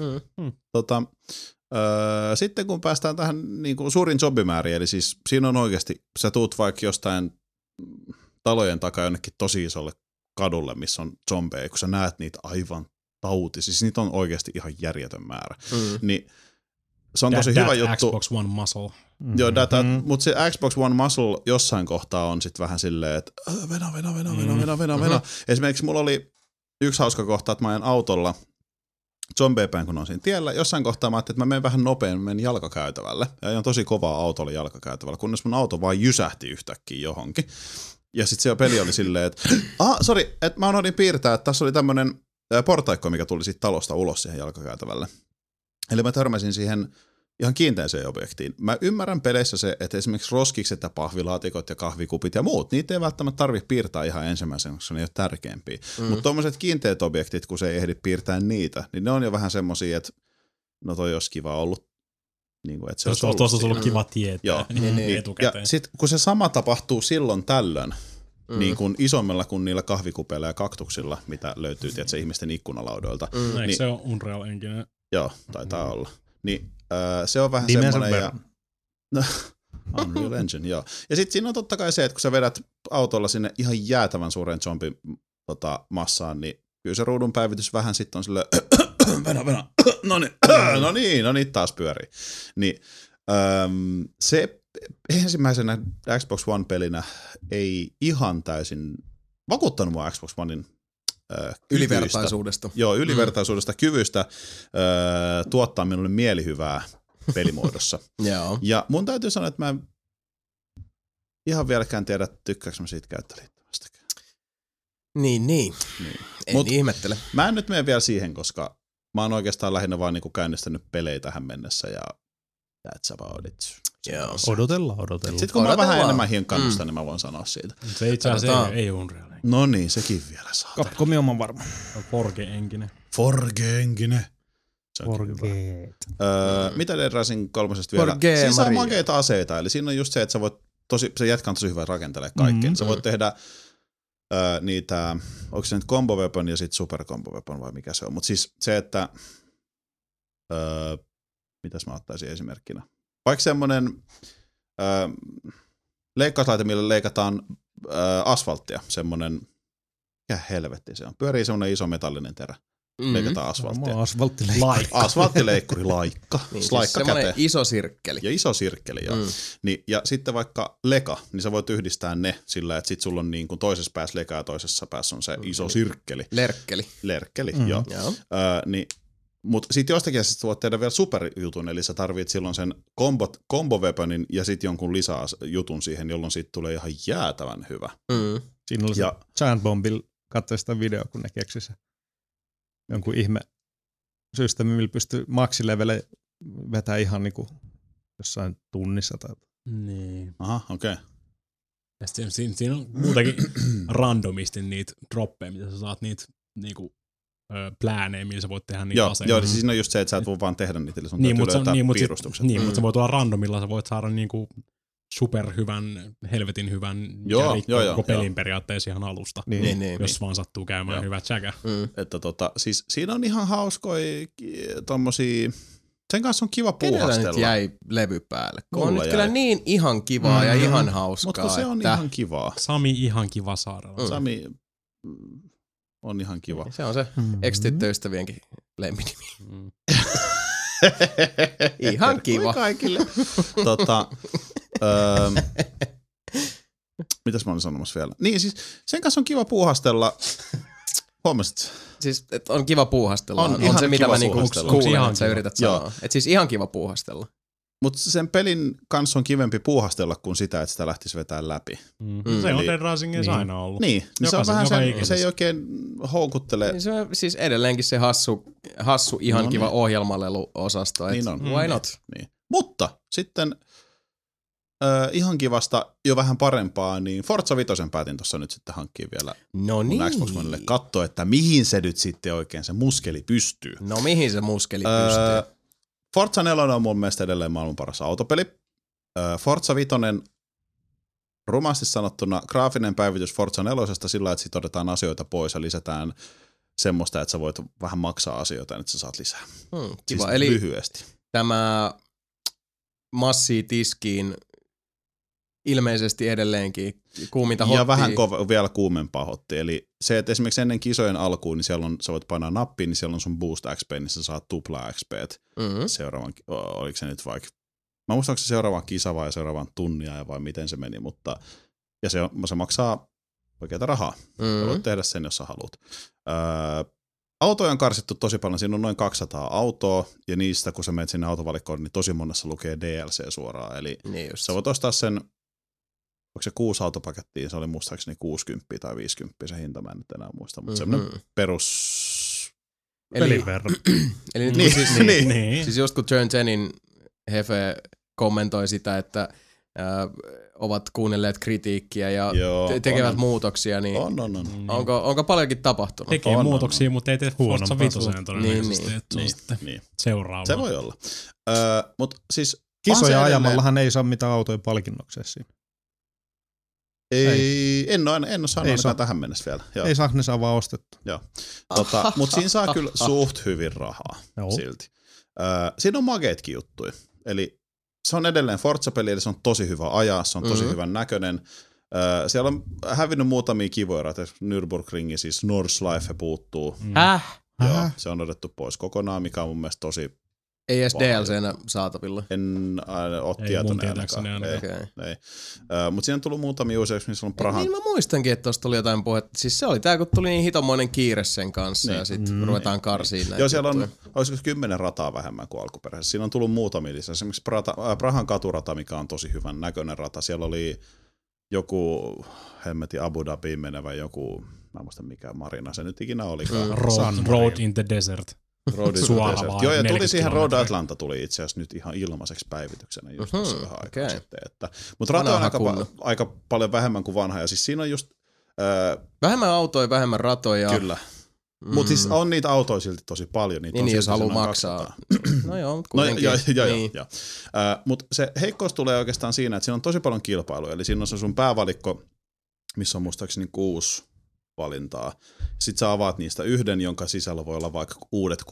Sitten kun päästään tähän niin kuin suurin zombimääriin, eli siis siinä on oikeasti, sä tuut vaikka jostain talojen takaa jonnekin tosi isolle kadulle, missä on zombeja, kun sä näet niitä aivan tauti, siis niitä on oikeasti ihan järjetön määrä. Niin se on tosi hyvä juttu. Xbox One Muscle. Joo, mutta se Xbox One Muscle jossain kohtaa on sitten vähän silleen, että vena. Esimerkiksi mulla oli yksi hauska kohta, että mä ajan autolla zombeepäin, kun on siinä tiellä. Jossain kohtaa mä ajattelin, että mä menen vähän nopeammin, menen jalkakäytävälle. Ja ajan tosi kovaa autolla jalkakäytävällä, kunnes mun auto vaan jysähti yhtäkkiä johonkin. Ja sitten se peli oli silleen, että että mä unohdin piirtää, että tässä oli tämmönen portaikko, mikä tuli siitä talosta ulos siihen jalkakäytävälle. Eli mä törmäsin siihen ihan kiinteiseen objektiin. Mä ymmärrän peleissä se, että esimerkiksi roskikset ja pahvilaatikot ja kahvikupit ja muut, niitä ei välttämättä tarvitse piirtää ihan ensimmäisenä, koska ne ei ole tärkeämpiä. Mutta tommoset kiinteät objektit, kun se ei ehdi piirtää niitä, niin ne on jo vähän semmosia, että no toi olisi kiva ollut. Niin kuin, että se olisi tuossa olisi ollut kiva tietää. Joo. Ja sit kun se sama tapahtuu silloin tällöin, niin kuin isommilla kuin niillä kahvikupeilla ja kaktuksilla, mitä löytyy tietysti ihmisten ikkunalaudoilta. Eikö se ole Unreal Engine? Joo, taitaa olla. Niin se on vähän semmoinen. Unreal Engine, joo. Ja sitten siinä on totta kai se, että kun sä vedät autolla sinne ihan jäätävän suuren zombimassaan, niin kyllä se ruudun päivitys vähän sitten on silleen, no niin, taas pyörii. Niin se ensimmäisenä Xbox One-pelinä ei ihan täysin vakuuttanut mua Xbox Onein ylivertaisuudesta. Joo, ylivertaisuudesta, kyvystä tuottaa minulle mielihyvää pelimuodossa. Ja mun täytyy sanoa, että mä en ihan vieläkään tiedä, tykkääkö mä siitä käyttöliittymästäkään. Niin. En ihmettele. Mä en nyt mene vielä siihen, koska mä oon oikeastaan lähinnä vaan niinku käynnistänyt pelejä tähän mennessä ja that's about it. Joo. Odotellaan. Sitten kun mä vähän enemmän hinkkannusta, niin mä voin sanoa siitä. Se itse asiassa ei Unreal. No niin, sekin vielä saa. Capcom on varma. Forge-enkinen. Mitä Dead Rising 3 vielä? Siinä on makeita aseita, eli siinä on just se, että se jätkä on tosi hyvä rakentelemaan kaikkeen. Sä voit tehdä niitä, onko se nyt combo weapon ja sitten super combo weapon vai mikä se on, mutta siis se, että mitäs mä ottaisin esimerkkinä? Vaikka semmoinen leikkauslaite, millä leikataan asfalttia, semmoinen, mikä helvetti se on, pyörii semmoinen iso metallinen terä. Leikataan asfalttia. Asfalttileikkuri, laikka. Niin, siis semmoinen iso sirkkeli. Ja iso sirkkeli, joo. Niin, ja sitten vaikka leka, niin sä voit yhdistää ne sillä, että sit sulla on niin kuin toisessa päässä leka ja toisessa päässä on se iso sirkkeli. Lerkkeli, joo. Niin, mutta sitten jostakin asiasta voit tehdä vielä superjutun, eli sä tarvit silloin sen combo weaponin ja sitten jonkun lisäjutun siihen, jolloin siitä tulee ihan jäätävän hyvä. Siinä oli se Giant Bombil, katsoin sitä videoa, kun ne keksi se jonkun ihme systeemi, millä pystyy maksilevelle vetää ihan niinku jossain tunnissa. Tai... Niin. Aha, okei. Ja siinä on muutenkin randomisti niitä droppeja, mitä sä saat niitä niinku pläänejä, millä sä voit tehdä niitä aseita. Joo, siis siinä on just se, että sä et voi vaan tehdä niitä, eli sun täytyy löytää piirustukset. Mutta se voi tulla randomilla, sä voit saada niinku superhyvän, helvetin hyvän ja rikkoa koko pelin periaatteessa ihan alusta, jos vaan sattuu käymään hyvä tsäkä. Että siis siinä on ihan hauskoja tommosia, sen kanssa on kiva puuhastella. Kenellä nyt jäi levy päälle? Kun on nyt kyllä niin ihan kivaa ja ihan hauskaa. Mutta se on ihan kivaa. Sami ihan kiva saarella. Sami on ihan kiva. Se on se ex-tyttöystävienkin lempinimi. Ihan kiva. Kaikille. Mitäs mä olin sanomassa vielä? Niin siis sen kanssa on kiva puuhastella. Huomasit? Siis on kiva puuhastella. On On ihan se, mitä kiva mä niinku puuhastella. kuulen, että sä yrität sanoa. Et siis ihan kiva puuhastella. Mutta sen pelin kanssa on kivempi puuhastella kuin sitä, että sitä lähtisi vetämään läpi. Se on Dead Risingissa aina ollut. Niin, se on vähän se ei oikein houkuttele. Niin se on siis edelleenkin se hassu ihan kiva ohjelmalelu-osasto. Niin on. Why not? Niin. Mutta sitten ihan kivasta, jo vähän parempaa, niin Forza 5 päätin tuossa nyt sitten hankkia vielä mun Xbox Onelle katsoa, että mihin se nyt sitten oikein se muskeli pystyy. No mihin se muskeli pystyy? Forza 4 on mun mielestä edelleen maailman paras autopeli. Forza 5 rumasti sanottuna graafinen päivitys Forza 4 sillä, että sit otetaan asioita pois ja lisätään semmoista, että sä voit vähän maksaa asioita, että sä saat lisää. Kiva. Siis Eli lyhyesti. Tämä massii tiskiin ilmeisesti edelleenkin kuuminta hottia. Ja vähän vielä kuumempaa hottia. Eli se, että esimerkiksi ennen kisojen alkuun, niin siellä on, sä voit painaa nappiin, niin siellä on sun boost XP, niin sä saat tupla XP:t. Seuraavan, oliko se nyt vaikka, mä muistan, onko se seuraavan kisa vai seuraavan tunnia vai miten se meni, mutta ja se maksaa oikeata rahaa. Sä voit tehdä sen, jos sä haluat. Autoja on karsittu tosi paljon, siinä on noin 200 autoa, ja niistä, kun sä menet sinne autovalikkoon, niin tosi monessa lukee DLC suoraan. Eli niin sä voit ostaa sen, onko se 6 autopakettia, se oli muistaakseni 60 tai 50 se hinta, mä en nyt enää muista, mutta semmoinen perus pelin verran. Eli nyt niin, siis just kun Turn 10in Hefe kommentoi sitä, että ovat kuunnelleet kritiikkiä ja tekevät muutoksia, niin onko paljonkin tapahtunut? Tekee muutoksia, mutta ei tee Forza 5 todennäköisesti. Niin. Seuraava. Se voi olla. Mut siis kisoja ajamallahan ei saa mitään autojen palkinnoksia siinä. En ole saanut ainakaan tähän mennessä vielä. Joo. Ei saa, ne saa vaan ostettu. Mutta siinä saa kyllä suht hyvin rahaa silti. Siinä on mageetkin juttuja. Eli se on edelleen Forza-peli, eli se on tosi hyvä ajaa, se on tosi hyvän näköinen. Siellä on hävinnyt muutamia kivoja rateja. Nürburgringi, siis Nordschleife puuttuu. Joo, se on otettu pois kokonaan, mikä on mun mielestä tosi ei edes DLC:nä saatavilla. En ole tietoinen ainakaan. Ei. Mutta siinä on tullut muutamia uusia, missä on Prahan. Niin mä muistankin, että tuosta tuli jotain puhetta. Siis se oli tää, kun tuli niin hitomoinen kiire sen kanssa ja sitten ruvetaan karsiin näitä. Joo, siellä on, olisiko 10 rataa vähemmän kuin alkuperäisessä. Siinä on tullut muutamia lisää. Esimerkiksi Prahan katurata, mikä on tosi hyvän näköinen rata. Siellä oli joku hemmetin Abu Dhabiin menevä joku, mä en muista mikä marina se nyt ikinä olikaan. Road in the Desert. Joo, ja tuli siihen Road Atlanta tuli itse asiassa nyt ihan ilmaiseksi päivityksenä just vähän aikaa sitten. Mutta rata on aika paljon vähemmän kuin vanha, ja siis siinä on just vähemmän autoja, vähemmän ratoja. Kyllä. Mutta siis on niitä autoja silti tosi paljon. Niitä niin, jos haluaa maksaa. No joo, mutta kuitenkin. Joo. Mutta se heikkous tulee oikeastaan siinä, että siinä on tosi paljon kilpailua. Eli siinä on se sun päävalikko, missä on muistaakseni 6 valintaa. Sitten sä avaat niistä yhden, jonka sisällä voi olla vaikka uudet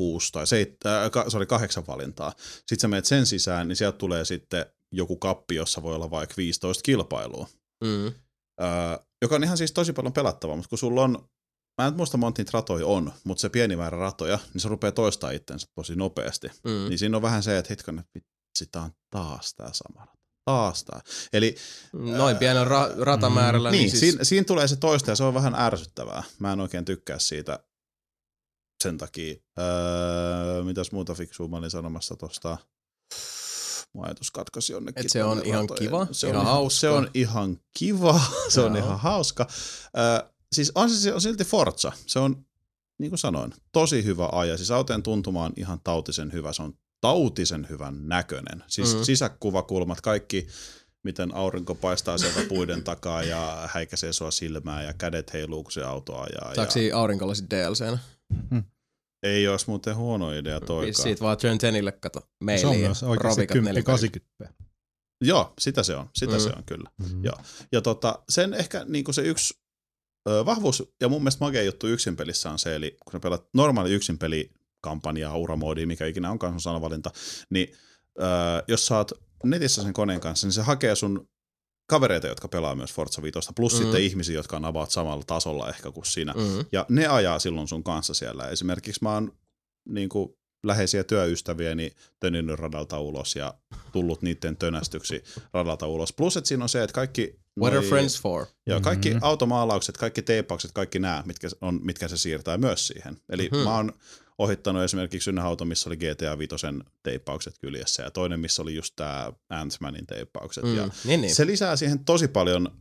8 valintaa. Sitten sä menet sen sisään, niin sieltä tulee sitten joku kappi, jossa voi olla vaikka 15 kilpailua. Joka on ihan siis tosi paljon pelattavaa, mutta kun sulla on, mä en muista monta niitä ratoja on, mutta se pieni määrä ratoja, niin se rupeaa toistaa itsensä tosi nopeasti. Niin siinä on vähän se, että hetken, sitä on taas tää sama rata. Eli noin pienen ratamäärällä. Niin siis siinä tulee se toista ja se on vähän ärsyttävää. Mä en oikein tykkää siitä sen takia. Mitäs muuta fiksua mä olin sanomassa tosta? Mun ajatus katkaisi jonnekin. Et se on ihan kiva, ihan hauska. Se on ihan kiva, se on ihan hauska. Siis on se silti Forza. Se on, niin kuin sanoin, tosi hyvä aja. Siis autojen tuntuma on ihan tautisen hyvä. Se on tautisen hyvän näköinen. Siis sisäkuvakulmat, kaikki, miten aurinko paistaa sieltä puiden takaa ja häikäisee sua silmää ja kädet heiluu, kun se auto ajaa. Saatko siinä aurinkolasit DLC:nä? Ei olisi muuten huono idea toikaan. Siitä vaan Turn 10ille kato meiliin. Se on myös oikeasti 1080. Joo, sitä se on. Se on kyllä. Joo. Ja sen ehkä niin se yksi vahvuus ja mun mielestä magea juttu yksinpelissä on se, eli kun sä pelaat normaali yksinpeli kampanjaa, uramoodi, mikä ikinä onkaan sun sanavalinta, niin jos sä oot netissä sen koneen kanssa, niin se hakee sun kavereita, jotka pelaa myös Forza 5, plus sitten ihmisiä, jotka on about samalla tasolla ehkä kuin sinä. Ja ne ajaa silloin sun kanssa siellä. Esimerkiksi mä oon niinku läheisiä työystäviäni töninyt radalta ulos ja tullut niiden tönästyksi radalta ulos. Plus, että siinä on se, että kaikki What are friends for? Joo, kaikki automaalaukset, kaikki teippaukset, kaikki nämä, mitkä se siirtää myös siihen. Eli mä oon ohittanut esimerkiksi yhden auto, missä oli GTA 5 teippaukset kyljessä ja toinen, missä oli just tää Ant-Manin teippaukset. Ja niin. se lisää siihen tosi paljon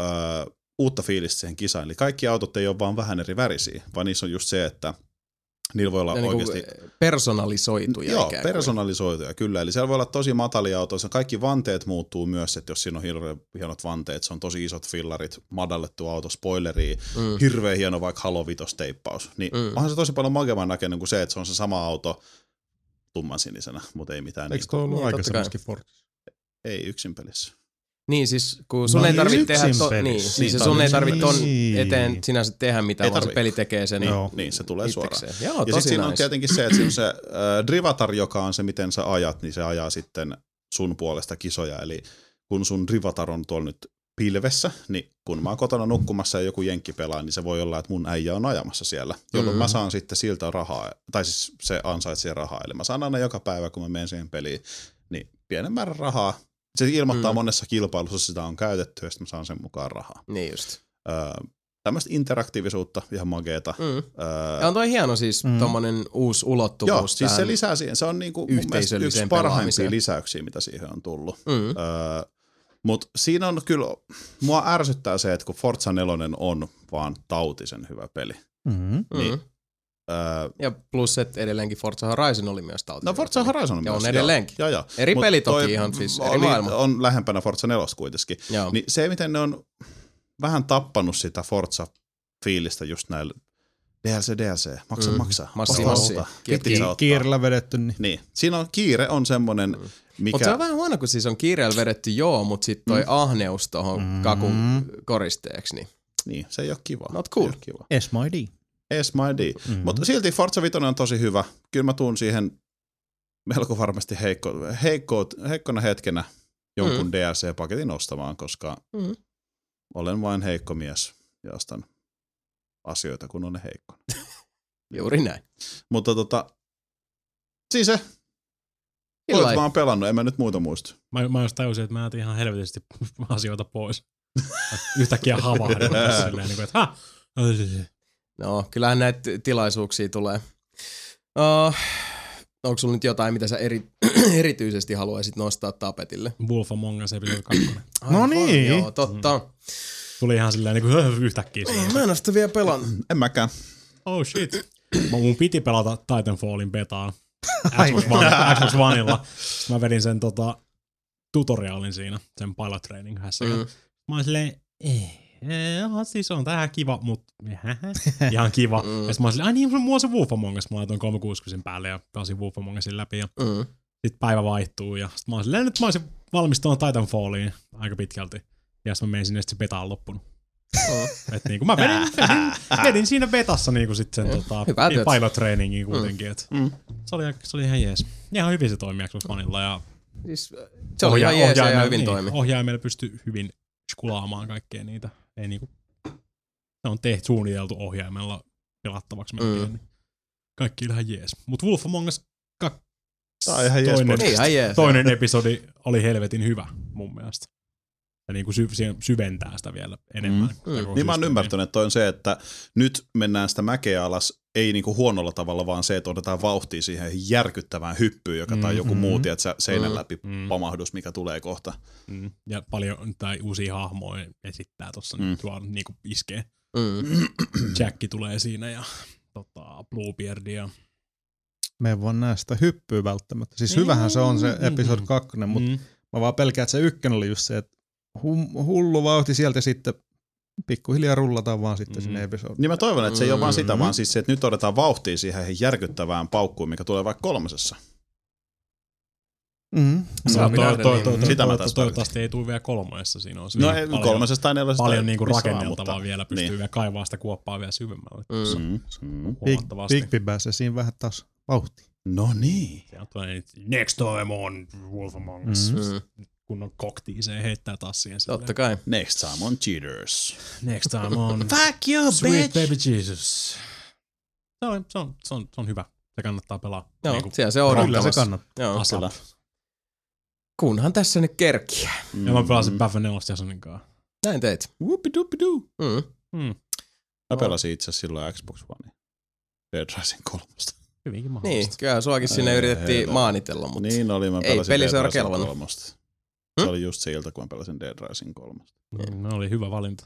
uutta fiilistä siihen kisaan. Eli kaikki autot ei ole vaan vähän eri värisiä, vaan niissä on just se, että niillä voi olla ja oikeasti niin personalisoituja. Joo, personalisoituja, kyllä. Eli siellä voi olla tosi matalia autoja. Kaikki vanteet muuttuu myös, että jos siinä on hienot vanteet, se on tosi isot fillarit, madallettu auto, spoileria, hirveän hieno vaikka Halo 5 teippaus. Niin onhan se tosi paljon makevan näköinen kuin se, että se on se sama auto tummansinisenä, mutta ei mitään. Eikö tuo ollut aikaisemminkin Forza? Ei yksin pelissä. Niin, siis kun sun ei tarvitse tehdä sun ei tarvitse ton eteen sinänsä tehdä mitään, vaan se peli tekee sen. Niin, se tulee suoraan. Joo, ja sitten siinä on tietenkin se, että siinä on se drivatar, joka on se, miten sä ajat, niin se ajaa sitten sun puolesta kisoja. Eli kun sun drivatar on tuolla nyt pilvessä, niin kun mä oon kotona nukkumassa ja joku jenkki pelaa, niin se voi olla, että mun äijä on ajamassa siellä, jolloin mä saan sitten siltä rahaa, tai siis se ansaitsee rahaa. Eli mä saan aina joka päivä, kun mä menen siihen peliin, niin pienen määrän rahaa. Se ilmoittaa monessa kilpailussa, sitä on käytetty, ja sitten mä saan sen mukaan rahaa. Niin just. Tämmöistä interaktiivisuutta, ihan mageeta. Ja on toi hieno siis tommonen uusi ulottuvuus. Joo, siis se lisää siihen. Se on niinku mun mielestä yksi parhaimpia lisäyksiä, mitä siihen on tullut. Mutta siinä on kyllä, mua ärsyttää se, että kun Forza 4 on vaan tautisen hyvä peli. Niin, ja plus, että edelleenkin Forza Horizon oli myös tautinen. No Forza Horizon on ja myös. on edelleenkin. Joo. Eri peli toki ihan siis eri maailma. On lähempänä Forza 4 kuitenkin. Niin se, miten ne on vähän tappanut sitä Forza-fiilistä just näillä DLC, maksa. Massi. Kiirellä vedetty. Niin. Siinä on kiire on semmonen, mikä... Mutta se on vähän huono, kun siis on kiireellä vedetty mutta sit toi ahneus tohon kakun koristeeksi. Niin, se ei ole kiva. Not cool. S-My-D. S-My-D. Mutta silti Forza 5 on tosi hyvä. Kyllä mä tuun siihen melko varmasti heikkona hetkenä jonkun DLC-paketin ostamaan, koska olen vain heikko mies ja ostan asioita, kun on ne heikkona. Juuri näin. Mutta siis se. Olet vaan pelannut, en mä nyt muuta muista. Mä just tajusin, että mä jätin ihan helvetisti asioita pois. Yhtäkkiä havahdin silleen, niin kuin, että No, kyllähän näitä tilaisuuksia tulee. Onko sulla nyt jotain, mitä sä erityisesti haluaisit nostaa tapetille? Wolf Among Us episode 2. No niin. Joo, totta. Tuli ihan silleen niin kuin yhtäkkiä. Mä en ole sitä vielä pelannut. En mäkään. Oh shit. Mun piti pelata Titanfallin betaa Xbox Oneilla. Mä vedin sen tutoriaalin siinä, sen pilot training hässäkään. Mä olin silleen, siis on tää kiva, mutta ihan kiva. Ja sit mä olin silleen, ai niin, mulla on se Wolf Among Us. Mä laitoin 360 päälle ja pelasin Wolf Among Usin läpi. Ja sit päivä vaihtuu ja sit mä olin silleen, nyt mä olisin valmis tuon Titanfalliin aika pitkälti. Ja sit mä menin sinne ja sit se beta on loppunut. Et niinku mä vedin siinä betassa niinku sit sen pilot trainingin kuitenkin. Et se oli ihan jees. Ihan hyvin se toimii Xbox Oneilla ja siis se oli ihan jees ja hyvin toimi. Ohjaimella pystyy hyvin skulaamaan kaikkea niitä. Ei niinku, se on suunniteltu ohjaimella pelattavaksi melkein. Niin kaikki ihan jees. Mut Wolf Among Us toinen episodi oli helvetin hyvä mun mielestä. Ja niinku syventää sitä vielä enemmän. Niin mä oon ymmärtänyt, että toi on se, että nyt mennään sitä mäkeä alas, ei niinku huonolla tavalla, vaan se, että otetaan vauhtia siihen järkyttävään hyppyyn, joka tai joku muu, tiedätkö, seinän läpi pamahdus, mikä tulee kohta. Ja paljon tai uusia hahmoja esittää tossa, niinku iskee. Jacki tulee siinä ja Bluebeard ja... Me ei vaan näe sitä hyppyä välttämättä. Siis hyvähän se on se episode 2, mutta mä vaan pelkään, että se 1 oli just se, että hullu vauhti sieltä sitten pikkuhiljaa rullataan vaan sitten sinne episodiin. Niin mä toivon, että se ei ole vaan sitä, vaan siis se, että nyt otetaan vauhtia siihen järkyttävään paukkuun, mikä tulee vaikka 3. Toivottavasti ei tule vielä 3. Siinä on no 3. tai 4. Paljon niinku rakenneltavaa mutta vielä, pystyy vielä kaivaa sitä kuoppaa vielä syvemmälle. Big pääsee siinä vähän taas vauhtia. No niin. Se on next time on Wolf Among Us. Kun on koktiiseen heittää taas siihen. Totta kai. Next time on Cheaters. Next time on Fuck you, Sweet bitch. Baby Jesus. Se on hyvä. sitten kannattaa pelaa. Joo, Niinku siellä se on Kyllä se odottamassa. kannattaa. Joo. ASAP. Kunhan tässä nyt kerkiä. Ja mä pelasin Baff 4 Jasonin kanssa. Näin teit. Whoopidoopidu. Mä No. pelasin itse silloin Xbox One. Dead Rising 3. Hyvinkin Niin, mahdollista. kyllä suakin sinne yritettiin maanitella, mutta Niin oli, mä ei pelasin peliseura Dead Rising kelvannut. 3. Se oli just se ilta, kun mä pelasin Dead Rising 3. No oli hyvä valinta.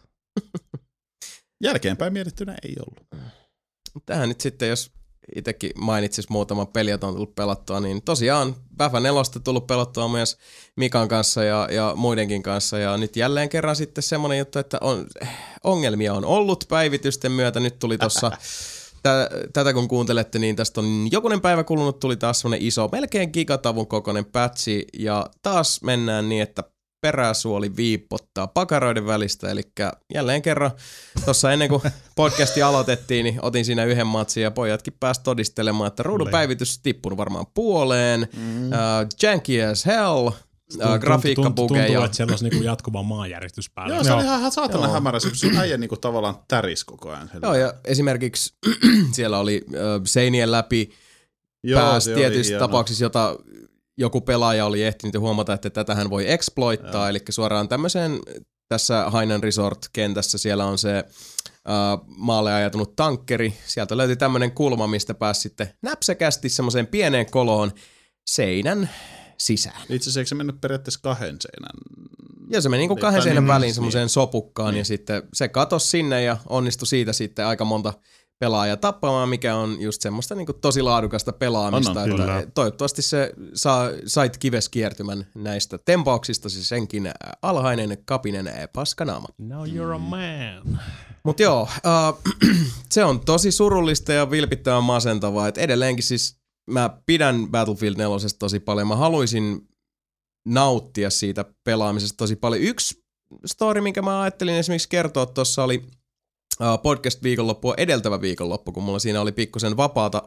Jälkeenpäin mietittynä ei ollut. tähän nyt sitten, jos itsekin mainitsis muutama peli, jota on tullut pelattua, niin tosiaan Bafa 4 tullut pelattua myös Mikan kanssa ja muidenkin kanssa. Ja nyt jälleen kerran sitten semmoinen juttu, että ongelmia on ollut päivitysten myötä. Nyt tuli tuossa, tätä kun kuuntelette, niin tästä on jokunen päivä kulunut, tuli taas semmoinen iso, melkein gigatavun kokoinen patchi. Ja taas mennään niin, että peräsuoli viipottaa pakaroiden välistä, eli jälleen kerran tuossa ennen kuin podcasti aloitettiin, niin otin siinä yhden matsin ja pojatkin pääsi todistelemaan, että ruudun päivitys tippunut varmaan puoleen, janky as hell, grafiikkabugeja. Tuntuu, että siellä olisi niinku jatkuva maanjärjestys päällä. Joo, se oli ihan saatana hämärä, kun sun äijä niinku tavallaan täris koko ajan. Joo, ja esimerkiksi siellä oli seinien läpi pääsi tietyissä tapauksissa, jota joku pelaaja oli ehtinyt huomata, että tätähän voi exploittaa, eli suoraan tämmöiseen tässä Hainan Resort-kentässä siellä on se maalle ajatunut tankkeri. Sieltä löytyi tämmöinen kulma, mistä pääsi sitten näpsäkästi semmoiseen pieneen koloon seinän sisään. Itse asiassa eikö se mennyt periaatteessa kahden seinän? Ja se meni niin kuin kahden seinän väliin semmoiseen sopukkaan, ja sitten se katosi sinne ja onnistui siitä sitten aika monta pelaajaa tappamaan, mikä on just semmoista niin kuin tosi laadukasta pelaamista. Että toivottavasti se sait kives kiertymän näistä tempauksista, siis senkin alhainen kapinen paskanaama. Now you're a man. Mut joo, se on tosi surullista ja vilpittävän masentavaa, että edelleenkin siis mä pidän Battlefield 4 tosi paljon, mä haluaisin nauttia siitä pelaamisesta tosi paljon. Yksi story, minkä mä ajattelin esimerkiksi kertoa tuossa oli podcast-viikonloppua edeltävä viikonloppu, kun mulla siinä oli pikkusen vapaata,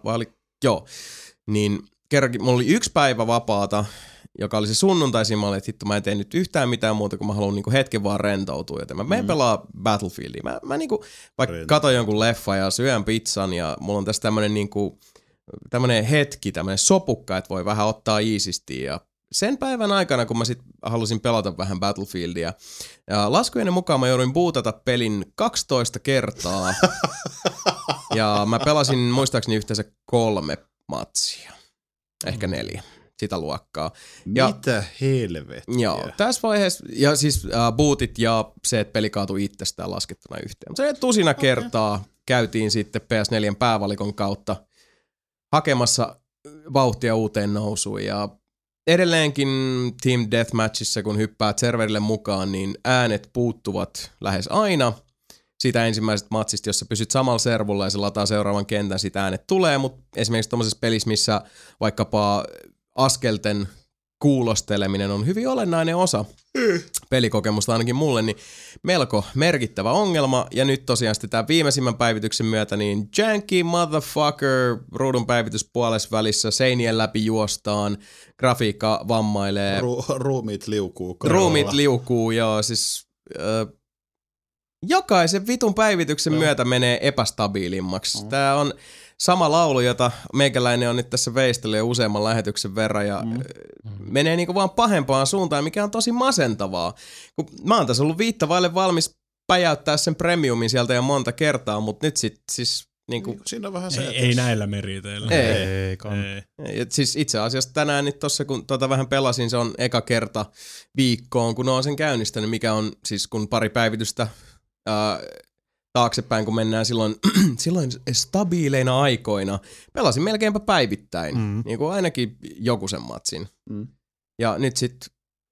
niin kerrankin mulla oli 1 päivä vapaata, joka oli se sunnuntaisin, mä olin, että hitto, mä en tee nyt yhtään mitään muuta, kun mä haluan niinku hetken vaan rentoutua, joten mä menen pelaa Battlefieldia. Mä niinku, vaikka katon jonkun leffa ja syön pizzan ja mulla on tässä tämmönen niinku, tämmönen hetki, tämmönen sopukka, että voi vähän ottaa iisisti ja sen päivän aikana, kun mä sit halusin pelata vähän Battlefieldia, ja laskujeni mukaan mä jouduin bootata pelin 12 kertaa. Ja mä pelasin muistaakseni yhteensä 3 matsia. Ehkä 4. Sitä luokkaa. Mitä helvettiä? Joo, tässä vaiheessa, ja siis bootit ja se, että peli kaatui itsestään laskettuna yhteen. Mutta se tusina kertaa käytiin sitten PS4 päävalikon kautta hakemassa vauhtia uuteen nousuun, ja edelleenkin Team Deathmatchissa, kun hyppäät serverille mukaan, niin äänet puuttuvat lähes aina siitä ensimmäisestä matsista, jossa pysyt samalla servulla ja se lataa seuraavan kentän, siitä äänet tulee, mutta esimerkiksi tommosessa pelissä, missä vaikkapa askelten kuulosteleminen on hyvin olennainen osa pelikokemusta ainakin mulle, niin melko merkittävä ongelma. Ja nyt tosiaan sitten tämän viimeisimmän päivityksen myötä, niin janky motherfucker, ruudun päivitys puolessa välissä, seinien läpi juostaan, grafiikka vammailee. Ruumiit liukuu. Ruumiit liukuu, joo, siis jokaisen vitun päivityksen myötä menee epästabiilimmaksi. Tää on sama laulu, jota meikäläinen on nyt tässä veistellyt jo useamman lähetyksen verran ja menee niinku vaan pahempaan suuntaan, mikä on tosi masentavaa. Kun mä oon tässä ollut viittavaille valmis päjäyttää sen premiumin sieltä jo monta kertaa, mutta nyt sit siis niinku siinä on vähän se, ei näillä meriteillä. Ei. Siis itse asiassa tänään nyt tossa, kun vähän pelasin, se on eka kerta viikkoon, kun oon sen käynnistänyt, mikä on siis kun pari päivitystä taaksepäin, kun mennään silloin stabiileina aikoina. Pelasin melkeinpä päivittäin, niin kuin ainakin joku sen matsin. Ja nyt sit,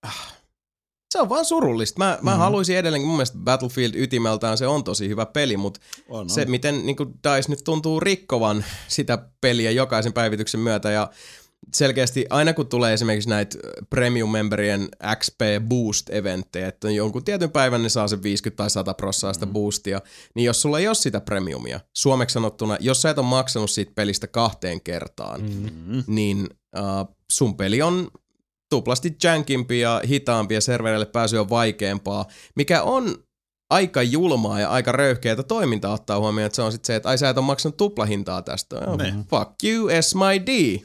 se on vaan surullista. Mä haluaisin edelleenkin, mun mielestä Battlefield ytimeltään se on tosi hyvä peli, mutta se miten niin kuin DICE nyt tuntuu rikkovan sitä peliä jokaisen päivityksen myötä ja selkeästi aina kun tulee esimerkiksi näitä premium-memberien XP Boost-eventtejä, että jonkun tietyn päivän ne saa sen 50 tai 100% sitä boostia, niin jos sulla ei ole sitä premiumia, suomeksi sanottuna, jos sä et ole maksanut siitä pelistä 2 kertaan, niin sun peli on tuplasti jankimpi ja hitaampi ja serverille pääsy on vaikeampaa, mikä on aika julmaa ja aika röyhkeätä toimintaa ottaa huomioon, että se on sitten se, että ai sä et ole maksanut tuplahintaa tästä. Fuck you, SMID.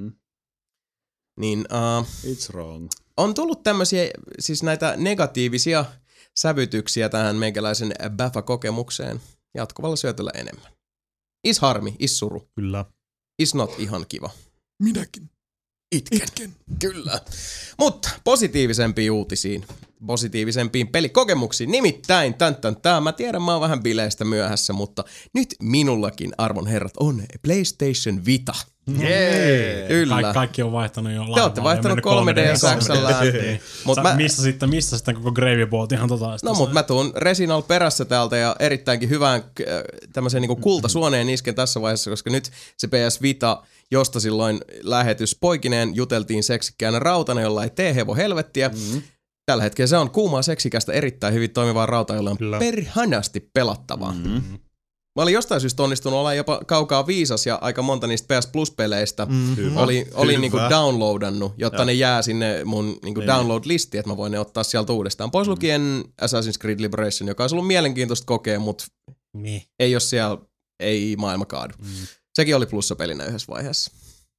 Niin, it's wrong. On tullut tämmöisiä, siis näitä negatiivisia sävytyksiä tähän meikäläisen Baffa-kokemukseen jatkuvalla syötöllä enemmän. Is harmi, is suru. Kyllä. Is not ihan kiva. Minäkin. Itken. Kyllä. Mutta positiivisempiin uutisiin. Positiivisempiin pelikokemuksiin. Nimittäin, mä tiedän, mä oon vähän bileistä myöhässä, mutta nyt minullakin, arvon herrat, on PlayStation Vita. Jee! Kyllä. Kaikki on vaihtanut jo. Te olette vaihtanut 3DS:llä. Missä sitten koko Gravy Boat ihan No mut mä tuun Resinal perässä täältä ja erittäinkin hyvään tämmöiseen niinku kultasuoneen isken tässä vaiheessa, koska nyt se PS Vita, josta silloin lähetys poikineen juteltiin seksikkäänä rautana, jolla ei tee hevo helvettiä. Tällä hetkellä se on kuumaa seksikästä erittäin hyvin toimivaa rautaa, jolla on perhanasti pelattavaa. Mä olin jostain syystä onnistunut olla jopa kaukaa viisas ja aika monta niistä PS Plus-peleistä olin niinku downloadannut, jotta ne jää sinne mun niinku download-listiin, että mä voin ne ottaa sieltä uudestaan. Pois lukien Assassin's Creed Liberation, joka olisi ollut mielenkiintoista kokea, mutta ei jos siellä ei maailma kaadu. Sekin oli plussapelinä yhdessä vaiheessa.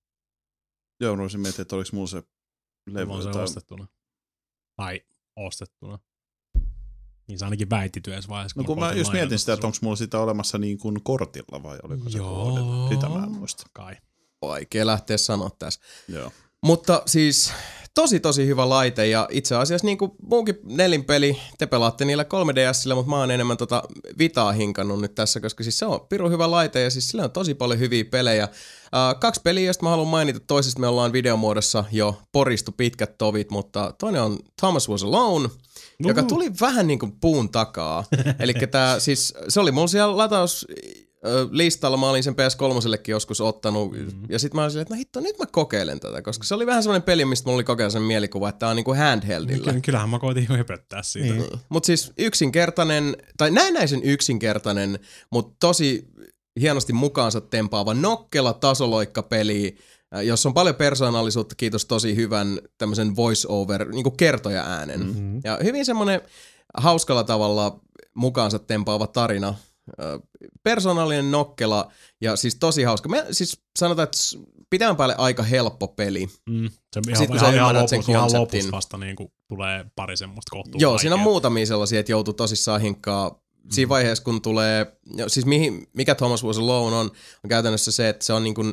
Joo, mä voisin miettiä, että oliko mulla se levy tai ostettuna. Tai ostettuna. Niin se ainakin väitti työssä vaiheessa. No kun mä just mietin sitä, että onko mulla sitä olemassa niin kuin kortilla vai oliko se koodilla. Sitä mä en muista. Kai. Vaikea lähteä sanoa tässä. Joo. Mutta siis tosi hyvä laite ja itse asiassa niin kuin muunkin nelinpeli, te pelaatte niillä 3DS:llä, mutta mä oon enemmän Vitaa hinkannut nyt tässä, koska siis se on pirun hyvä laite ja siis sillä on tosi paljon hyviä pelejä. 2 peliä, joista mä haluan mainita. Toisesta me ollaan videomuodossa jo poristu pitkät tovit, mutta toinen on Thomas Was Alone, joka tuli vähän niin kuin puun takaa. Elikkä tää siis, se oli mulla siellä latauslistalla, mä olin sen PS3:llekin joskus ottanut, ja sit mä olin silleen, että no hitto, nyt mä kokeilen tätä, koska se oli vähän semmoinen peli, mistä mulla oli kokeilla sen mielikuva, että tää on niinku handheldillä. Kyllähän mä koitin jo höpöttää siitä. Niin. Mut siis yksinkertainen, tai näennäisen yksinkertainen, mutta tosi hienosti mukaansa tempaava nokkela tasoloikkapeli, jossa on paljon persoonallisuutta, kiitos tosi hyvän tämmöisen voice-over, niinku kertoja äänen. Ja hyvin semmoinen hauskalla tavalla mukaansa tempaava tarina. Persoonallinen nokkela ja siis tosi hauska. Siis sanotaan, että pitää päälle aika helppo peli. Sitten kun sä ymmärrät sen konseptin. Ihan vasta niin kuin tulee pari semmoista kohtuun. Joo, siinä on muutamia sellaisia, että joutuu tosissaan hinkkaa. Siinä vaiheessa, kun tulee, siis mikä Thomas Was Alone on käytännössä se, että se on niin kuin,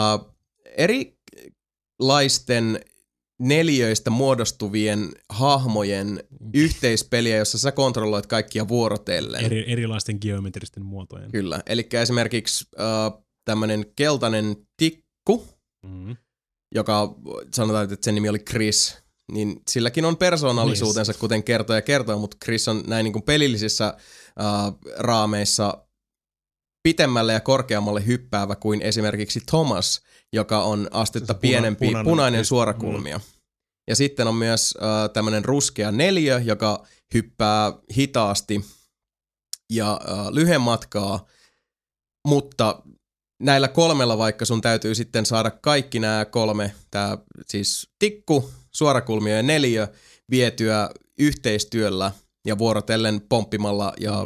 erilaisten neliöistä muodostuvien hahmojen yhteispeliä, jossa sä kontrolloit kaikkia vuorotellen. Erilaisten geometristen muotojen. Kyllä, eli esimerkiksi tämmönen keltainen tikku, joka sanotaan, että sen nimi oli Chris, niin silläkin on persoonallisuutensa, kuten kertoo, mutta Chris on näin niin kuin pelillisissä raameissa pitemmälle ja korkeammalle hyppäävä kuin esimerkiksi Thomas, joka on astetta pienempi, punainen suorakulmia. Ja sitten on myös tämmöinen ruskea neliö, joka hyppää hitaasti ja lyhyen matkaa, mutta näillä 3, vaikka sun täytyy sitten saada kaikki nämä 3, tää siis tikku, suorakulmio ja neliö, vietyä yhteistyöllä ja vuorotellen pomppimalla ja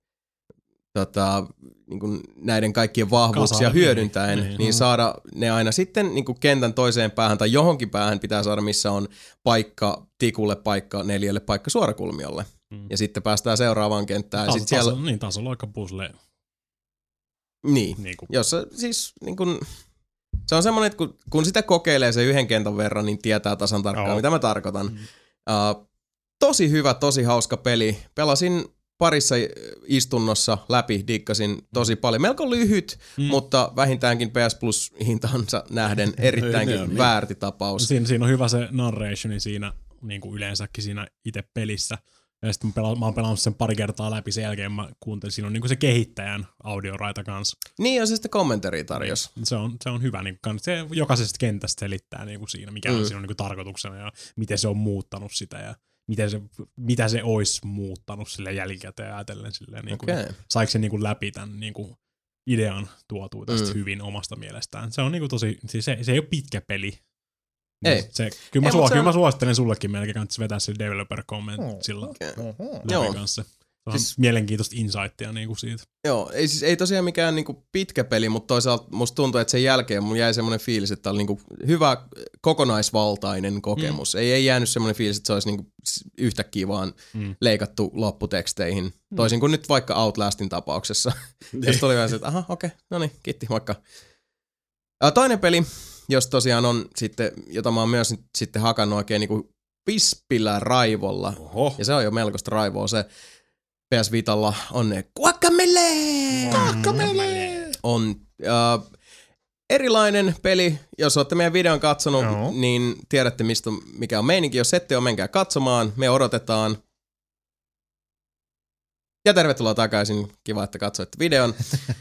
niin kuin näiden kaikkien vahvuuksia hyödyntäen, niin saada ne aina sitten niin kuin kentän toiseen päähän tai johonkin päähän pitää saada, missä on paikka tikulle, paikka neliölle, paikka suorakulmiolle. Ja sitten päästään seuraavaan kenttään. Tasoloikka puzzle. Niin. Jossa siis niin kuin, se on semmoinen, että kun sitä kokeilee se yhden kentän verran, niin tietää tasan tarkkaan, mitä mä tarkoitan. Tosi hyvä, tosi hauska peli. Pelasin parissa istunnossa läpi, dikkasin tosi paljon. Melko lyhyt, mutta vähintäänkin PS Plus hintansa nähden erittäinkin väärti tapaus. Siinä on hyvä se narrationi siinä niin kuin yleensäkin siinä itse pelissä. Ja sitten mä oon pelannut sen pari kertaa läpi, sen jälkeen mä kuuntelin, siinä on niinku se kehittäjän audioraita kanssa. Niin, ja se sitten kommentari tarjosi. Se on hyvä, niinku, se jokaisesta kentästä selittää niinku siinä, mikä on siinä niinku tarkoituksena ja miten se on muuttanut sitä ja mitä se olisi muuttanut sille jälkikäteen ajatellen silleen, niinku, saiko se niinku läpi tämän niinku idean tuotua tästä hyvin omasta mielestään. Se on niinku tosi, siis se ei ole pitkä peli. Ei. Kyllä mä suosittelen sullekin melkein, kannattaisi vetää se developer comment sillä kanssa. Siis mielenkiintoista insightia niinku siitä. Joo, ei tosiaan mikään niinku pitkä peli, mutta toisaalta musta tuntuu, että sen jälkeen mun jäi semmoinen fiilis, että oli niinku hyvä kokonaisvaltainen kokemus. Ei jäänyt semmoinen fiilis, että se olisi niinku yhtäkkiä vaan leikattu lopputeksteihin. Toisin kuin nyt vaikka Outlastin tapauksessa. Ja sitten oli vähän se, että aha, okei, no niin, kiitti, moikka. Toinen peli, jos tosiaan on sitten, jota mä oon myös nyt sitten hakannut oikein niinku pispillä raivolla. Oho. Ja se on jo melkoista raivoa. Se PS Vitalla on Guacamelee! On erilainen peli. Jos olette meidän videon katsonut, niin tiedätte mikä on meininki. Jos ette ole, menkää katsomaan. Me odotetaan. Ja tervetuloa takaisin. Kiva, että katsoitte videon.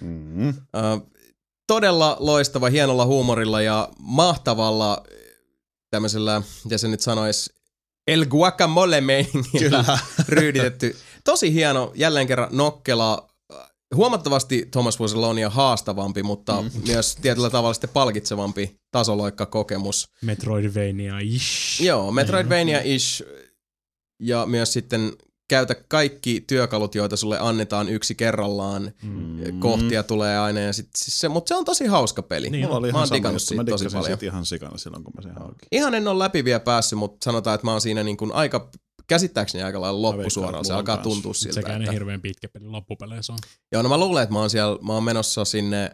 Todella loistava, hienolla huumorilla ja mahtavalla tämmöisellä, mitä se nyt sanoisi, El Guacamole-meiningillä ryyditetty. Tosi hieno, jälleen kerran nokkela, huomattavasti Thomas Was Aloneia haastavampi, mutta myös tietyllä tavalla sitten palkitsevampi tasoloikkakokemus. Metroidvania-ish. Joo, Metroidvania-ish. Ja myös sitten käytä kaikki työkalut, joita sulle annetaan yksi kerrallaan. Kohtia tulee aina. Ja mutta se on tosi hauska peli. Niin, mulla oli mä oon ihan digannut sama, siitä tosi paljon. siitä ihan sikana silloin, kun mä sen haukin. Ihan en ole läpi vielä päässyt, mutta sanotaan, että mä oon siinä niin kuin käsittääkseni aika lailla loppusuoralla. Se alkaa tuntua siltä. Sekään ei hirveän pitkä peli loppupeleissä on. Joo, no mä luulen, että mä oon menossa sinne,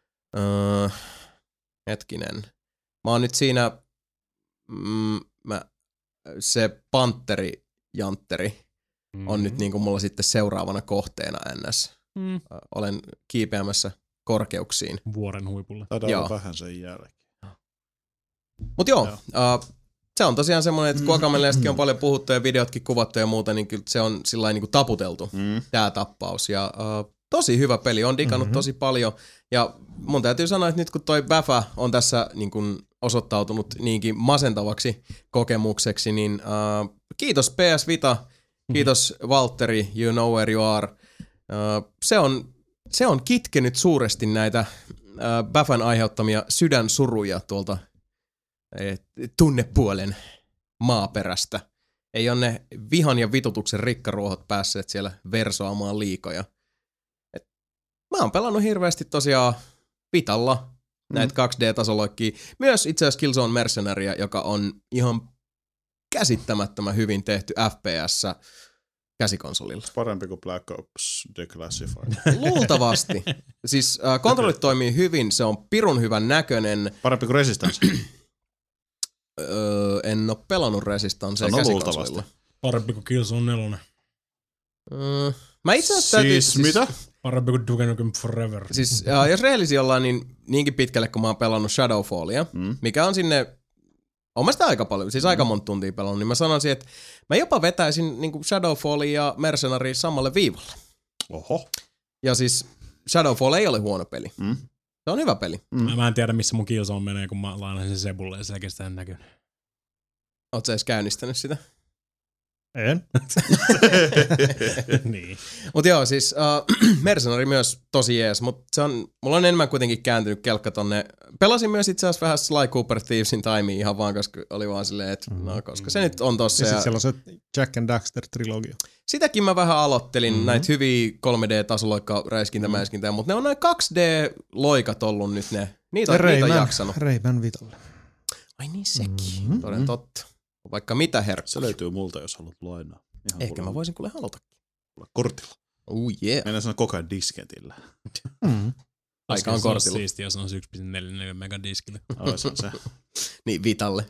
hetkinen. Mä oon nyt siinä, se Pantteri-jantteri on nyt niin kuin mulla sitten seuraavana kohteena ns. Olen kiipeämässä korkeuksiin. Vuoren huipulle. Taitaa olla vähän sen jälkeen. Mut joo. Se on tosiaan semmoinen, että Guacameleestakin on paljon puhuttu ja videotkin kuvattu ja muuta, niin kyllä se on sillain niin kuin taputeltu, tää tappaus. Ja tosi hyvä peli, on digannut tosi paljon. Ja mun täytyy sanoa, että nyt kun toi Bäfä on tässä niin kuin osoittautunut niinkin masentavaksi kokemukseksi, niin kiitos PS Vita, kiitos Valtteri, you know where you are. Se on kitkenyt suuresti näitä Bäfän aiheuttamia sydänsuruja tuolta tunnepuolen maaperästä. Ei ole ne vihan ja vitutuksen rikkaruohot päässeet siellä versoamaan liikoja. Mä oon pelannut hirveästi tosiaan Vitalla näitä 2D-tasoloikkia. Myös itse asiassa Killzone Mercenarya, joka on ihan käsittämättömän hyvin tehty FPS käsikonsolilla. Parempi kuin Black Ops Declassified. Luultavasti. Siis kontrollit toimii hyvin, se on pirun hyvän näköinen. Parempi kuin Resistance. En oo pelannut Resistancea käsikonsolilla. Parempi kuin Killzone 4. Mä itse asiassa siis mitä? Parempi kuin Duke Nukem Forever. Siis jos rehellisiä ollaan, niin niinkin pitkälle, kun mä oon pelannut Shadowfallia, mikä on sinne, on mä sitä aika paljon, siis aika monta tuntia pelannut, niin mä sanoisin, että mä jopa vetäisin niin kuin Shadowfallia ja Mercenarya samalle viivalle. Oho. Ja siis Shadowfall ei ole huono peli. Se on hyvä peli. Mä en tiedä, missä mun Killzone menee, kun mä lainasin sen Sebulle ja selkeästi sitä en näkynyt. Oot sä edes käynnistänyt sitä? En. Niin. Mut joo, siis Mercenary myös tosi jees, mut mulla on enemmän kuitenkin kääntynyt kelkka tonne. Pelasin myös itse asiassa vähän Sly Cooper Thievesin Timea ihan vaan, koska oli vaan silleen, että no koska se nyt on tossa. Ja sit siellä on se Jack and Daxter-trilogia. Sitäkin mä vähän aloittelin, näitä hyviä 3D-tasoloikka räiskintämäiskintää, mutta ne on noin 2D-loikat ollut nyt ne. Niitä on jaksanut. Rayman Vitalle. Ai niin sekin, toden totta. Vaikka mitä herkkuja. Se löytyy multa, jos haluat lainaa. Ihan ehkä mä voisin kuule halutakin. Kortilla. Oh yeah. Mennään sanoa koko ajan disketillä. Aika on kortilla. Siistiä, jos on 1.44 megadiskille. Se on se. Niin, Vitalle.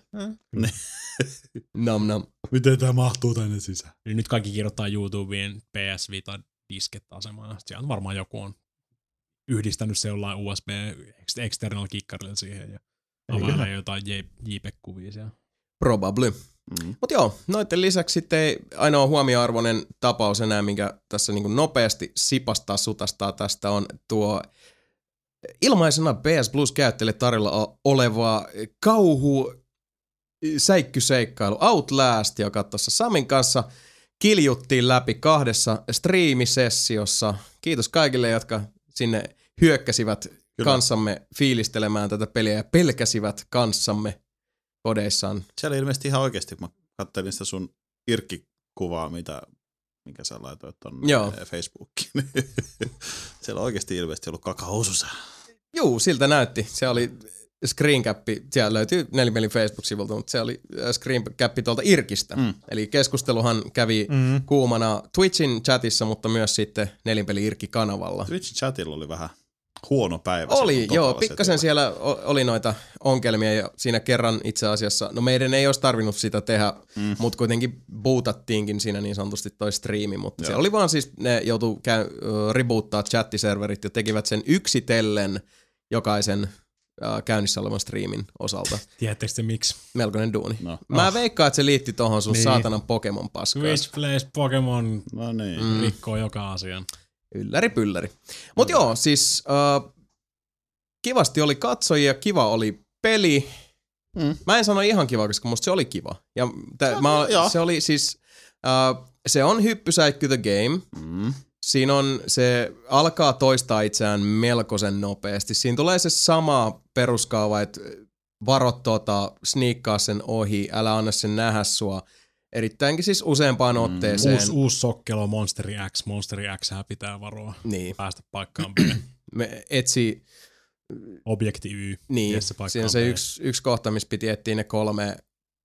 Nam nam. Miten tää mahtuu tänne sisään? Niin nyt kaikki kirjoittaa YouTubeen PS Vita disket-asemaan. Siellä varmaan joku on yhdistänyt se jollain USB external kikkarille siihen ja availee jotain JPEG-kuvia siellä. Probably. Mut joo, noiden lisäksi sitten ainoa huomioarvoinen tapaus enää, minkä tässä niin kuin nopeasti sipastaa sutastaa tästä on tuo ilmaisena PS Plus käyttäjille tarjolla oleva kauhu säikkyseikkailu Outlast, joka tuossa Samin kanssa kiljuttiin läpi 2 striimisessiossa. Kiitos kaikille, jotka sinne hyökkäsivät kanssamme fiilistelemään tätä peliä ja pelkäsivät kanssamme kodeissaan. Siellä ilmeisesti ihan oikeasti, kun mä katselin sitä sun irkkikuvaa, mitä minkä sä laitoit tonne Facebookiin. Siellä on oikeasti ilmeisesti ollut kakahousussa. Juu, siltä näytti. Se oli screencappi, siellä löytyy Nelinpelin Facebook-sivulta, mutta se oli screencappi tuolta Irkistä. Eli keskusteluhan kävi kuumana Twitchin chatissa, mutta myös sitten Nelinpeli Irkki-kanavalla. Twitchin chatilla oli vähän huono päivä. Oli, joo, pikkasen siellä oli noita ongelmia ja siinä kerran itse asiassa, no meidän ei olisi tarvinnut sitä tehdä, mutta kuitenkin bootattiinkin siinä niin sanotusti toi striimi, mutta se oli vaan siis, ne joutuu reboottaa chattiserverit ja tekivät sen yksitellen jokaisen käynnissä olevan striimin osalta. Tiedättekö te miksi? Melkoinen duuni. No. Mä veikkaan, että se liittyy tohon sun saatanan Pokemon paskaan. Twitch plays Pokemon rikkoo joka asian. Ylläri pylläri. Mut joo, siis kivasti oli katsojia, kiva oli peli. Mä en sano ihan kiva, koska musta se oli kiva. Ja se oli siis, se on hyppysäikky the game. Siinä on, se alkaa toistaa itseään melkoisen nopeasti. Siinä tulee se sama peruskaava, että varo sniikkaa sen ohi, älä anna sen nähdä sua. Erittäinkin siis useampaan otteeseen. Uusi sokkelo, Monsteri X pitää varoa. Niin. Päästä paikkaan B. Me etsi Objekti Y. Niin, siinä on se yksi kohta, missä piti etsiä ne 3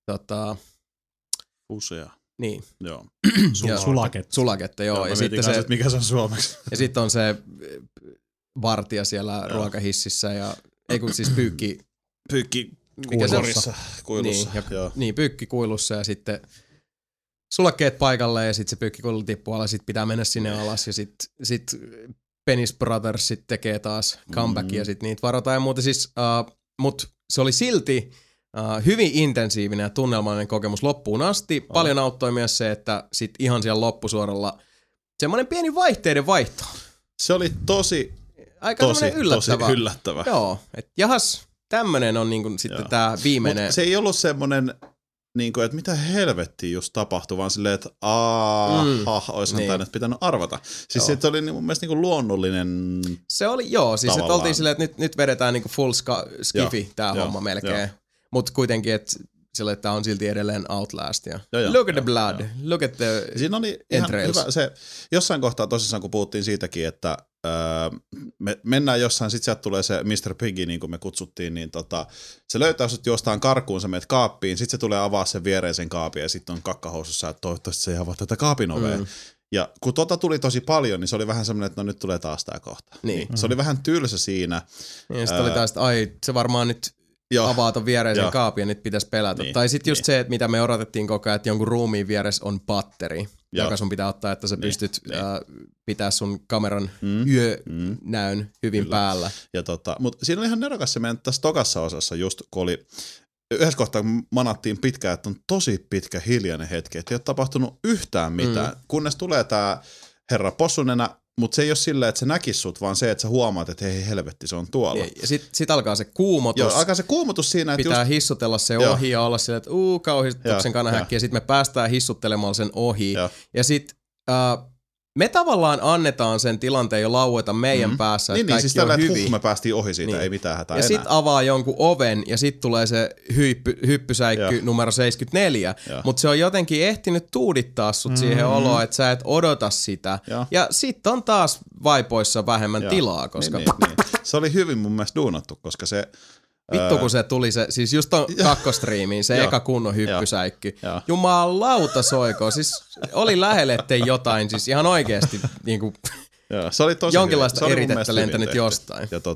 usea. Niin. Joo. Sulaketta, joo. Ja sitten se, että mikä se on suomeksi. Ja sitten on se vartija siellä ruokahississä ja ei kun siis pyykki kuilussa. Niin, pyykkikuilussa ja sitten sulakkeet paikalle ja sitten se pyykkikuilu tippuu alas, sitten pitää mennä sinne alas ja sitten Penis Brothers sit tekee taas comebackia ja sitten niitä varotaan ja muuta siis, mut se oli silti hyvin intensiivinen ja tunnelmallinen kokemus loppuun asti. Paljon auttoi myös se, että sit ihan siellä loppusuoralla semmoinen pieni vaihteiden vaihto. Se oli tosi yllättävä. Joo, että jahas, tämmönen on niinku sitten tää viimeinen. Mut se ei ollut semmonen, niinku, että mitä helvettiä just tapahtui, vaan silleen, että oishan tää nyt pitänyt arvata. Siis se oli mun mielestä niinku luonnollinen. Se oli, siis että oltiin silleen, että nyt vedetään niinku full skifi tää homma melkein. Mutta kuitenkin, että tää on silti edelleen Outlast. Ja look at the blood, look at the siinä oli ihan hyvä se, jossain kohtaa tosissaan, kun puhuttiin siitäkin, että me mennään jossain, sit sieltä tulee se Mr. Piggy, niin kuin me kutsuttiin, niin se löytää sut jostain karkuun, sä meet kaappiin, sit se tulee avaa sen viereisen kaapin ja sit on kakkahousussa, että toivottavasti se ei avaa tätä kaapin ovea. Ja kun tuli tosi paljon, niin se oli vähän semmoinen, että no nyt tulee taas tää kohta. Niin. Se oli vähän tylsä siinä. Ja sitten oli taas, että se varmaan nyt avaa ton viereisen kaapin ja nyt pitäisi pelätä. Niin, tai sitten just se, että mitä me odotettiin koko ajan, että jonkun ruumiin vieressä on batteri, joka sun pitää ottaa, että sä pystyt pitää sun kameran yönäön hyvin päällä. Ja mutta siinä oli ihan nerokas se meidän tässä tokassa osassa just, kun oli yhdessä kohtaa manattiin pitkään, että on tosi pitkä hiljainen hetki, että ei ole tapahtunut yhtään mitään, kunnes tulee tää herra possunenä. Mutta se ei ole silleen, että se näkisi sut, vaan se, että sä huomaat, että hei helvetti, se on tuolla. Ja sit alkaa se kuumotus. Joo, alkaa se kuumotus siinä, että pitää hissutella se ohi ja olla silleen, että kauhistuksen kanahäkki. Ja sit me päästään hissuttelemaan sen ohi. Ja sit me tavallaan annetaan sen tilanteen jo laueta meidän päässä, että kaikki siis on hyvin. Me päästiin ohi siitä, ei mitään hätää enää. Ja sit avaa jonkun oven ja sit tulee se hyppysäikky numero 74. Mutta se on jotenkin ehtinyt tuudittaa sut siihen oloon, että sä et odota sitä. Ja sit on taas vaipoissa vähemmän tilaa, koska niin. Se oli hyvin mun mielestä duunattu, koska se vittu kun se tuli se, siis just ton kakkostriimiin, se eka kunnon hyppysäikky. Jumalauta soiko, siis oli lähelle, ettei jotain, siis ihan oikeesti niinku se oli tosi jonkinlaista eritettä lentänyt jostain. Ja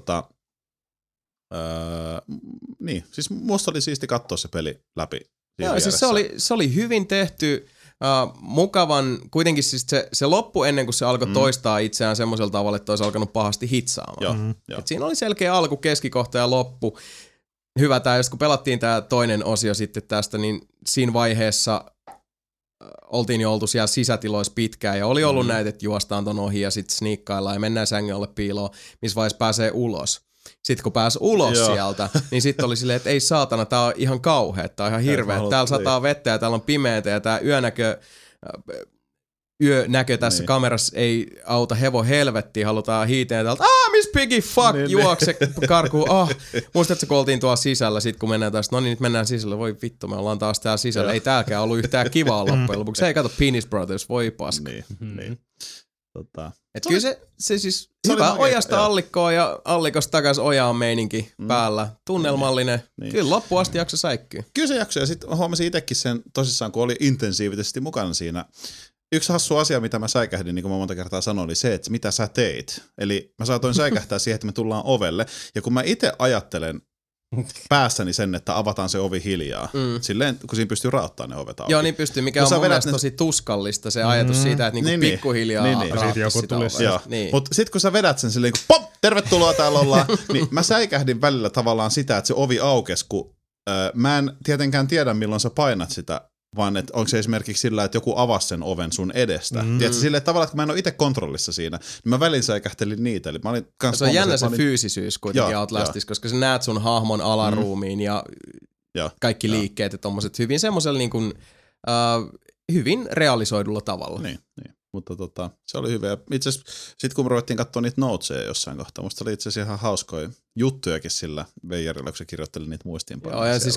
niin, siis musta oli siisti katsoa se peli läpi. Joo, siis se oli hyvin tehty, mukavan, kuitenkin siis se loppu ennen kuin se alkoi toistaa itseään semmoisella tavalla, että olisi alkanut pahasti hitsaamaan. Et siinä oli selkeä alku, keskikohta ja loppu. Hyvä tää, jos kun pelattiin tää toinen osio sitten tästä, niin siinä vaiheessa oltiin jo oltu siellä sisätiloissa pitkään ja oli ollut näitä, että juostaan ton ohi ja sitten sniikkaillaan ja mennään sängyn alle piiloon, missä vaiheessa pääsee ulos. Sitten kun pääsi ulos sieltä, niin sitten oli silleen, että ei saatana, tää on ihan kauhea, tää on ihan hirveä. Täällä sataa vettä ja täällä on pimeätä ja tää yönäkö tässä kamerassa ei auta hevo helvettiin, halutaan hiiteen täältä, Miss Piggy, fuck, juokse, karkuu, muistatko, kun oltiin tuolla sisällä, sit kun mennään taas, no niin, nyt mennään sisällä, voi vittu, me ollaan taas täällä sisällä, ei täälläkään ollut yhtään kivaa loppujen lopuksi, hei kato, Penis Brothers, voi paska. Niin. Et kyllä se siis hyvä ojasta allikkoa ja allikosta takas ojaan meininki päällä, tunnelmallinen, kyllä loppuun asti jakso säikkyy. Kyllä se jakso, ja sitten huomasin itsekin sen tosissaan, kun oli intensiivisesti mukana siinä. Yksi hassu asia, mitä mä säikähdin, niin kuin mä monta kertaa sanoin, oli se, että mitä sä teit. Eli mä saatoin säikähtää siihen, että me tullaan ovelle. Ja kun mä itse ajattelen päässäni sen, että avataan se ovi hiljaa, silleen, kun siinä pystyy raottaa ne ovet auki. Joo, niin pystyy, mikä on mun mielestä tosi tuskallista se ajatus siitä, että niinku pikkuhiljaa raottaa sitä ovea. Mutta sitten kun sä vedät sen silleen, kun pop, tervetuloa täällä ollaan, niin mä säikähdin välillä tavallaan sitä, että se ovi aukesi, kun mä en tietenkään tiedä, milloin sä painat sitä, vaan että onko se esimerkiksi sillä, että joku avasi sen oven sun edestä. Tiedätkö, silleen tavallaan, että kun mä en ole itse kontrollissa siinä, niin mä välillä säikähtelin niitä. Eli mä olin se on jännä se fyysisyys kuitenkin Outlastissa, koska sä näet sun hahmon alaruumiin ja kaikki liikkeet ja tommoset hyvin semmoisella niin kuin, hyvin realisoidulla tavalla. Niin. Mutta se oli hyvä. Itse asiassa sitten kun me ruvettiin katsoa niitä noteseja jossain kohtaa, musta oli itse asiassa ihan hauskoja juttujakin sillä Veijarilla, kun se kirjoitteli niitä muistiinpanoja. Joo, ja siis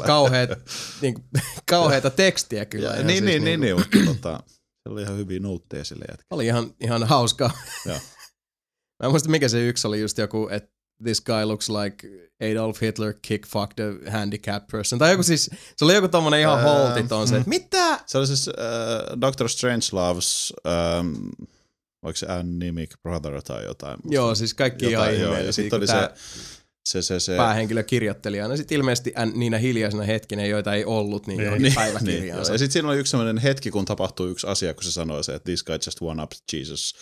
kauheita tekstiä kyllä. Niin, mutta se oli ihan hyviä noteja sille jätkä. Oli ihan hauskaa. Joo. Mä en muista mikä se yksi oli just joku, että this guy looks like Adolf Hitler kick fucked a handicapped person. Tai joku siis, se oli joku tommonen ihan holtiton se, että mitä? Se oli siis Doctor Strangelove's, oliko se Anemic Brother tai jotain? Joo, siis kaikki ihan ihmeellisiä. Ja sitten oli se päähenkilö kirjoittelijana. Sitten ilmeisesti niinä hiljaisina hetkinä, joita ei ollut, niin oli päiväkirjaansa. Ja sitten siinä oli yksi sellainen hetki, kun tapahtuu yksi asia, kun se sanoi se, että this guy just one up Jesus,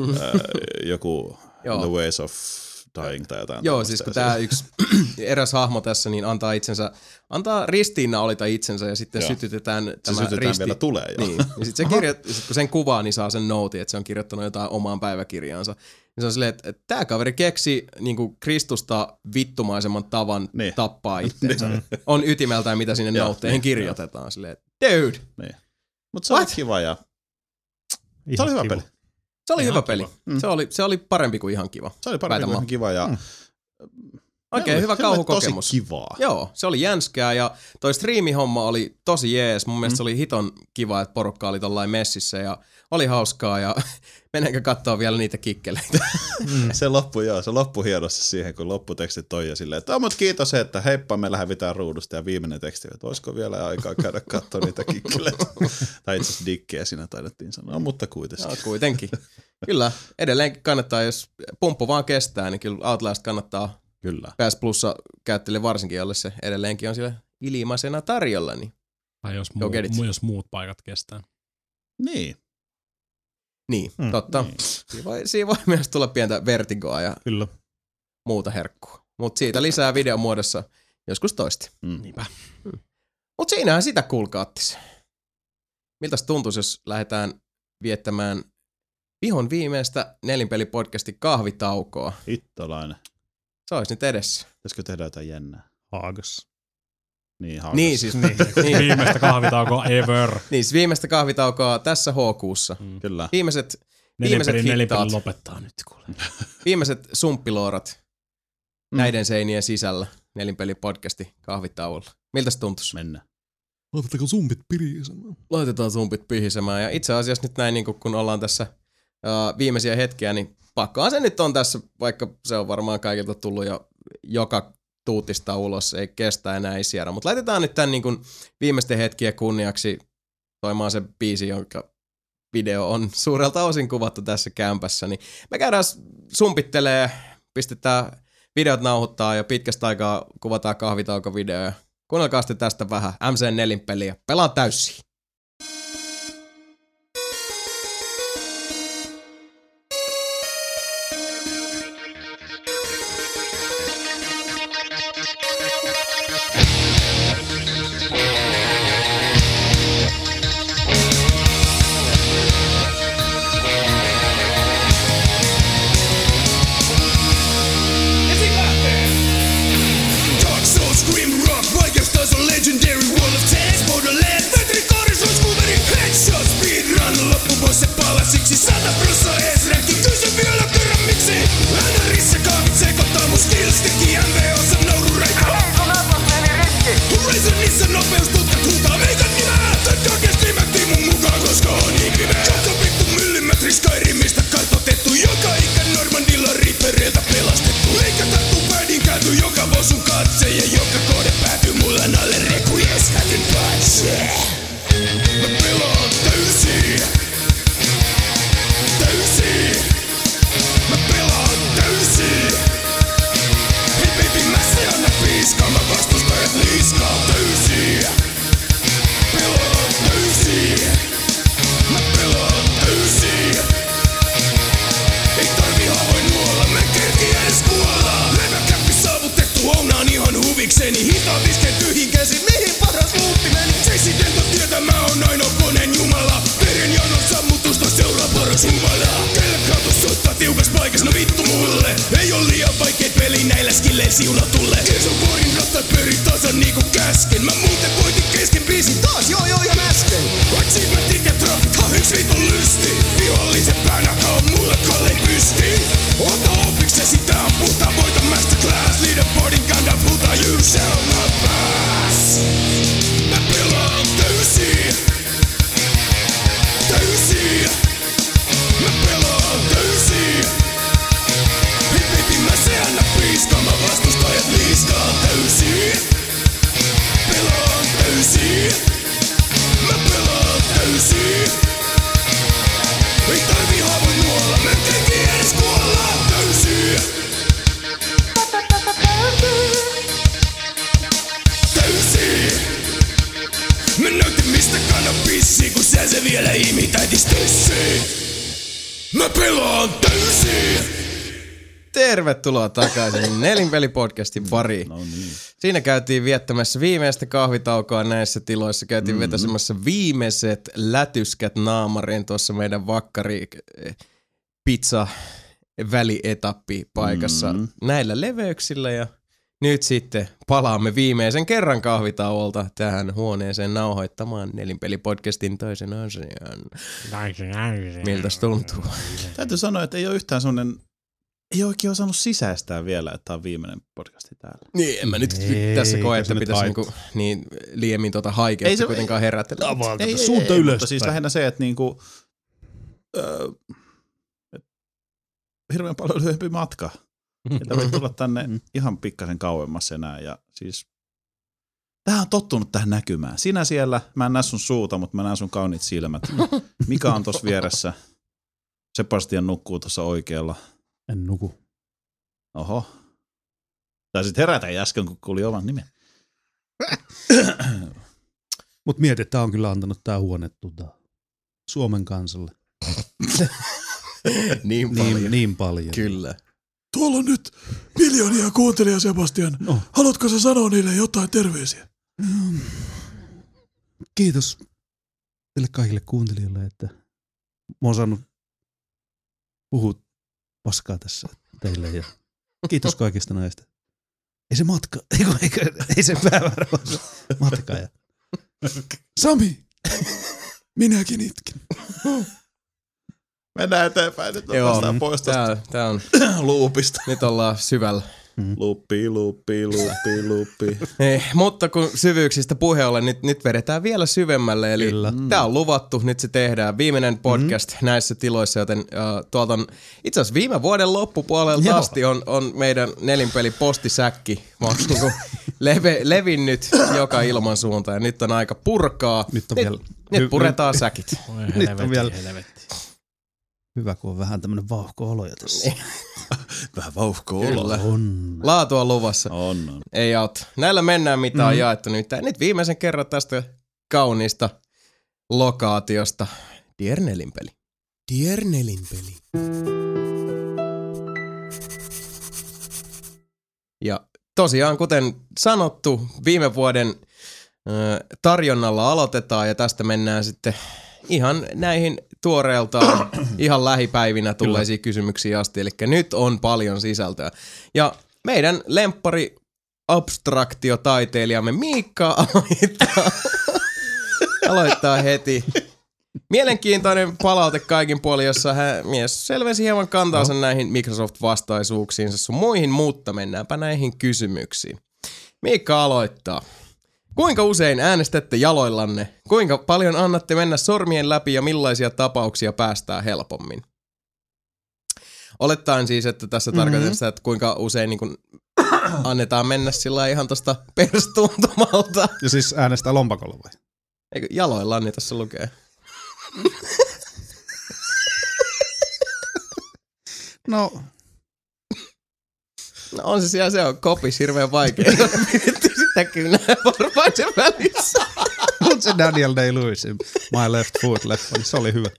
joku the ways of dying tai jotain. Joo, siis kun tämä yksi eräs hahmo tässä niin antaa ristiinnaulita itsensä ja sitten sytytetään tämä risti. Vielä tulee jo. Niin. Ja sitten sit kun sen kuvaa, niin saa sen noutin, että se on kirjoittanut jotain omaan päiväkirjaansa. Ja se on silleen, että tämä kaveri keksi niin kuin Kristusta vittumaisemman tavan tappaa itsensä. On ytimeltään, mitä sinne noutteihin kirjoitetaan. Silleen, dude! Niin. Mutta se oli kiva ja se oli hyvä peli. Se oli hyvä peli. Se oli parempi kuin ihan kiva. Se oli parempi kuin ihan kiva ja oikein hyvä kauhukokemus. Tosi kivaa. Joo, se oli jänskää ja toi striimihomma oli tosi jees. Mun mielestä se oli hiton kiva, että porukka oli tollain messissä ja oli hauskaa ja mennäänkö katsoa vielä niitä kikkeleitä. Se loppui hienosti siihen, kun lopputekstit toi ja silleen, että mut kiitos, että heippa, me lähdetään ruudusta ja viimeinen teksti, että olisiko vielä aikaa käydä katsoa niitä kikkeleitä. Tai itse asiassa dikkejä siinä taidettiin sanoa, mutta kuitenkin. No, kuitenkin. Kyllä, edelleenkin kannattaa, jos pumppu vaan kestää, niin kyllä Outlast kannattaa. Kyllä. PS Plussa käyttäjille varsinkin, jolle se edelleenkin on siellä ilmaisena tarjolla. Niin tai jos muut paikat kestää. Niin. Niin, totta. Niin. Siinä voi myös tulla pientä vertigoa ja muuta herkkua. Mutta siitä lisää videon muodossa joskus toisti. Niinpä. Mutta siinähän sitä kuulkaattis. Miltäs tuntuisi, jos lähdetään viettämään vihon viimeistä Nelinpeli-podcastin kahvitaukoa? Hittolainen. Se olisi nyt edessä. Pitäisikö tehdä jotain jännää? Haagassa. Niin, siis viimeistä kahvitaukoa ever. Niin, siis viimeistä kahvitaukoa tässä HQ:ssa. Kyllä. Viimeiset Nelinpeli lopettaa nyt, kuule. Viimeiset sumppiloorat näiden seinien sisällä Nelinpeli-podcasti kahvitauolla. Miltä se tuntuisi? Mennään. Laitetaanko sumpit pirisemään? Laitetaan sumpit pihisemään. Ja itse asiassa nyt näin, niin kun ollaan tässä viimeisiä hetkiä, niin pakkaan se nyt on tässä, vaikka se on varmaan kaikilta tullut jo joka tuutista ulos, ei kestä enää, ei siedä. Mutta laitetaan nyt tämän niin kuin viimeisten hetkien kunniaksi toimaan se biisi, jonka video on suurelta osin kuvattu tässä kämpässä. Niin me käydään sumpittelee, pistetään videot nauhoittaa ja pitkästä aikaa kuvataan kahvitaukovideoja. Kuunnelkaa sitten tästä vähän MC4-peliä. Pelaan täysin. Legendary world of tanks, Borderlands, Metric Orders, School, teki MVOssa naurureita. Hei, sun atlas meni rikki. Horizonissa nopeustutkat huutaa meikän nimeä. Darkest nimettiin mun mukaan, koska on ikiveä. Joka vittu millimetri Skyrimistä kartotettu. Joka ikä Normandilla Reapereilta pelastettu. Eikä tattu pädin käänty joka vuosi sun katse. Ja joka kohde päätyy mullan alle rekujes hätyn patse. Mä pelaan täysin. Mä pelaan täysin. Hei baby, mä se anna piiskaa. Mä vastustajat liiskaa täysin. Pelaan täysin. Mä pelaan täysin. Ei tarvi havoin nuolla, mä kerki edes kuolla. Leväkäppi saavutettu, ounaan ihan huvikseni. Hitaan visken tyhjin käsin, mihin paras luuppi meni. Presidento tietää, mä oon ainoa koneen jumala. Verenjanon sammutusta seuraa paras humala. Kelkautus soittaa tiukas paikas, no vittu mulle. Ei oo liian vaikeit peli näillä skilleen siunatulle. Kiesun vuorin rattat pyörii tasan niinku käsken. Mä muuten voitin kesken biisin taas, joo ja äsken. Achievement ikä trafit, ha yks vitun lysti. Vihollisen päänäkä on mulle kallein pysti. Ota opiksesi, tää on puhtaa, voita masterclass. Leaderboardin Gandalf huutaa, you shall not pass. Mä pelaan täysin. Täysin. Mä pelaan täysin. Hei baby, mä se anna piiskaa. Mä vastustajat liiskaa täysin. Pelaan täysin. Mä pelaan täysin. Ei tarvi havoin nuolla, mä kerki edes kuolla täysin. Täysin. Mä näytin mistä kannan pissiin, kun sä se vielä imitäitis tössiin. Mä pelaan täysin. Tervetuloa takaisin Nelinpeli-podcastin pariin. No niin. Siinä käytiin viettämässä viimeistä kahvitaukoa näissä tiloissa. Käytiin vetäsemässä viimeiset lätyskät naamariin tuossa meidän vakkari pizza välietappi paikassa näillä leveyksillä. Ja nyt sitten palaamme viimeisen kerran kahvitauolta tähän huoneeseen nauhoittamaan Nelinpeli-podcastin toisen asian. Miltäs tuntuu? Täytyy sanoa, että ei ole yhtään semmonen, ei oikein osannut sisäistää vielä, että tämä on viimeinen podcasti täällä. Niin, en mä nyt tässä koe, että pitäisi niin liiemmin haikeutta kuitenkaan herätellä. Ei, suunta ylös. Mutta siis lähinnä se, että niinku, hirveän paljon lyhyempi matka. Että voi tulla tänne ihan pikkasen kauemmas enää. Ja siis, tämähän on tottunut tähän näkymään. Sinä siellä, mä en näe sun suuta, mutta mä näen sun kauniit silmät. Mika on tossa vieressä. Sebastian nukkuu tuossa oikealla. En nuku. Oho. Taisit herätä äsken, kun kuuli oman nimen. Mut mieti, että tää on kyllä antanut tää huone Suomen kansalle. Niin paljon. Kyllä. Tuolla on nyt miljoonia kuuntelijaa, Sebastian. No. Haluatko sä sanoa niille jotain terveisiä? Kiitos teille kaikille kuuntelijoille, että mä oon saanut puhua paskaa tässä teille ja kiitos kaikista näistä. Ei se matka, ei se päivä matka. Ja. Sami, minäkin itkin. Mennään eteenpäin, nyt päästään pois tästä. Tää on loopista. Nyt ollaan syvällä. Luuppi. Mutta kun syvyyksistä puhe ollen, nyt vedetään vielä syvemmälle. Eli tää on luvattu, nyt se tehdään. Viimeinen podcast näissä tiloissa, joten tuolta on itse asiassa viime vuoden loppupuolelta asti on meidän Nelinpeli postisäkki. Mä oon niinku levinnyt joka ilmansuuntaan ja nyt on aika purkaa. Nyt puretaan säkit. Nyt on vielä hyvä, kun on vähän tämmönen vauhko-oloja tässä. Vähän vauhko-oloja. Laatu on luvassa. On. Ei auta. Näillä mennään, mitä on jaettu nyt. Nyt viimeisen kerran tästä kauniista lokaatiosta. Dear Nelinpeli. Dear Nelinpeli. Ja tosiaan, kuten sanottu, viime vuoden tarjonnalla aloitetaan ja tästä mennään sitten ihan näihin tuoreeltaan ihan lähipäivinä tulleisiin kysymyksiin asti. Eli nyt on paljon sisältöä. Ja meidän lemppari abstraktiotaiteilijamme Miikka aloittaa heti. Mielenkiintoinen palaute kaikin puolin, jossa mies selvensi hieman kantaansa näihin Microsoft-vastaisuuksiinsa sun muihin, mutta mennäänpä näihin kysymyksiin. Miikka aloittaa. Kuinka usein äänestätte jaloillanne? Kuinka paljon annatte mennä sormien läpi ja millaisia tapauksia päästään helpommin? Olettaen siis, että tässä tarkoitetaan sitä, että kuinka usein niin kun annetaan mennä sillä ihan tosta perstuntumalta. Ja siis äänestää lompakolla vai? Eikö jaloillaan niin tässä lukee? No on se siellä, se on kopis hirveän vaikea. Miettii sitä kynää varmaan sen välissä. Mutta se Daniel Day-Lewisin My Left Foot-leffa, niin se oli hyvä.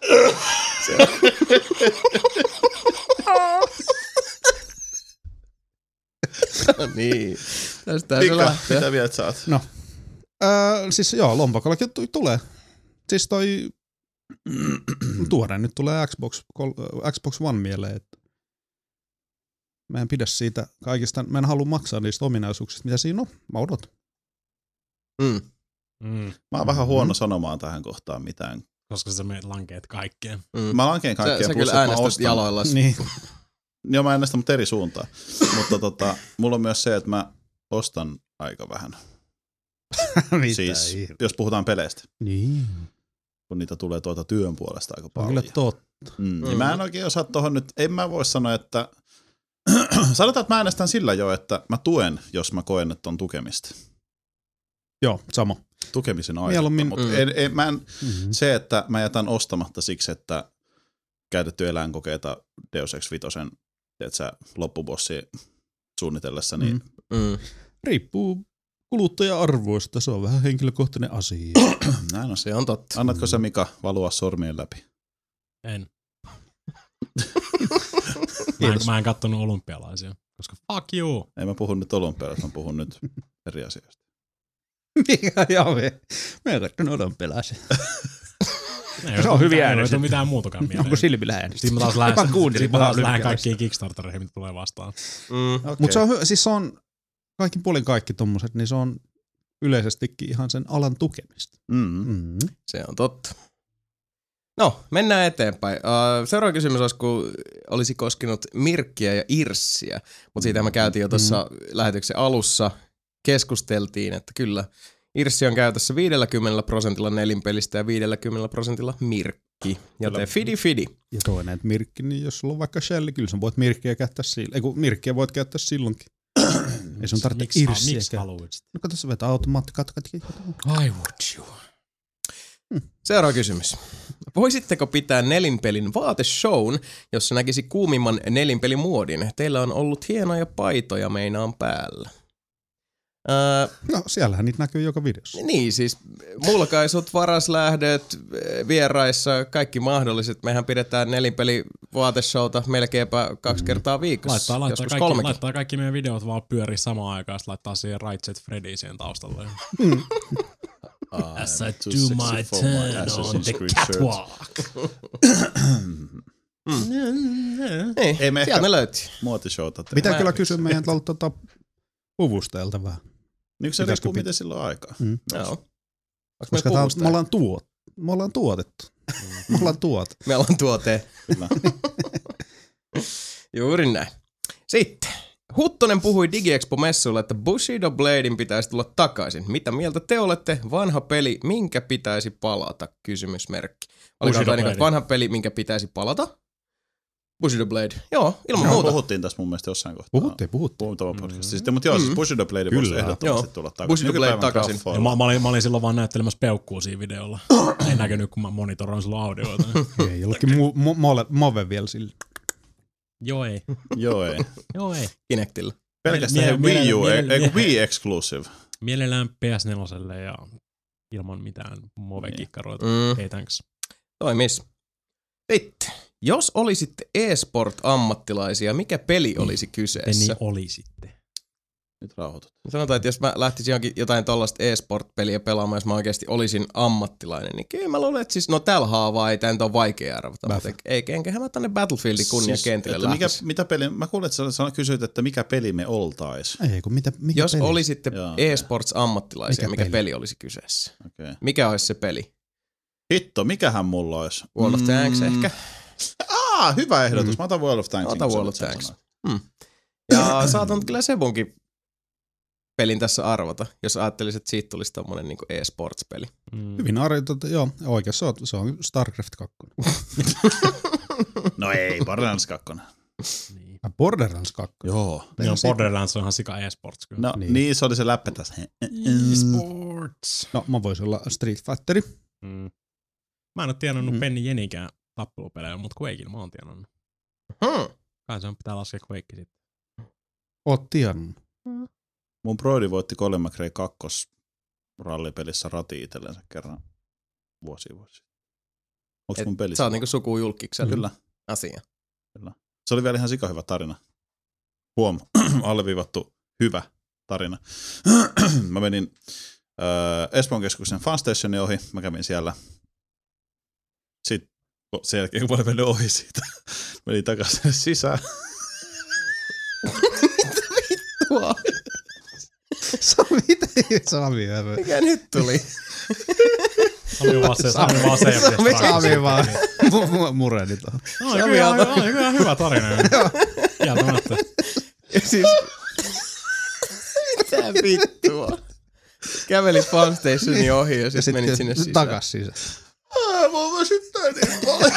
No niin. Tästä se lähtee. Mitä vielä sä oot? No. Siis lompakollakin tulee. Siis toi tuore nyt tulee Xbox One mieleen, että mä en pidä siitä kaikista, mä en halua maksaa niistä ominaisuuksista, mitä siinä on. Mä odotan. Mä oon vähän huono sanomaan tähän kohtaan mitään. Koska sä meet lankeet kaikkeen. Mä lankeen kaikkeen. Sä kyllä äänestät jaloillas. Niin. Joo, mä äänestän, mutta eri suuntaan. Mutta mulla on myös se, että mä ostan aika vähän. Siis, jos puhutaan peleistä. Niin. Kun niitä tulee tuolta työn puolesta aika paljon. Kyllä totta. Niin mä en oikein osaa tohon nyt, en mä voi sanoa, että sanotaan, että mä äänestän sillä jo, että mä tuen, jos mä koen, että on tukemista. Joo, sama. Tukemisen aihetta, mutta se, että mä jätän ostamatta siksi, että käytetty eläinkokeita Deus Ex Vitosen, tiedätkö, loppubossi suunnitellessa, niin riippuu kuluttaja-arvoista, se on vähän henkilökohtainen asia. Näin on. Se on totta. Annatko sä, Mika, valua sormien läpi? En. Mä en kattonut olympialaisia, koska fuck you. Ei mä puhu nyt olympialaisista, mä puhun nyt eri asioista. Mikä joo, me ei kattonut olympialaisia. Se on hyvin äänestetty. Ei ole mitään muutakaan mieleen. Onko silmillä äänestetty? Sitten mä taas lähden kaikkiin Kickstartereihin, mitä tulee vastaan. Okay. Mutta se on siis se on kaikki puolin kaikki tommoset, niin se on yleisestikin ihan sen alan tukemista. Se on totta. No, mennään eteenpäin. Seuraava kysymys olisi, kun olisi koskenut Mirkkiä ja Irssiä, mutta siitä me käytiin jo tuossa lähetyksen alussa. Keskusteltiin, että kyllä Irssi on käytössä 50% nelinpelistä ja 50% Mirkki. Joten fidi. Ja toinen, että Mirkki, niin jos sulla on vaikka shelli, kyllä sä voit Mirkkiä käyttää silloin. Ei kun Mirkkiä voit käyttää silloinkin. Ei sun tarvitse Irssiä. Miksi haluat sitä? No kato, se vetää automaattikatkat. I would you. Seuraava kysymys. Voisitteko pitää nelinpelin vaateshown, jossa näkisi kuumimman nelinpelimuodin? Teillä on ollut hienoja paitoja meinaan päällä. No siellähän niitä näkyy joka videossa. Niin siis mulkaisut, varaslähdöt, vieraissa, kaikki mahdolliset. Mehän pidetään nelinpeli vaateshowta melkeinpä 2 kertaa viikossa. Laittaa kaikki meidän videot vaan pyörii samaan aikaan, laittaa siihen Right Set Freddy siihen taustalle. As I do my turn on the catwalk. Ei me sieltä ne löytyy. Muotishowta. Pitää kyllä kysyä meidän puvusteelta vähän. Niin se riippuu, miten silloin aikaa. Joo. Koska me ollaan tuotettu. Me ollaan tuote. Juuri näin. Sitten. Huttonen puhui DigiExpo-messuilla, että Bushido Bladein pitäisi tulla takaisin. Mitä mieltä te olette? Vanha peli, minkä pitäisi palata? Kysymysmerkki. Oliko vanha peli, minkä pitäisi palata? Bushido Blade. Joo, ilman muuta. Puhuttiin tässä mun mielestä jossain kohtaa. Puhuttiin. Sitten, mutta joo, siis Bushido Blade voisi ehdottomasti tulla takaisin. Bushido Blade takaisin. Mä olin silloin vaan näyttelemässä peukkuu siinä videolla. Ei näkynyt, kun mä monitoroin silloin audioita. Ei jollekin move vielä sillä. Joo ei. Kinectillä. Pelkästään Wii U, eikö Wii Exclusive? Mielellään PS4 ja ilman mitään move-kikkaroita. Hey thanks. Toimis. Sitten. Jos olisitte e-sport-ammattilaisia, mikä peli olisi kyseessä? Te niin olisitte. Nyt rauhoitut. Sanotaan, että jos mä lähtisin jotain tollaista e-sport-peliä pelaamaan, jos mä oikeasti olisin ammattilainen, niin kyllä mä luulen, että siis, no tällä haavaa ei tämä nyt ole vaikea arvata, mutta enköhän mä tänne Battlefieldin kunniakentille siis, lähtisi. Mitä peli, mä kuulin, että sä kysyit, että mikä peli me oltais. Ei, kun mikä jos peli? olisitte e-sports-ammattilaisia, mikä peli olisi kyseessä? Okay. Mikä olisi se peli? Hitto, mikähän mulla olisi? World of Tanks ehkä. Hyvä ehdotus. Mä otan World of Tanks. Ota World of Tanks. Ja saatan kyllä Sebunkin pelin tässä arvata, jos ajattelisit, että siitä tulisi tommonen niinku e-sports-peli. Hyvin arvioitu, joo, oikeassa se on StarCraft 2. No ei, Borderlands 2. Borderlands 2. Joo. Joo, Borderlands onhan sika e-sports kyllä. No niin, se oli se läppä tässä. E-sports. No mä voisin olla Street Fighteri. Mä en oo tienannut Penni Jenikään tappelupelejä, mutta Quakein mä oon tienannut. Kai se on pitää laskea Quake sitten. Oot tienannut. Mun broidi voitti Colin McRae 2 rallipelissä rati itsellensä kerran vuosia. Onks mun pelissä? Sä oot niinku sukujulkiksella. Kyllä. Asia. Kyllä. Se oli vielä ihan sikahyvä tarina. Alleviivattu hyvä tarina. Mä menin Espoon keskuksen Funstationin ohi. Mä kävin siellä. Sitten sen jälkeen, kun mä olin mennyt ohi siitä, menin takaisin sisään. Vittua. Sami. Mikä nyt tuli? Sami vaan se. Sami vaan mureni tuohon. Kyllä hyvä tarina. Kieltämättä. Siis, mitä vittua? Kävelit Funstationin ohi ja sit menit sinne sisään. Takas sisään. Mä väsyttää niin paljon.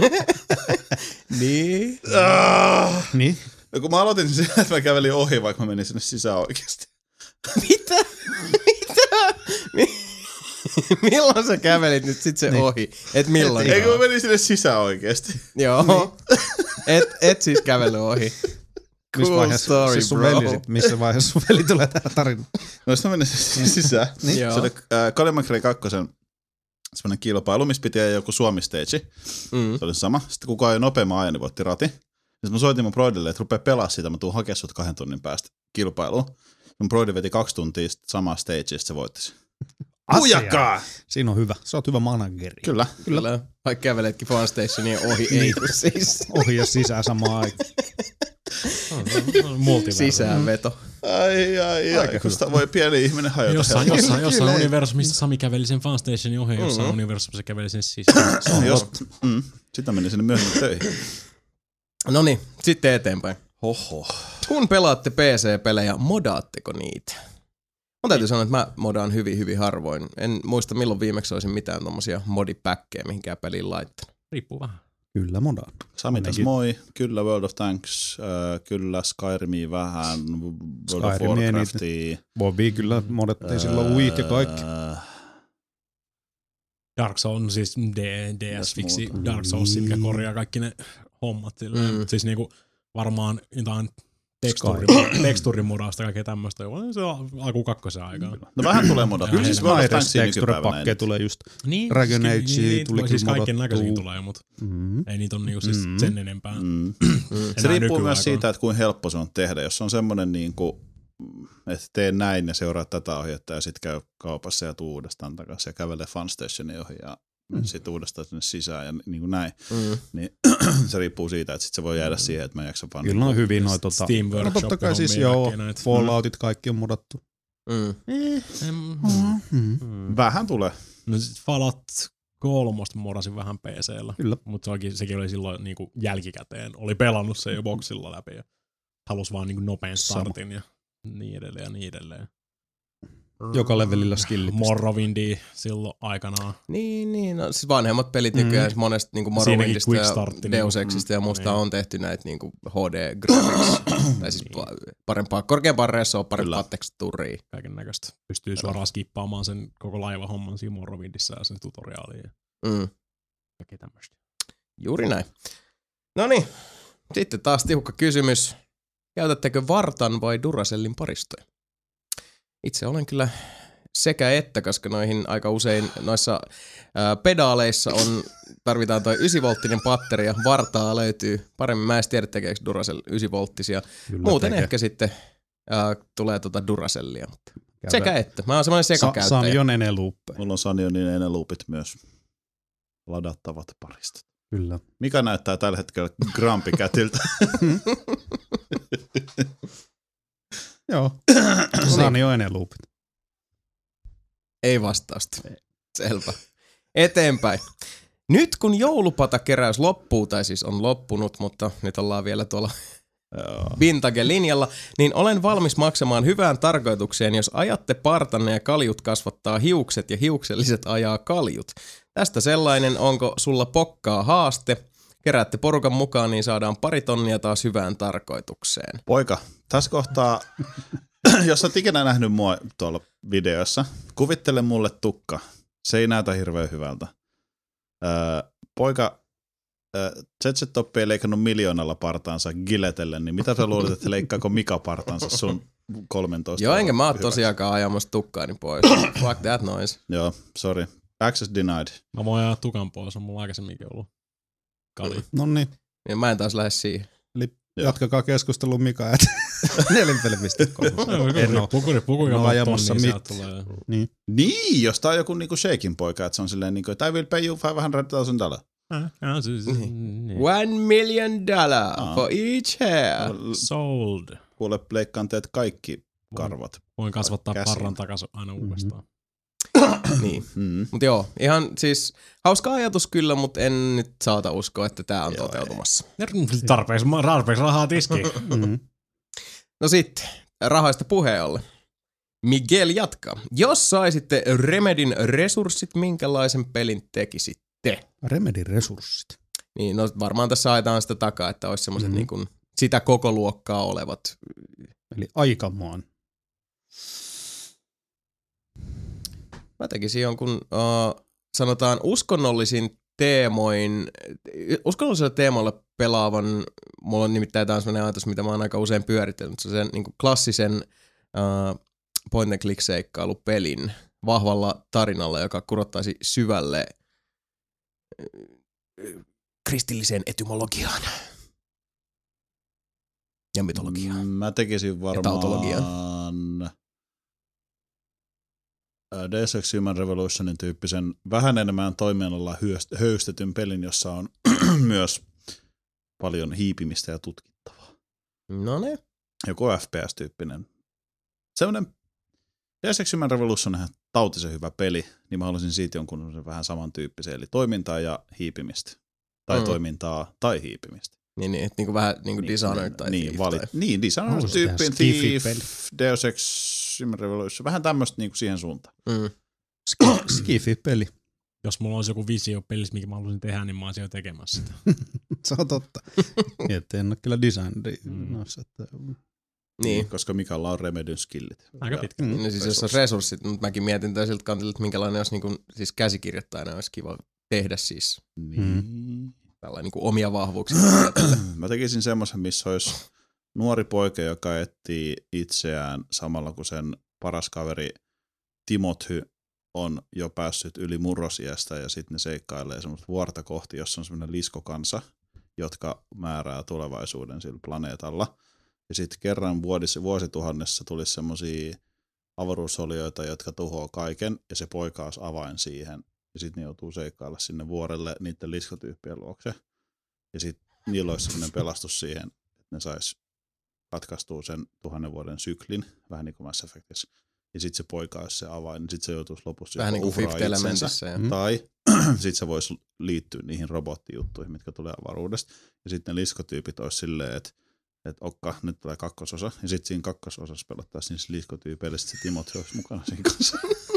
Niin? Niin? Ja kun mä aloitin sen, että mä kävelin ohi, vaikka mä menin sinne sisään oikeasti. Mitä? Milloin sä kävelit nyt sit se ohi? Et milloin? Eikö mä menin sinne sisään oikeasti? Joo. Et siis kävellyt ohi. Cool story, bro. Missä vaiheessa sun veli tulee tähän tarinaan? No sit mä menin sisään. Niin? Se oli Colin McRae 2 semmoinen kilpailu, missä piti joku Suomi-stage. Se oli sama. Sitten kukaan ei nopeamman ajan, niin voitti rati. Sitten mä soitin mun broidille, että rupee pelaa sitä, mä tuun hakemaan sut 2 tunnin päästä kilpailuun. Mun broidi veti 2 tuntia samaa stagea, se voitti se. Huijakaa! Siinä on hyvä. Sä oot hyvä manageri. Kyllä. Vaikka käveletkin Funstationin ohi, ei kun siis. Ohi ja sisään samaan aikaan. Sisäänveto. Ai, kun sitä voi pieni ihminen hajota. Jossain universumissa Sami käveli sen Funstationin ohi, jossain universumissa se käveli sen sisään. Sitä meni sinne myöhemmin töihin. Noniin, sitten eteenpäin. Hoho. Kun pelaatte PC-pelejä, modaatteko niitä? Mun täytyy sanoa, että mä modaan hyvin harvoin. En muista milloin viimeksi olisin mitään tommosia modipäkkejä mihinkään peliin laittanut. Riippuu vähän. Kyllä modaan. Sami tässä moi. Kyllä World of Tanks. Kyllä Skyrimia vähän. World of Warcraftia. Bobby kyllä modattiin silloin Wii ja kaikki. Dark Souls, siis DS-fiksi Dark Souls, mikä korjaa kaikki ne hommat. Siis niinku varmaan jotain tekstuurimodausta kaikkea tämmöistä. Se on Aku 2 aikaan. No vähän tulee modattua. Kyllä siis World of Tanksia nykypäivänä ei. Tulee just. Niin, Dragon Age tuli siis kaikkien näköisiä tulee, mutta ei niitä ole niinku siis sen enempää. Se riippuu myös siitä, että kuinka helppo se on tehdä. Jos on semmoinen niinku, että tee näin ja seuraa tätä ohjetta ja sitten käy kaupassa ja tuu uudestaan takaisin ja kävelee Funstationin ohi ja sitten uudestaan sinne sisään ja niin kuin näin. Niin se riippuu siitä, että sit se voi jäädä siihen, että mä jaksan vaan. Kyllä on hyvin noin Steam Workshop. No totta kai siis joo, Falloutit kaikki on modattu. Vähän tulee. No sit Fallout 3 modasin vähän PC:llä. Kyllä. Mutta sekin oli silloin niinku jälkikäteen. Oli pelannut se jo boxilla läpi ja halusi vaan niinku nopean startin ja niin edelleen. Joka levelillä skilli. Morrowindia silloin aikanaan. Niin. No, siis vanhemmat pelit nykyään monesta niinku Morrowindista ja Deus Exista ja muusta on tehty näitä niinku HD graphics. Tai siis korkeampaa ressoa, parempaa tekstuuria. Kaiken näköistä. Pystyy suoraan skippaamaan sen koko laivahomman siinä Morrowindissa ja sen tutoriaaliin. Kaikkea tämmöistä. Juuri näin. Noniin. Sitten taas tiukka kysymys. Käytättekö Vartan vai Duracellin paristoja? Itse olen kyllä sekä että, koska noihin aika usein noissa pedaaleissa tarvitaan toi 9-volttinen patteri ja Vartaa löytyy paremmin. Mä en tiedä tekeekö Duracell 9-volttisia. Muuten ehkä sitten tulee Duracellia. Mutta sekä että. Mä oon semmoinen sekakäyttäjä. Sanjon Eneloop. Mulla on Sanjonin Eneloopit myös. Ladattavat paristot. Kyllä. Mikä näyttää tällä hetkellä Grampikätiltä? Joo. Sanjon Eneloopit. Ei vastausta. Selvä. Eteenpäin. Nyt kun joulupatakeräys loppuu, tai siis on loppunut, mutta nyt ollaan vielä tuolla vintage-linjalla, niin olen valmis maksamaan hyvään tarkoitukseen, jos ajatte partanne ja kaljut kasvattaa hiukset ja hiukselliset ajaa kaljut. Tästä sellainen, onko sulla pokkaa haaste? Keräätte porukan mukaan, niin saadaan 2 tonnia taas hyvään tarkoitukseen. Poika, tässä kohtaa, jos olet ikinä nähnyt mua tuolla videossa, kuvittele mulle tukka. Se ei näytä hirveän hyvältä. Poika, Jet-Set-Toppi ei leikannut 1 miljoonalla partaansa giletelle, niin mitä sä luulet, että leikkaako Mika partaansa sun 13? Joo, enkä mä oon tosiaankaan ajamassa tukkaani pois. Fuck that noise. Joo, sorry. Access denied. Mä voin ajaa tukan pois, on mulla aikaisemminkin ollut kali. No niin. Ja mä en taas lähde siihen. Eli jatkakaa keskustelua Mika, että 4peli.com. Pukuri no, ajamassa niin mit. tulee. Niin, jos tää on joku niinku Shakin poika, että se on silleen niinku, I will pay you $500,000. Niin. $1 million for each hair. Sold. Kuule, leikkaan teet kaikki karvat. Voin kasvattaa käsin. parran takaisin aina uudestaan. Niin. Mut joo, ihan siis hauska ajatus kyllä, mutta en nyt saata uskoa, että tää on toteutumassa. Tarpeeksi rahaa tiskiin. No sitten, rahoista puheen ollen. Miguel jatkaa. Jos saisitte Remedin resurssit, minkälaisen pelin tekisitte? Remedin resurssit. Niin, no varmaan tässä ajetaan sitä takaa, että olisi semmoiset niin kuin sitä koko luokkaa olevat. Eli aikamaan. Mä tekisin jonkun, sanotaan uskonnollisilla teemoilla pelaavan, mulla on nimittäin tämä sellainen ajatus, mitä mä oon aika usein pyöritellyt, se on sen niin kuin klassisen point and click seikkailupelin vahvalla tarinalla, joka kurottaisi syvälle kristilliseen etymologiaan ja mytologiaan. Mä tekisin varmaan Deus Ex Human Revolutionin tyyppisen vähän enemmän toimialalla höystetyn pelin, jossa on myös paljon hiipimistä ja tutkittavaa. No ne. Joku FPS-tyyppinen. Sellainen Deus Ex Human Revolution on ihan tautisen hyvä peli, niin mä haluaisin siitä jonkun vähän samantyyppisen, eli toimintaa ja hiipimistä. Tai toimintaa tai hiipimistä. Niin, että niinku vähän niinku Dishonored tai Thief. Niin, Dishonored-tyyppinen Thief, Deus Ex Human Revolution, vähän tämmöistä niinku siihen suuntaan. Skifi-peli. Jos mulla olisi joku visio pelissä, mikä mä haluaisin tehdä, niin mä olisin jo tekemässä sitä. Se on totta. Että en ole kyllä designeria noissa. Niin. Koska Mikalla on Remedyn skillit. Aika pitkä. No siis jos on resurssit, mutta mäkin mietin siltä kantilta, että minkälainen olisi niinku, siis käsikirjoittajana olisi kiva tehdä siis tällainen niinku omia vahvuuksia. Mä tekisin semmoisen, missä olisi nuori poika, joka etsii itseään samalla kun sen paras kaveri Timothy on jo päässyt yli murrosiästä ja sitten ne seikkailee semmoista vuorta kohti, jossa on semmoinen liskokansa, jotka määrää tulevaisuuden sillä planeetalla. Ja sitten kerran vuosituhannessa tulisi semmoisia avaruusolioita, jotka tuhoaa kaiken ja se poika olisi avain siihen. Ja sitten ne joutuu seikkailla sinne vuorelle niiden liskotyyppien luokse. Ja sitten niillä olisi semmoinen pelastus siihen, että ne sais katkaistua sen 1000 vuoden syklin, vähän niin kuin Mass Effectissä. Ja sitten se poika olisi se avain, niin sitten se joutuisi lopussa vähän niin kuin Fifth Elementissä. Tai sitten se voisi liittyä niihin robottijuttuihin, mitkä tulee avaruudesta. Ja sitten ne liskotyypit olisi silleen, että okka, nyt tulee 2. osa. Ja sitten siinä 2. osassa pelattaisiin siis liskotyypeille, se Timothy olisi mukana siinä kanssa.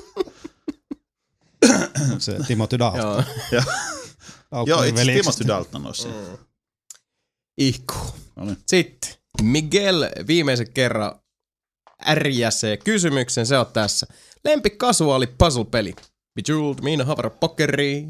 Se Timothy Dalton. Joo, itse Timothy Dalton olisi. Ihku. Sitten Miguel viimeisen kerran ärjäsee kysymyksen, se on tässä. Lempi kasuaali puzzle-peli. Bejeweled, Mina, Havara, Pokeri.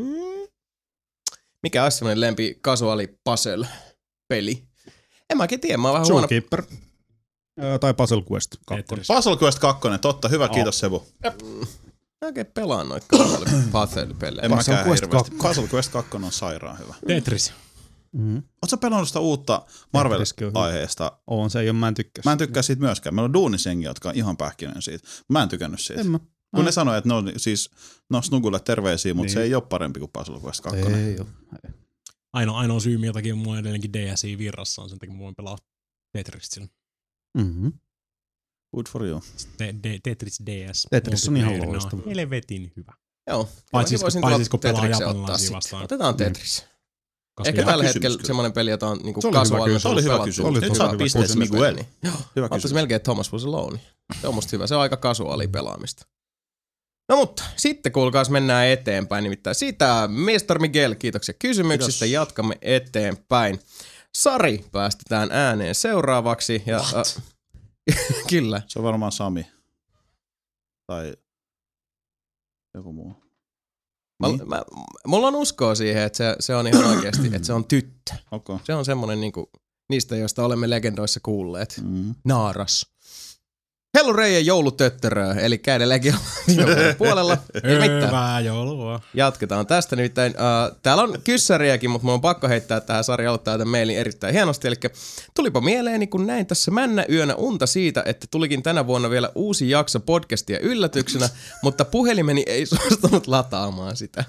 Mikä olisi semmoinen lempi kasuaali puzzle-peli? En mäkin tiedä, mä oon vähän huono. Zookeeper. Tai Puzzle Quest 2. Puzzle Quest 2, totta. Hyvä, kiitos Sebu. Mä oikein pelaan noita kasuaali puzzle-pelejä. En mäkään hirveästi. Puzzle Quest 2 on sairaan hyvä. Tetris. Ootko sä pelannut sitä uutta Marvel-aiheesta? On se, mä en tykkää. Mä en tykkää siitä myöskään. Meillä on duunisengi, jotka on ihan pähkinöinen siitä. Mä en tykännyt siitä. Kun ne sanoi, että no Snugulle terveisiä, mutta se ei ole parempi kuin Puzzle Quest 2. Ei ole. Ainoa syy, minkä takia mulla on edelleenkin DSi virrassa, on sen takia, mä voin pelaa Tetristä sillä. Good for you. Tetris DS. Tetris on ihan loistava. Helvetin hyvä. Joo. Paitsi kun pelaa Tetriksen japanilaisia vastaan. Otetaan Tetris. Koska Ehkä ihan tällä kysymys hetkellä kyllä. semmoinen peli, jota on niinku Se oli hyvä kasuaalinen. kysymys. Se oli hyvä pelattu. kysymys. Nyt tosi saat hyvä pisteet kysymys. Miguel. Joo. Hyvä Ottaisin kysymys. melkein Thomas Was Alone. Se on musta hyvä. Se on aika kasuaalia pelaamista. No mutta sitten kuulkaas mennään eteenpäin. Nimittäin siitä Mr. Miguel, kiitoksia kysymyksistä. Kiitos. Jatkamme eteenpäin. Sari päästetään ääneen seuraavaksi. Ja, kyllä. Se on varmaan Sami. Tai joku muu. Mulla on uskoa siihen, että se on ihan oikeasti, että se on tyttö. Okay. Se on semmonen niinku niistä, joista olemme legendoissa kuulleet. Mm. Naaras. Hellu Reijen joulutöttöröä, eli edelleenkin ollaan puolella. Ei mitään. Hyvää joulua. Jatketaan tästä nimittäin. Täällä on kyssäriäkin, mutta mun on pakko heittää tähän Sari aloittaa tämän mailin erittäin hienosti. Eli tulipa mieleeni, kun näin tässä männä yönä unta siitä, että tulikin tänä vuonna vielä uusi jakso podcastia yllätyksenä, mutta puhelimeni ei suostunut lataamaan sitä.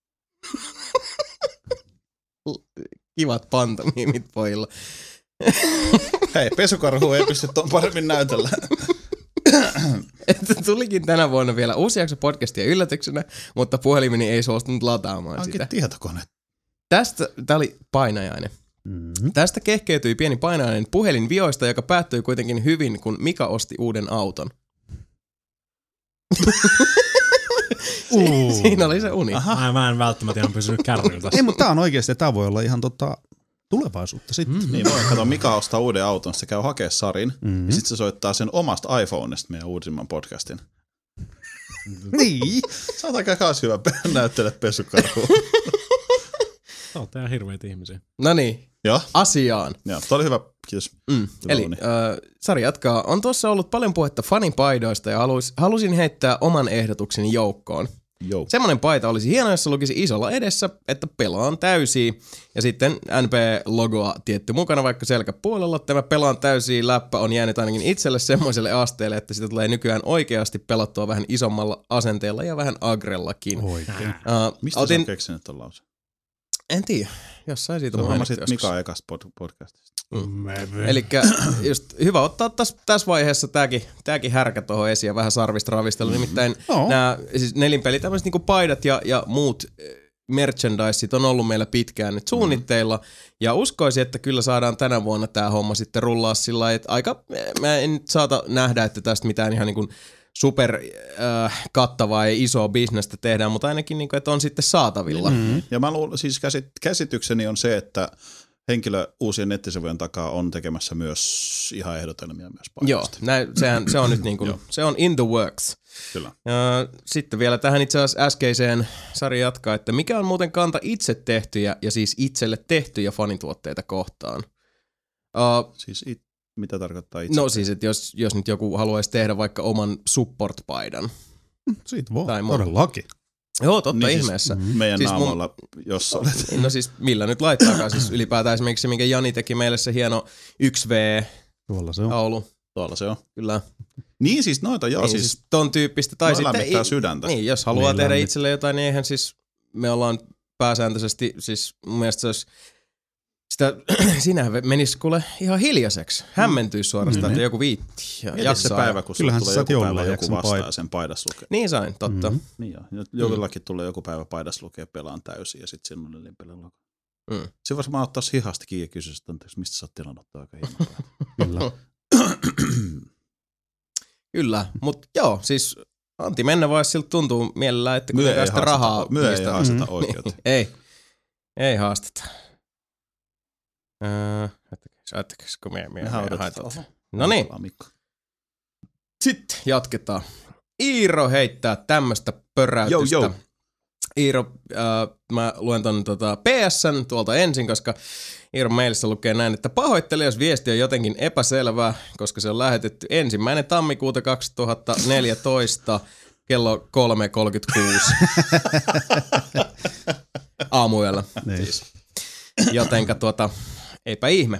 Kivat pantomiimit pojilla. Hei, pesukarhu ei pysty tuon paremmin näytellä. Että tulikin tänä vuonna vielä uusi jakso podcastia yllätyksenä, mutta puhelimeni ei suostunut lataamaan Hankin sitä. tietokone. Tää oli painajainen. Tästä kehkeytyi pieni painajainen puhelinvioista, joka päättyi kuitenkin hyvin, kun Mika osti uuden auton. Siinä oli se uni. Mä en välttämättä ihan pysynyt kärryiltä. Ei, mutta tää on oikeesti, tää voi olla ihan tulevaisuutta sitten. Niin voi, kato, Mika ostaa uuden auton, se käy hakea Sarin, ja sitten se soittaa sen omasta iPhonesta meidän uusimman podcastin. Niin. Sä oot aika kans hyvä näyttele pesukarhua. Sä oot ihan hirveitä ihmisiä. No niin, Joo, asiaan. joo, toi oli hyvä, kiitos. Hyvä Eli uni. Sari jatkaa. On tuossa ollut paljon puhetta fanipaidoista ja halusin heittää oman ehdotukseni joukkoon. Joo. Semmoinen paita olisi hieno, jos se lukisi isolla edessä, että pelaan täysiä. Ja sitten NP-logoa tietty mukana vaikka selkäpuolella. Tämä pelaan täysiä läppä on jäänyt ainakin itselle semmoiselle asteelle, että sitä tulee nykyään oikeasti pelattua vähän isommalla asenteella ja vähän agrellakin. Oikein. Mistä sä oot keksinyt ton lause? En tiedä, jossain siitä Se on varmaan mainittu sit joskus. Mika ekasta podcastista. Elikkä just hyvä ottaa tässä vaiheessa tääkin härkä tuohon esiin ja vähän sarvista ravistella. Nimittäin nämä siis nelinpeli, tämmöiset niinku paidat ja muut merchandiseit on ollut meillä pitkään nyt suunnitteilla. Ja uskoisin, että kyllä saadaan tänä vuonna tää homma sitten rullaa sillä lailla, että mä en nyt saata nähdä, että tästä mitään ihan niinku super kattavaa ja isoa bisnestä tehdään, mutta ainakin niinku, että on sitten saatavilla. Ja mä luulen, siis käsitykseni on se, että henkilö uusien nettisivujen takaa on tekemässä myös ihan ehdotelmia myös paikasta. Joo, se on nyt niinku, se on in the works. Kyllä. Sitten vielä tähän itse asiassa äskeiseen Sari jatkaa, että mikä on muuten kanta itse tehtyjä ja siis itselle tehtyjä fanituotteita kohtaan? Siis mitä tarkoittaa itse? No siis, että jos nyt joku haluaisi tehdä vaikka oman support-paidan. Siitä voi, Tai muuta. todellakin. Joo, totta Niin ihmeessä. Meidän Siis naamalla, jos olet. No siis millä nyt laittaakaan, siis ylipäätään esimerkiksi se, minkä Jani teki meille se hieno 1V-taulu. Tuolla se on. Tuolla se on. Kyllä. Niin siis noita, joo, Niin, siis ton tyyppistä. Tai no sitten lämmittää sydäntä. Niin, jos haluaa Niin, tehdä itselle jotain, niin eihän siis me ollaan pääsääntöisesti, siis mun mielestä se olisi sitä, sinähän menisi kuule ihan hiljaiseksi. Hämmentyisi suorastaan, että joku viitti ja Mieti se jaksaa. päivä, kun sulla Kyllähän tulee sä saat joku päivä jollain joku jakson vastaa paidan. ja sen paidas lukee. Niin sain, totta. Niin joo. Jollakin tulee joku päivä paidas lukee pelaan täysin ja sitten siinä on nelinpelin logo. Se varmaan ottaa hihasta kiinni ja kysyä, että anteeksi, mistä sä oot tilannut aika hieno. Kyllä. Kyllä, mutta joo, siis Antti mennä vaan, siltä tuntuu mielellään, että kun tästä rahaa... Myö ei haasteta oikeutta. Ei haasteta. Ajattekes, kun me haetaan. No niin, sitten jatketaan. Iiro heittää tämmöstä pöräytystä. Joo. Iiro, mä luen ton PS:n tuolta ensin, koska Iiron mailissa lukee näin, että pahoittelen, jos viesti on jotenkin epäselvää, koska se on lähetetty 1. tammikuuta 2014 kello 3.36 aamuyöllä. Niin. Siis. Jotenka eipä ihme,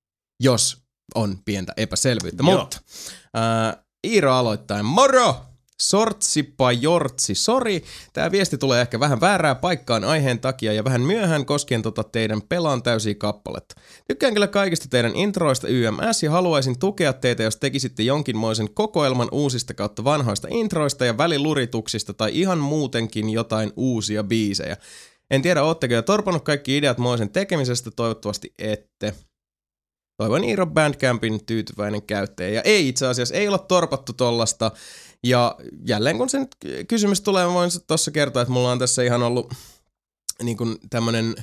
jos on pientä epäselvyyttä. Joo. Mutta Iiro aloittain, moro! Sortsipa jortsi. Sori, tää viesti tulee ehkä vähän väärää paikkaan aiheen takia ja vähän myöhään koskien teidän Pelaan täysiä kappaletta. Tykkään kyllä kaikista teidän introista YMS ja haluaisin tukea teitä, jos tekisitte jonkinmoisen kokoelman uusista kautta vanhoista introista ja välilurituksista tai ihan muutenkin jotain uusia biisejä. En tiedä, ootteko jo torpannut kaikki ideat moisen tekemisestä, toivottavasti ette. Toivon Iiro Bandcampin tyytyväinen käyttäjä. Ja ei itse asiassa, ei olla torpattu tollasta. Ja jälleen kun sen kysymys tulee, mä voin tuossa kertoa, että mulla on tässä ihan ollut niin kuin tämmönen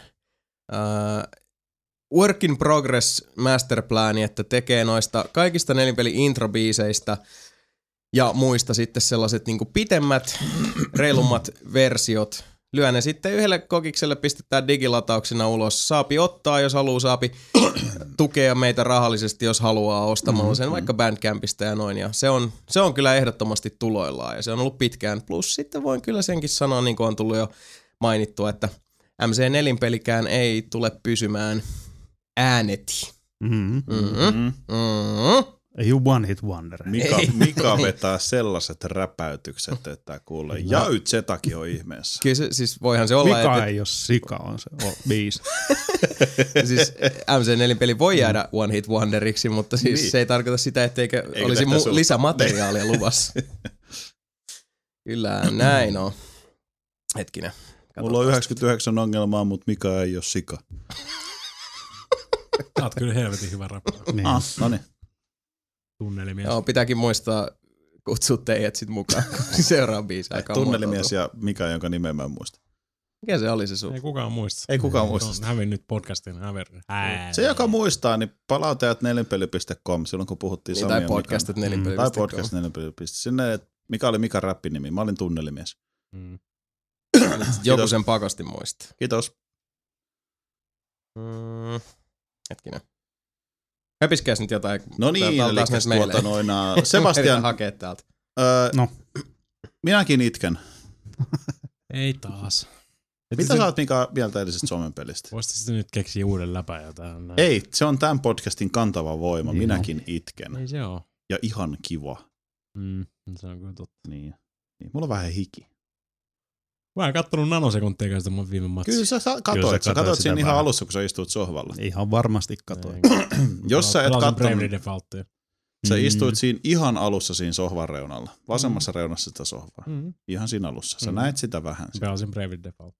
work in progress masterplani, että tekee noista kaikista nelinpeli introbiiseistä ja muista sitten sellaiset niin kuin pitemmät, reilummat versiot. Lyö ne sitten yhdelle kokikselle, pistetään digilatauksena ulos. Saapi ottaa, jos haluaa, saapi tukea meitä rahallisesti, jos haluaa ostamalla sen vaikka Bandcampista ja noin. Ja se on kyllä ehdottomasti tuloillaan ja se on ollut pitkään. Plus sitten voin kyllä senkin sanoa, niin kuin on tullut jo mainittua, että MC4-pelikään ei tule pysymään ääneti. Ei ole one hit wonder. Mika vetää sellaiset räpäytykset, että kuulee. Ja Zetakin on ihmeessä. Kyllä se, siis voihan se olla, Mika ei ole sika, on se biisi. Siis MC4-peli voi jäädä one hit wonderiksi, mutta siis niin. Se ei tarkoita sitä, etteikö olisi lisämateriaalia luvassa. Kyllä näin on. Hetkinen. Mulla on 99 ongelmaa, mutta Mika ei ole sika. Sä oot kyllä helvetin hyvä rappa. Niin. No niin. Tunnelimies. Joo, pitääkin muistaa kutsua teidät sit mukaan. Seuraava biisi. Tunnelimies ja Mika, jonka nimeä mä en muista. Mikä se oli se sun? Ei kukaan muista. Ei kukaan muista. On hävinnyt podcastin. Se, joka muistaa, niin palautajat nelinpeli.com silloin, kun puhuttiin niin, tai podcastit nelinpeli.com. Tai podcast nelinpeli.com. Sinne, että mikä oli Mikan räppinimi. Mä olin tunnelimies. Joku sen pakosti muistaa. Kiitos. Hetkinen. Höpiskääs nyt jotain. No niin, eli Sebastian. Hakee täältä. No. Minäkin itken. Ei taas. Mitä sä oot Mika mieltä edellisestä Suomen pelistä? Voisitko sitten nyt keksiä uuden läpän jotain? Ei, se on tämän podcastin kantava voima. Minäkin itken. Ei se oo. Ja ihan kiva. Se on kyllä totta. Niin. Mulla on vähän hiki. Mä en kattonut nanosekuntia kanssa mun viime matsia. Kyllä sä katoit. Sä katoit siinä ihan alussa, kun sä istuit sohvalla. Ihan varmasti katoin. Jos sä et kattonut. Sä istuit siinä ihan alussa siinä sohvan reunalla. Vasemmassa reunassa sitä sohvaa. Ihan siinä alussa. Sä näet sitä vähän. Pelasin Bravely Default.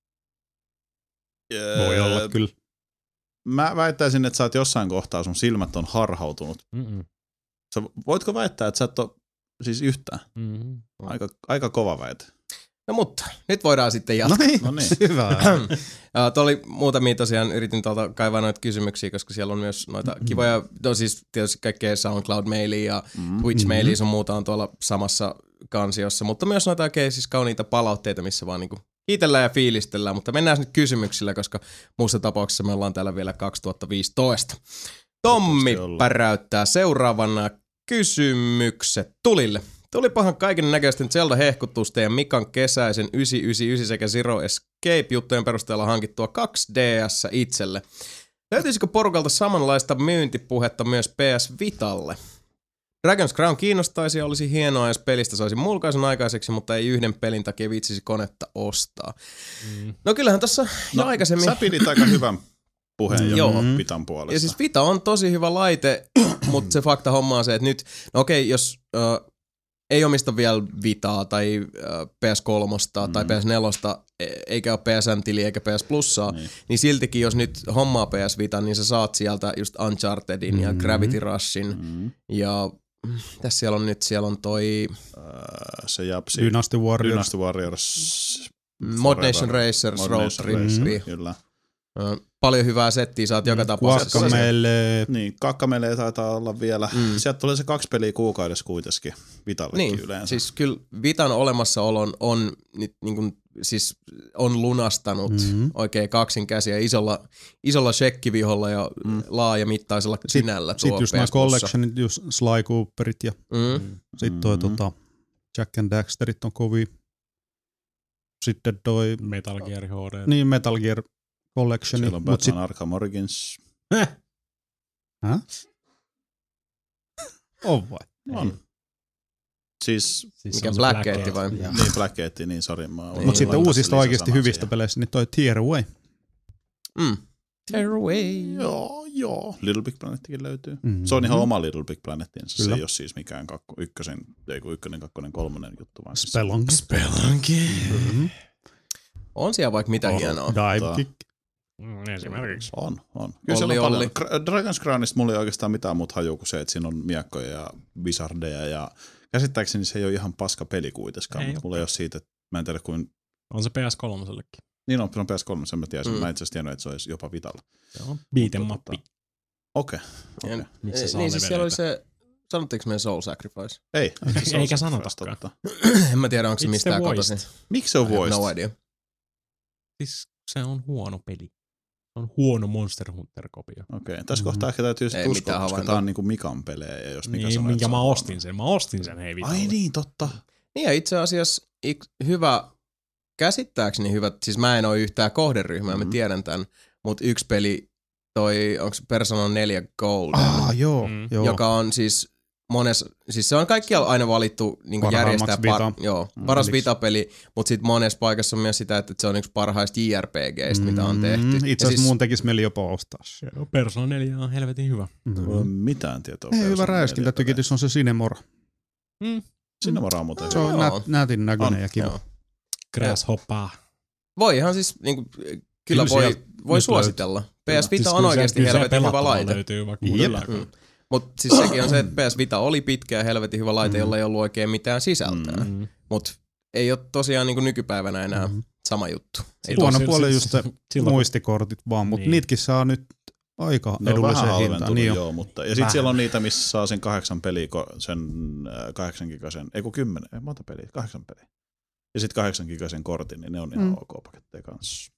Voi olla kyllä. Mä väittäisin, että sä oot jossain kohtaa, sun silmät on harhautunut. Sä voitko väittää, että sä et ole siis yhtään? Aika kova väite. No mutta, nyt voidaan sitten jatkaa. No niin. Hyvä. Tuo oli muutamia tosiaan, yritin tuolta kaivaa noita kysymyksiä, koska siellä on myös noita kivoja, no siis tietysti kaikkea SoundCloud-mailia ja Twitch-mailia sun muuta on tuolla samassa kansiossa, mutta myös noita oikein siis kauniita palautteita, missä vaan niinku kiitellään ja fiilistellään, mutta mennään nyt kysymyksillä, koska muussa tapauksessa me ollaan täällä vielä 2015. Tommi päräyttää seuraavana kysymykset Tulille. Tulipahan kaiken näköisten Zelda-hehkutusta ja Mikan kesäisen 999 sekä Zero Escape-juttujen perusteella hankittua 2DS itselle. Löytyisikö porukalta samanlaista myyntipuhetta myös PS Vitalle? Dragon's Crown kiinnostaisi ja olisi hienoa, jos pelistä saisi mulkaisun aikaiseksi, mutta ei yhden pelin takia viitsisi konetta ostaa. No kyllähän tässä jo aikaisemmin... Sä pidit aika hyvän puheen jo Vitan puolesta. Ja siis Vita on tosi hyvä laite, mutta se fakta homma on se, että nyt... No okei, jos... ei omista vielä Vitaa tai PS3 tai PS4, eikä ole PSN-tiliä eikä PS Plussaa, niin siltikin jos nyt hommaa PS Vitan, niin sä saat sieltä just Unchartedin ja Gravity Rushin ja tässä siellä on nyt, siellä on toi... se japsi. Dynasty Warriors. Mod Nation Racers, Road Trip. Kyllä. Paljon hyvää settiä saat joka tapauksessa. Kakkamelee taitaa olla vielä. Sieltä tulee se 2 peliä kuukaudessa kuitenkin Vitallekin yleensä. Siis kyllä Vitan olemassaolon on nyt niin kuin, siis on lunastanut oikein kaksin käsiä isolla shekkiviholla ja laajamittaisella kynällä. Sitten just nämä collectionit, just Sly Cooperit ja sitten toi Jack and Daxterit on kovia. Sitten toi Metal Gear HD. Niin, Metal Gear Collectioni. Siellä on Batman Arkham Origins. On vai? On. Siis mikä Blackgate vai? niin Blackgate, niin sori. Mutta sitten uusista oikeasti hyvistä peleistä, niin toi Tear Away. Tear Away. Joo. Little Big Planetkin löytyy. Se on ihan oma Little Big Planetinsa. Se ei ole siis mikään ykkönen, kakkonen, kolmonen juttu. Vaan Spelunky. On siellä vaikka mitä hienoa. Dive Kick. Esimerkiksi. On. Kyllä siellä on paljon. Dragon's Crownista mulla ei oikeastaan mitään muuta hajua kuin se, että siinä on miekkoja ja wizardeja ja käsittääkseni se ei ole ihan paska peli kuitenkaan, mutta mulla ei ole siitä, että mä en tiedä kuin... On se PS3-sellekin. Niin on PS3, sen mä tiesin. Mä itse asiassa tiennyt, että se olisi jopa Vitalla. Se on beat'em mappi. Okei. Missä saa niin siis siellä oli se, sanottiinko meidän Soul Sacrifice? Ei. Eikä sanotakaan. En mä tiedä, onko se mistään kotoisin. Miksi se on voiced? No idea. Siis se on huono peli. Se on huono Monster Hunter-kopio. Okei. Tässä kohtaa ehkä täytyy sitten uskoa, koska tää on niinku Mikan pelejä. Ja jos Mika sanoo, minkä mä ostin sen. Mä ostin sen, hei Vitalle. Ai niin, totta. Niin ja itse asiassa hyvä, käsittääkseni hyvä, siis mä en ole yhtään kohderyhmää, mä tiedän tän, mutta yksi peli, onko Persona 4 Golden, Joo. joka on siis siis se on kaikkialla aina valittu niin järjestää paras Vita-peli, mutta sitten monessa paikassa on myös sitä, että se on yksi parhaista JRPGistä, mitä on tehty. Itse asiassa mun tekisi mieli jopa ostaa. Persona 4 on helvetin hyvä. Mitään tietoa. Ei, hyvä räiskintätykitys on se Sinemora. Sinemora on muuten. Se on nätin näköinen ja kiva. Grasshopper. Voi ihan siis, niin kuin, kyllä voi suositella. PS Vita on oikeasti helvetin hyvä laite. Mutta siis sekin on se, että PS Vita oli pitkä ja helvetin hyvä laite, jolla ei ollut oikein mitään sisältöä. Mutta ei ole tosiaan niin kuin nykypäivänä enää sama juttu. Huono puoli just muistikortit vaan, mutta niitäkin saa nyt aika edulliseen hintaan. Niin joo, mutta ja sitten siellä on niitä, missä saa sen 8 peliä, sen 8 gigasen, ei kun 10, ei monta peliä, 8 peliä. Ja sitten 8 gigasen kortin, niin ne on ihan ok paketteja kanssa.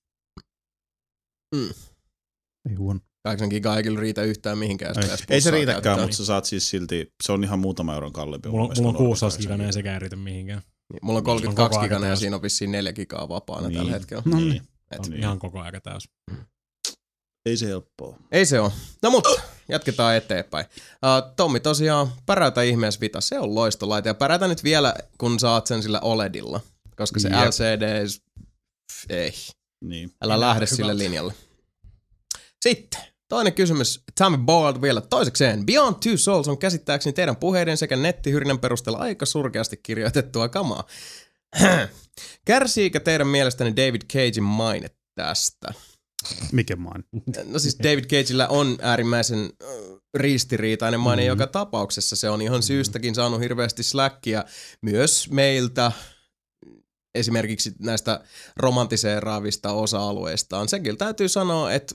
Ei huono. 8 gigaa ei kyllä riitä yhtään mihinkään. Ei se riitäkään, mutta sä saat siis silti, se on ihan muutama euron kalliimpi. Mulla on 16 giganen ja sekään ei riitä mihinkään. Niin, mulla on 32 giganen ja siinä on vissiin 4 gigaa vapaana tällä hetkellä. Niin. Ihan koko aika täys. Ei se helppoa. Ei se ole. No mutta, jatketaan eteenpäin. Tommi tosiaan, päräytä ihmeessä Vita, se on loistolaite. Ja päräytä nyt vielä, kun saat sen sillä OLEDilla. Koska se LCD, ei. Niin. Älä lähde sille linjalle. Sitten, toinen kysymys Tommy Bold vielä toisekseen. Beyond Two Souls on käsittääkseni teidän puheiden sekä nettihyrinnän perusteella aika surkeasti kirjoitettua kamaa. Kärsiikö teidän mielestäni David Cagein maine tästä? Mikä maine? No siis David Cagella on äärimmäisen ristiriitainen maine joka tapauksessa. Se on ihan syystäkin saanut hirveästi släkkiä myös meiltä. Esimerkiksi näistä romantiseeraavista osa-alueistaan. Sekin täytyy sanoa, että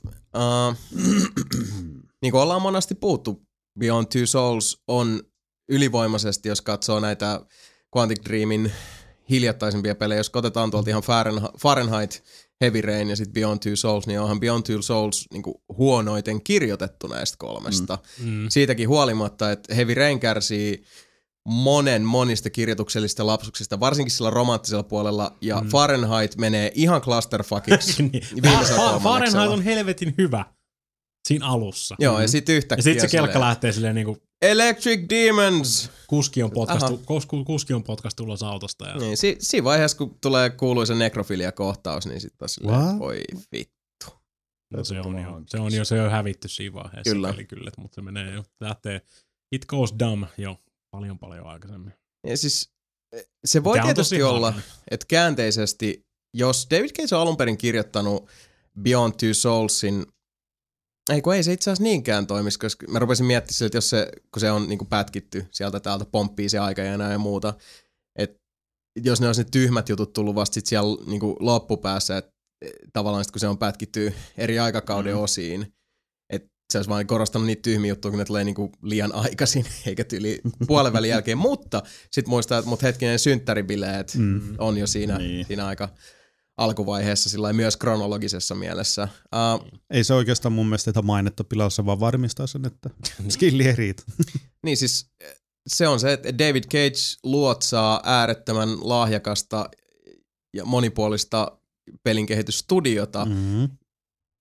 niin kuin ollaan monasti puhuttu, Beyond Two Souls on ylivoimaisesti, jos katsoo näitä Quantic Dreamin hiljattaisimpia pelejä, jos otetaan tuolta ihan Fahrenheit, Heavy Rain ja sitten Beyond Two Souls, niin onhan Beyond Two Souls niin kuin huonoiten kirjoitettu näistä kolmesta. Siitäkin huolimatta, että Heavy Rain kärsii monista kirjoituksellista lapsuksista, varsinkin sillä romanttisella puolella, ja Fahrenheit menee ihan clusterfuckiksi. Fahrenheit on helvetin hyvä siinä alussa. Joo, ja sitten yhtäkkiä. Ja sitten se kelkka lähtee silleen niinku... Electric Demons! Kuski on potkastu ulos autosta. Ja... Niin, siinä vaiheessa, kun tulee kuuluisa nekrofilia-kohtaus, niin sitten taas silleen, voi vittu. No se on jo hävitty siinä vaiheessa. Kyllä, mutta se menee jo, lähtee, it goes dumb jo. Paljon aikaisemmin. Ja siis se voi tietysti olla, että käänteisesti, jos David Cage on alun perin kirjoittanut Beyond Two Soulsin, ei se itse asiassa niinkään toimisi, koska mä rupesin miettimään siltä, että jos kun se on niinku pätkitty sieltä täältä pomppii se aikajana ja muuta, että jos ne olisi ne tyhmät jutut tullut vasta sit siellä niinku loppupäässä, että tavallaan sit, kun se on pätkitty eri aikakauden osiin, se olisi vain korostanut niitä tyhmiä juttuja, kun ne tulee niinku liian aikaisin, eikä tyyli puolen välin jälkeen. Mutta sit muistaa, että hetkinen synttäribileet on jo siinä aika alkuvaiheessa sillä myös kronologisessa mielessä. Ei se oikeastaan mun mielestä tätä mainetta pilassa, vaan varmistaa sen, että skilli ei riitä. Niin siis se on se, että David Cage luotsaa äärettömän lahjakasta ja monipuolista pelinkehitystudiota,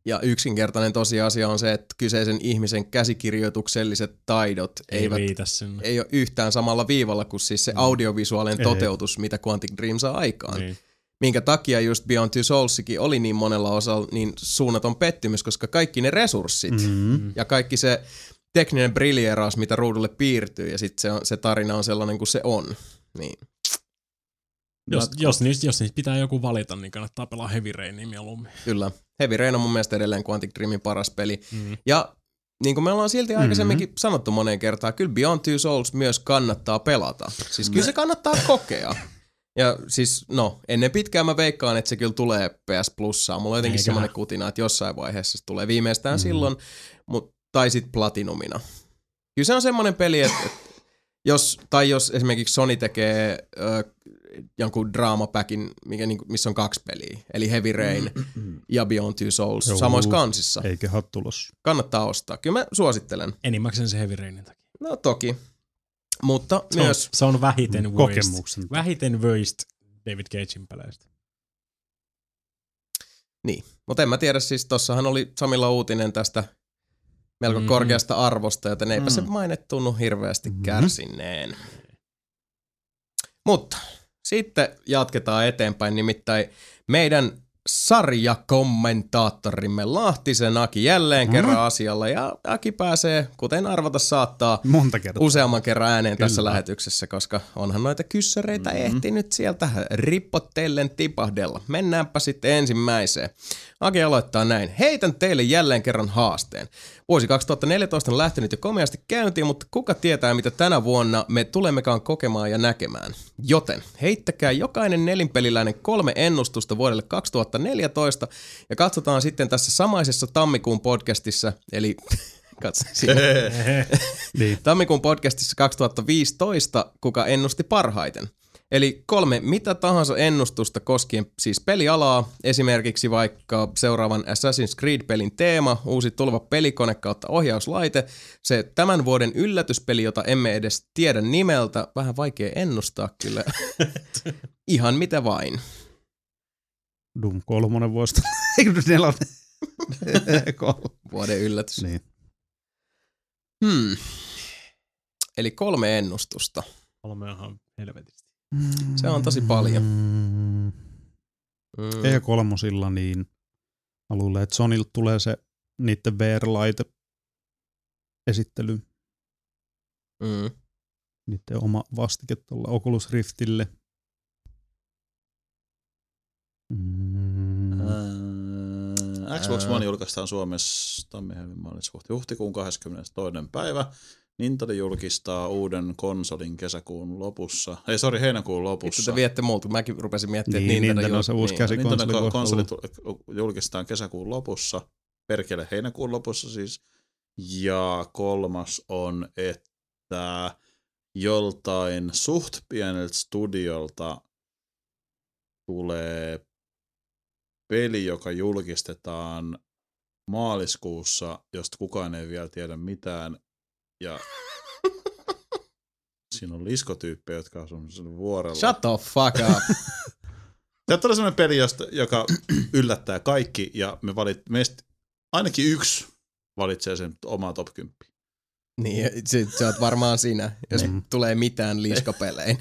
Ja yksinkertainen tosiasia on se, että kyseisen ihmisen käsikirjoitukselliset taidot ei ole yhtään samalla viivalla kuin siis se audiovisuaalinen toteutus, mitä Quantic Dream saa aikaan. Niin. Minkä takia just Beyond Two Soulsikin oli niin monella osalla niin suunnaton pettymys, koska kaikki ne resurssit ja kaikki se tekninen briljeeraus, mitä ruudulle piirtyy, ja sitten se tarina on sellainen kuin se on. Niin. Jos niistä pitää joku valita, niin kannattaa pelaa Heavy Rainia mieluummin. Kyllä. Heavy Rain on mun mielestä edelleen Quantic Dreamin paras peli. Ja niin kuin me ollaan silti aikaisemminkin sanottu moneen kertaan, kyllä Beyond Two Souls myös kannattaa pelata. Siis kyllä se kannattaa kokea. Ja siis ennen pitkään mä veikkaan, että se kyllä tulee PS Plussaan. Mulla on jotenkin semmoinen kutina, että jossain vaiheessa se tulee viimeistään silloin, tai sit Platinumina. Kyllä se on semmoinen peli, että jos esimerkiksi Sony tekee jonkun draamapäkin, missä on 2 peliä, eli Heavy Rain ja Beyond Two Souls samoissa kansissa. Eikä hattulos. Kannattaa ostaa. Kyllä mä suosittelen. Enimmäkseen se Heavy Rainin takia. No toki. Mutta se on vähiten worst David Cagein peleistä. Niin, mutta en mä tiedä, siis tossahan oli Samilla uutinen tästä melko korkeasta arvosta, joten eipä se maine tunnu hirveästi kärsineen. Mutta sitten jatketaan eteenpäin, nimittäin meidän sarjakommentaattorimme Lahtisen Aki jälleen kerran asialla, ja Aki pääsee, kuten arvata saattaa, useamman kerran ääneen tässä lähetyksessä, koska onhan noita kyssäreitä ehtinyt sieltä rippotellen tipahdella. Mennäänpä sitten ensimmäiseen. Aki aloittaa näin. Heitän teille jälleen kerran haasteen. Vuosi 2014 on lähtenyt jo komeasti käyntiin, mutta kuka tietää, mitä tänä vuonna me tulemmekaan kokemaan ja näkemään. Joten heittäkää jokainen nelinpeliläinen 3 ennustusta vuodelle 2014 ja katsotaan sitten tässä samaisessa tammikuun podcastissa, eli tammikuun podcastissa 2015, kuka ennusti parhaiten. Eli 3 mitä tahansa ennustusta koskien siis pelialaa, esimerkiksi vaikka seuraavan Assassin's Creed-pelin teema, uusi tuleva pelikone kautta ohjauslaite, se tämän vuoden yllätyspeli, jota emme edes tiedä nimeltä, vähän vaikea ennustaa kyllä, ihan mitä vain. Doom 3 vuosta, eikö nyt 4? Vuoden yllätys. Niin. Eli 3 ennustusta. 3 on helvetisti. Se on tosi paljon. E3 niin mä luulen, että Sonylta tulee se niitten VR-laite esittely. Niitten oma vastike tuolla Oculus Riftille. Xbox One julkaistaan Suomessa huhtikuun 22. päivä. Nintendo julkistaa uuden konsolin heinäkuun lopussa. Sitten viette multa, mäkin rupesin miettimään, että Nintendo on se uusi käsikonsoli. Nintendo konsoli julkistetaan kesäkuun lopussa, perkele heinäkuun lopussa siis. Ja 3 on, että joltain suht pieneltä studiolta tulee peli, joka julkistetaan maaliskuussa, josta kukaan ei vielä tiedä mitään. Ja siinä on liskotyyppejä, jotka asuu vuorella. Shut the fuck up. Tämä on sellainen peli, joka yllättää kaikki, ja meistä ainakin yksi valitsee sen omaa top 10. Niin, se oot varmaan sinä, jos tulee mitään liskapelejä.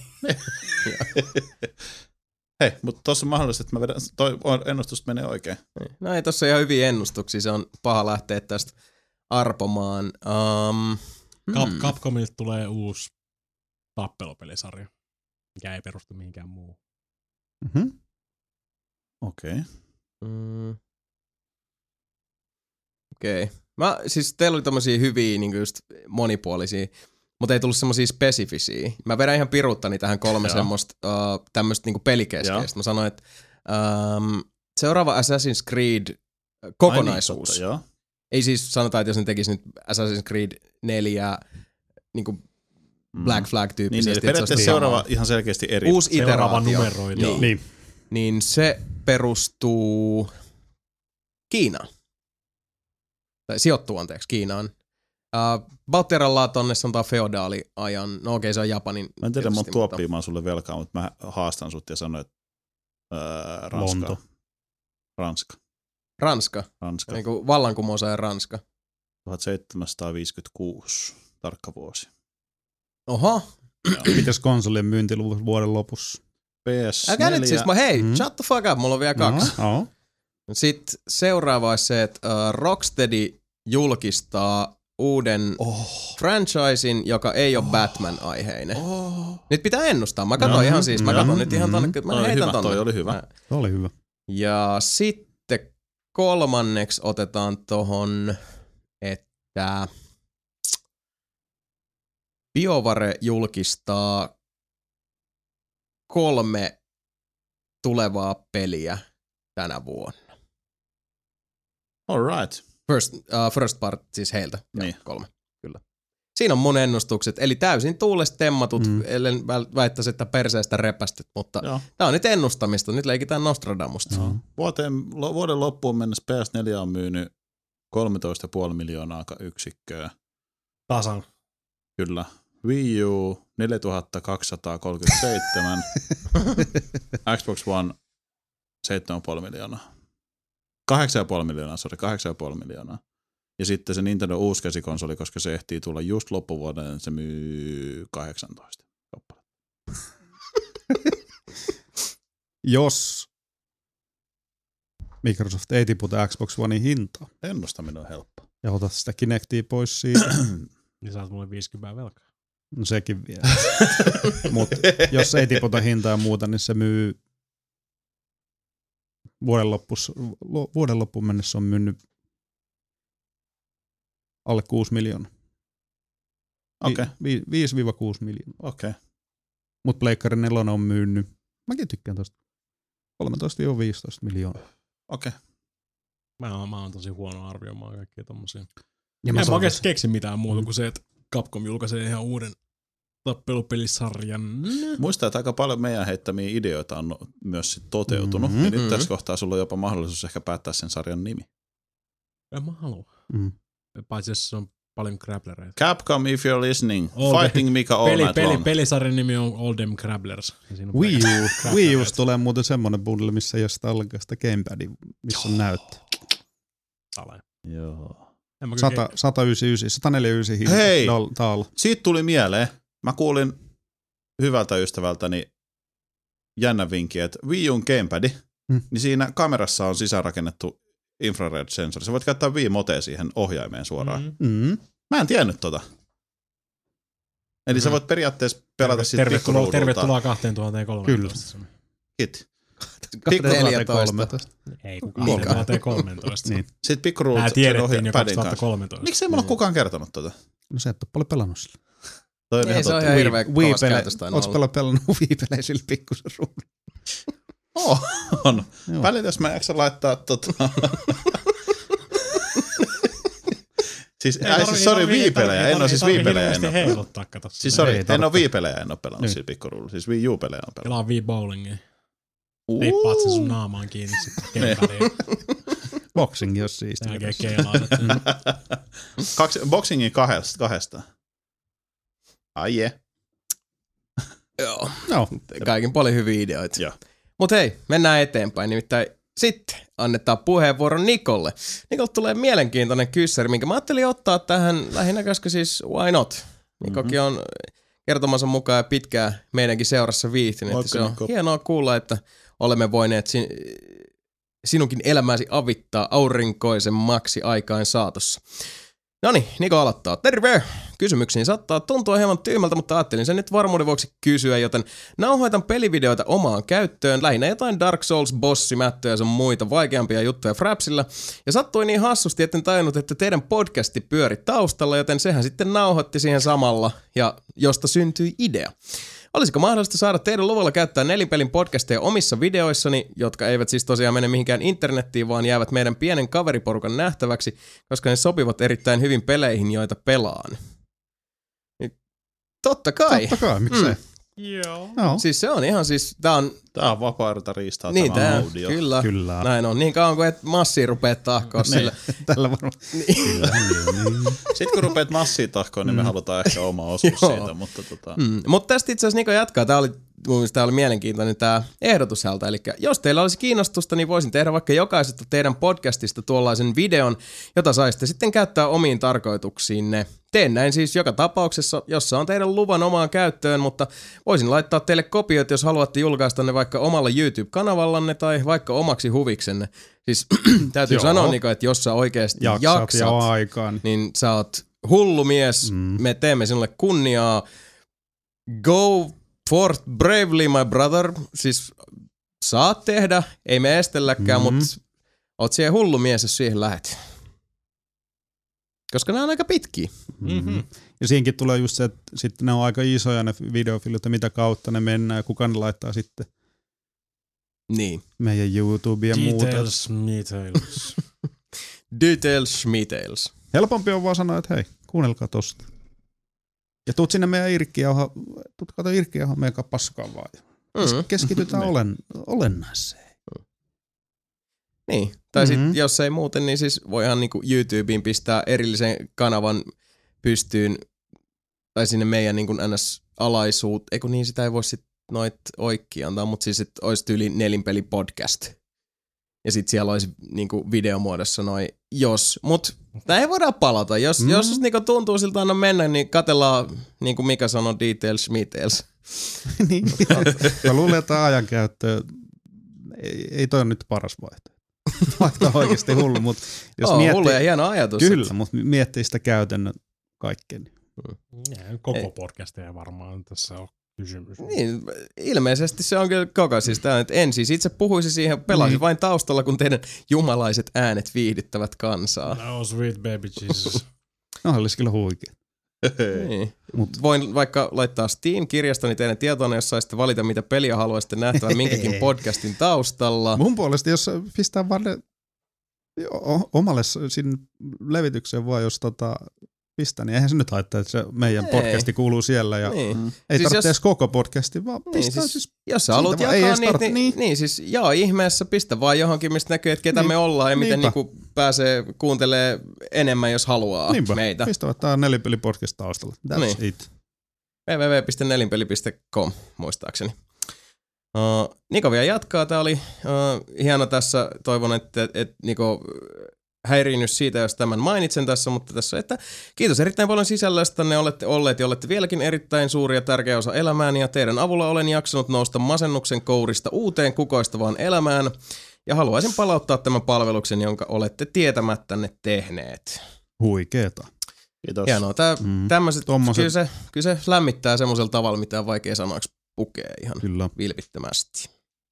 Hei, mutta tuossa on mahdollista, että toi ennustus menee oikein. No ei, tossa ihan hyviä ennustuksia, se on paha lähteä tästä arpomaan. Capcomilta tulee uusi tappelupelisarja, mikä ei perustu mihinkään muuhun. Okei. Okei. Siis teillä oli tommosia hyviä, niin just monipuolisia, mutta ei tullut semmosia spesifisiä. Mä vedän ihan piruuttani tähän 3 semmoista tämmöistä niinku pelikeskeistä. Mä sanoin, että seuraava Assassin's Creed kokonaisuus. Ei siis sanotaan, että jos ne tekisi nyt Assassin's Creed 4 niinku Black Flag-tyyppisesti. Niin, periaatteessa seuraava ihan selkeästi eri. Uusi iteraatio. Numeroitu. Niin se perustuu Kiinaan. Tai sijoittuu Kiinaan. Baltiaralla tonne sanotaan feodaaliajan. No okei, se on Japanin. Mä en tiedä, mä oon tuoppimaan sulle velkaa, mutta mä haastan sut ja sanon, että Ranska. Ranska. Niin kuin vallankumousajan Ranska. 1756, tarkka vuosi. Oho. Mitäs konsolien myyntiluvut vuoden lopussa? PS4. Älkää nyt siis, hei, shut the fuck up, mulla on vielä 2. No. Sitten seuraava olisi se, että Rocksteady julkistaa uuden franchisein, joka ei ole Batman-aiheinen. Nyt pitää ennustaa. Mä katson ihan siis. Mä katson nyt ihan tonne. Mä heitän tonne. Toi oli hyvä. Se oli hyvä. Ja sitten kolmanneksi otetaan tohon, että BioWare julkistaa 3 tulevaa peliä tänä vuonna. All right. First part siis heiltä. Niin. 3, kyllä. Siinä on mun ennustukset, eli täysin tuulesta temmatut, ellen väittäisi, että perseestä repästyt, mutta tää on nyt ennustamista, nyt leikitään Nostradamusta. Vuoden loppuun mennessä PS4 on myynyt 13,5 miljoonaa yksikköä. Tasan. Kyllä. Wii U 4237, Xbox One 7,5 miljoonaa. 8,5 miljoonaa. Ja sitten se Nintendo uusi käsikonsoli, koska se ehtii tulla just loppuvuoden, se myy 18 kappaletta. Jos Microsoft ei tiputa Xbox Onein hintaa. Ennustaminen on helppo. Ja otat sitä Kinectia pois siitä. Niin saat mulle 50 velkaa. No sekin vielä. Mutta jos ei tiputa hintaa ja muuta, niin se myy vuoden loppuun mennessä on myynyt alle 6 miljoonaa. Okei. 5-6 miljoonaa. Okei. Mutta Pleikkari 4 on myynyt, mäkin tykkään tosta, 13-15 miljoonaa. Okei. Mä oon tosi huono arvioimaan kaikkia tommosia. Ja mä oikeesti keksi mitään muuta kuin se, että Capcom julkaisee ihan uuden tappelupelisarjan. Muistaa, että aika paljon meidän heittämiä ideoita on myös sit toteutunut. Ja nyt tässä kohtaa sulla on jopa mahdollisuus ehkä päättää sen sarjan nimi. En mä halua. Paitsi jos se on paljon grapplereita. Capcom, if you're listening, Fighting Mika all night long. Pelisarjan nimi on All Them Grapplers. Wii U's tulee muuten semmonen bundle, missä ei ole sitä ollenkaan sitä gamepadia, missä on näyttö. Sale. Joo. 149 Hei, taala. Siitä tuli mieleen. Mä kuulin hyvältä ystävältäni jännän vinkin, että Wii U:n gamepadi, niin siinä kamerassa on sisäänrakennettu infrared-sensori. Sä voit käyttää Wii-motea siihen ohjaimeen suoraan. Mä en tiennyt tota. Eli sä voit periaatteessa pelata sitten pikkuruudulta. Tervetuloa 2013. Kyllä. Hit. 2013. Ei kukaan 2013. Niin. Sitten pikkuruudulta. Nää tiedettiin jo 2013. Miksei mulla kukaan kertonut tota? No se et ole paljon pelannut sillä. Ei, se on ihan hirveä kovassa käytöstä. Ootko pelannut Wii-pelejä sillä pikkusen ruudulla? On. Välillä jos mä jaksan laittaa Siis sori, Wii-pelejä. En oo siis Wii-pelejä. Siis sori, en oo Wii-pelejä, en oo pelannut siis pikkuruudulla. Siis Wii U-pelejä on pelannut. Pelaa Wii Bowlingia. Teippaat sen sun naamaan kiinni sitten gamepadilla. Boxing, jos siistiä. Jälkeen keilaat. Boxingin kahdesta. Ai jee. Joo. No, kaikin paljon hyviä ideoita. Joo. Mut hei, mennään eteenpäin. Nimittäin sitten annetaan puheenvuoron Nikolle. Nikolle tulee mielenkiintoinen kyssäri, minkä mä ajattelin ottaa tähän lähinnä, koska siis why not? Nikokin on kertomansa mukaan pitkään meidänkin seurassa viihtynyt. Se on hienoa kuulla, että olemme voineet sinunkin elämäsi avittaa aurinkoisemmaksi aikaan saatossa. Noniin, Niko aloittaa. Terve! Kysymyksiin saattaa tuntua hieman tyhmältä, mutta ajattelin sen nyt varmuuden vuoksi kysyä, joten nauhoitan pelivideoita omaan käyttöön, lähinnä jotain Dark Souls, bossimättöjä ja sun muita vaikeampia juttuja Frapsilla, ja sattui niin hassusti, etten tajunnut, että teidän podcasti pyöri taustalla, joten sehän sitten nauhoitti siihen samalla, ja josta syntyi idea. Olisiko mahdollista saada teidän luvalla käyttää Nelipelin podcasteja omissa videoissani, jotka eivät siis tosiaan mene mihinkään internettiin, vaan jäävät meidän pienen kaveriporukan nähtäväksi, koska ne sopivat erittäin hyvin peleihin, joita pelaan. Totta kai. Totta kai, miksei? Joo. No. Siis se on ihan siis, tää on vapaa-arta riistaa niin, tämä audio. Kyllä. Näin on. Niin kauan kuin et massia rupeat tahkoa sillä. Tällä varmaan. Sitten kun rupeat massia tahkoa, niin me halutaan ehkä oma osuus siitä. Mutta Mutta tästä itse asiassa Niko jatkaa. Tää oli mun mielestä tää oli mielenkiintoinen tää ehdotus häneltä. Eli jos teillä olisi kiinnostusta, niin voisin tehdä vaikka jokaisesta teidän podcastista tuollaisen videon, jota saisitte sitten käyttää omiin tarkoituksiinne. Teen näin siis joka tapauksessa, jossa on teidän luvan omaan käyttöön, mutta voisin laittaa teille kopiot, jos haluatte julkaista ne vaikka omalla YouTube-kanavallanne tai vaikka omaksi huviksenne. Siis täytyy sanoa, Niko, että jos sä oikeasti jaksat niin sä oot hullu mies, me teemme sinulle kunniaa. Go forth bravely, my brother. Siis saat tehdä, ei me estelläkään, mutta oot siihen hullu mies, jos siihen lähet. Koska nämä on aika pitkiä. Ja siinäkin tulee just se, että sitten ne on aika isoja ne videofilit, mitä kautta ne mennään ja kuka ne laittaa sitten niin meidän YouTube ja muuta. Details. Helpompi on vaan sanoa, että hei, kuunnelkaa tosta. Ja tuut sinne meidän irkkiauhaan meidän paskaan vaan. Keskitytään olennaiseen. Niin, tai sitten jos ei muuten, niin siis voihan niinku YouTubeen pistää erillisen kanavan pystyyn, tai sinne meidän niinku NS-alaisuut, eikö niin, sitä ei voi sit noit oikkia antaa, mutta siis olisi tyyli Nelinpeli podcast. Ja sit siellä olisi niinku videomuodossa mut tää ei voida palata. Jos niinku tuntuu siltä aina mennä, niin katsellaan, niin kuin Mika sanoi, details. Niin, mä luulen, että ajankäyttö ei toi ole nyt paras vaihtoehto. Vaikka oikeasti hullu, mutta jos miettii... Hullu ja hieno ajatus. Kyllä, mutta miettii sitä käytännön kaikkea. Koko podcastia varmaan tässä on kysymys. Niin, ilmeisesti se on kyllä koko siis tämä, että en siis itse puhuisi siihen, pelasin vain taustalla, kun teidän jumalaiset äänet viihdyttävät kansaa. No sweet baby Jesus. No olisi kyllä huikea. Niin. Voin vaikka laittaa Steam-kirjastoni teidän tietoonne, jos saisitte valita, mitä peliä haluaisitte nähtävän minkäkin podcastin taustalla. Mun puolesta, jos pistää vaan ne omalle sinne levitykseen vaan, jos pistää, niin eihän se nyt haittaa, että se meidän podcasti kuuluu siellä ja ei siis tarvitse edes koko podcasti, vaan pistää siis jos sä haluat jakaa niitä, niin siis jaa ihmeessä, pistä vaan johonkin, mistä näkyy, että ketä me ollaan ja miten niinku pääsee kuuntelee enemmän, jos haluaa meitä. Pistä vaan tää Nelinpeli podcast taustalla. That's it. www.nelinpeli.com muistaakseni. Niko vielä jatkaa. Tää oli hieno tässä. Toivon, että Niko häiriinnyt siitä, jos tämän mainitsen tässä, mutta tässä, että kiitos erittäin paljon sisällöstänne, olette olleet ja olette vieläkin erittäin suuri ja tärkeä osa elämääni ja teidän avulla olen jaksanut nousta masennuksen kourista uuteen kukoistavaan elämään ja haluaisin palauttaa tämän palveluksen, jonka olette tietämättänne tehneet. Huikeeta. Kiitos. Hienoa. Tämmöiset, kyllä se lämmittää semmoisella tavalla, mitä on vaikea sanoaksi pukee ihan vilpittömästi.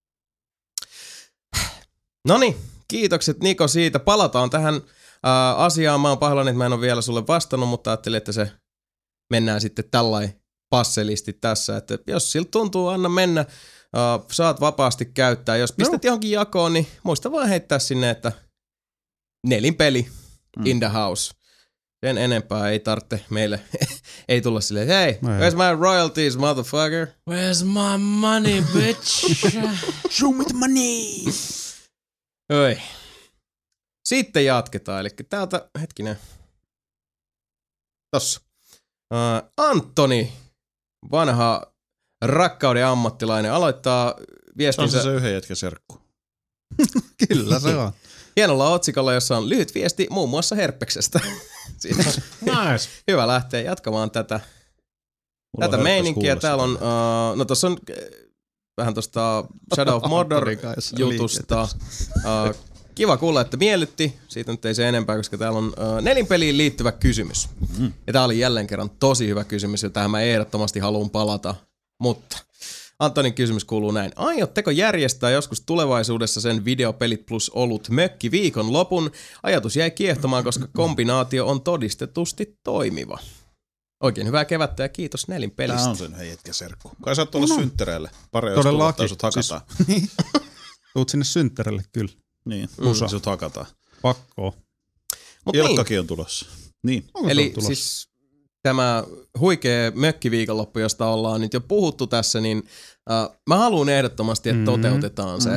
Noniin. Kiitokset Niko siitä. Palataan tähän asiaan. Mä oon pahoillani, että mä en ole vielä sulle vastannut, mutta ajattelin, että se mennään sitten tällainen passelisti tässä. Että jos siltä tuntuu, anna mennä. Saat vapaasti käyttää. Jos pistät johonkin jakoon, niin muista vaan heittää sinne, että Nelinpeli in the house. Sen enempää ei tarvitse meille. Ei tulla silleen, hei, where's my royalties, motherfucker? Where's my money, bitch? Show me the money! Oi. Sitten jatketaan, eli täältä, hetkinen. Tossa. Antoni, vanha rakkauden ammattilainen, aloittaa viestinsä. On se yhden jätkä serkku. Kyllä se on. Hienolla otsikolla, jossa on lyhyt viesti muun muassa herpeksestä. Nice. Hyvä lähteä jatkamaan tätä meininkiä. Täällä on, no tossa on vähän tosta Shadow of Mordor jutusta. Kiva kuulla, että miellytti. Siitä nyt ei se enempää, koska täällä on Nelinpeliin liittyvä kysymys. Ja tää oli jälleen kerran tosi hyvä kysymys, ja tähän mä ehdottomasti haluan palata. Mutta Antonin kysymys kuuluu näin. Aiotteko järjestää joskus tulevaisuudessa sen videopelit plus olut mökki viikonlopun? Ajatus jäi kiehtomaan, koska kombinaatio on todistetusti toimiva. Oikein hyvää kevättä ja kiitos Nelinpelistä. Tää on sen hei jätkä serkku. Kai sä oot tuolla synttäreille. Pari jos tulla, sut hakataan. Niin. Tuut sinne synttärelle kyllä. Niin, sut hakataan. Pakko. Ilkkakin on tulossa. Niin. Eli siis tämä huikea mökkiviikonloppu, josta ollaan nyt jo puhuttu tässä, niin mä haluan ehdottomasti, että toteutetaan se.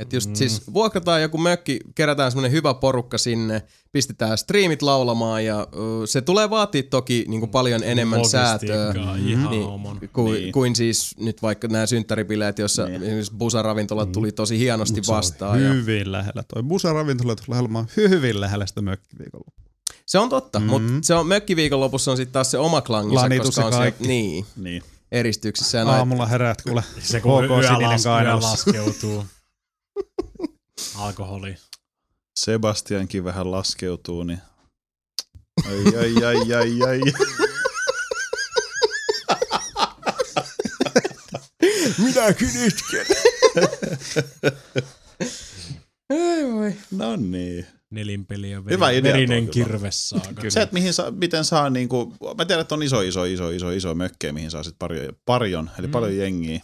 Että just siis vuokrataan joku mökki, kerätään semmoinen hyvä porukka sinne, pistetään striimit laulamaan ja se tulee vaatii toki niinku paljon enemmän säätöä kuin siis nyt vaikka nämä synttäribileet, jossa esimerkiksi Busa-ravintola tuli tosi hienosti vastaan. Hyvin lähellä. Toi Busa-ravintola tulee olemaan hyvin lähellä sitä mökkiviikonloppua. Se on totta, mutta se on mökkiviikonlopussa on sitten taas se oma klanginsa, koska on se niin. Eristyksissä. Ja aamulla herät kuule. Se kun yö laskeutuu. Alkoholi. Sebastiankin vähän laskeutuu, niin ai. Minäkin itken. Ei voi. No niin. Nelinpeliä verinen kirvessaaga. Se, että miten saa niinku, mä tiedän, että on iso mökkejä, mihin saa sit parion, eli paljon jengiä.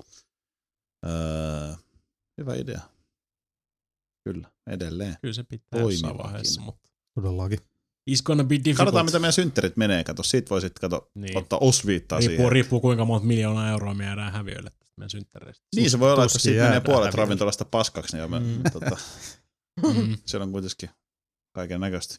Hyvä idea. Kyllä, edelleen. Kyllä se pitää jossain vaiheessa, mutta todellakin. It's gonna be difficult. Katsotaan, mitä meidän synttärit menee. Kato, siitä voi sitten ottaa osviittaa siihen. Riippuu kuinka monta miljoonaa euroa me jäädään häviöille tästä meidän synttäreistä. Niin, se voi olla, että siitä menee puolet ravintolasta paskaksi. Niin siellä on kuitenkin kaiken näköistä.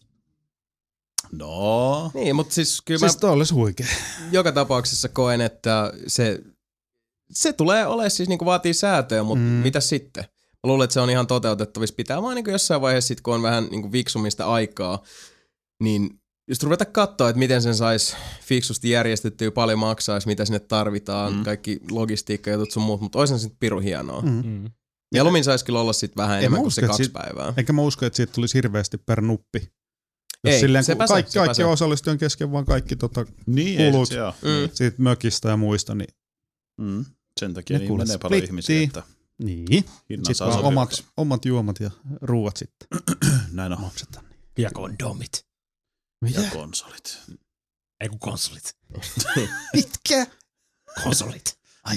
No. Niin, mutta siis kyllä siis toi olisi huikea. Joka tapauksessa koen, että se tulee olemaan siis niinku vaatii säätöä, mutta mitä sitten? Mä luulen, että se on ihan toteutettavissa. Pitää vaan niinku jossain vaiheessa sit, kun on vähän niinku fiksumista aikaa, niin just ruveta katsoa, että miten sen saisi fiksusti järjestettyä, paljon maksaisi, mitä sinne tarvitaan, kaikki logistiikkajutut sun muut, mutta olisi se sitten pirun hienoa. Mieluummin saisi kyllä olla sitten vähän enemmän kuin se 2 päivää. Enkä mä usko, että siitä tulisi hirveästi per nuppi. Jos ei, silleen, se kaikki osallistujen kesken, vaan kaikki kulut siitä mökistä ja muista, niin sen takia niin menee paljon ihmisiä, että niin. Sitten vaan omat juomat ja ruuat sitten. Näin on. Maksetaan. Ja kondomit. Ja konsolit. Ei kun konsolit. Mitkä? Konsolit. Ai.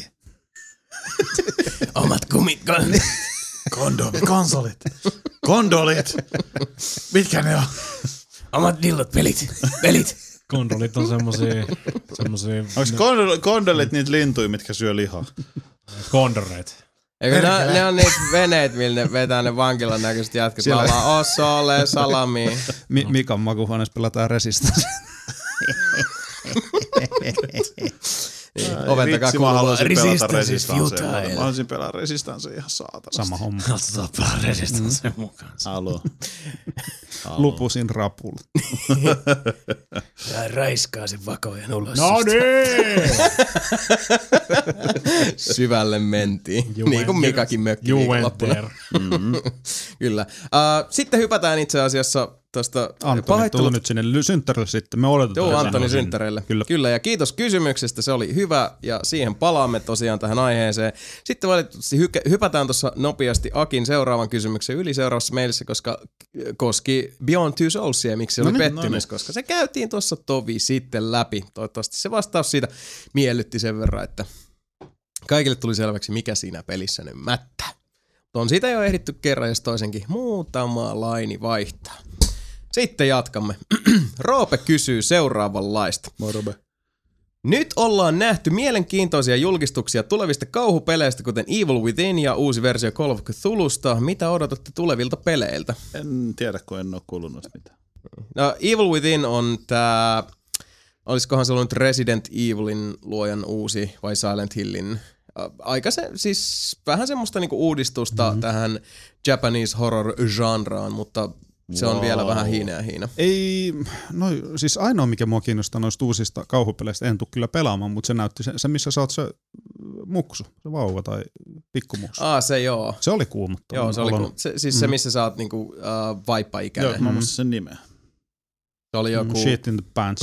Omat kumit. Konsolit. Kondolit. Mitkä ne on? Omat dillot, pelit. Kondolit on semmosia... Onko kondolit niitä lintuja, mitkä syö lihaa? Kondoreet. Eikö ne on niitä veneet, millä ne vetää ne vankilan näköiset jätkät. Laulaa Osole, salami. Mikan makuhuoneessa pelataan Resistance. Oventakaa kuulua. Resistance is futile. Mä haluaisin pelaa Resistance ihan saatanasti. Sama homma. Haluaisin pelaa Resistance mukaan. Haluan. Lupusin rapul. Ja raiskaa sen vakojen ulos. No niin! Syvälle mentiin. Niin kuin Mikakin mökki viikonloppuna. Kyllä. Sitten hypätään itse asiassa tuosta Antoni tuli nyt sinne synttärille sitten. Me odotetaan. Joo, Antoni synttäreille. Kyllä, ja kiitos kysymyksestä. Se oli hyvä, ja siihen palaamme tosiaan tähän aiheeseen. Sitten valitettavasti hypätään tuossa nopeasti Akin seuraavan kysymyksen yli seuraavassa mailissa, koska koski Beyond Two Soulsia, miksi se oli pettymys, koska se käytiin tuossa tovi sitten läpi. Toivottavasti se vastaus siitä miellytti sen verran, että kaikille tuli selväksi, mikä siinä pelissä nyt mättää. On siitä jo ehditty kerran, jos toisenkin muutama laini vaihtaa. Sitten jatkamme. Roope kysyy seuraavanlaista. Moi Roope. Nyt ollaan nähty mielenkiintoisia julkistuksia tulevista kauhupeleistä, kuten Evil Within ja uusi versio Call of Cthulhusta. Mitä odotatte tulevilta peleiltä? En tiedä, kun en ole kuullut mitään. No, Evil Within on tää, olisikohan se ollut Resident Evilin luojan uusi vai Silent Hillin? Aika se, siis vähän semmoista niinku uudistusta tähän Japanese horror-genraan, mutta se on vielä vähän hiineä. Ei, no siis ainoa mikä mua kiinnostaa noista uusista kauhupeleistä, en tule kyllä pelaamaan, mutta se näytti se missä sä oot se muksu, se vauva tai pikkumuksu. Se joo. Se oli kuumottava. Joo, se oli siis se missä sä oot niinku vaippa-ikäinen. Joo, mä muistan sen nimeä. Se oli joku... Shit in the pants.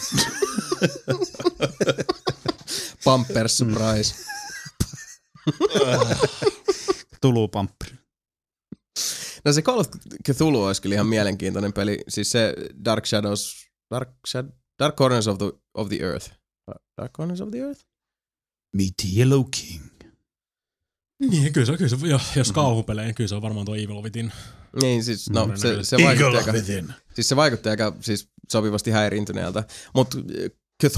Bumper surprise. Tulupamperi. No se Call of Cthulhu olisi kyllä ihan mielenkiintoinen peli. Siis se Dark Corners of the Earth. Dark Corners of the Earth? Meet the Yellow King. Niin, kyllä se jos kauhupelejä, kyllä se on varmaan tuo Evil Within. Niin, siis no, se vaikutti aika siis sopivasti häiriintyneeltä. Mutta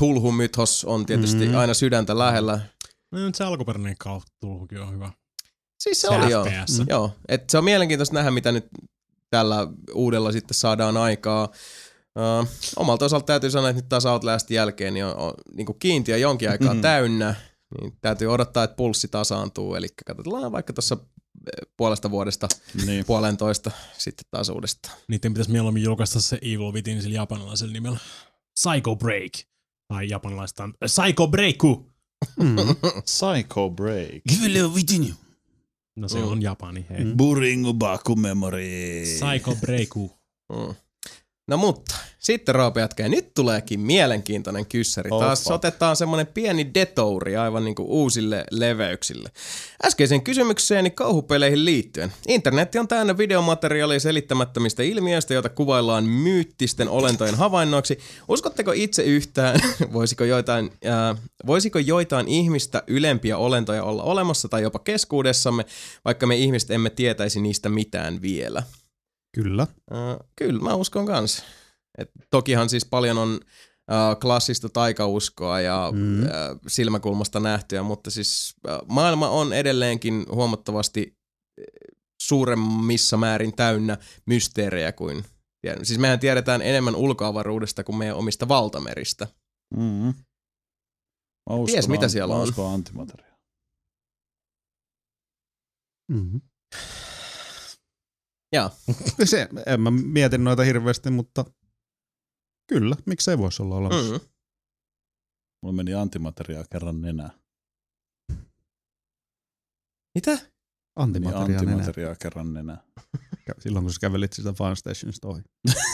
Cthulhu-mythos on tietysti aina sydäntä lähellä. No, se alkuperäinen Cthulhukin on hyvä. Siis se oli joo. Et se on mielenkiintoista nähdä, mitä nyt tällä uudella sitten saadaan aikaa. Omalta osalta täytyy sanoa, että nyt taas Outlastin jälkeen niin on niin kuin kiintiö jonkin aikaa täynnä. Niin täytyy odottaa, että pulssi tasaantuu. Eli katsotaan vaikka tuossa puolesta vuodesta, puolentoista sitten taas uudestaan. Niiden pitäisi mieluummin julkaista se Evil Within sillä japanilaisella nimellä. Psycho Break. Tai japanilaista Psycho Breaku. Psycho Break. Evil Within. No se on japani, hei. Buringu Baku Memory. Psycho Breaku. No mutta, sitten Roope jatkaa. Nyt tuleekin mielenkiintoinen kyssäri. Taas otetaan semmonen pieni detouri aivan niinku uusille leveyksille. Äskeiseen kysymykseeni kauhupeleihin liittyen. Internetti on täynnä videomateriaalia selittämättömistä ilmiöistä, joita kuvaillaan myyttisten olentojen havainnoiksi. Uskotteko itse yhtään, voisiko joitain ihmistä ylempiä olentoja olla olemassa tai jopa keskuudessamme, vaikka me ihmiset emme tietäisi niistä mitään vielä? Kyllä. Kyllä, mä uskon kanssa. Tokihan siis paljon on klassista taikauskoa ja silmäkulmasta nähtyä, mutta siis maailma on edelleenkin huomattavasti suuremmissa määrin täynnä mysteerejä kuin... Siis mehän tiedetään enemmän ulkoavaruudesta kuin meidän omista valtameristä. Ties mitä siellä on. Mä uskon antimateriaa. Joo. En mä mietin noita hirveästi, mutta kyllä, miksei voisi olla olemassa. Mulla meni antimateriaa kerran nenää. Mitä? Antimateriaa kerran nenää. Silloin kun sä kävelit sitä Fun Stationista ohi.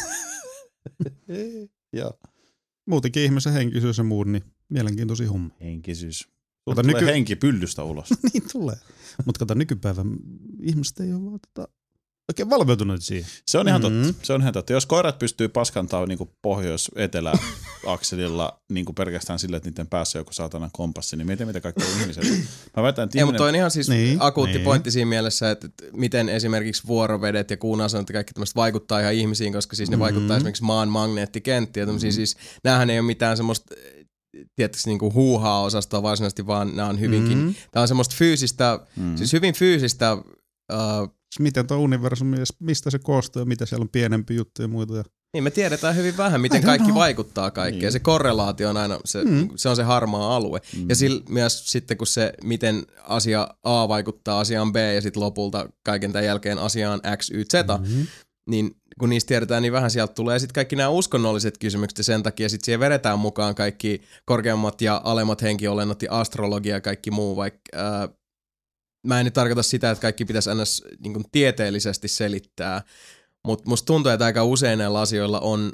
Joo. Muutenkin ihmisen henkisyys ja muut, niin mielenkiintoisia homma. Henkisyys. Tulee henki pyllystä ulos. Niin tulee. Mutta kato, nykypäivän ihmiset ei ole vaan oikein valveutuneet siihen. Se on ihan totta. Se on ihan totta. Jos koirat pystyy paskantaa niin pohjois-etelä-akselilla niin pelkästään sille, että niiden päässä on joku saatana kompassi, niin mietin mitä kaikki ihmiset. Mä väitän, että mutta on ihan siis akuutti pointti siinä mielessä, että miten esimerkiksi vuorovedet ja kuun asennot ja kaikki tämmöistä vaikuttaa ihan ihmisiin, koska siis ne vaikuttaa esimerkiksi maan magneettikenttiä. Siis näähän ei ole mitään semmoista tietysti niinku huuhaa-osastoa varsinaisesti, vaan nämä on hyvinkin, tämä on semmoista fyysistä, siis hyvin fyysistä. Miten tuo universumi, mistä se koostuu ja mitä siellä on pienempi juttu ja muita. Niin me tiedetään hyvin vähän, miten kaikki vaikuttaa kaikkeen. Niin. Se korrelaatio on aina, se on se harmaa alue. Ja myös sitten kun se, miten asia A vaikuttaa asiaan B ja sitten lopulta kaiken tämän jälkeen asiaan X, Y, Z, niin kun niistä tiedetään niin vähän, sieltä tulee sitten kaikki nämä uskonnolliset kysymykset ja sen takia sitten siihen vedetään mukaan kaikki korkeammat ja alemmat henkiolennot ja astrologia ja kaikki muu, vaikka mä en nyt tarkoita sitä, että kaikki pitäisi ns. Niin kuin tieteellisesti selittää, mutta musta tuntuu, että aika usein näillä asioilla on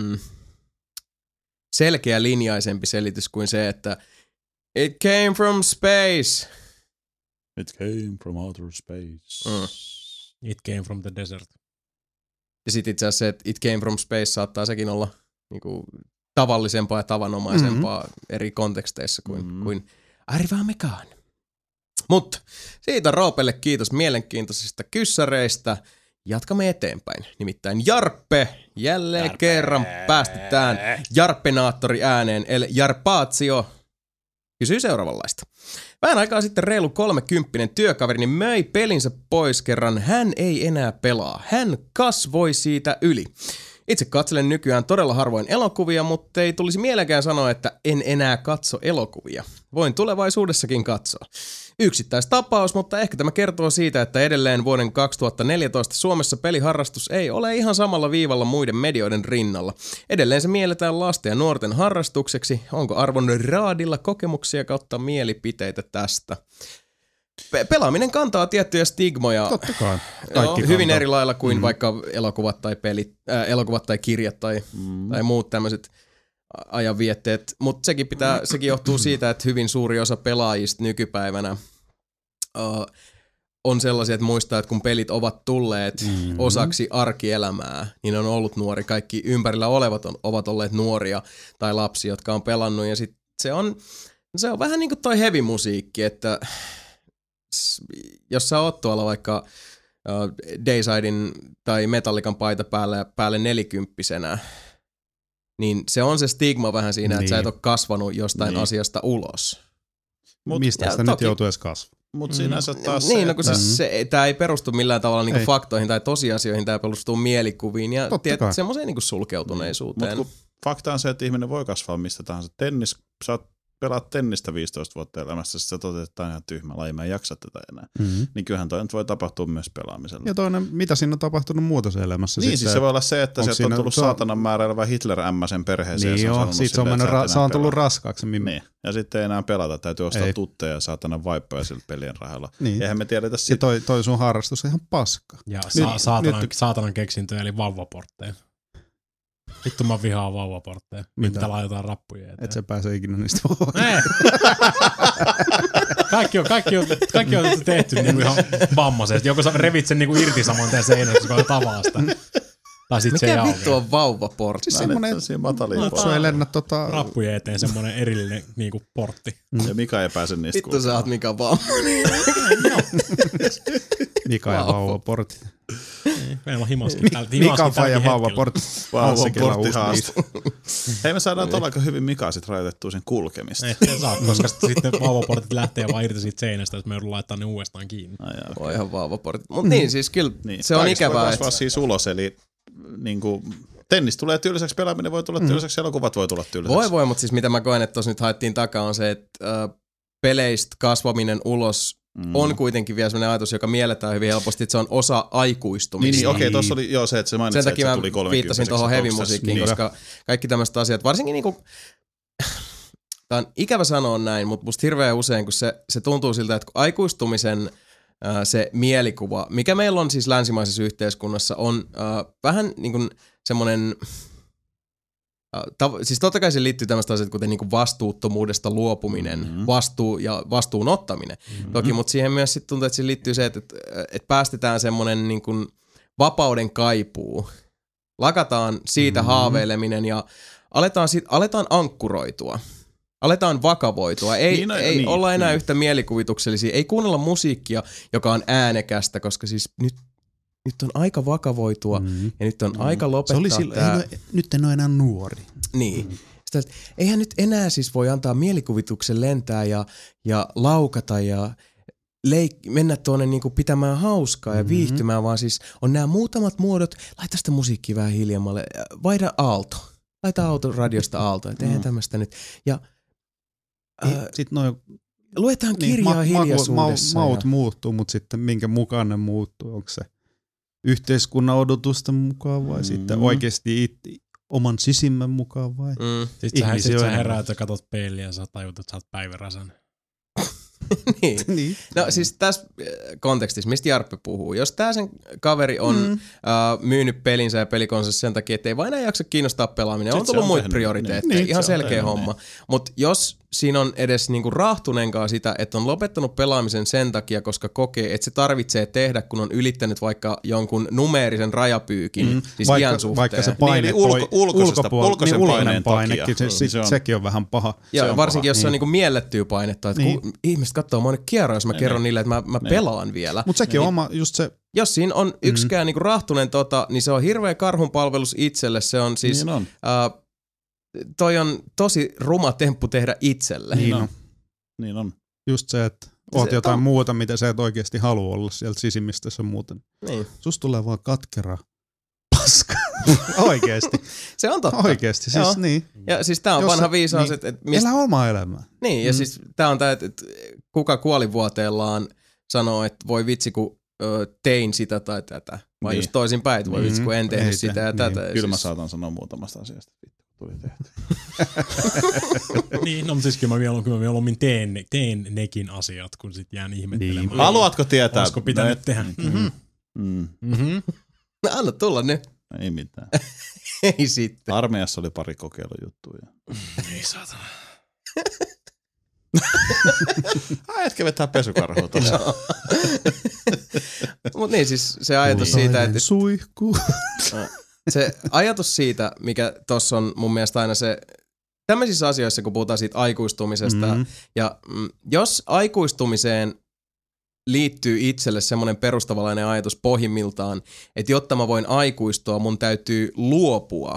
selkeä linjaisempi selitys kuin se, että it came from space. It came from outer space. It came from the desert. Ja sit itse asiassa se, että it came from space saattaa sekin olla niinku tavallisempaa ja tavanomaisempaa eri konteksteissa kuin arvaamekaan. Mutta siitä Roopelle kiitos mielenkiintoisista kyssäreistä. Jatkamme eteenpäin. Nimittäin Jarppe jälleen kerran päästetään Jarppenaattori ääneen, eli Jarpaatio kysyy seuraavanlaista. Vähän aikaa sitten reilu 30 työkaverini möi pelinsä pois kerran. Hän ei enää pelaa. Hän kasvoi siitä yli. Itse katselen nykyään todella harvoin elokuvia, mutta ei tulisi mieleenkään sanoa, että en enää katso elokuvia. Voin tulevaisuudessakin katsoa. Yksittäistapaus, mutta ehkä tämä kertoo siitä, että edelleen vuoden 2014 Suomessa peliharrastus ei ole ihan samalla viivalla muiden medioiden rinnalla. Edelleen se mielletään lasten ja nuorten harrastukseksi. Onko arvon raadilla kokemuksia kautta mielipiteitä tästä? Pelaaminen kantaa tiettyjä stigmoja. Totta kai. Hyvin eri lailla kuin vaikka elokuvat tai pelit, elokuvat tai kirjat tai muut tämmöiset ajanvietteet. Mutta sekin johtuu siitä, että hyvin suuri osa pelaajista nykypäivänä on sellaisia, että muistaa, että kun pelit ovat tulleet osaksi arkielämää, niin on ollut nuori. Kaikki ympärillä olevat ovat olleet nuoria tai lapsia, jotka on pelannut. Ja sit se on vähän niin kuin toi heavy-musiikki, että jos sä oot tuolla vaikka Daysidein tai Metallican paita päälle 40-vuotiaana, niin se on se stigma vähän siinä, että sä et ole kasvanut jostain asiasta ulos. mistä sitä nyt joutuu edes kasvaa. Mutta sinänsä taas niin, no kun tämä ei perustu millään tavalla niinku faktoihin tai tosiasioihin, tämä perustuu mielikuviin ja semmoiseen niinku sulkeutuneisuuteen. Mutta fakta on se, että ihminen voi kasvaa mistä tahansa. Sä pelaat tennistä 15 vuotta elämässä, sitten sä toteat, että tämä on ihan tyhmä laji, mä en jaksa tätä enää. Niin kyllähän toi nyt voi tapahtua myös pelaamisella. Ja toinen, mitä siinä on tapahtunut muuta elämässä? Niin, siis se voi olla se, että sieltä on tullut saatanan määräilevä Hitler-ämmäsen perheeseen. Niin joo, sit se on tullut raskaaksi. Niin, ja sitten ei enää pelata, täytyy ostaa tutteja ja saatanan vaippoja sillä pelien rahalla. Niin. Eihän me tiedetä sitä. Ja toi sun harrastus on ihan paska. Ja saatanan keksintöjä eli vauvaportteja. Vittu mä vihaan vauvaportteja. Mitä laitetaan rappuja eteen. Et sä pääse ikinä niistä pois. Kaikki on tehty niinku ihan vammaisesti. Joko sä revit sen niinku irti saman tien seinäksi, kun olet avasta. Tai sit se ei mikä vittu on vauvaportti? Siis semmonen lapsu ei lennä rappuja eteen, semmonen erillinen niinku portti. Ja Mika ei pääse niistä vittu sä oot Mika vammainen. Mika ja vauvaportti. Meillä on himaskin. Mika ja vauvaportti. Vauvaportti haaste. Hei, me saadaan tuolla aika hyvin Mika sit rajoitettua sen kulkemista. Ei saa, koska sitten vauvaportit lähtee vaan irti siitä seinästä, että me joudun laittaa ne uudestaan kiinni. Voi ihan vauvaportit. Mutta niin, siis kyllä se on ikävää. Voi kasvaa siis ulos, eli niinku tennis tulee tylsäksi, pelaaminen voi tulla tylsäksi, elokuvat voi tulla tylsäksi. Voi, mutta siis mitä mä koen, että tuossa nyt haettiin takaa on se, että peleistä kasvaminen ulos on kuitenkin vielä sellainen ajatus, joka mielletään hyvin helposti, että se on osa aikuistumista. Niin, okei, tuossa oli jo se, että se mainitsi, sen takia että se tuli 30. Sen takia mä viittasin tuohon heavy-musiikkiin, koska kaikki tämmöiset asiat, varsinkin niinku, tää on ikävä sanoa näin, mutta musta hirveän usein, kun se tuntuu siltä, että kun aikuistumisen se mielikuva, mikä meillä on siis länsimaisessa yhteiskunnassa, on vähän niin kuin semmoinen, siis totta kai se liittyy tämmöistä asiat, kuten niinku vastuuttomuudesta luopuminen, vastuu ja vastuun ottaminen. Toki, mutta siihen myös sitten tuntuu, että siihen liittyy se, että päästetään semmoinen niinku vapauden kaipuu. Lakataan siitä haaveileminen ja aletaan ankkuroitua. Aletaan vakavoitua. Ei olla enää yhtä mielikuvituksellisia. Ei kuunnella musiikkia, joka on äänekästä, koska siis nyt on aika vakavoitua ja nyt on aika lopettaa nyt en ole enää nuori. Niin. Eihän nyt enää siis voi antaa mielikuvituksen lentää ja laukata ja mennä tuonne niinku pitämään hauskaa ja viihtymään, vaan siis on nämä muutamat muodot. Laita sitä musiikkia vähän hiljemmalle. Vaihda aalto. Laita autoradiosta aalto. Eihän tämmöistä nyt. Ja luetaan kirjaa hiljaisuudessa. Maut muuttuu, mutta sitten minkä mukaan ne muuttuu? Onko se yhteiskunnan odotusten mukaan vai sitten oikeasti oman sisimmän mukaan vai? Sitten sä heräät ja katot peiliä ja sä tajut, että sä oot päiväräsän. niin. No siis tässä kontekstissa, mistä Jarppe puhuu. Jos tää sen kaveri on myynyt pelinsä ja pelikonsa sen takia, että ei vain enää jaksa kiinnostaa pelaaminen, on tullut muita prioriteetteja. Ihan selkeä homma. Mutta jos siinä on edes niinku raahtuneenkaan sitä, että on lopettanut pelaamisen sen takia, koska kokee, että se tarvitsee tehdä, kun on ylittänyt vaikka jonkun numeerisen rajapyykin, siis iän suhteen. Vaikka se paine ulkoisen paineen painekin, sekin on vähän paha. Ja varsinkin, jos se on niinku miellettyä painetta, että ihmiset katsoo, mä oon nyt kierro, jos mä kerron niille, että mä pelaan vielä. Mutta sekin on oma, just se. Jos siinä on yksikään niinku rahtuneen niin se on hirveä karhunpalvelus itselle. Se on siis, toi on tosi ruma temppu tehdä itselle. Niin on. Just se, että oot jotain muuta, mitä sä et oikeasti halua olla sieltä sisimmistössä muuten. Niin. Susta tulee vaan katkera paska. Oikeesti. Se on totta. Oikeesti, siis niin. Ja siis tää on vanha viisaus, niin, että elä omaa elämää. Niin, ja siis tää on tää, että kuka kuolivuoteellaan sanoo, että voi vitsi, kun tein sitä tai tätä. Vai just toisinpäin, että voi vitsi, kun en tehnyt sitä ja tätä. Niin. Kyllä mä saatan sanoa muutamasta asiasta. Tuli tehty. Niin, no mutta siis kyllä mä mieluummin teen nekin asiat, kun sit jään ihmettelemään. Niin. Haluatko tietää? Olisiko pitänyt tehdä? No anna tulla nyt. Ei mitään. Ei sitten. Armeijassa oli pari kokeilujuttuja. Ei saatana. Ätkä vetää pesukarhua tuossa. Mut niin, siis se ajatus siitä, että suihku. Se ajatus siitä, mikä tossa on mun mielestä aina se, tämmöisissä asioissa, kun puhutaan siitä aikuistumisesta, ja jos aikuistumiseen liittyy itselle semmoinen perustavalainen ajatus pohjimmiltaan, että jotta mä voin aikuistua, mun täytyy luopua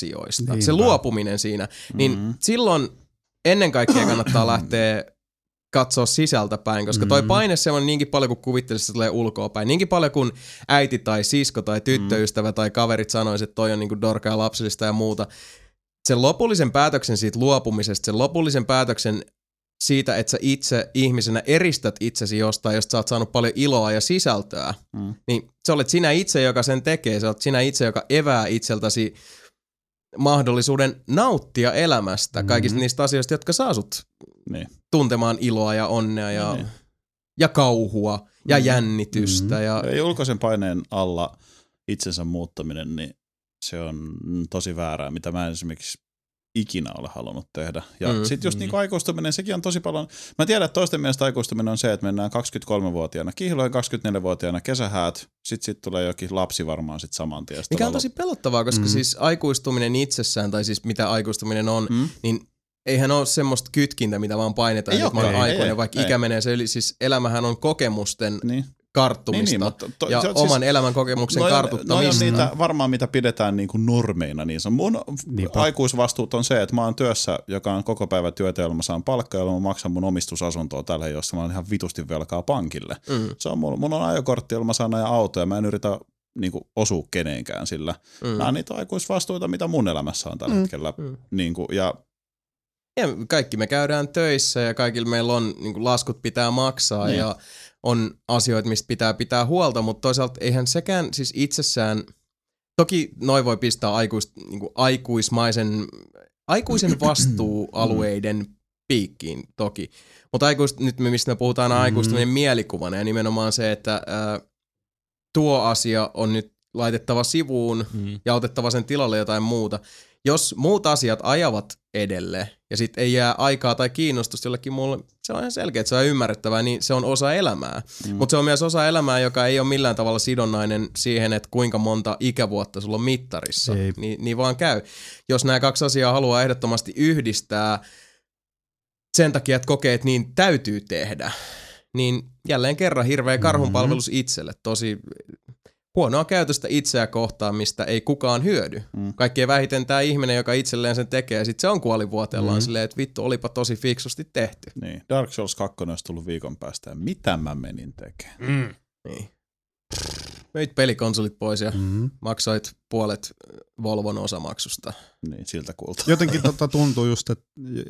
asioista. Se luopuminen siinä, niin silloin ennen kaikkea kannattaa lähteä katsoa sisältä päin, koska toi paine se on niinkin paljon, kun kuvittelisi, että se tulee ulkoa päin. Niinkin paljon, kun äiti tai sisko tai tyttöystävä tai kaverit sanoisi, että toi on niinku dorkaa lapsellista ja muuta. Sen lopullisen päätöksen siitä luopumisesta, sen lopullisen päätöksen siitä, että sä itse ihmisenä eristät itsesi jostain, josta sä oot saanut paljon iloa ja sisältöä, niin sä olet sinä itse, joka sen tekee. Sä olet sinä itse, joka evää itseltäsi mahdollisuuden nauttia elämästä, kaikista niistä asioista, jotka saa sut tuntemaan iloa ja onnea ja kauhua ja jännitystä. Ja ulkoisen paineen alla itsensä muuttaminen, niin se on tosi väärää, mitä mä esimerkiksi ikinä ole halunnut tehdä. Ja sit just niinku aikuistuminen, sekin on tosi paljon. Mä tiedän, että toisten mielestä aikuistuminen on se, että mennään 23-vuotiaana kihloin, 24-vuotiaana kesähäät, sit tulee jokin lapsi varmaan sit saman tien. Mikä on tosi pelottavaa, koska siis aikuistuminen itsessään, tai siis mitä aikuistuminen on, niin eihän ole semmoista kytkintä, mitä vaan painetaan, että mä oon aikuinen, vaikka ikä menee se yli. Siis elämähän on kokemusten karttumista ja oman elämän kokemuksen kartuttamista. On niitä varmaan, mitä pidetään niin kuin normeina. Niin mun aikuisvastuut on se, että mä oon työssä, joka on koko päivä työtä, jolla mä saan palkkaa, jolla mä maksan mun omistusasuntoa tällä, jossa mä oon ihan vitusti velkaa pankille. Se on mun on ajokortti, jolla mä saan ajaa autoa ja mä en yritä niin kuin osua kenenkään sillä. Nämä on niitä aikuisvastuita, mitä mun elämässä on tällä hetkellä. Niin kuin, ja kaikki me käydään töissä ja kaikilla meillä on niin kuin laskut pitää maksaa ja on asioita, mistä pitää huolta, mutta toisaalta eihän sekään siis itsessään, toki noi voi pistää aikuisen vastuualueiden piikkiin toki, mutta nyt mistä me puhutaan aikuistuminen mielikuvana ja nimenomaan se, että tuo asia on nyt laitettava sivuun ja otettava sen tilalle jotain muuta. Jos muut asiat ajavat edelle ja sitten ei jää aikaa tai kiinnostusta jollekin muulle, se on ihan selkeä, että se on ymmärrettävää, niin se on osa elämää. Mutta se on myös osa elämää, joka ei ole millään tavalla sidonnainen siihen, että kuinka monta ikävuotta sulla on mittarissa. Niin vaan käy. Jos nämä kaksi asiaa haluaa ehdottomasti yhdistää sen takia, että kokee, että niin täytyy tehdä, niin jälleen kerran hirveä karhunpalvelus itselle. Tosi huonoa käytöstä itseä kohtaan, mistä ei kukaan hyödy. Kaikkein vähiten tämä ihminen, joka itselleen sen tekee, ja sitten se on kuolivuoteellaan silleen, että vittu, olipa tosi fiksusti tehty. Niin. Dark Souls 2 olisi tullut viikon päästä, ja mitä mä menin tekemään? Niin. Möit pelikonsolit pois ja maksoit puolet Volvon osamaksusta. Niin, siltä kuulta. Jotenkin tuntuu just, että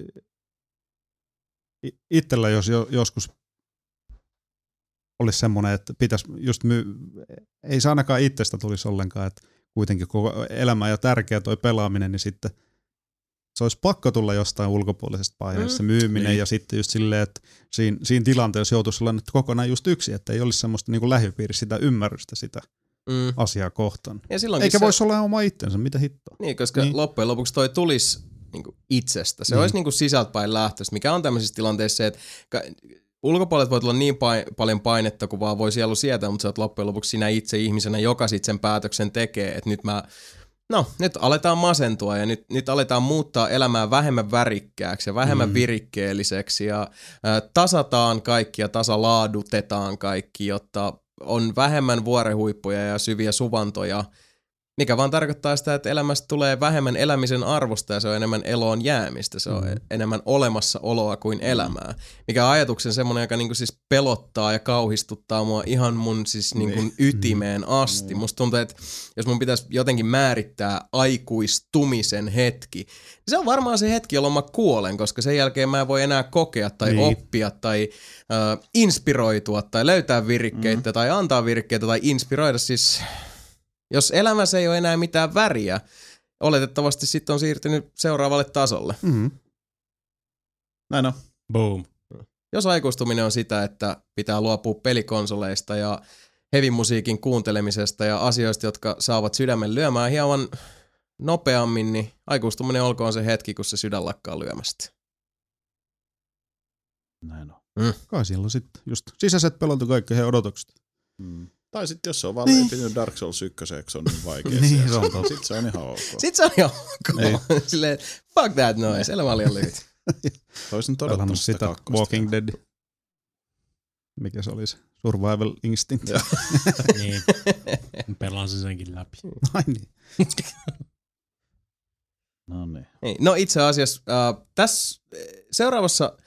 itsellä jos joskus olisi semmoinen, että pitäisi just ei se ainakaan itsestä tulisi ollenkaan, että kuitenkin koko elämä ja tärkeä toi pelaaminen, niin sitten se olisi pakko tulla jostain ulkopuolisesta paineesta myyminen ja sitten just silleen, että siinä tilanteessa joutuisi olla kokonaan just yksi, että ei olisi semmoista niin kuin lähipiirissä sitä ymmärrystä sitä asiaa kohtaan. Eikä voisi olla oma itsensä, mitä hittoa. Niin, koska loppujen lopuksi toi tulisi niin kuin itsestä. Se olisi niin kuin sisältäpäin lähtöistä, mikä on tämmöisissä tilanteissa se, että ulkopuolelta voi tulla niin paljon painetta, kuin vaan voi sielu sietää, mutta sä oot loppujen lopuksi sinä itse ihmisenä, joka sitten sen päätöksen tekee, että nyt aletaan masentua ja nyt aletaan muuttaa elämää vähemmän värikkääksi ja vähemmän virikkeelliseksi ja tasataan kaikki ja tasalaadutetaan kaikki, jotta on vähemmän vuorehuippuja ja syviä suvantoja, mikä vaan tarkoittaa sitä, että elämästä tulee vähemmän elämisen arvosta ja se on enemmän eloon jäämistä. Se on enemmän olemassaoloa kuin elämää. Mikä on ajatuksen semmoinen, joka niinku siis pelottaa ja kauhistuttaa mua ihan mun siis niinku ytimeen asti. Musta tuntuu, että jos mun pitäisi jotenkin määrittää aikuistumisen hetki, niin se on varmaan se hetki, jolloin mä kuolen, koska sen jälkeen mä en voi enää kokea tai oppia tai inspiroitua tai löytää virikkeitä tai antaa virikkeitä tai inspiroida siis. Jos elämässä ei ole enää mitään väriä, oletettavasti sitten on siirtynyt seuraavalle tasolle. Näin on. Boom. Jos aikuistuminen on sitä, että pitää luopua pelikonsoleista ja heavy-musiikin kuuntelemisesta ja asioista, jotka saavat sydämen lyömään hieman nopeammin, niin aikuistuminen olkoon se hetki, kun se sydän lakkaa lyömästä. Näin on. Kai siellä on sitten just sisäiset pelolta kaikki he odotukset. Tai sitten jos se on vaan leipinyt Dark Souls 1, on niin vaikea. Niin, sitten se on ihan ok. Sitten se on ihan ok. Silleen, fuck that noise, elämä on liian lyhyt. Toisin todettu sitä Walking Dead. Mikä se oli se? Survival Instinct. Niin, pelasin senkin läpi. Ai niin. No niin. No itse asiassa tässä seuraavassa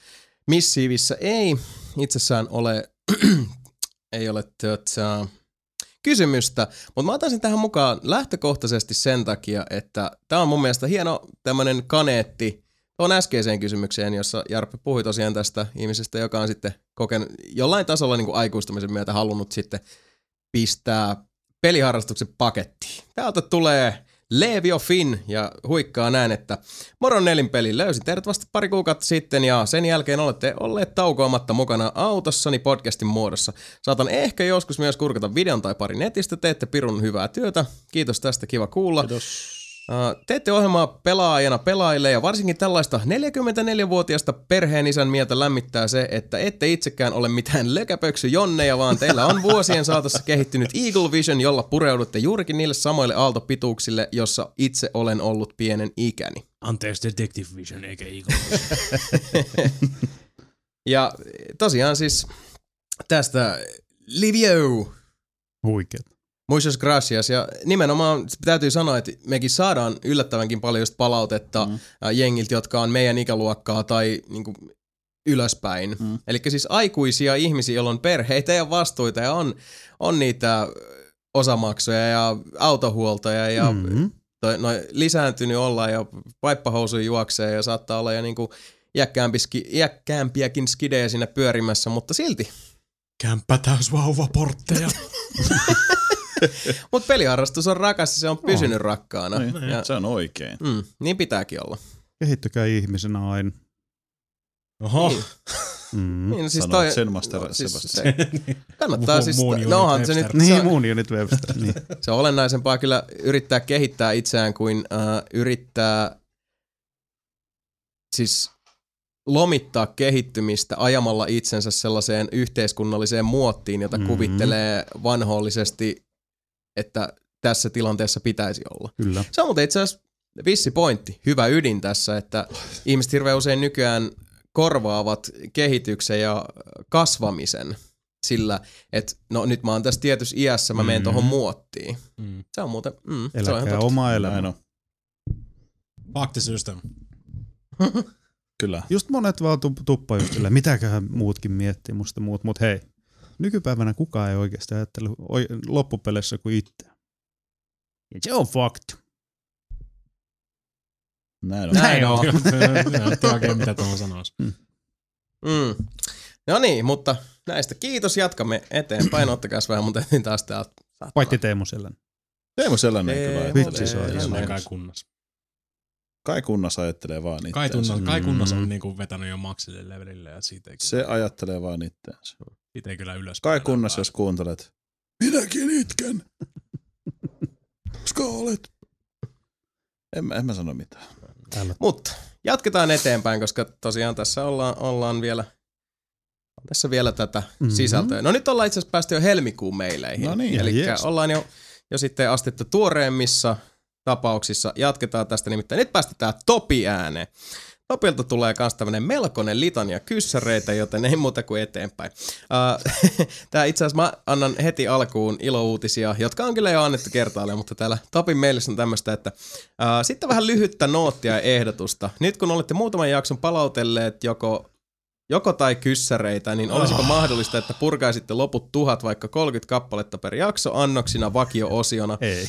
Missiivissä ei itsessään ole, ei ole kysymystä, mutta mä otan sen tähän mukaan lähtökohtaisesti sen takia, että tää on mun mielestä hieno tämmönen kaneetti tuon äskeiseen kysymykseen, jossa Jarppi puhui tosiaan tästä ihmisestä, joka on sitten kokenut jollain tasolla niin kuin aikuistumisen myötä halunnut sitten pistää peliharrastuksen pakettiin. Täältä tulee Levio Finn ja huikkaa näin, että moro Nelinpeli, löysin teidät vasta pari kuukautta sitten ja sen jälkeen olette olleet taukoamatta mukana autossani podcastin muodossa. Saatan ehkä joskus myös kurkata videon tai pari netistä, teette pirun hyvää työtä. Kiitos tästä, kiva kuulla. Kiitos. Teette ohjelmaa pelaajana pelaajille ja varsinkin tällaista 44-vuotiaista perheenisän mieltä lämmittää se, että ette itsekään ole mitään lökäpöksyjonneja, vaan teillä on vuosien saatossa kehittynyt Eagle Vision, jolla pureudutte juurikin niille samoille aaltopituuksille, jossa itse olen ollut pienen ikäni. Anteeksi, Detective Vision eikä Eagle Vision. Ja tosiaan siis tästä Livio. Huikeet. Muchas gracias. Ja nimenomaan täytyy sanoa, että mekin saadaan yllättävänkin paljon just palautetta jengiltä, jotka on meidän ikäluokkaa tai niinku ylöspäin. Eli siis aikuisia ihmisiä, joilla on perheitä ja vastuita ja on niitä osamaksuja ja autohuoltoja ja lisääntynyt olla ja vaippahousuja juoksee ja saattaa olla jo niinku iäkkäämpiäkin skidejä sinne pyörimässä, mutta silti. Kämppä täys vauvaportteja. Mutta peliharrastus on rakas ja se on pysynyt rakkaana. Niin, ja, se on oikein. Niin pitääkin olla. Kehittykää ihmisenä aina. Oho. Niin, siis sanoit sen Master Sebastian. Kannattaa siis. Nohan se nyt. Niin, Moon Unit Webster. Niin. Se on olennaisempaa kyllä yrittää kehittää itseään kuin yrittää siis lomittaa kehittymistä ajamalla itsensä sellaiseen yhteiskunnalliseen muottiin, jota kuvittelee vanhollisesti, että tässä tilanteessa pitäisi olla. Kyllä. Se on muuten itse asiassa vissi pointti, hyvä ydin tässä, että ihmiset hirveän usein nykyään korvaavat kehityksen ja kasvamisen sillä, että no nyt mä oon tässä tietyssä iässä, mä menen tohon muottiin. Se on muuten, se on ihan oma elämä. Fuck the system. Kyllä. Just monet vaan tuppaa just silleen, mitäköhän muutkin miettii musta muut, mut hei, nykypäivänä kukaan ei oikeasti ajattele loppupeleissä kuin itse. Ja se on fakta. Näin on. Näin oikein, mitä tuohon sanoisi. No niin, mutta näistä kiitos, jatkamme eteenpäin. Ottakaa vähän, mutta etin taas täältä. Paitsi Teemu Selän. Teemu Sellainen kyllä. Vitsi se on. Kai kunnas. Kai kunnas ajattelee vaan itseänsä. Kai kunnas on niinku vetänyt jo maksille levelille ja siitä ei se ajattelee vaan itseänsä. Siitä ei kyllä ylös. Kai kunnas, jos kuuntelet. Minäkin itken. Koska olet. En mä sano mitään. Mutta jatketaan eteenpäin, koska tosiaan tässä ollaan vielä tätä sisältöä. No nyt ollaan itse asiassa päästy jo helmikuun meileihin. No niin, eli ollaan jo sitten astetta tuoreemmissa tapauksissa. Jatketaan tästä nimittäin. Nyt päästetään Topi ääneen. Topilta tulee myös tämmönen melkoinen litania kyssäreitä, joten ei muuta kuin eteenpäin. Tää itse asiassa mä annan heti alkuun ilouutisia, jotka on kyllä jo annettu kertaalleen, mutta täällä Topin mailissa on tämmöistä, että sitten vähän lyhyttä noottia ja ehdotusta. Nyt kun olette muutaman jakson palautelleet joko tai kyssäreitä, niin olisiko mahdollista, että purkaisitte loput 1000 vaikka 30 kappaletta per jakso annoksina vakio-osiona? Ei.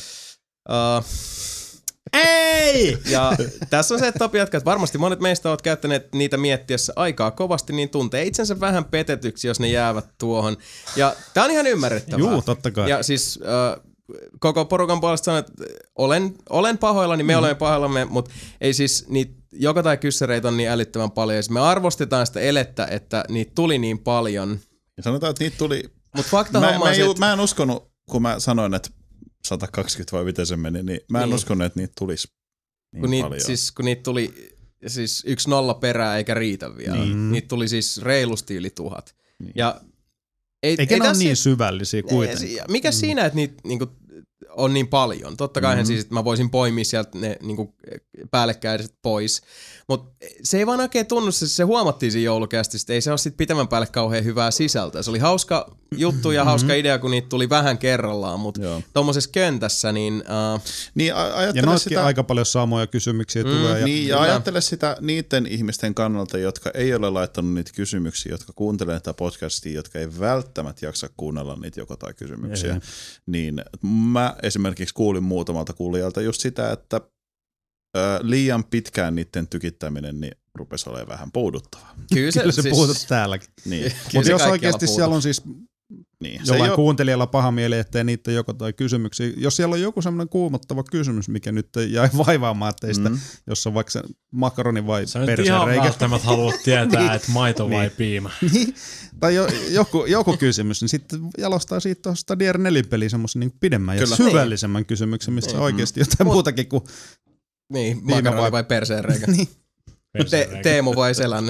Ei! Ja tässä on se, että Topi jatkaa, että varmasti monet meistä ovat käyttäneet niitä miettiessä aikaa kovasti, niin tuntee itsensä vähän petetyksi, jos ne jäävät tuohon. Ja tää on ihan ymmärrettävää. Juu, totta kai. Ja siis koko porukan puolesta sanon, että olen pahoillani, me olemme pahoillamme, mutta ei siis niitä joka tai kyssäreitä on niin älyttömän paljon. Me arvostetaan sitä elettä, että niitä tuli niin paljon. Ja sanotaan, että niitä tuli. Mut fakta homma on se, mä en uskonut, kun mä sanoin, että 120 vai miten se meni, niin mä en uskonut, että niitä tulisi niin paljon. Kun niitä tuli siis 1 0 perää eikä riitä vielä. Niitä tuli siis reilusti yli 1000. Niin. Ja eikä ne ole niin syvällisiä kuitenkin. Mikä siinä, että niitä niinku on niin paljon. Totta kai siis, että mä voisin poimia sieltä ne niinku päällekkäiset pois. Mutta se ei vaan oikein tunnu, se huomattiin siinä joulukästissä, ei se ole sitten pitemmän päälle kauhean hyvää sisältöä. Se oli hauska juttu ja hauska idea, kun niitä tuli vähän kerrallaan, mutta tommosessa köntässä, niin... ja noitkin aika paljon samoja kysymyksiä tulee. Ja ajattele sitä niiden ihmisten kannalta, jotka ei ole laittanut niitä kysymyksiä, jotka kuuntelee tätä podcastia, jotka ei välttämättä jaksa kuunnella niitä joko tai kysymyksiä. Niin mä esimerkiksi kuulin muutamalta kuulijalta just sitä, että liian pitkään niiden tykittäminen niin rupesi olemaan vähän puuduttavaa. Kyllä se siis... puhutut täälläkin. Niin. Mutta jos oikeasti siellä on siis jollain kuuntelijalla paha mieli, ettei niitä joko tai kysymyksiä. Jos siellä on joku semmoinen kuumottava kysymys, mikä nyt jäi vaivaamaan teistä, jos on vaikka se makaroni vai perseenreikä. Sä nyt ihan välttämättä haluat tietää, että maito vai piimä. Tai joku kysymys, niin sitten jalostaa siitä tuosta Dier 4-peliä semmoisen niin pidemmän ja syvällisemmän kysymyksen, missä oikeasti jotain muutakin kuin niin, makaroni vai perseenreikä. Niin. Teemu vai Selänne.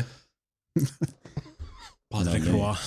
Patrick Roy.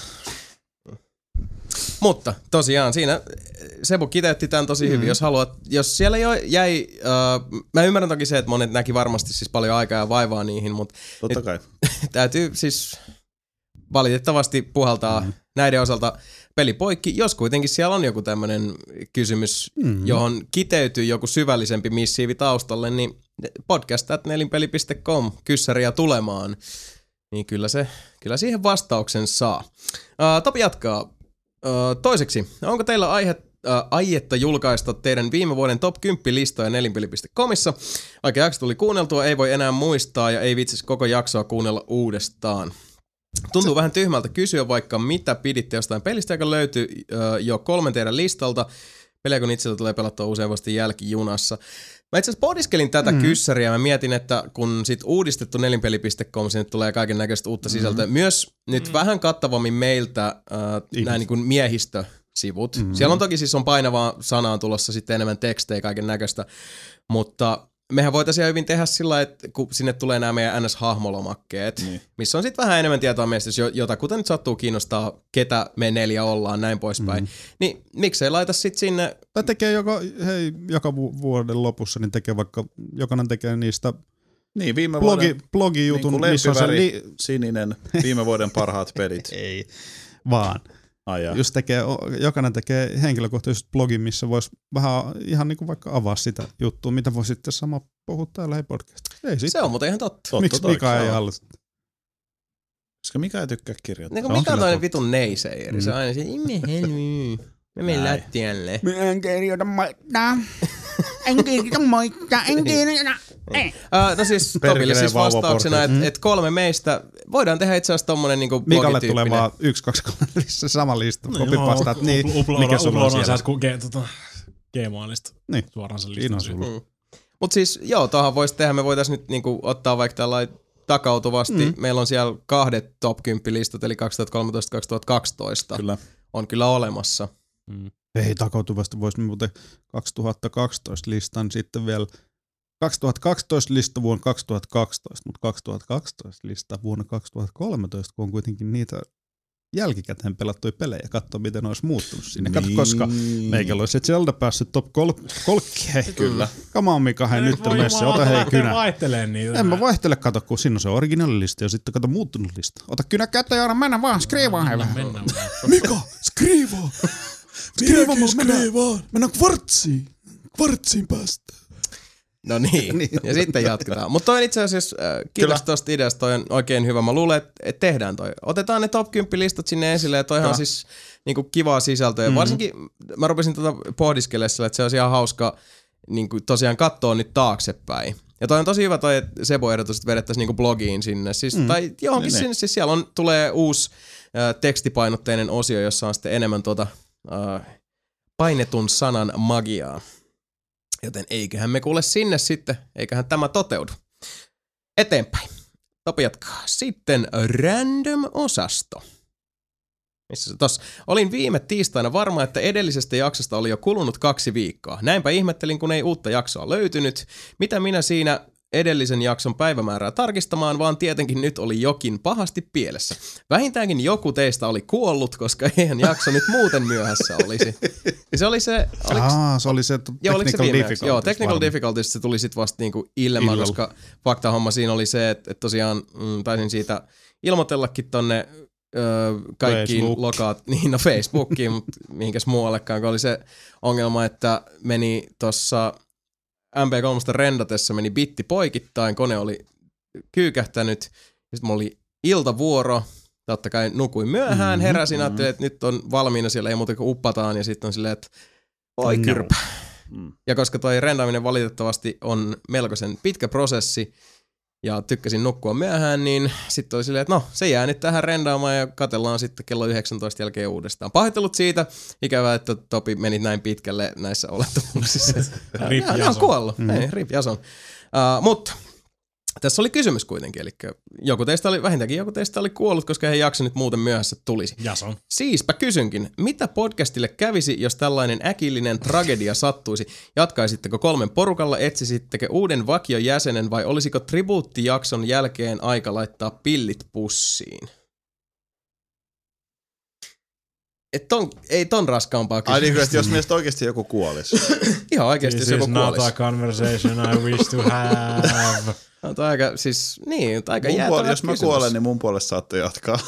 Mutta tosiaan siinä Sebu kiteytti tämän tosi hyvin, jos haluat, jos siellä jo jäi, mä ymmärrän toki se, että monet näki varmasti siis paljon aikaa ja vaivaa niihin, mutta totta kai. Täytyy siis valitettavasti puhaltaa näiden osalta peli poikki, jos kuitenkin siellä on joku tämmöinen kysymys, johon kiteytyy joku syvällisempi missiivi taustalle, niin podcast@nelinpeli.com kyssäriä tulemaan, niin kyllä siihen vastauksen saa. Topi jatkaa. Toiseksi, onko teillä aietta julkaista teidän viime vuoden top 10 listoja nelinpeli.comissa? Vaikka jakso tuli kuunneltua, ei voi enää muistaa ja ei vitsis koko jaksoa kuunnella uudestaan. Tuntuu vähän tyhmältä kysyä vaikka mitä piditte jostain pelistä, joka löytyi jo 3 teidän listalta. Peliä kun itsellä tulee pelattua usein vasta jälkijunassa. Mä itse asiassa pohdiskelin tätä kyssäriä ja mä mietin, että kun sit uudistettu nelinpeli.com, sinne tulee kaiken näköistä uutta sisältöä. Myös nyt vähän kattavammin meiltä nämä niin kuin miehistösivut. Siellä on toki siis on painavaa sanaa tulossa sitten enemmän tekstejä kaiken näköistä, mutta mehän voitaisiin hyvin tehdä sillä, että kun sinne tulee nämä meidän NS-hahmolomakkeet, missä on sitten vähän enemmän tietoa meistä, jota kuten nyt sattuu kiinnostaa, ketä me 4 ollaan, näin poispäin. Niin miksei laita sitten sinne... Tai tekee joka vuoden lopussa, niin tekee vaikka, jokainen tekee niistä viime vuoden blogijutun, niin missä on se sininen, viime vuoden parhaat pelit. Ei, vaan... Just jokainen tekee henkilökohtaisesti blogin, missä voisi vähän ihan niin kuin vaikka avaa sitä juttua, mitä voi sitten sama puhua täällä podcastissa. Se on muuten ihan totta. Miksi Mika ei halua? Koska Mika ei tykkää kirjoittaa. Niin kuin Mika on toinen vitun neiseiri. Se on aina se, me menen lättiälle. Mä en kirjoita moittaa. No siis Topille siis vastauksena, että 3 meistä voidaan tehdä itse asiassa tommonen niinku blogityyppinen. Mikalle tulee vaan 1, 2, 3 sama lista. Copypastaa, niin mikä sulla on siellä. Gmailista suoraan sen listan. Mut siis joo, tuohon voisi tehdä, me voitaisiin nyt niinku ottaa vaikka tällainen takautuvasti. Meillä on siellä 2 top 10 listat, eli 2013-2012. Kyllä. On kyllä olemassa. Ei takautuvasti, voisi muuten 2012 listan sitten vielä 2012 lista vuonna 2012, mutta 2012 lista vuonna 2013, kun on kuitenkin niitä jälkikäteen pelattuja pelejä, katsoa miten olisi muuttunut sinne. Kato, koska meikällä olisi Zelda päässyt top 30. Kyllä. Come on Mika, hei nyt on messiä, ota hei kynä. Vaihtelee niitä. En mä vaihtele, kato, kun siinä on se originaalilista ja sitten kato muuttunut lista. Ota kynä käteen ja mennä vaan, skriivaa hei vähän. Mika, skriivaa! Mennään kvartsiin päästä. No niin, ja sitten jatketaan. Mutta toi itse asiassa, kiitos tuosta ideasta, toi on oikein hyvä. Mä luulen, että tehdään toi. Otetaan ne top 10 listat sinne esille, ja toihan on siis niinku kivaa sisältöä. Ja varsinkin mä rupesin pohdiskelemaan sillä, että se olisi ihan hauska niinku tosiaan katsoa nyt taaksepäin. Ja toi on tosi hyvä toi Sebo-ehdotus, että vedettäisiin niinku blogiin sinne. Siis, tai johonkin sinne, siis siellä tulee uusi tekstipainotteinen osio, jossa on sitten enemmän painetun sanan magiaa. Joten eiköhän me kuule sinne sitten, eiköhän tämä toteudu. Eteenpäin. Topi jatkaa. Sitten random-osasto. Missä se tossa? Olin viime tiistaina varma, että edellisestä jaksosta oli jo kulunut 2 viikkoa. Näinpä ihmettelin, kun ei uutta jaksoa löytynyt. Mitä minä siinä edellisen jakson päivämäärää tarkistamaan, vaan tietenkin nyt oli jokin pahasti pielessä. Vähintäänkin joku teistä oli kuollut, koska eihän jakso nyt muuten myöhässä olisi. Ja se oli se... se oli se technical difficulties. Joo, technical difficulties se tuli sitten vasta niinku ilman, koska faktahomma siinä oli se, että tosiaan taisin siitä ilmoitellakin tonne kaikkiin lokaat, niin Facebookiin, mutta mihinkäs muuallekaan, kun oli se ongelma, että meni tossa MP3 rendatessa meni bitti poikittain, kone oli kyykähtänyt, ja sitten mulla oli iltavuoro, totta kai nukuin myöhään, heräsin, ajattelin, että nyt on valmiina, siellä ei muuta kuin uppataan, ja sitten on silleen, että oi kyrpä. Ja koska toi rendaaminen valitettavasti on melkoisen pitkä prosessi, ja tykkäsin nukkua myöhään, niin sitten oli silleen, että no, se jää nyt tähän rendaamaan ja katsellaan sitten kello 19 jälkeen uudestaan. Pahoittelut siitä, ikävää, että Topi meni näin pitkälle näissä olettamuksissa. Rip Jason. On kuollut, rip Jason. Mutta tässä oli kysymys kuitenkin, eli vähintäänkin joku teistä oli kuollut, koska he jakso nyt muuten myöhässä tulisi. Jason. Siispä kysynkin, mitä podcastille kävisi, jos tällainen äkillinen tragedia sattuisi? Jatkaisitteko 3 porukalla, etsisittekö uuden vakiojäsenen vai olisiko tribuuttijakson jälkeen aika laittaa pillit pussiin? Ei ton raskaampaa kysymystä. Ai niin, että jos meistä oikeasti joku kuolisi. Ihan oikeasti, jos joku kuolisi. This is not a conversation I wish to have. On aika, siis, niin, aika jäätävä jos mä kuolen, niin mun puolesta saatte jatkaa.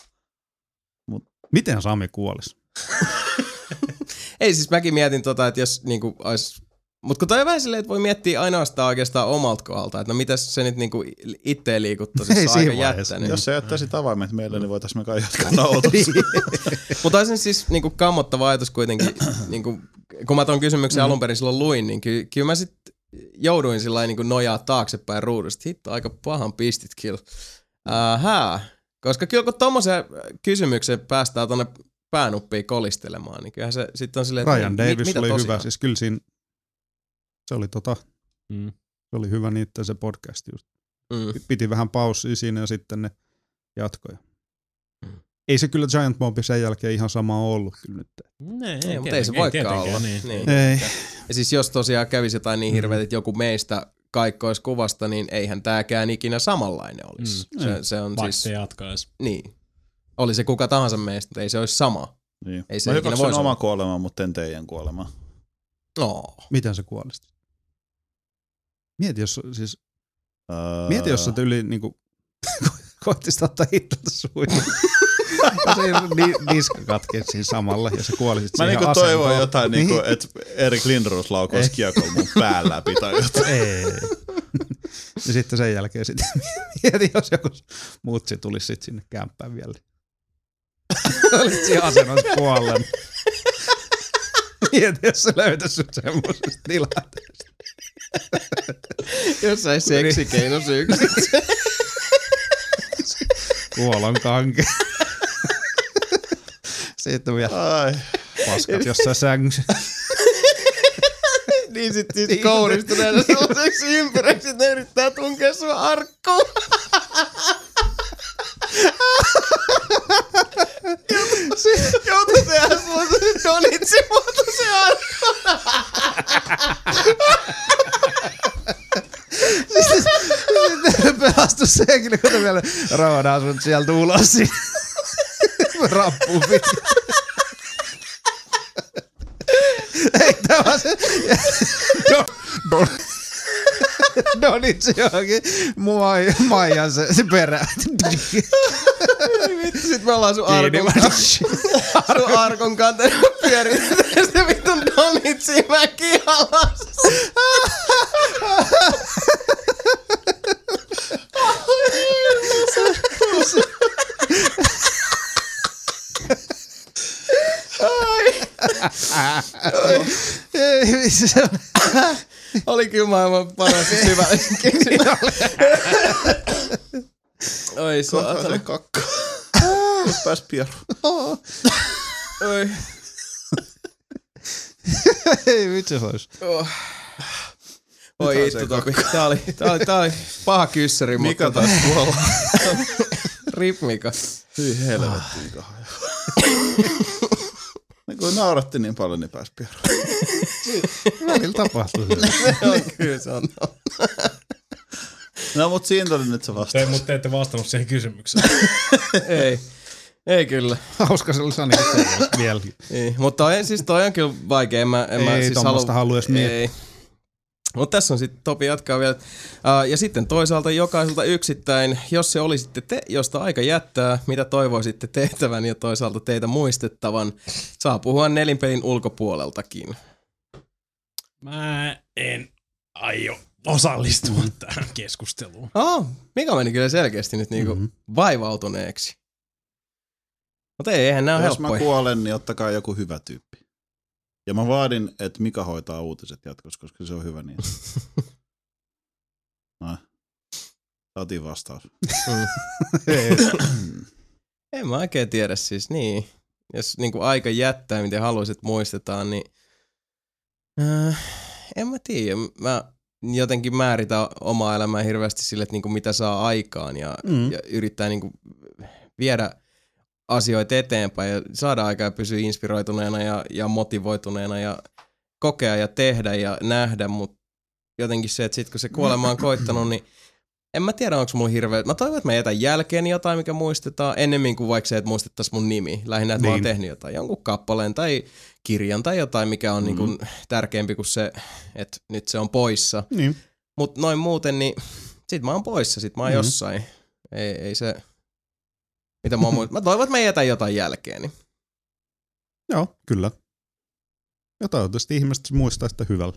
Miten Sami kuolisi? Ei, siis mäkin mietin että jos niinku ois... Mut kun toi on vähän silleen, että voi miettiä ainoastaan oikeastaan omalta kohdalta, että no mitäs se nyt niinku itteen liikuttaisi, jos on aika jättänyt. Jos se jättäisi avaimet meille, niin voitaisiin me kai jatkaa nauhoitusta. Mutta olisi siis niinku kammottava ajatus kuitenkin, niinku, kun mä ton kysymyksen alun perin silloin luin, niin kyllä mä sit jouduin sillä niinku nojaa taaksepäin ruudusta. Hitto, aika pahan pistit kyllä. Koska kyllä kun tommosen kysymyksen päästään tonne päänuppiin kolistelemaan, niin kyllähän se sitten on silleen, että Ryan Davis oli tosiaan hyvä, siis kyllä siinä se oli se oli hyvä niitten se podcast just. Piti vähän paussia siinä ja sitten ne jatkoja. Ei se kyllä Giant Bomb sen jälkeen ihan sama ollut kyllä nyt. Ei, mutta ei se voikaan olla. Niin. Ei. Ja siis jos tosiaan kävisi jotain niin hirveet, että joku meistä kaikkoisi kuvasta, niin eihän tääkään ikinä samanlainen olisi. Se on vaikka siis, se jatkaisi. Niin. Oli se kuka tahansa meistä, mutta ei se olisi sama. Niin. Ei se mä ikinä hyväksyn oma kuolema, mutta en teidän kuolema. No. Miten se kuolisit? Mieti, jos sä yli niinku koittista ottaa itseltä suihun. Ja se niska katkesi siinä samalla ja se kuolisit siihen asentoon. Mä niinku toivon jotain, niinku, että Erik Lindros laukaisi kiekon mun pään läpi tai jotain. Ei. Ja sitten sen jälkeen mieti, jos joku mutsi tulisi sit sinne kämppään vielä. Olisit siinä asennossa kuolleen. Mieti, jos se löytäisi sut semmoisesta tilanteesta. Jossain seksikeinosyyksissä. Kuolon kanke. Sitten vielä paskat jossain sängyssä. Niin sit kouristuneena sellaiseksi ympyräksi, että ne yrittää tunkea sun arkkuun. Joutu tehdä semmoisen donitsi-muotoisen arkkuun. Sitten pelastus se henkilö, kun vielä raudaa sut sieltä ulos. Rappuun pitkin. Ei, tää vaan se... Donitsi johonkin Maijan se perä. Vittu, sit me ollaan sun arkon kanteen pyöritetään sitä vittun donitsi mäki alas. Ei vissi se on. Oli kyllä maailman paras hyvä keksinä. Oi saatana. Kakka. Jos pääs pieru. Oi. Ei vitsi se olisi. Oi ittu Topi. Tää oli paha kyssäri. Mika taas kuolla. Rip Mika. Hyi helvetti Mika. Kun nauratti niin paljon, niin pääsi pieruun. Välillä tapahtuu. Kyllä se on. No, mutta siinä oli nyt se vastaus. Mutta te ette vastannut siihen kysymykseen. Ei kyllä. Hauska se oli Sani vielä. Mutta toi on kyllä vaikea. Ei siis tommoista halua edes miettiä. Mutta tässä on sitten, Topi jatkaa vielä. Ja sitten toisaalta jokaiselta yksittäin, jos se olisitte te, josta aika jättää, mitä toivoisitte tehtävän ja toisaalta teitä muistettavan, saa puhua nelinpelin ulkopuoleltakin. Mä en aio osallistua tähän keskusteluun. Mika meni kyllä selkeästi nyt niinku vaivautuneeksi. Mutta eihän nää ole helppoja. Jos mä kuolen, niin ottakaa joku hyvä tyyppi. Ja mä vaadin, että Mika hoitaa uutiset jatkossa, koska se on hyvä niin. No, saatiin vastaus. En mä oikein tiedä siis, niin. Jos niinku aika jättää, miten haluaisit muistetaan, niin en mä tiedä. Mä jotenkin määritän omaa elämää hirveästi sille, että niinku mitä saa aikaan ja yrittää niinku viedä asioita eteenpäin ja saada aikaa ja pysyä inspiroituneena ja motivoituneena ja kokea ja tehdä ja nähdä, mutta jotenkin se, että sit kun se kuolema on koittanut, niin en mä tiedä, onko mulla hirveä. Mä toivon, että mä jätän jälkeen jotain, mikä muistetaan, ennemmin kuin vaikka se, että muistettaisiin mun nimi. Lähinnä, että mä oon tehnyt jotain, jonkun kappaleen tai kirjan tai jotain, mikä on niinku tärkeämpi kuin se, että nyt se on poissa. Niin. Mutta noin muuten, niin sit mä oon poissa, sit mä oon jossain. Ei se... Mitä mä toivon, että mä jätän jotain jälkeen. Niin. Joo, kyllä. Ja toivottavasti ihmiset muistaa sitä hyvällä.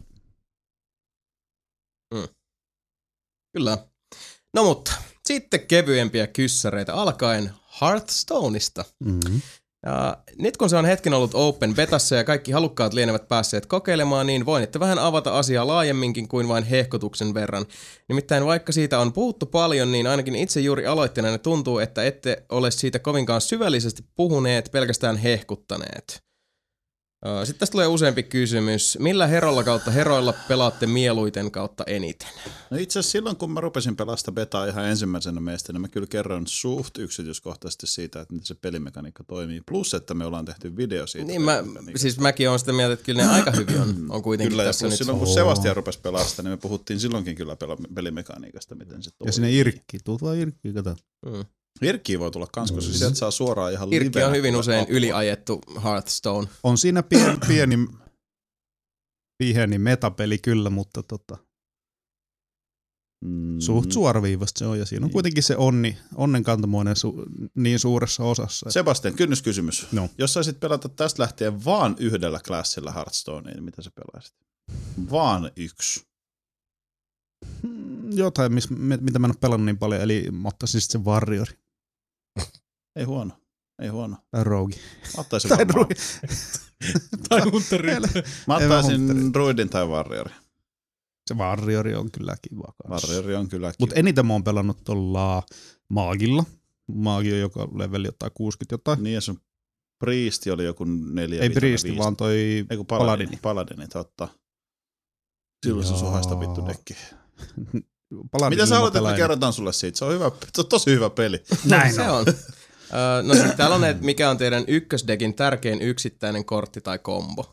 Kyllä. No mutta, sitten kevyempiä kyssäreitä alkaen Hearthstoneista. Ja nyt kun se on hetken ollut open betassa ja kaikki halukkaat lienevät päässeet kokeilemaan, niin voitte vähän avata asiaa laajemminkin kuin vain hehkutuksen verran. Nimittäin vaikka siitä on puhuttu paljon, niin ainakin itse juuri aloitteena tuntuu, että ette ole siitä kovinkaan syvällisesti puhuneet, pelkästään hehkuttaneet. Sitten tästä tulee useampi kysymys. Millä herolla kautta heroilla pelaatte mieluiten kautta eniten? No itse asiassa silloin, kun mä rupesin pelasta betaa ihan ensimmäisenä meistä, niin mä kyllä kerron suht yksityiskohtaisesti siitä, että miten se pelimekaniikka toimii. Plus, että me ollaan tehty video siitä. Niin siis mäkin olen sitä mieltä, että kyllä ne aika hyvin on kuitenkin kyllä, tässä nyt. Silloin, kun Sebastian rupesi pelasta, niin me puhuttiin silloinkin kyllä pelimekaniikasta, miten se toimii. Ja sinne Irkki. Tuut vaan Irkkiin, kato. Irkkiä voi tulla kans, koska sieltä saa suoraan ihan livenä. Irkki on hyvin usein yliajettu Hearthstone. On siinä pieni metapeli kyllä, mutta suht suoraviivasta se on. Ja siinä on kuitenkin se onnenkantamoinen niin suuressa osassa. Sebastian, kynnyskysymys. No. Jos saisit pelata tästä lähtien vaan yhdellä klassilla Hearthstonea, niin mitä sä pelaisit? Vaan yksi. Jotain, mitä mä en ole pelannut niin paljon, eli mä ottaisin sitten se Warrior. Ei huono. Tai Rogue. Mä ottaisin varmaan. Tai Hunterin. Mä ottaisin Druidin tai Warriorin. Se Warrior on kyllä kiva kanssa. Warrior on kyllä kiva. Mutta eniten mä oon pelannut tuolla Maagilla. Maagi on joka leveli jotain 60 jotain. Niin ja sun Priesti oli joku 4. Ei Priesti, vaan toi Paladini. Paladini, totta. Silloin se suhaista vittu dekki. Paladini mitä sä haluat, että me kerrotaan sulle siitä? Se on tosi hyvä peli. Näin se on. No sitten täällä on, että mikä on teidän ykkösdekin tärkein yksittäinen kortti tai kombo?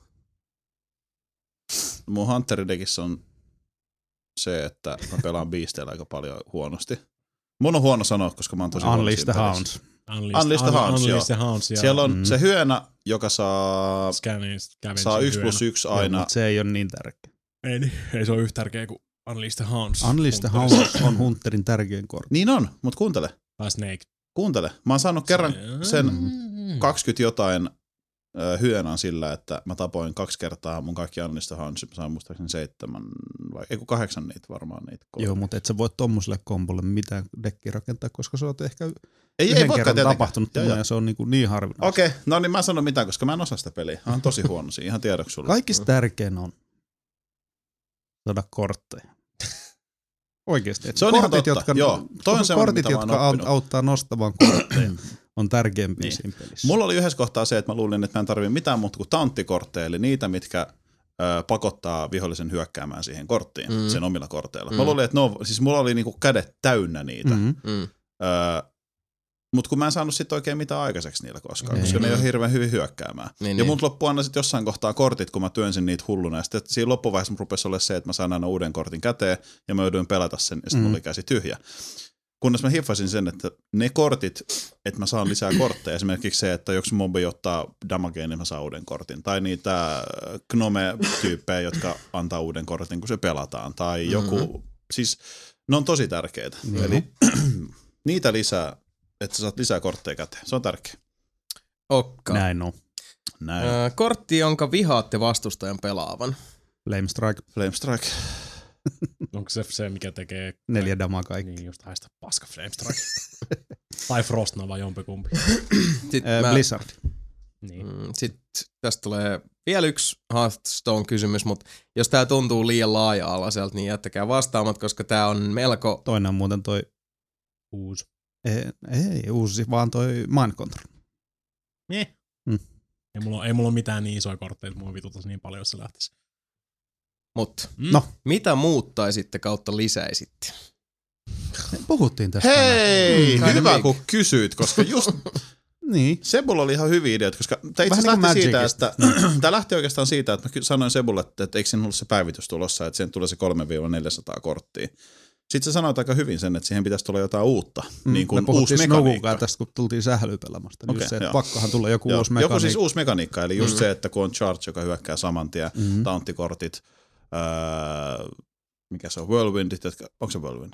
Mun Hunter-dekissä on se, että mä pelaan Beasteillä aika paljon huonosti. Mun on huono sanoa, koska mä oon tosi huono Unleash the Hounds. Unleash the Hounds, joo. Siellä on se hyönä, joka saa 1+1 aina. Mutta se ei ole niin tärkeä. Ei se ole yhtä tärkeä kuin Unleash the Hounds. Unleash the Hounds on Hunterin tärkein kortti. Niin on, mutta kuuntele. Tai Snake. Kuuntele. Mä oon saanut kerran sen 20 jotain hyönän sillä, että mä tapoin 2 kertaa mun kaikki Unleash the Hounds. Mä saan muistaakseni 7 vai 8 niitä varmaan niitä. Joo, mutta et sä voi tommoselle kombolle mitään dekkiä rakentaa, koska se on ehkä ei yhden kerran tietenkään tapahtunut ja se on niin harvinaista. Okei, no niin mä en sano mitään, koska mä en osaa sitä peliä. Mä oon tosi huono siinä, ihan tiedoksi sulle. Kaikista tärkein on saada kortteja. Oikeesti. Se on kortit, ihan totta. Joo, toi on kortit, jotka auttaa nostamaan kortteja, on tärkeämpiä siinä pelissä. Mulla oli yhdessä kohtaa se, että mä luulin, että mä en tarvitse mitään muuta kuin taunttikortteja, eli niitä, mitkä pakottaa vihollisen hyökkäämään siihen korttiin, sen omilla korteilla. Mä luulin, että siis mulla oli niinku kädet täynnä niitä. Mutta kun mä en saanut sit oikein mitään aikaiseksi niillä koskaan, koska ne ei ole hirveän hyvin hyökkäämään. Ja mut loppui aina sitten jossain kohtaa kortit, kun mä työnsin niitä hulluna. Ja sitten siinä loppuvaiheessa mun rupesi olemaan se, että mä saan aina uuden kortin käteen ja mä jouduin pelata sen ja sitten mulla oli käsi tyhjä. Kunnes mä hiffasin sen, että ne kortit, että mä saan lisää kortteja, esimerkiksi se, että joku mobi ottaa damagea, niin mä saan uuden kortin. Tai niitä gnome-tyyppejä, jotka antaa uuden kortin, kun se pelataan. Tai joku, siis ne on tosi tärkeitä. Eli niitä lisää, että sä saat lisää kortteja käteen. Se on tärkeä. Okka. Näin on. Kortti, jonka vihaatte vastustajan pelaavan. Flame Strike. Flame Strike. Onko se, mikä tekee 4 damaa kaikki. Niin, just haista paska Flame Strike. Tai Frostnova, jompikumpi. Blizzard. Niin. Sitten tästä tulee vielä yksi Hearthstone-kysymys, mutta jos tää tuntuu liian laaja-alaiselta, niin jättäkää vastaamat, koska tää on melko... Toinen on muuten toi... Uusi. Ei uusi, vaan toi Mind Control. Ei mulla ole mitään niin isoja kortteja, että mua vituttaisi niin paljon, jos se lähtisi. Mutta mitä muuttaisitte kautta lisäisitte? Puhuttiin tästä. Hei! Hyvä kun kysyit, koska just... Niin. Sebulla oli ihan hyviä ideoita, koska tämä itse asiassa lähti siitä, että tämä lähti oikeastaan siitä, että mä sanoin Sebulle, että eikö siinä ollut se päivitys tulossa, että siihen tulee se 300-400 korttia. Sitten sä sanoit aika hyvin sen, että siihen pitäisi tulla jotain uutta, niin kuin uusi mekaniikka. Tästä, kun tultiin sählypelamasta. Niin okay, se, että pakkohan tulla joku uusi mekaniikka. Joku siis uusi mekaniikka, eli just se, että kun on charge, joka hyökkää saman tien, tauntikortit, mikä se on, whirlwindit, onko se whirlwind?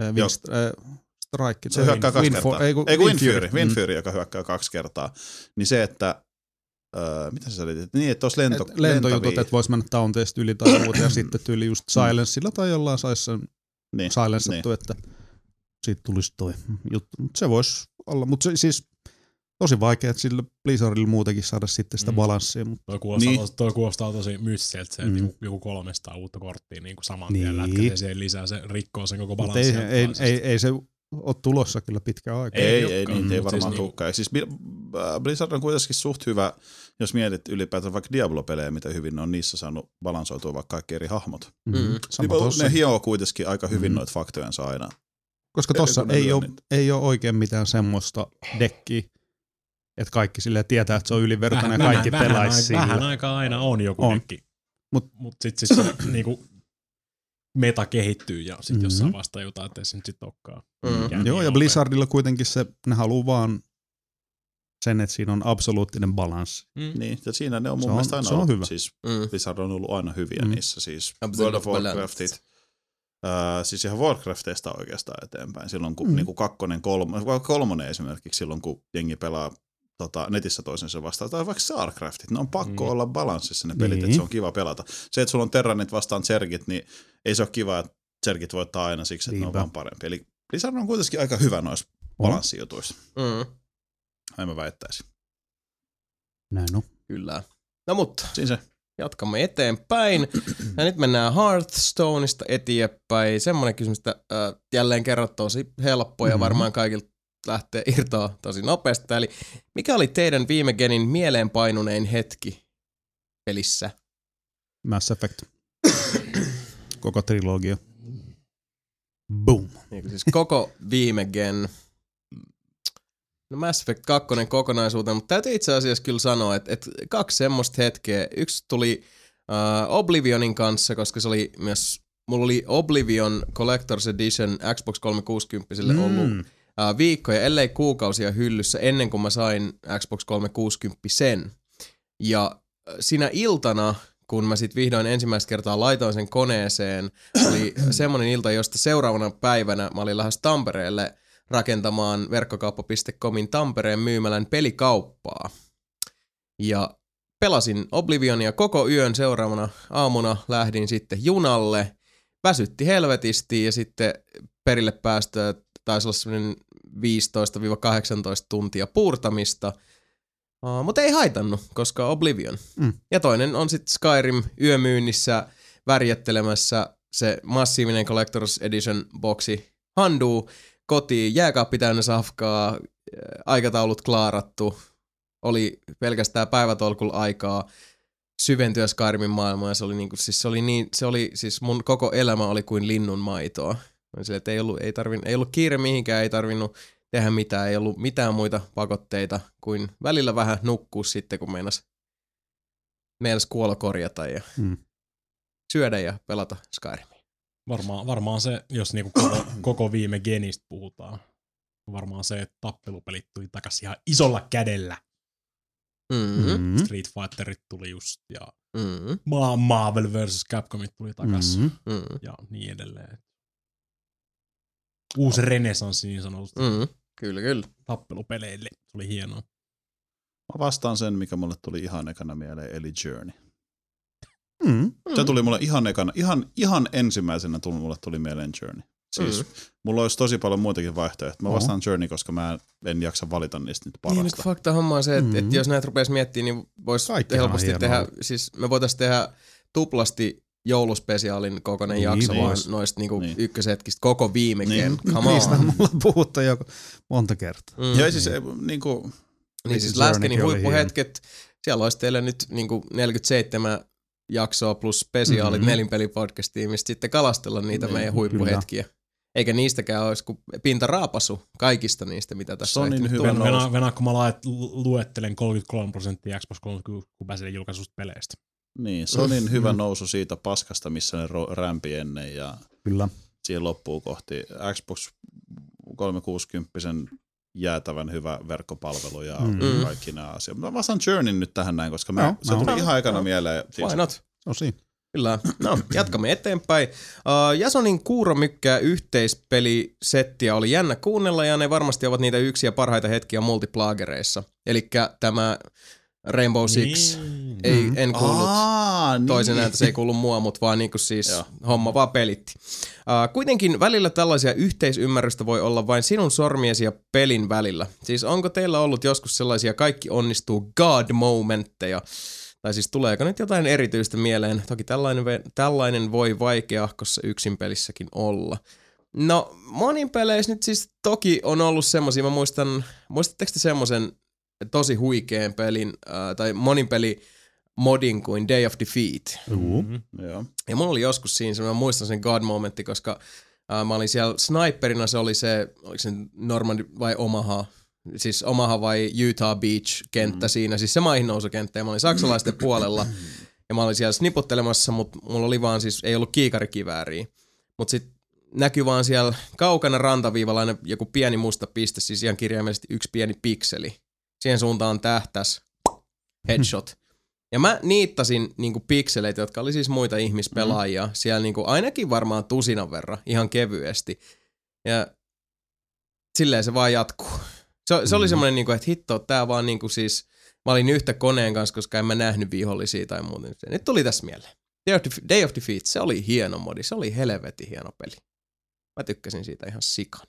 Strike. Se hyökkää 2 kertaa. Ei Windfury, joka hyökkää 2 kertaa. Niin se, että mitä sä selitit? Niin, että olisi lentojutut, että voisi mennä taunteista yli tai muuta, ja sitten tyyli just silenceilla tai jollain saisi sen silencettu, että siitä tulisi toi juttu. Se voisi olla, mutta siis tosi vaikea, että sillä Blizzardilla muutenkin saada sitten sitä balanssia. Mutta... Toi kuulostaa tosi mystiseltä se, että joku 300 uutta korttia niin kuin saman tien lätkäsee siihen lisää, se rikkoo sen koko balanssin. Ei se ole tulossa kyllä pitkään aikaa. Ei varmaan tulekaan. Siis Blizzard on kuitenkin suht hyvä, jos mietit ylipäätään vaikka Diablo-pelejä, mitä hyvin ne on niissä saanut balansoitua vaikka kaikki eri hahmot. Ne hioo kuitenkin aika hyvin noita faktojensa aina. Koska tossa ei ole oikein mitään semmoista dekkiä, että kaikki silleen tietää, että se on ylivertainen ja kaikki pelaisi sillä. Vähän aikaa aina on joku dekki. Mut sitten se niinku meta kehittyy ja sitten jossain vasta tajutaan, että ei se nyt sit olekaan. Joo, ja Blizzardilla kuitenkin ne haluaa vaan sen, että siinä on absoluuttinen balanssi. Niin, ja siinä ne on mun mielestä aina ollut. Hyvä. Siis Blizzard on ollut aina hyviä niissä. Siis World of Warcraftit. Siis ihan Warcraftista oikeastaan eteenpäin. Silloin kun niinku 2, 3 esimerkiksi, silloin kun jengi pelaa netissä toisensa vastaan, tai vaikka StarCraftit, ne on pakko olla balanssissa ne pelit, että se on kiva pelata. Se, että sulla on Terranit vastaan Zergit, niin ei se ole kiva, että Zergit voittaa aina siksi, että ne on vaan parempi. Eli Blizzard on kuitenkin aika hyvä noissa balanssijutuissa. Näin mä väittäisin. Näin on. Kyllä. No mutta, siinä se. Jatkamme eteenpäin. Ja nyt mennään Hearthstoneista eteenpäin. Semmoinen kysymys, että jälleen kerran tosi helppo ja varmaan kaikilta lähtee irtoa tosi nopeasti. Eli mikä oli teidän viime genin mieleenpainunein hetki pelissä? Mass Effect. Koko trilogia. Boom. Niin, siis koko viime gen. No Mass Effect 2 kokonaisuuteen, mutta täytyy itse asiassa kyllä sanoa, että 2 semmoista hetkeä. Yksi tuli Oblivionin kanssa, koska se oli myös, mulla oli Oblivion Collector's Edition Xbox 360 ollut viikkoja, ellei kuukausia hyllyssä ennen kuin mä sain Xbox 360 sen. Ja siinä iltana, kun mä sit vihdoin ensimmäistä kertaa laitoin sen koneeseen, oli semmoinen ilta, josta seuraavana päivänä mä olin lähes Tampereelle rakentamaan verkkokauppa.comin Tampereen myymälän pelikauppaa. Ja pelasin Oblivionia koko yön, seuraavana aamuna lähdin sitten junalle, väsytti helvetisti ja sitten perille päästöä taisi olla semmoinen 15-18 tuntia puurtamista, mutta ei haitannut, koska Oblivion. Ja toinen on sitten Skyrim yömyynnissä värjättelemässä se massiivinen Collector's Edition boksi handuu kotiin, jääkaappi täynnä safkaa, aikataulut klaarattu, oli pelkästään päivätolkulla aikaa syventyä Skyrimin maailmaan, ja se oli niinku, siis mun koko elämä oli kuin linnun maitoa. Sille, että ei ollut kiire mihinkään, ei tarvinnut tehdä mitään. Ei ollut mitään muita pakotteita kuin välillä vähän nukkua sitten, kun meinas kuolo korjata ja syödä ja pelata Skyrimia. Varmaan se, jos niinku koko viime genistä puhutaan, varmaan se, että tappelupelit tuli takaisin ihan isolla kädellä. Street Fighterit tuli just ja Marvel vs. Capcomit tuli takaisin ja niin edelleen. Uusi renesanssi niin sanotusti. Kyllä. Tappelupeleille. Se oli hienoa. Mä vastaan sen, mikä mulle tuli ihan ekana mieleen, eli Journey. Se tuli mulle ihan ekana, ihan ensimmäisenä mulle tuli mieleen Journey. Siis mulla olisi tosi paljon muitakin vaihtoehtoja. Mä vastaan Journey, koska mä en jaksa valita niistä nyt parasta. Niin, fakta homma on se, että jos näitä rupeaisi miettimään, niin voisi helposti tehdä, siis me voitaisiin tehdä tuplasti jouluspesiaalin kokoinen jakso vaan noista niinku ykkösetkistä koko viime kerran. Niistä on mulla puhuttu jo monta kertaa. Ja siis niinku... Niin siis Läskenin huippuhetket, siellä olisi teille nyt niinku 47 jaksoa plus spesiaalit Nelinpeli-podcastiin, mistä sitten kalastella niitä meidän huippuhetkiä. Eikä niistäkään olisi kuin pinta raapasu kaikista niistä, mitä tässä on ehtinyt tulla. Venä, kun mä luettelen 33% Xbox 360 julkaisusta peleistä. Niin, Sonyn hyvä nousu siitä paskasta, missä ne rämpi ennen ja siihen loppuu kohti Xbox 360 jäätävän hyvä verkkopalvelu ja kaikki nämä asiat. Mä vastaan Journey nyt tähän näin, koska se tuli ihan aikana mieleen. Why not? Osi. Kyllä. No, jatkamme eteenpäin. Jasonin Kuuromykkää yhteispelisettiä oli jännä kuunnella ja ne varmasti ovat niitä yksiä parhaita hetkiä multiplagereissa. Elikkä tämä Rainbow Six, en kuullut toisen ääntä, se ei kuulu mua, mutta vaan niinku siis homma vaan pelitti. Kuitenkin välillä tällaisia yhteisymmärrystä voi olla vain sinun sormiesi ja pelin välillä. Siis onko teillä ollut joskus sellaisia kaikki onnistuu God-momentteja? Tai siis tuleeko nyt jotain erityistä mieleen? Toki tällainen voi vaikeahkossa yksin pelissäkin olla. No monin peleissä nyt siis toki on ollut semmosia, mä muistatteko te semmosen tosi huikean pelin, tai monin peli modin kuin Day of Defeat. Ja mulla oli joskus siinä, mä muistan sen God-momentti, koska mä olin siellä sniperina, se oli se, oliko se Normandy vai Omaha, siis Omaha vai Utah Beach kenttä siinä, siis se maihin nousukenttä, ja mä olin saksalaisten puolella, ja mä olin siellä sniputtelemassa, mutta mulla oli vaan siis, ei ollut kiikarikivääriä, mutta sit näkyi vaan siellä kaukana rantaviivalla aina joku pieni musta piste, siis ihan kirjaimellisesti yksi pieni pikseli. Siihen suuntaan tähtäs headshot. Ja mä niittasin niinku pikseleitä, jotka oli siis muita ihmispelaajia, siellä niinku ainakin varmaan tusinan verran, ihan kevyesti. Ja silleen se vaan jatkuu. Se oli semmoinen, niinku, että hitto, tää vaan niinku siis, mä olin yhtä koneen kanssa, koska en mä nähnyt vihollisia tai muuten. Nyt tuli tässä mieleen. Day of Defeat, se oli hieno modi, se oli helvetin hieno peli. Mä tykkäsin siitä ihan sikan.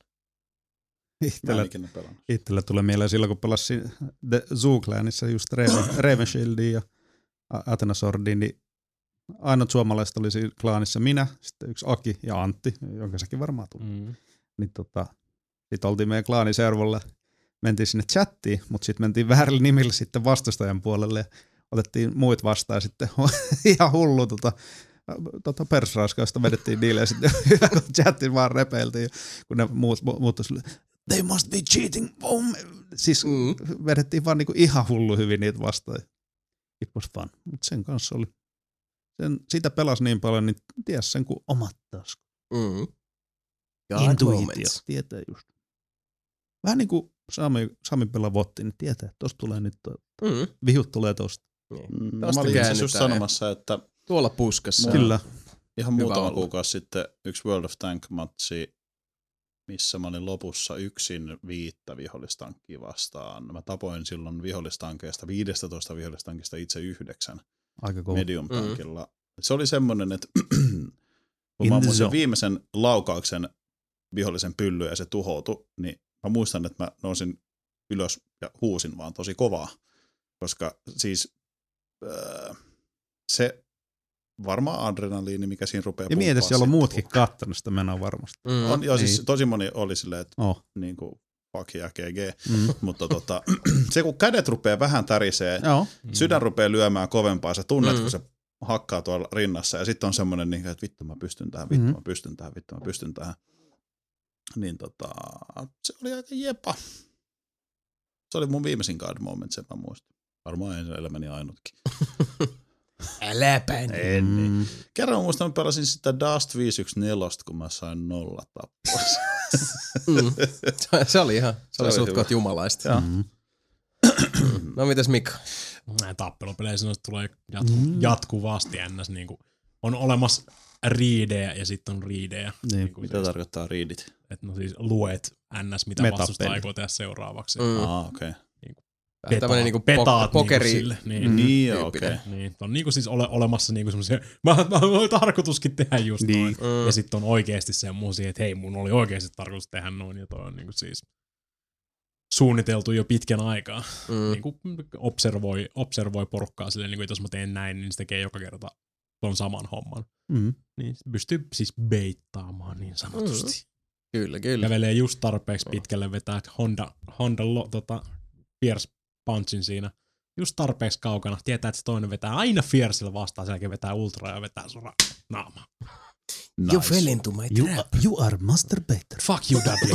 Itsellä tulee mieleen silloin, kun pelasin The Zoo-Clanissa just Ravenshieldia ja Athenasordin, niin ainoat suomalaiset oli siinä klaanissa minä, sitten yksi Aki ja Antti, jonka säkin varmaan tuli. Niin sitten oltiin meidän klaaniservolla, mentiin sinne chattiin, mutta sitten mentiin väärillä nimillä sitten vastustajan puolelle ja otettiin muut vastaan ja sitten ihan hullu persrauskausta vedettiin niille ja sitten hyvä kun chatin vaan repeiltiin, kun ne muut they must be cheating. Siis vedettiin vaan niinku ihan hullu hyvin niitä vastaan. It was fun. Mutta sen kanssa oli, sitä pelasi niin paljon, niin ties sen kuin omat taskut. Intuitio, tietää just. Vähän niin kuin Sami pelaa votti, niin tietää, että tosta tulee nyt vihut tulee tosta. Mä olin itse just sanomassa, että tuolla puskassa. Kyllä. Ihan muutama kuukausi sitten yksi World of Tank-matsi, missä mä olin lopussa yksin 5 vihollistankkia vastaan. Mä tapoin silloin vihollistankeista, 15 vihollistankista itse 9 medium-tankilla. Se oli semmoinen, että kun mä ammuin sen viimeisen laukauksen vihollisen pyllyyn ja se tuhoutui, niin mä muistan, että mä nousin ylös ja huusin vaan tosi kovaa. Koska siis se varmaan adrenaliini, mikä siinä rupeaa pumpaa. Ja mieti, siellä on muutkin kattanut sitä menoa varmasti. On, joo, siis tosi moni oli silleen, että niin kuin fuck ja GG. Mutta se kun kädet rupeaa vähän tärisee, sydän rupeaa lyömään kovempaa, sä tunnet, kun se hakkaa tuolla rinnassa ja sitten on semmoinen, että vittu mä pystyn tähän, vittu mä pystyn tähän. Niin se oli aika jepa. Se oli mun viimeisin God Moment, sen mä muistan. Varmaan ei se elämäni ainutkin. Äläpä En. Kerran mä muistan, mä pelasin sitä Dust 514, kun mä sain 0 tappoa. Se oli suht koht jumalaista. No mitäs Mika? Näin tappelupeleissä tulee jatkuvasti ns. Niinku, on olemassa riidejä ja sitten on riidejä. Niin, mitä tarkoittaa riidit? Että no siis luet ns. Mitä vastustaa aikoo tehdä seuraavaksi. Okei. Okay. Tämmönen niinku pokeri. Niin, okei. Niin, on niinku siis olemassa niinku semmosia, mä oon tarkoituskin tehdä just noin. Ja sitten on oikeesti semmosia, että hei, mun oli oikeesti tarkoitus tehdä noin. Ja toi on niinku siis suunniteltu jo pitkän aikaa. Niinku observoi porukkaa silleen, niinku, että jos mä teen näin, niin se tekee joka kerta ton saman homman. Niin pystyy siis beittaamaan niin sanotusti. Kyllä. Kävelee just tarpeeksi pitkälle, vetää Honda Fierce Punchin siinä just tarpeeksi kaukana. Tietää, että se toinen vetää aina Fiercellä vastaan, sen jälkeen vetää Ultraa ja vetää suoraan naamaan. Nice. You fell into my trap. You are masturbator. Fuck you, Dudley.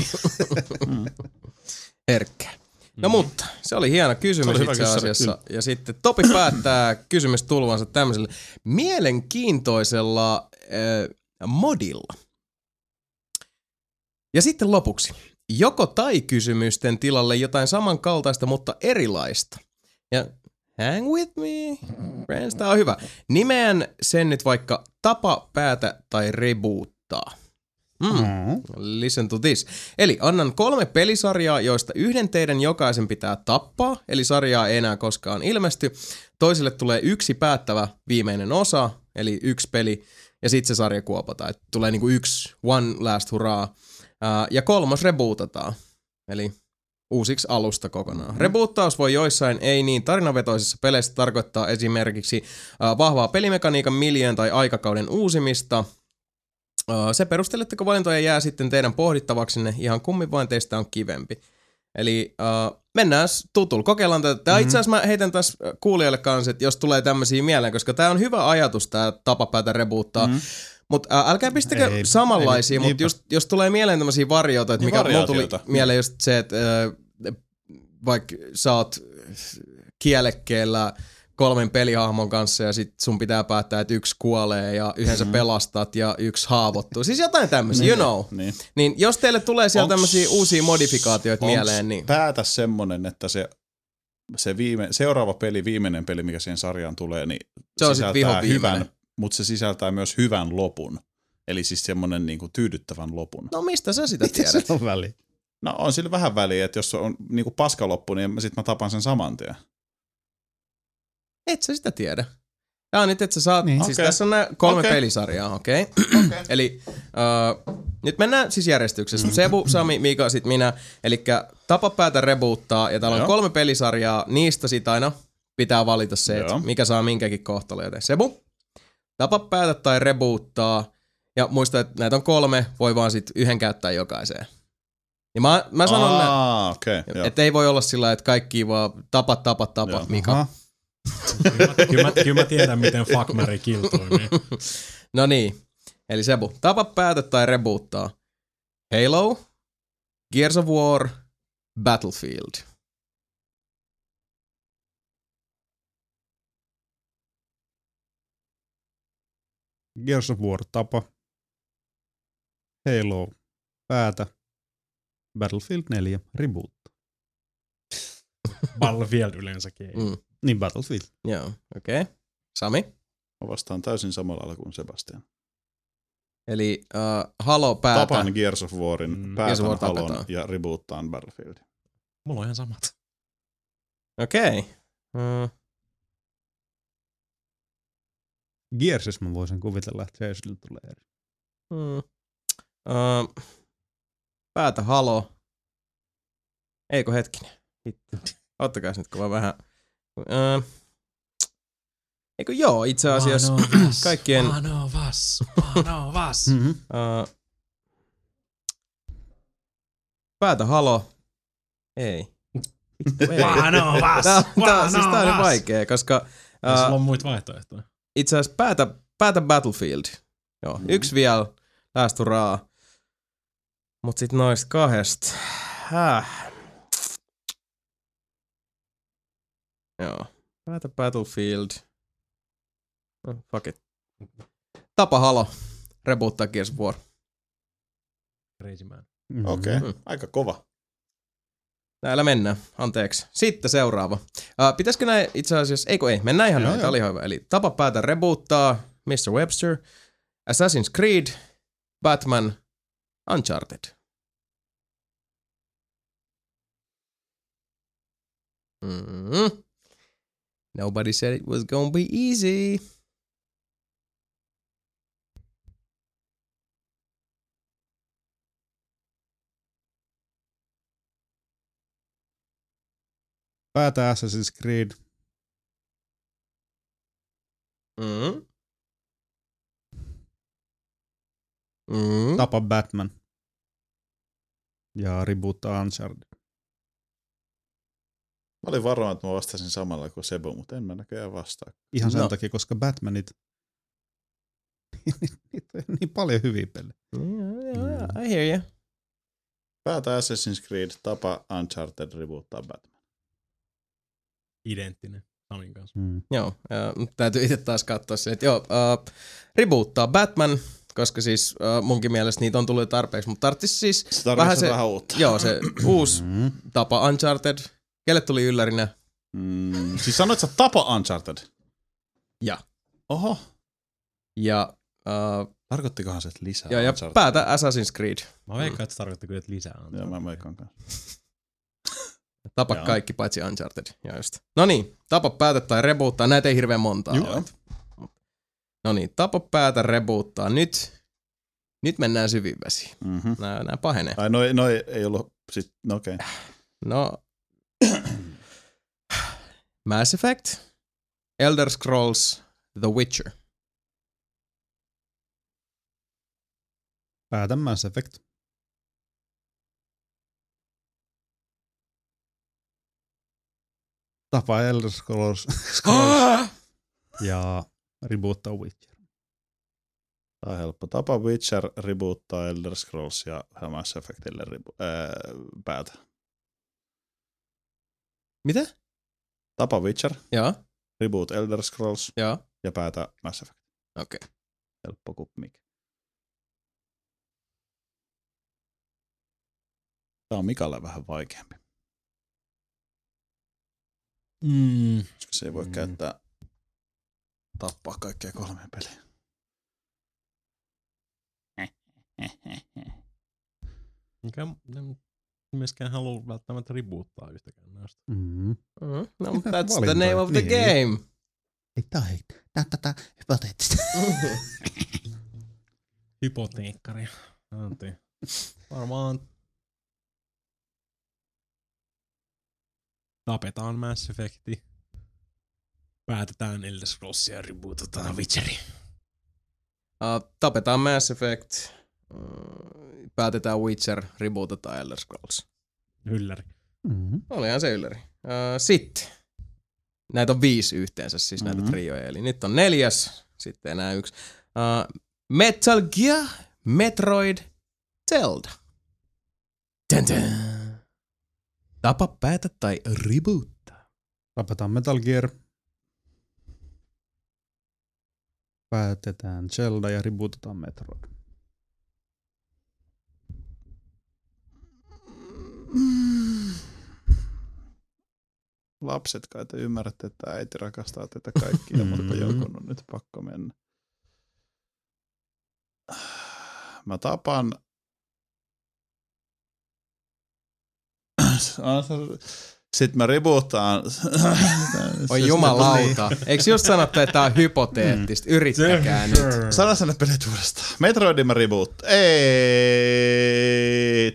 Herkkä. No mutta, se oli hieno kysymys itse asiassa. Ja sitten Topi päättää kysymystulvansa tämmöisellä mielenkiintoisella modilla. Ja sitten lopuksi. Joko tai kysymysten tilalle jotain samankaltaista, mutta erilaista. Ja hang with me, friends, tää on hyvä. Nimeän sen nyt vaikka tapa, päätä tai reboottaa. Listen to this. Eli annan 3 pelisarjaa, joista yhden teidän jokaisen pitää tappaa, eli sarjaa ei enää koskaan ilmesty. Toiselle tulee 1 päättävä viimeinen osa, eli 1 peli, ja sitten se sarja kuopataan. Et tulee niinku 1 one last hurraa. Ja 3 rebootataan, eli uusiksi alusta kokonaan. Reboottaus voi joissain ei niin tarinavetoisissa peleissä tarkoittaa esimerkiksi vahvaa pelimekaniikan miljöön tai aikakauden uusimista. Se perusteletteko valintoja jää sitten teidän pohdittavaksenne, ihan kummin vain teistä on kivempi. Eli mennään tutulla, kokeillaan tätä. Itse asiassa mä heitän tässä kuulijoille kanssa, että jos tulee tämmöisiä mieleen, koska tää on hyvä ajatus, tää tapa päätä reboottaa. Mutta älkää pistäkö samanlaisia, mutta jos tulee mieleen tämmöisiä varjoita, että mikä mulla tuli mieleen just se, että vaikka sä oot kielekkeellä 3 pelihahmon kanssa ja sit sun pitää päättää, että 1 kuolee ja yhden sä pelastat ja 1 haavoittuu. Siis jotain tämmöisiä, you know. Niin jos teille tulee siellä tämmöisiä uusia modifikaatioita mieleen, niin päätä semmonen, että seuraava peli, viimeinen peli, mikä siihen sarjaan tulee, niin se sisältää hyvän, mutta se sisältää myös hyvän lopun. Eli siis semmonen niinku tyydyttävän lopun. No mistä sä sitä tiedät? on väliä? No on sillä vähän väliä, että jos on niinku paskaloppu, niin sit mä tapan sen saman tien. Et sä sitä tiedä. Tää nyt, että sä saat, siis tässä on nämä 3 pelisarjaa, okei? Eli nyt mennään siis järjestyksessä. Sebu, Sami, Mika, sit minä. Elikkä tapa päätä reboottaa, ja täällä on 3 pelisarjaa, niistä sit aina pitää valita se, että mikä saa minkäkin kohtalon. Joten Sebu, tapa päätä tai reboottaa, ja muista, että näitä on 3, voi vaan sit 1 käyttää jokaiseen. Ja mä sanon että ei voi olla sillä, että kaikki vaan tapa, Mika. Kyllä mä tiedän, miten fuck, marry, kill toimii. No niin. Eli Sebu, tapa päätä tai reboottaa. Halo, Gears of War, Battlefield. Gears of War tapa. Halo päätä. Battlefield 4 reboot. Battlefield yleensäkin. Niin Battlefield. Joo, okei. Sami? Mä vastaan täysin samalla lailla kuin Sebastian. Eli Halo päätä. Tapan Gears of Warin, päätän Halon ja reboottaan Battlefield. Mulla on ihan samat. Okei. Gearsis mä voisin kuvitella, että Jasonille tulee eri. Päätä Halo. Eikö hetkinen? Ottakas nyt kun vähän. Eikö joo, itse asiassa kaikkien. Vanovas. Päätä Halo. Ei. Vanovas. Tää on vaikea, koska sulla on muita vaihtoehtoja. Itse asiassa päätä Battlefield. Joo, 1 vielä. Last hurraa. Mut sit noista kahdesta. Joo. Päätä Battlefield. No, fuck it. Tapa Halo. Reboottaa Gears of War. Crazy man. Okei, aika kova. Täällä mennään. Anteeksi. Sitten seuraava. Pitäisikö näin itse asiassa... Ei, mennään ihan näin. Tää oli ihan hyvä. Eli Tapa päätä reboottaa Mr. Webster, Assassin's Creed, Batman, Uncharted. Nobody said it was gonna be easy. Päätä Assassin's Creed. Tapa Batman. Ja reboottaa Uncharted. Mä olin varma, että mä vastasin samalla kuin Sebo, mutta en mä näköjään vastaa. Ihan sen takia, koska Batmanit... niitä on niin paljon hyviä pelejä. I hear you. Päätä Assassin's Creed, Tapa Uncharted, reboottaa Batman. Identtinen Samin kanssa. Joo, täytyy itse taas katsoa se, että reboottaa Batman, koska siis munkin mielestä niitä on tullut tarpeeksi, mutta tarvitsisi siis vähän se uutta. Joo, se uusi Tapa Uncharted. Kelle tuli yllärinä? Siis sanoit sä Tapa Uncharted? Ja. Oho. Ja tarkoittikohan se, että lisää ja päätä Assassin's Creed. Mä veikkaan, että se tarkoitti kyllä, että lisää. Joo, mä veikkaan kanssa. Tapa kaikki paitsi Uncharted. Ja just. No niin, tapa päätä tai reboottaa. Näitä ei hirveän montaa ole. No niin, tapa päätä reboottaa. Nyt mennään syviin vesiin. Nää pahenee. Ai noi ei ollut sit, no okei. Okay. No. Mass Effect, Elder Scrolls, The Witcher. Päätä Mass Effect. Tapa Elder Scrolls. Ja reboottaa Witcher. Tää on helppo. Tapa Witcher, reboottaa Elder Scrolls ja Mass Effectille päätä. Mitä? Tapa Witcher. Joo. Reboot Elder Scrolls. Joo. Ja päätä Mass Effect. Okei. Okay. Helppo kuin mikä. Tää on Mikalle vähän vaikeampi. Koska se ei voi käyttää tappaa kaikkea 3 peliä. Mikä myöskään halua välttämättä reboottaa yhtäkään näistä. No, that's the name of the game. Ei, tää on tätä hypoteettista. Hypoteekkari. Varmaan tapetaan Mass Effecti. Päätetään Elder Scrolls ja rebootataan Witcheri. Tapetaan Mass Effect. Päätetään Witcher, rebootataan Elder Scrolls. Ylläri. Olihan se ylläri. Sitten. Näitä on 5 yhteensä, siis näitä trioja. Eli nyt on 4. Sitten enää 1. Metal Gear, Metroid, Zelda. Tapa päätä tai reboottaa. Tapetaan Metal Gear. Päätetään Zelda ja rebootataan Metroid. Lapset kai te ymmärrätte, että äiti rakastaa tätä kaikkia, mutta jonkun on nyt pakko mennä. Mä tapan... Sitten mä rebootaan. Oi jumalauta. Eikö just sanottu, että tää on hypoteettista? Yrittäkää nyt. Sano sen pelit uudestaan. Metroidin mä reboottaan. Ei.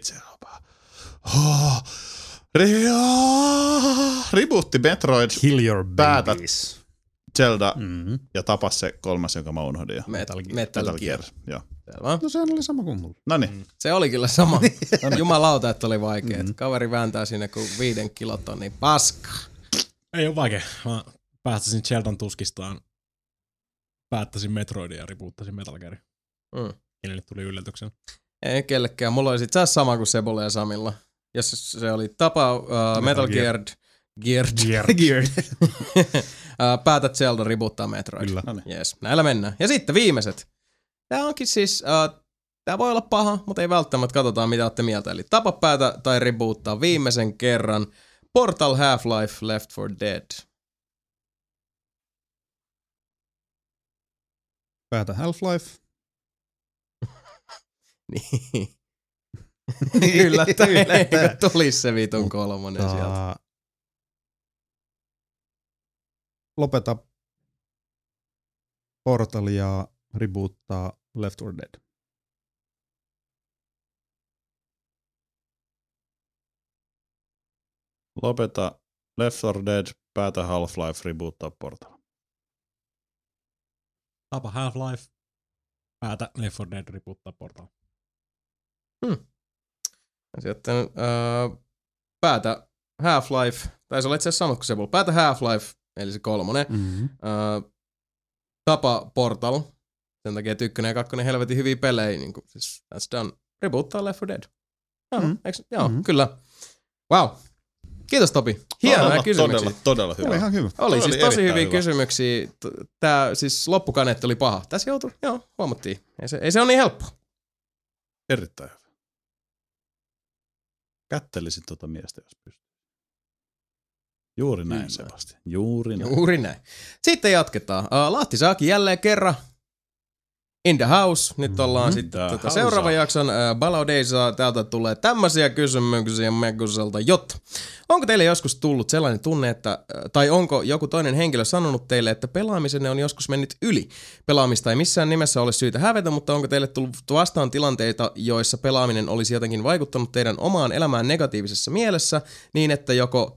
Rebootti Metroid. Kill your päätät babies. Zelda ja tapa se 3, jonka mä unohdin. Metal Gear. Joo. No sehän oli sama kuin mulla. Noniin. Se oli kyllä sama. Jumalauta, että oli vaikea. Kaveri vääntää sinne kuin 5 kilotonnin paskaa. Ei ole vaikea. Mä päästäisin Zeldan tuskistaan. Päättäisin Metroidin ja reboottasin Metal Gearin. Kenelle tuli yllätyksen. Ei kellekään. Mulla oli sit taas sama kuin Sebolla ja Samilla. Jos se oli tapa Metal Gear. Päätä Zelda reboottaa Metroid. Kyllä. Yes, näillä mennään. Ja sitten viimeiset. Tää onkin siis, tää voi olla paha, mutta ei välttämättä. Katsotaan mitä olette mieltä. Eli tapa päätä tai reboottaa viimeisen kerran. Portal, Half-Life, Left 4 Dead. Päätä Half-Life. Niin. Yllättäen, kun tulisi se vitun kolmonen sieltä. Lopeta Portal ja reboottaa Left 4 Dead. Lopeta Left 4 Dead, päätä Half-Life, reboottaa Portal. Tapa Half-Life, päätä Left 4 Dead, reboottaa Portal. Sitten päätä Half-Life, tai se oli itse asiassa sanotko se, päätä Half-Life, eli se kolmonen. Tapa Portal, sen takia 1 ja 2 helvetin hyviä pelejä, niin kuin, siis that's done. Reboottaa Left 4 Dead. Joo, kyllä. Wow. Kiitos Topi. Hienoja kysymyksiä. Todella hyvä. Oli ihan hyvä. Oli siis tosi hyviä kysymyksiä. Tää siis loppukaneetti oli paha. Tässä joutui, huomattiin. Ei se ole niin helppo. Erittäin hyvä. Kättelisin tuota miestä, jos pystyy. Juuri näin, Sebastian. Juuri näin. Sitten jatketaan. Lahti Saaki jälleen kerran. In the house. Nyt ollaan sitten seuraavan jakson Baladeissa. Täältä tulee tämmöisiä kysymyksiä Meguselta. Onko teille joskus tullut sellainen tunne, että, tai onko joku toinen henkilö sanonut teille, että pelaamisenne on joskus mennyt yli? Pelaamista ei missään nimessä ole syytä hävetä, mutta onko teille tullut vastaan tilanteita, joissa pelaaminen olisi jotenkin vaikuttanut teidän omaan elämään negatiivisessa mielessä, niin että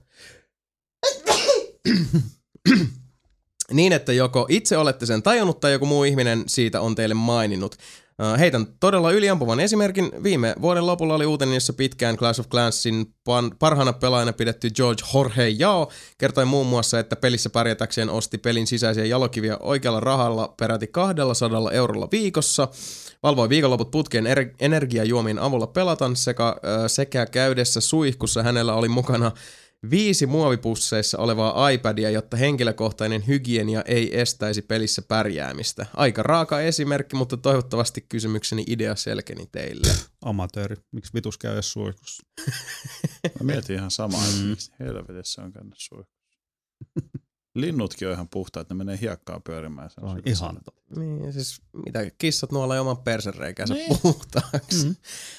joko itse olette sen tajunnut tai joku muu ihminen siitä on teille maininnut. Heitän todella yliampuvan esimerkin. Viime vuoden lopulla oli uutinen, jossa pitkään Clash of Clansin parhaana pelaajana pidetty George Jorge Yao kertoi muun muassa, että pelissä pärjätäkseen osti pelin sisäisiä jalokiviä oikealla rahalla peräti 200 eurolla viikossa. Valvoi viikonloput putkeen energiajuomien avulla pelatan sekä käydessä suihkussa hänellä oli mukana 5 muovipusseissa olevaa iPadia, jotta henkilökohtainen hygienia ei estäisi pelissä pärjäämistä. Aika raaka esimerkki, mutta toivottavasti kysymykseni idea selkeni teille. Amatööri. Miksi vitus käy edes suihkussa? Mä mietin ihan samaa, että miksi helvetissä on käynyt suihkussa. Linnutkin on ihan puhtaat, ne menee hiekkaan pyörimään. Se on ihan totta. Niin, siis mitä kissat nuolee oman persereikänsä puhtaaksi.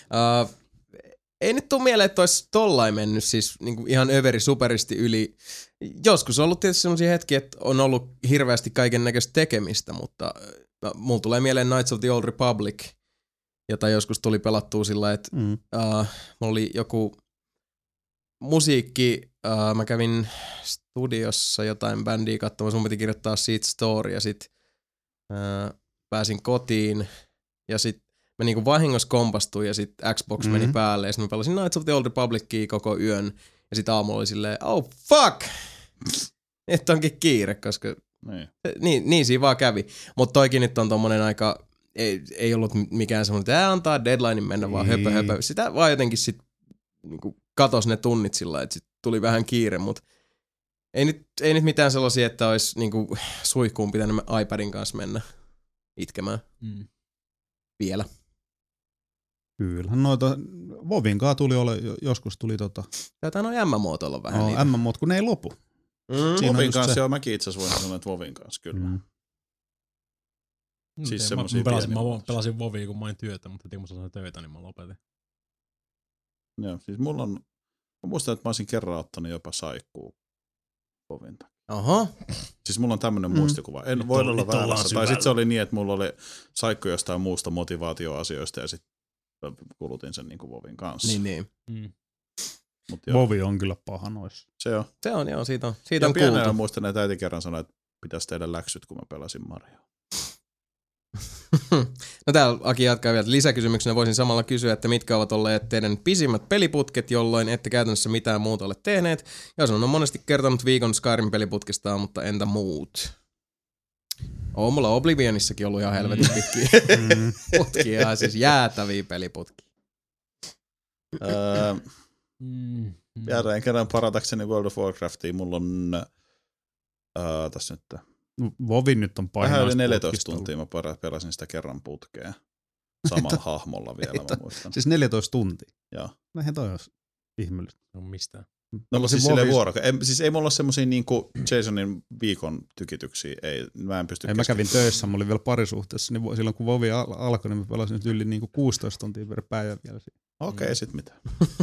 Ei nyt tule mieleen, että olisi tollain mennyt siis niin kuin ihan överi superisti yli. Joskus on ollut tietysti sellaisia hetkiä, että on ollut hirveästi kaiken näköistä tekemistä, mutta mulla tulee mieleen Knights of the Old Republic, jota joskus tuli pelattua sillä, että mulla oli joku musiikki, mä kävin studiossa jotain bändiä katsomassa, mun piti kirjoittaa siitä story ja sit pääsin kotiin ja sit mä niinku vahingossa kompastuin ja sit Xbox meni päälle ja sit mä pelasin Knights of the Old Republicia koko yön ja sit aamulla oli silleen, oh fuck! Että onkin kiire, koska niin siinä vaan kävi. Mutta toikin nyt on tommonen aika, ei ollut mikään semmoinen, että antaa deadlinein mennä vaan höpö. Sitä vaan jotenkin sit niinku katos ne tunnit sillä, että sit tuli vähän kiire, mutta ei nyt mitään sellaisia, että olisi niinku suihkuun pitänyt iPadin kanssa mennä itkemään. Vielä. Kyllä. Noita Vovinkaan joskus tuli Taitaa on M-muotoilla vähän niitä. M-muot, kun ne ei lopu. Vovin kanssa joo, mäkin itse asiassa voin sanoa, että Vovin kanssa kyllä. Siis mä pelasin Vovia, kun mä olin työtä, mutta heti kun mä sain töitä, niin mä lopetin. Joo, siis mä muistan, että mä olisin kerran ottanut jopa saikkuu Vovin takia. Oho. Siis mulla on tämmönen muistikuva. En voi olla väärässä. Tai sit se oli niin, että mulla oli saikku jostain muusta motivaatioasioista ja sit kulutin sen niinku Vovin kanssa. Niin. Vovi on kyllä paha noissa. Se on. Se on, joo, siitä on pienenä muistan, että äiti kerran sanoi, että pitäisi tehdä läksyt, kun mä pelasin Marioa. No täällä Aki jatkaa vielä. Lisäkysymyksenä voisin samalla kysyä, että mitkä ovat olleet teidän pisimmät peliputket, jolloin ette käytännössä mitään muuta ole tehneet. Jos on monesti kertonut viikon Skyrim peliputkestaan, mutta entä muut? On mulla Oblivionissakin ollut ihan helvetin pitkiä putkia, siis jäätäviä peliputkia. Jälleen kerran paratakseni World of Warcraftiin, mulla on tässä nyt Vovin nyt on painaa. vähän yli 14 tuntia mä pelasin sitä kerran putkeen. Samalla hahmolla vielä, mä muistan. Siis 14 tuntia? Joo. Näinhän toi olisi ihmeellistä. No mistä? No siis silleen siis ei mulla ole semmosia niinku Jasonin viikon tykityksiä, mä en pysty Mä kävin töissä, mä olin vielä parisuhteessa, niin silloin kun Vovi alkoi, niin mä pelasin yli niinku 16 tuntia per päivä vielä. Okei, sit mitä.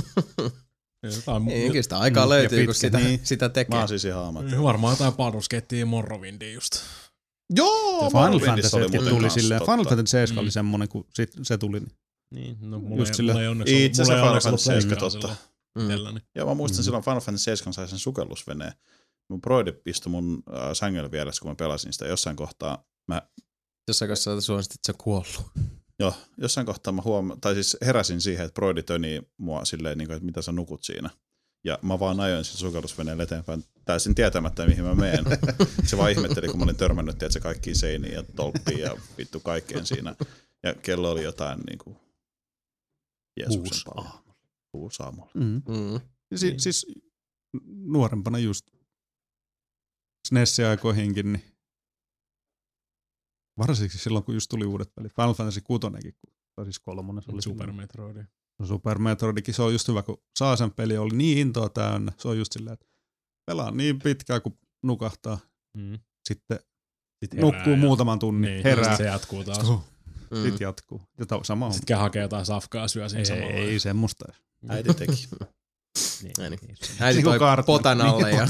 Eikin sitä aikaa löytyy, kun sitä tekee. Mä oon siis ihan ammattilainen. Varmaan jotain Baldur's Morrowindia just. Joo, Final Fantasy tuli silleen. Final Fantasy 7 oli semmonen, kun se tuli. Niin, no mulla ei onneksi itse asiassa Final Fantasy 7 totta. Itselläni. Joo, mä muistan silloin Final Fantasy 7 sai sen sukellusveneen. Mun broidi istui mun sängyllä vieressä, kun mä pelasin sitä. Jossain kohtaa Jossain kohtaa suositit, että se on kuollut. Joo, jossain kohtaa mä heräsin siihen, että broidi töni mua silleen, että mitä sä nukut siinä. Ja mä vaan ajoin sen sukellusveneellä eteenpäin täysin tietämättä, mihin mä menen. Se vaan ihmetteli, kun mä olin törmännyt, että se kaikkiin seiniin ja tolppiin ja vittu kaikkeen siinä. Ja kello oli jotain niinku Jeesuksen paljon. 6 aamulla. Siis nuorempana just SNES-aikoihinkin, niin varsinkin silloin, kun just tuli uudet pelit. Final Fantasy 6, tai siis 3. Super Metroid. Super Metroidikin, se on just hyvä, kun saa sen peli, oli niin intoa täynnä. Se on just silleen, että pelaa niin pitkään, kun nukahtaa. Sitten nukkuu muutaman tunnin, herää. Se jatkuu taas. Sitten jatkuu. Sama on. Sitten hakee jotain safkaa syö siinä samalla. Ei semmoista. Äiti teki. Niin. Äiti toi potan alle ja...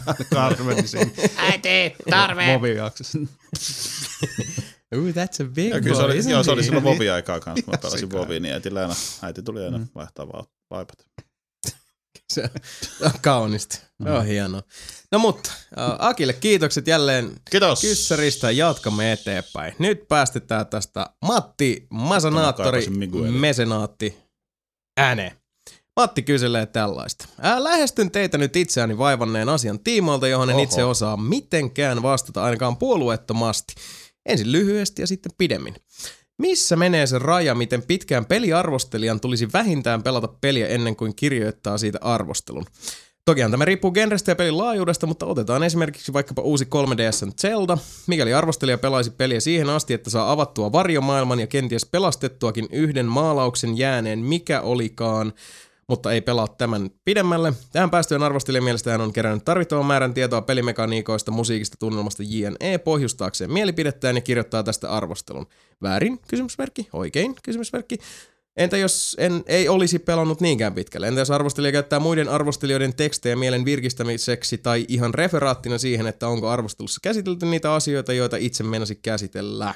Äiti, tarve! Vovi-jaksossa. Ooh, that's a big boy, isn't se oli silloin Vovi-aikaa kanssa, kun mä pelasin Vovia, niin äiti tuli aina vaihtaa vaipat. Se on kaunista. Se on hienoa. No mutta, Akille kiitokset jälleen kyssäristä. Jatkamme eteenpäin. Nyt päästetään tästä Matti Masanaattori Mesenaatti ääne. Matti kyselee tällaista. Lähestyn teitä nyt itseäni vaivanneen asian tiimoilta, johon en itse osaa mitenkään vastata ainakaan puolueettomasti. Ensin lyhyesti ja sitten pidemmin. Missä menee se raja, miten pitkään peliarvostelijan tulisi vähintään pelata peliä ennen kuin kirjoittaa siitä arvostelun? Tokihan tämä riippuu genrestä ja pelin laajuudesta, mutta otetaan esimerkiksi vaikkapa uusi 3DS:n Zelda. Mikäli arvostelija pelaisi peliä siihen asti, että saa avattua varjomaailman ja kenties pelastettuakin yhden maalauksen jääneen mikä olikaan, mutta ei pelaa tämän pidemmälle. Tähän päästyön arvostelijan mielestä hän on kerännyt tarvittavan määrän tietoa pelimekaniikoista, musiikista, tunnelmasta jne. Pohjustaakseen mielipidettään ja kirjoittaa tästä arvostelun. Väärin? Kysymysmerkki. Oikein? Kysymysmerkki. Entä jos ei olisi pelannut niinkään pitkälle? Entä jos arvostelija käyttää muiden arvostelijoiden tekstejä mielen virkistämiseksi tai ihan referaattina siihen, että onko arvostelussa käsitelty niitä asioita, joita itse meinasi käsitellä?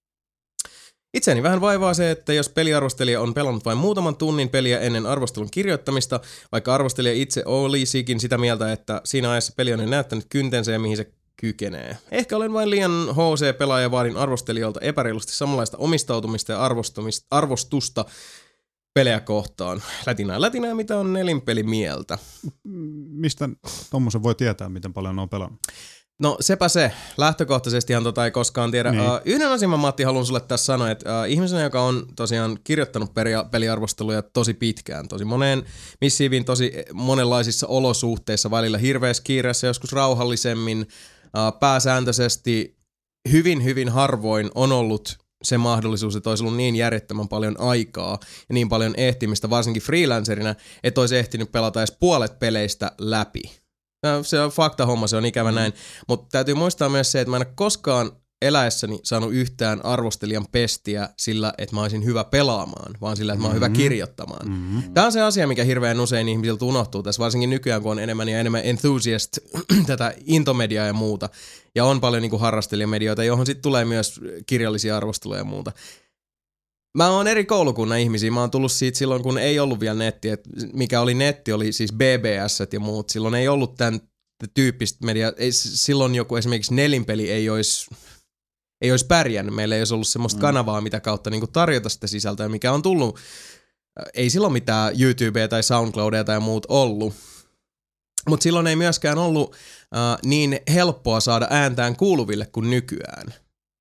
Itseäni vähän vaivaa se, että jos peliarvostelija on pelannut vain muutaman tunnin peliä ennen arvostelun kirjoittamista, vaikka arvostelija itse olisikin sitä mieltä, että siinä ajassa peli on näyttänyt kyntensä ja mihin se kykenee. Ehkä olen vain liian HC-pelaaja ja vaadin arvostelijoilta epäreilusti samanlaista omistautumista ja arvostusta pelejä kohtaan. Lätinää, mitä on nelinpeli mieltä. Mistä tommosen voi tietää, miten paljon on pelannut? No sepä se. Lähtökohtaisestihan ei koskaan tiedä. Niin. Yhden asian mä, Matti, haluan sulle tässä sanoa, että ihmisenä, joka on tosiaan kirjoittanut peliarvosteluja tosi pitkään, tosi moneen missiiviin, tosi monenlaisissa olosuhteissa, välillä hirveässä kiireessä, joskus rauhallisemmin, pääsääntöisesti hyvin harvoin on ollut se mahdollisuus, että olisi ollut niin järjettömän paljon aikaa ja niin paljon ehtimistä, varsinkin freelancerina, että olisi ehtinyt pelata edes puolet peleistä läpi. Se on faktahomma, se on ikävä näin, mutta täytyy muistaa myös se, että mä en ole koskaan eläessäni saanut yhtään arvostelijan pestiä sillä, että mä olisin hyvä pelaamaan, vaan sillä, että mä oon hyvä kirjoittamaan. Tämä on se asia, mikä hirveän usein ihmisiltä unohtuu tässä, varsinkin nykyään, kun on enemmän ja enemmän enthusiast, tätä intomediaa ja muuta, ja on paljon niin kuin harrastelijamedioita, johon sitten tulee myös kirjallisia arvosteluja ja muuta. Mä oon eri koulukunnan ihmisiä. Mä oon tullut siitä silloin, kun ei ollut vielä nettiä. Mikä oli netti, oli siis BBS ja muut. Silloin ei ollut tämän tyyppistä mediaa. Silloin joku esimerkiksi nelinpeli ei olisi pärjännyt. Meillä ei olisi ollut semmoista kanavaa, mitä kautta niin kuin tarjota sitä sisältöä, mikä on tullut. Ei silloin mitään YouTubea tai SoundCloudia tai muut ollut. Mutta silloin ei myöskään ollut niin helppoa saada ääntään kuuluville kuin nykyään.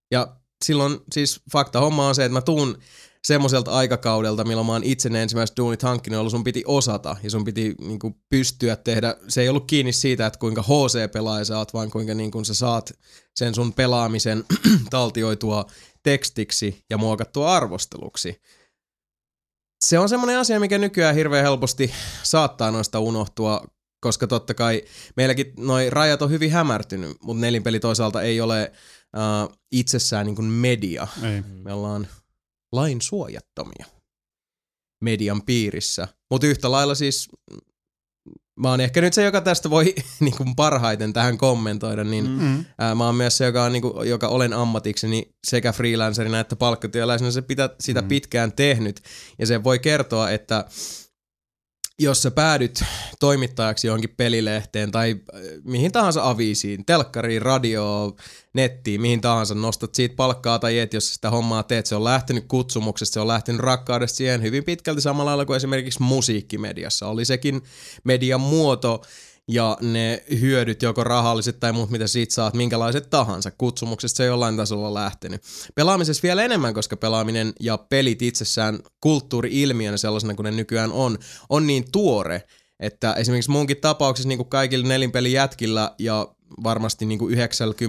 Ja silloin siis fakta homma on se, että mä tuun semmoiselta aikakaudelta, milloin mä oon itse ne ensimmäiset duunit hankkinut, jolloin sun piti osata ja sun piti niinku pystyä tehdä. Se ei ollut kiinni siitä, että kuinka HC-pelaaja sä oot, vaan kuinka niinku sä saat sen sun pelaamisen taltioitua tekstiksi ja muokattua arvosteluksi. Se on semmoinen asia, mikä nykyään hirveän helposti saattaa noista unohtua, koska totta kai meilläkin noi rajat on hyvin hämärtynyt, mutta nelinpeli toisaalta ei ole itsessään niin kuin media. Ei. Me ollaan lain suojattomia median piirissä. Mutta yhtä lailla siis, mä oon ehkä nyt se, joka tästä voi niin kuin parhaiten tähän kommentoida, niin mä oon myös se, joka olen ammatikseni sekä freelancerina että palkkatyöläisenä sitä pitkään tehnyt. Ja se voi kertoa, että jos sä päädyt toimittajaksi johonkin pelilehteen tai mihin tahansa aviisiin, telkkariin, radioon, nettiin, mihin tahansa, nostat siitä palkkaa tai et, jos sitä hommaa teet. Se on lähtenyt kutsumuksesta, se on lähtenyt rakkaudesta siihen hyvin pitkälti samalla lailla kuin esimerkiksi musiikkimediassa. Oli sekin median muoto ja ne hyödyt, joko rahalliset tai muut, mitä siitä saat, minkälaiset tahansa. Kutsumuksesta se jollain tasolla lähtenyt. Pelaamisessa vielä enemmän, koska pelaaminen ja pelit itsessään kulttuuri-ilmiönä sellaisena kuin ne nykyään on niin tuore, että esimerkiksi munkin tapauksessa niin kuin kaikilla nelinpelijätkillä ja varmasti niin kuin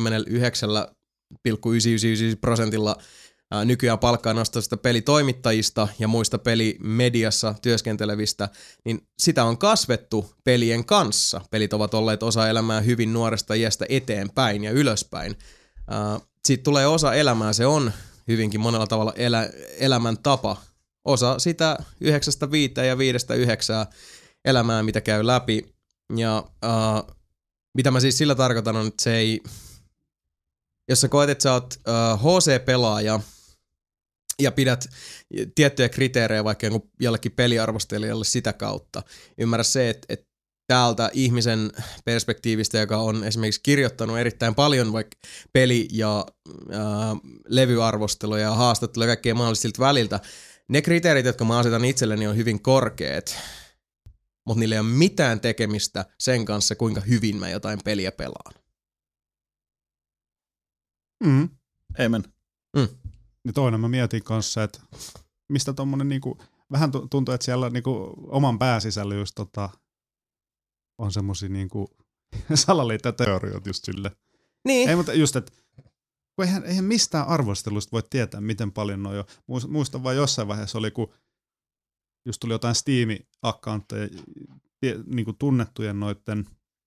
99,999% nykyään palkkaa nostavista pelitoimittajista ja muista pelimediassa työskentelevistä, niin sitä on kasvettu pelien kanssa. Pelit ovat olleet osa elämää hyvin nuoresta iästä eteenpäin ja ylöspäin. Siitä tulee osa elämää, se on hyvinkin monella tavalla elämäntapa. Osa sitä 9-5 ja 5-9 elämää, mitä käy läpi. Ja mitä mä siis sillä tarkoitan on, että se ei... Jos sä koet, että sä oot HC-pelaaja ja pidät tiettyjä kriteerejä vaikka jollekin peliarvostelijalle sitä kautta, ymmärrä se, että täältä ihmisen perspektiivistä, joka on esimerkiksi kirjoittanut erittäin paljon vaikka peli- ja levyarvosteluja ja haastatteluja ja kaikkea mahdollista siltä väliltä, ne kriteerit, jotka mä asetan itselleni, on hyvin korkeat, mutta niillä ei ole mitään tekemistä sen kanssa, kuinka hyvin mä jotain peliä pelaan. Amen. Ja toinen mä mietin kanssa, että mistä tommonen niinku, vähän tuntuu, että siellä niinku oman pääsisällä just on semmosia niinku salaliittoteorioita just sille. Niin. Ei, mutta just, että eihän mistään arvostelusta voi tietää, miten paljon noi on. Muistan vaan jossain vaiheessa oli, kun just tuli jotain Steam-accountteja, niinku tunnettujen noitten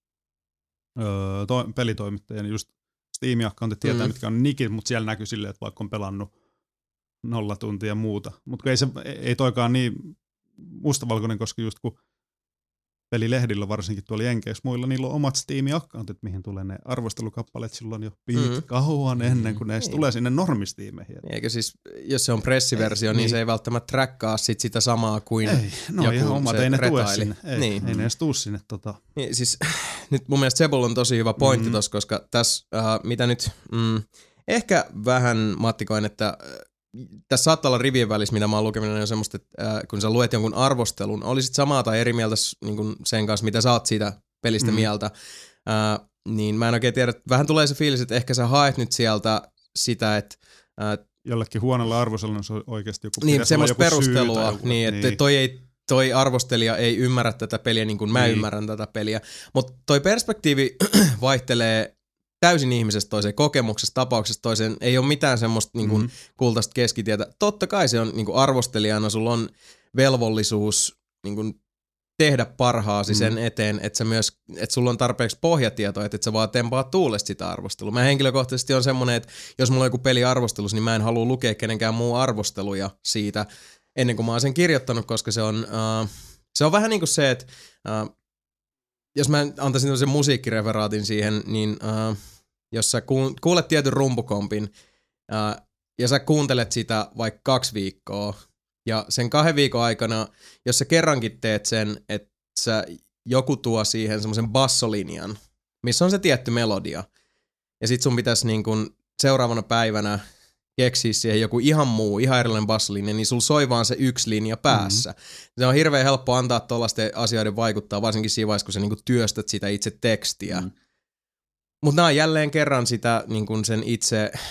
pelitoimittajien just Steam-accountit tietää, mitkä on nikit, mutta siellä näkyy silleen, että vaikka on pelannut 0 tuntia ja muuta. Mutta ei toikaan niin mustavalkoinen, koska just kun pelilehdillä varsinkin tuolla Jenkeissä muilla, niillä on omat Steam-accountit, mihin tulee ne arvostelukappaleet silloin jo kauan ennen kuin ne tulee sinne normistiimeihin. Eikä siis, jos se on pressiversio, niin se ei välttämättä trackaa sitä samaa kuin joku ihan omat, ei ne tue sinne. Ei ne edes tuu sinne. Niin, siis, nyt mun mielestä Sebul on tosi hyvä pointti tossa, koska tässä, mitä nyt, ehkä vähän mattikoin, että tässä saattaa olla rivien välissä, mitä mä oon lukeminen, on semmoista, että kun sä luet jonkun arvostelun, olisit samaa tai eri mieltä niin kuin sen kanssa, mitä sä oot siitä pelistä mieltä, niin mä en oikein tiedä, vähän tulee se fiilis, että ehkä sä haet nyt sieltä sitä, että jollekin huonolla arvostelulla se on oikeasti joku, niin, semmoista perustelua, joku, niin, että toi arvostelija ei ymmärrä tätä peliä niin kuin mä ymmärrän tätä peliä, mutta toi perspektiivi vaihtelee täysin ihmisestä toiseen, kokemuksesta, tapauksesta toiseen, ei ole mitään semmoista niin kuin kultaista keskitietä. Totta kai se on niin kuin arvostelijana, sulla on velvollisuus niin kuin tehdä parhaasi sen eteen, että sulla on tarpeeksi pohjatietoa, että et sä vaan tempaat tuulesta sitä arvostelua. Mä henkilökohtaisesti on semmoinen, että jos mulla on joku peli arvostelus, niin mä en halua lukea kenenkään muu arvosteluja siitä ennen kuin mä oon sen kirjoittanut, koska se on vähän niin kuin se, että jos mä antaisin tämmöisen musiikkireferaatin siihen, niin jos sä kuulet tietyn rumpukompin ja sä kuuntelet sitä vaikka 2 viikkoa ja sen 2 viikon aikana, jos sä kerrankin teet sen, että joku tuo siihen semmoisen bassolinjan, missä on se tietty melodia ja sit sun pitäisi niin kun seuraavana päivänä keksiä siihen joku ihan erilainen bassolinja, niin sulla soi vaan se yksi linja päässä. Se on hirveän helppo antaa tollaisten asioiden vaikuttaa, varsinkin siinä vaiheessa, kun sä niinku työstät sitä itse tekstiä. Mutta nämä on jälleen kerran sitä niin sen itse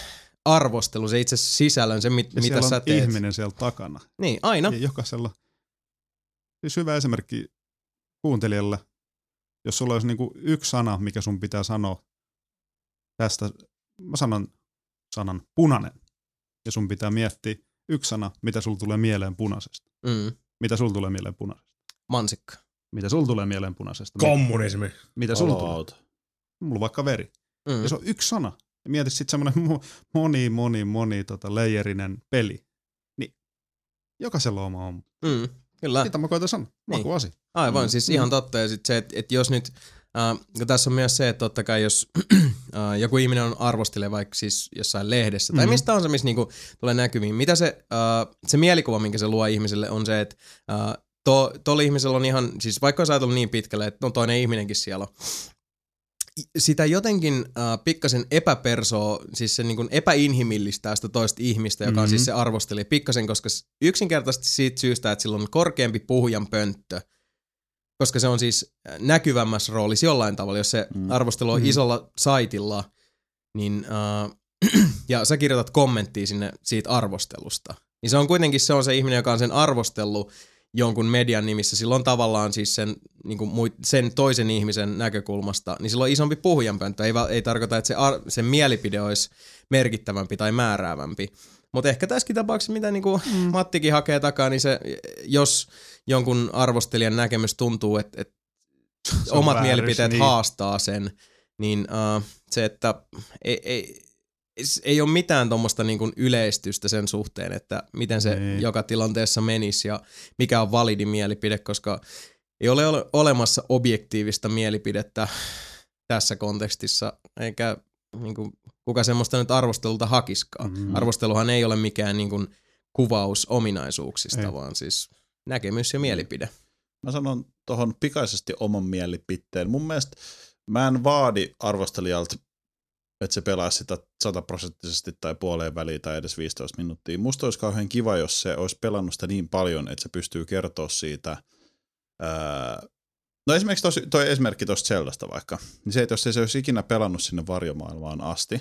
arvostelu, se itse sisällön, se mitä sä teet. On ihminen siellä takana. Niin, aina. Ja jokaisella. Siis hyvä esimerkki kuuntelijalle, jos sulla olisi niinku yksi sana, mikä sun pitää sanoa tästä, mä sanon sanan punainen, ja sun pitää miettiä yksi sana, mitä sulla tulee mieleen punaisesta. Mitä sulla tulee mieleen punaisesta? Mansikka. Mitä sulla tulee mieleen punaisesta? Kommunismi. Mitä sulla tulee? Mulla on vaikka veri. Ja se on yksi sana. Ja mieti sit semmonen moni leijerinen peli. Niin jokaisella on oma. Kyllä. Sitä mä koitan sanoa. Makuasia. Aivan, siis ihan totta. Ja sit se, että jos nyt, kun tässä on myös se, että totta kai jos joku ihminen on arvostelee vaikka siis jossain lehdessä tai mistä tahansa, missä niinku tulee näkyviin, mitä se mielikuva, minkä se luo ihmiselle on se, että tuolla ihmisellä on ihan, siis vaikka olisi ajatellut niin pitkälle, että on toinen ihminenkin siellä, sitä jotenkin pikkasen siis se niin kuin epäinhimillistää sitä toista ihmistä, joka on siis se arvostelija pikkasen, koska yksinkertaisesti siitä syystä, että sillä on korkeampi puhujan pönttö, koska se on siis näkyvämmässä roolissa jollain tavalla, jos se arvostelu on isolla saitilla, niin, ja sä kirjoitat kommenttia sinne siitä arvostelusta, niin se on kuitenkin se ihminen, joka on sen arvostellut jonkun median nimissä, silloin tavallaan siis sen toisen ihmisen näkökulmasta, niin silloin isompi puhujanpönttö. Ei tarkoita, että se mielipide olisi merkittävämpi tai määräävämpi. Mutta ehkä tässäkin tapauksessa, mitä niinku Mattikin hakee takaa, niin se, jos jonkun arvostelijan näkemys tuntuu, että omat mielipiteet haastaa sen, niin se, että ei ole mitään tuommoista niin kuin yleistystä sen suhteen, että miten se joka tilanteessa menisi ja mikä on validi mielipide, koska ei ole olemassa objektiivista mielipidettä tässä kontekstissa, eikä niin kuin, kuka semmoista nyt arvostelulta hakiskaan. Arvosteluhan ei ole mikään niin kuin kuvaus ominaisuuksista, vaan siis näkemys ja mielipide. Mä sanon tuohon pikaisesti oman mielipiteen. Mun mielestä mä en vaadi arvostelijalta, että se pelaisi sitä 100% tai puoleen väliin tai edes 15 minuuttia. Musta olisi kauhean kiva, jos se olisi pelannut sitä niin paljon, että se pystyy kertoa siitä. No esimerkiksi toi esimerkki tuosta Zeldasta vaikka. Niin se, että jos se olisi ikinä pelannut sinne varjomaailmaan asti,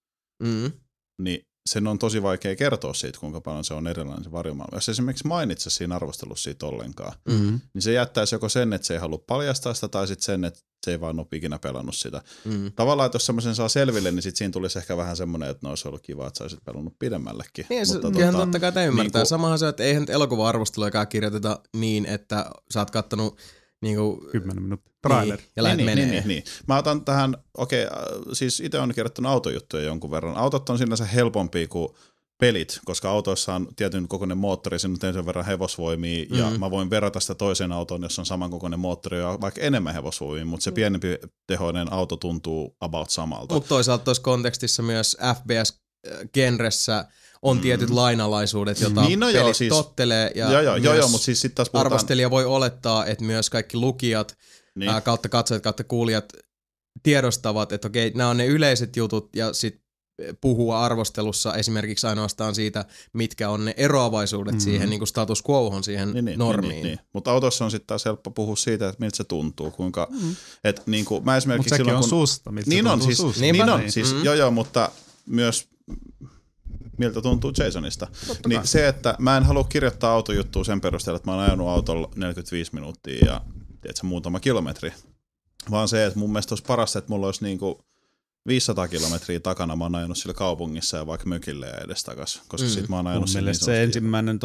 niin sen on tosi vaikea kertoa siitä, kuinka paljon se on erilainen se varjomaailma. Jos esimerkiksi mainitse siinä arvostelussa siitä ollenkaan, niin se jättäisi joko sen, että se ei halua paljastaa sitä, tai sitten sen, että se ei vaan ole ikinä pelannut sitä. Tavallaan, että jos semmoisen saa selville, niin sitten siinä tulisi ehkä vähän semmoinen, että no olisi ollut kiva, että sä olisit pelannut pidemmällekin. Niin, ihan totta kai tämä ymmärtää. Niin samahan se, että eihän nyt elokuva-arvosteluakaan kirjoiteta niin, että sä oot kattonut 10 minuuttia. Trailer. Niin, ja lähdet menee. Niin. Mä otan tähän, siis itse olen kirjoittanut autojuttuja jonkun verran. Autot on sinänsä helpompia kuin pelit, koska autoissa on tietyn kokoinen moottori, siinä on sen verran hevosvoimia, ja mä voin verrata sitä toiseen autoon, jossa on samankokoinen moottori ja vaikka enemmän hevosvoimia, mutta se pienempi tehoinen auto tuntuu about samalta. Mutta toisaalta tuossa kontekstissa myös FPS-genressä on tietyt lainalaisuudet, jota pelit siis tottelee, ja mutta siis sit taas puhutaan... arvostelija voi olettaa, että myös kaikki lukijat, kautta katsojat, kautta kuulijat tiedostavat, että okei, nämä on ne yleiset jutut, ja sitten puhua arvostelussa esimerkiksi ainoastaan siitä, mitkä on ne eroavaisuudet siihen niin kuin status quohon, siihen normiin. Niin. Mutta autossa on sitten taas helppo puhua siitä, että miltä se tuntuu, kuinka, että niin kuin mä esimerkiksi Mut silloin, on susta, miltä niin se on, tuntuu siis, susta. niin on, siis mutta myös miltä tuntuu Jasonista. Niin se, että mä en halua kirjoittaa autojuttua sen perusteella, että mä oon ajanut autolla 45 minuuttia ja tiedätkö, muutama kilometri, vaan se, että mun mielestä olisi parasta, että mulla olisi niinku 500 kilometriä takana, mä oon ajanut sillä kaupungissa ja vaikka mökille ja edestakas, koska sit mä oon ajanut mun mielestä se ensimmäinen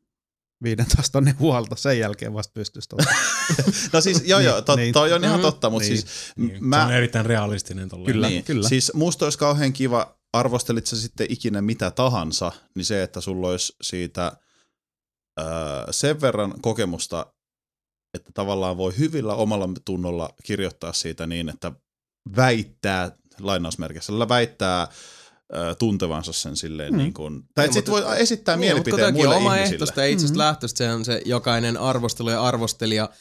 15 tonnin huolta, sen jälkeen vasta pystyisi No siis toi on ihan totta, mutta siis se on erittäin realistinen tolleen. Kyllä. Siis musta olisi kauhean kiva, arvostelit sä sitten ikinä mitä tahansa, niin se, että sulla olisi siitä sen verran kokemusta, että tavallaan voi hyvillä omalla tunnolla kirjoittaa siitä niin, että väittää, lainausmerkissä, väittää tuntevansa sen silleen niin kuin, tai että sit voi esittää mielipiteen muille ihmisille. Oma ehtoista ja itsestä lähtöstä se on se jokainen arvostelu ja arvostelija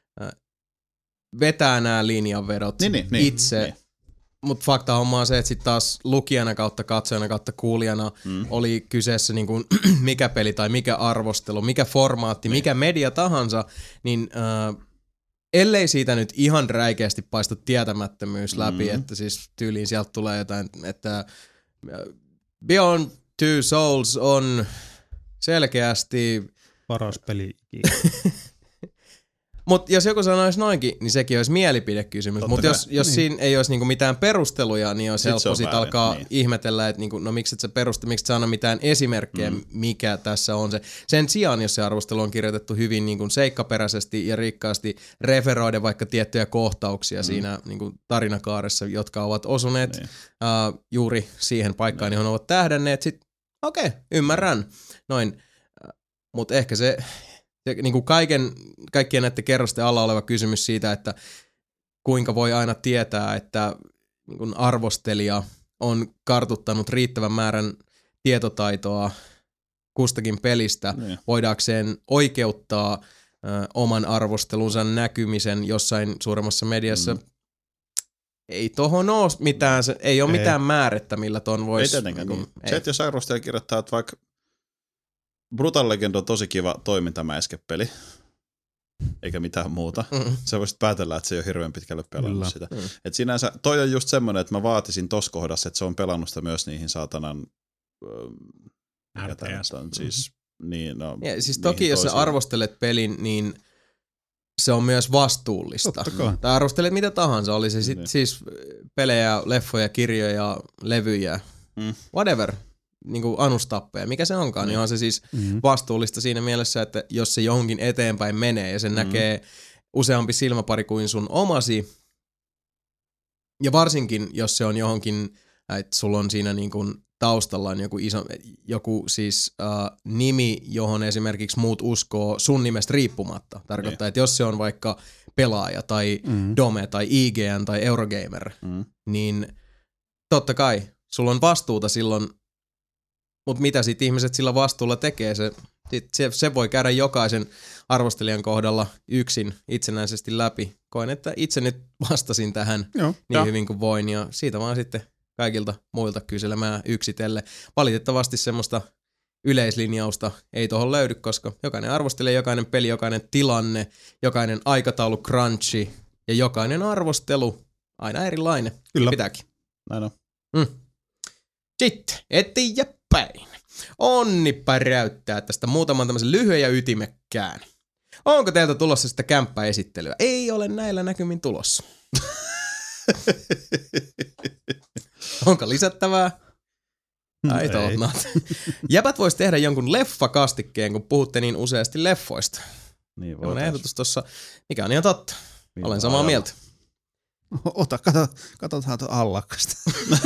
vetää nämä linjanvedot itse. Mutta fakta homma on se, että sitten taas lukijana kautta katsojana kautta kuulijana oli kyseessä niin kuin mikä peli tai mikä arvostelu, mikä formaatti, mikä media tahansa, niin ellei siitä nyt ihan räikeästi paistu tietämättömyys läpi, että siis tyyliin sieltä tulee jotain, että Beyond Two Souls on selkeästi... Paras peli ikinä. Mutta jos joku sanoisi noinkin, niin sekin olisi mielipidekysymys. Mutta jos siinä ei olisi niinku mitään perusteluja, niin olisi helppo sit alkaa ihmetellä, että niinku, no miksi et sä anna mitään esimerkkejä, mikä tässä on se. Sen sijaan, jos se arvostelu on kirjoitettu hyvin niinku seikkaperäisesti ja rikkaasti referoiden vaikka tiettyjä kohtauksia siinä niinku tarinakaaressa, jotka ovat osuneet juuri siihen paikkaan, johon ovat tähdänneet, sit okei, ymmärrän. Noin. Mutta ehkä se niin kuin kaikkien näiden kerrosten alla oleva kysymys siitä, että kuinka voi aina tietää, että niin kuin arvostelija on kartuttanut riittävän määrän tietotaitoa kustakin pelistä, voidakseen oikeuttaa oman arvostelunsa näkymisen jossain suuremmassa mediassa. Ei tohon ole mitään, ei ole mitään määrettä, millä ton voisi... Ei tietenkään. Se, että jos arvostelija kirjoittaa, että vaikka Brutal Legend on tosi kiva toimintamäiskepeli, eikä mitään muuta. Sä voisit päätellä, että se ei ole hirveän pitkälle pelannut sitä. Et sinänsä toi on just semmoinen, että mä vaatisin tossa kohdassa, että se on pelannut sitä myös niihin saatanan... RTS. Siis, niin, no, ja, siis toki jos sä arvostelet pelin, niin se on myös vastuullista. Tai arvostelet mitä tahansa, oli se sit siis pelejä, leffoja, kirjoja, levyjä, whatever. Niinku anustappeja, mikä se onkaan, niin on se siis vastuullista siinä mielessä, että jos se johonkin eteenpäin menee ja sen näkee useampi silmäpari kuin sun omasi, ja varsinkin jos se on johonkin, että sulla on siinä niinku taustallaan joku siis nimi, johon esimerkiksi muut uskoo sun nimestä riippumatta. Tarkoittaa, että jos se on vaikka pelaaja tai Dome tai IGN tai Eurogamer, niin totta kai sulla on vastuuta silloin. Mutta mitä sitten ihmiset sillä vastuulla tekee, se voi käydä jokaisen arvostelijan kohdalla yksin itsenäisesti läpi. Koen, että itse nyt vastasin tähän niin hyvin kuin voin ja siitä vaan sitten kaikilta muilta kyselemään yksitellen. Valitettavasti semmoista yleislinjausta ei tohon löydy, koska jokainen arvostelija, jokainen peli, jokainen tilanne, jokainen aikataulu crunchi ja jokainen arvostelu aina erilainen. Kyllä. Pitääkin. Näin on. Sitten eteenpäin. Onni päräyttää tästä muutaman tämmöisen lyhyen ja ytimekkään. Onko teiltä tulossa sitä kämppäesittelyä? Ei ole näillä näkymin tulossa. Onko lisättävää? I thought not. Jäpät vois tehdä jonkun leffakastikkeen, kun puhutte niin useasti leffoista. Niin on ehdotus tossa, mikä on ihan totta. Olen samaa mieltä. Katsotaan tuon allakasta.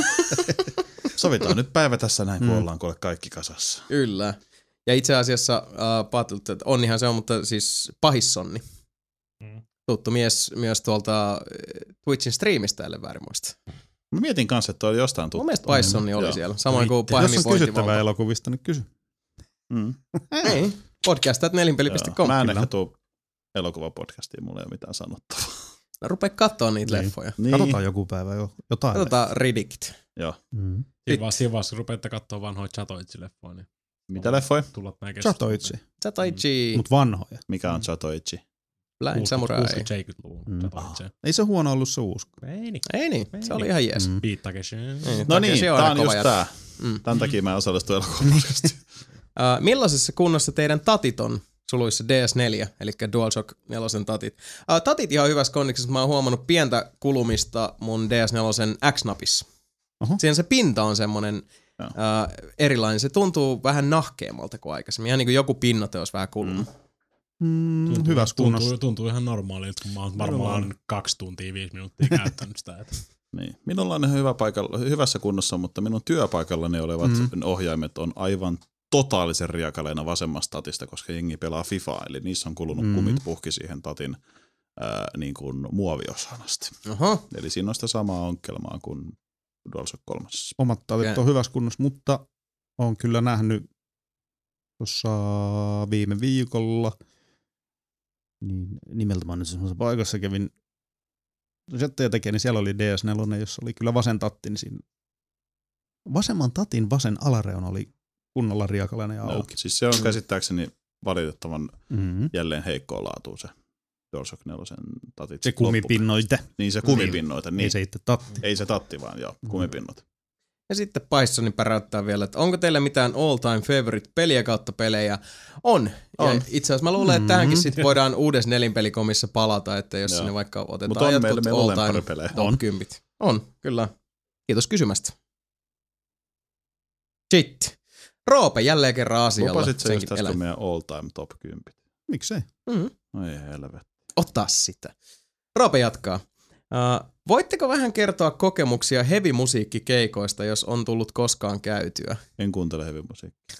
Sovitaan nyt päivä tässä näin, kun ollaan kuule kaikki kasassa. Kyllä. Ja itse asiassa Paatulta, että onnihan se on, mutta siis Pahissonni. Tuttu mies myös tuolta Twitchin striimistä, ellei väärin muista. Mä mietin kanssa, että oli jostain tuttu. Mun mielestä Pahissonni oli siellä. Samoin kuin pahemmin Jos on kysyttävää elokuvista, niin kysy. Ei. Podcast.nelinpeli.com. Mä en ehkä tuu elokuvapodcastiin, mulla ei ole mitään sanottavaa. No rupea katsoa niitä leffoja. Niin. Katsotaan joku päivä jo. Jotain. Katsotaan Riddickit. Joo. Siinä vaiheessa rupeatte katsoa vanhoja Chatoichi-leffoja. Niin mitä leffoja? Chatoichi. Mut vanhoja. Mikä on Chatoichi? Blind Samurai. 60-70-luvun Chatoichi. Ei se huono ollut se uusi. Ei niin. Se oli ihan jees. Beat Takeshi. No niin, tää on just tää. Tän takia mä osallistun elokuvapodcastiin. Millaisessa kunnossa teidän tatit on? Suluissa DS4, eli DualShock 4 tatit. Tatit ihan hyvässä kondiksessa, mä oon huomannut pientä kulumista mun DS4 X-napissa. Siinä se pinta on semmonen erilainen. Se tuntuu vähän nahkeammalta kuin aikaisemmin. Ihan niin kuin joku pinnoite olisi vähän kulunut. Hyvässä kunnossa. Tuntuu ihan normaalilta, kun mä oon varmaan 2 tuntia 5 minuuttia käyttänyt sitä. Niin. Minulla on hyvässä kunnossa, mutta minun työpaikallani olevat ohjaimet on aivan totaalisen riakaleena vasemmasta tatista, koska jengi pelaa FIFAa, eli niissä on kulunut kumit puhki siihen tatin niin kuin muoviosaan asti. Eli siinä on sitä samaa onkelmaa kuin DualShock 3. Omat tatit on hyvässä kunnossa, mutta olen kyllä nähnyt tuossa viime viikolla, niin nimeltä mä nyt semmoisessa paikassa kävin setteja tekee, niin siellä oli DS4, jossa oli kyllä vasen tatti, niin siinä vasemman tatin vasen alareuna oli kunnolla riakalainen ja auki. Siis se on käsittääkseni valitettavan jälleen heikkoa laatua se DualShock 4 tatit. Se kumipinnoite. Niin se kumipinnoite. Niin. Ei se itse tatti. Ei se tatti vaan, joo, kumipinnoite. Ja sitten Paissoni päräyttää vielä, että onko teillä mitään all time favorite peliä kautta pelejä? On. Ja itse asiassa mä luulen, että tähänkin sitten voidaan uudessa nelinpelikomissa palata, että jos sinne vaikka otetaan jotkut all time top 10. On, kyllä. Kiitos kysymästä. Shit. Roope jälleen kerran asialla. Lupasit se just tästä meidän all time top 10. Miksei? Oi helvetti. Ota sitä. Roope jatkaa. Voitteko vähän kertoa kokemuksia heavy-musiikkikeikoista, jos on tullut koskaan käytyä? En kuuntele heavy-musiikkia.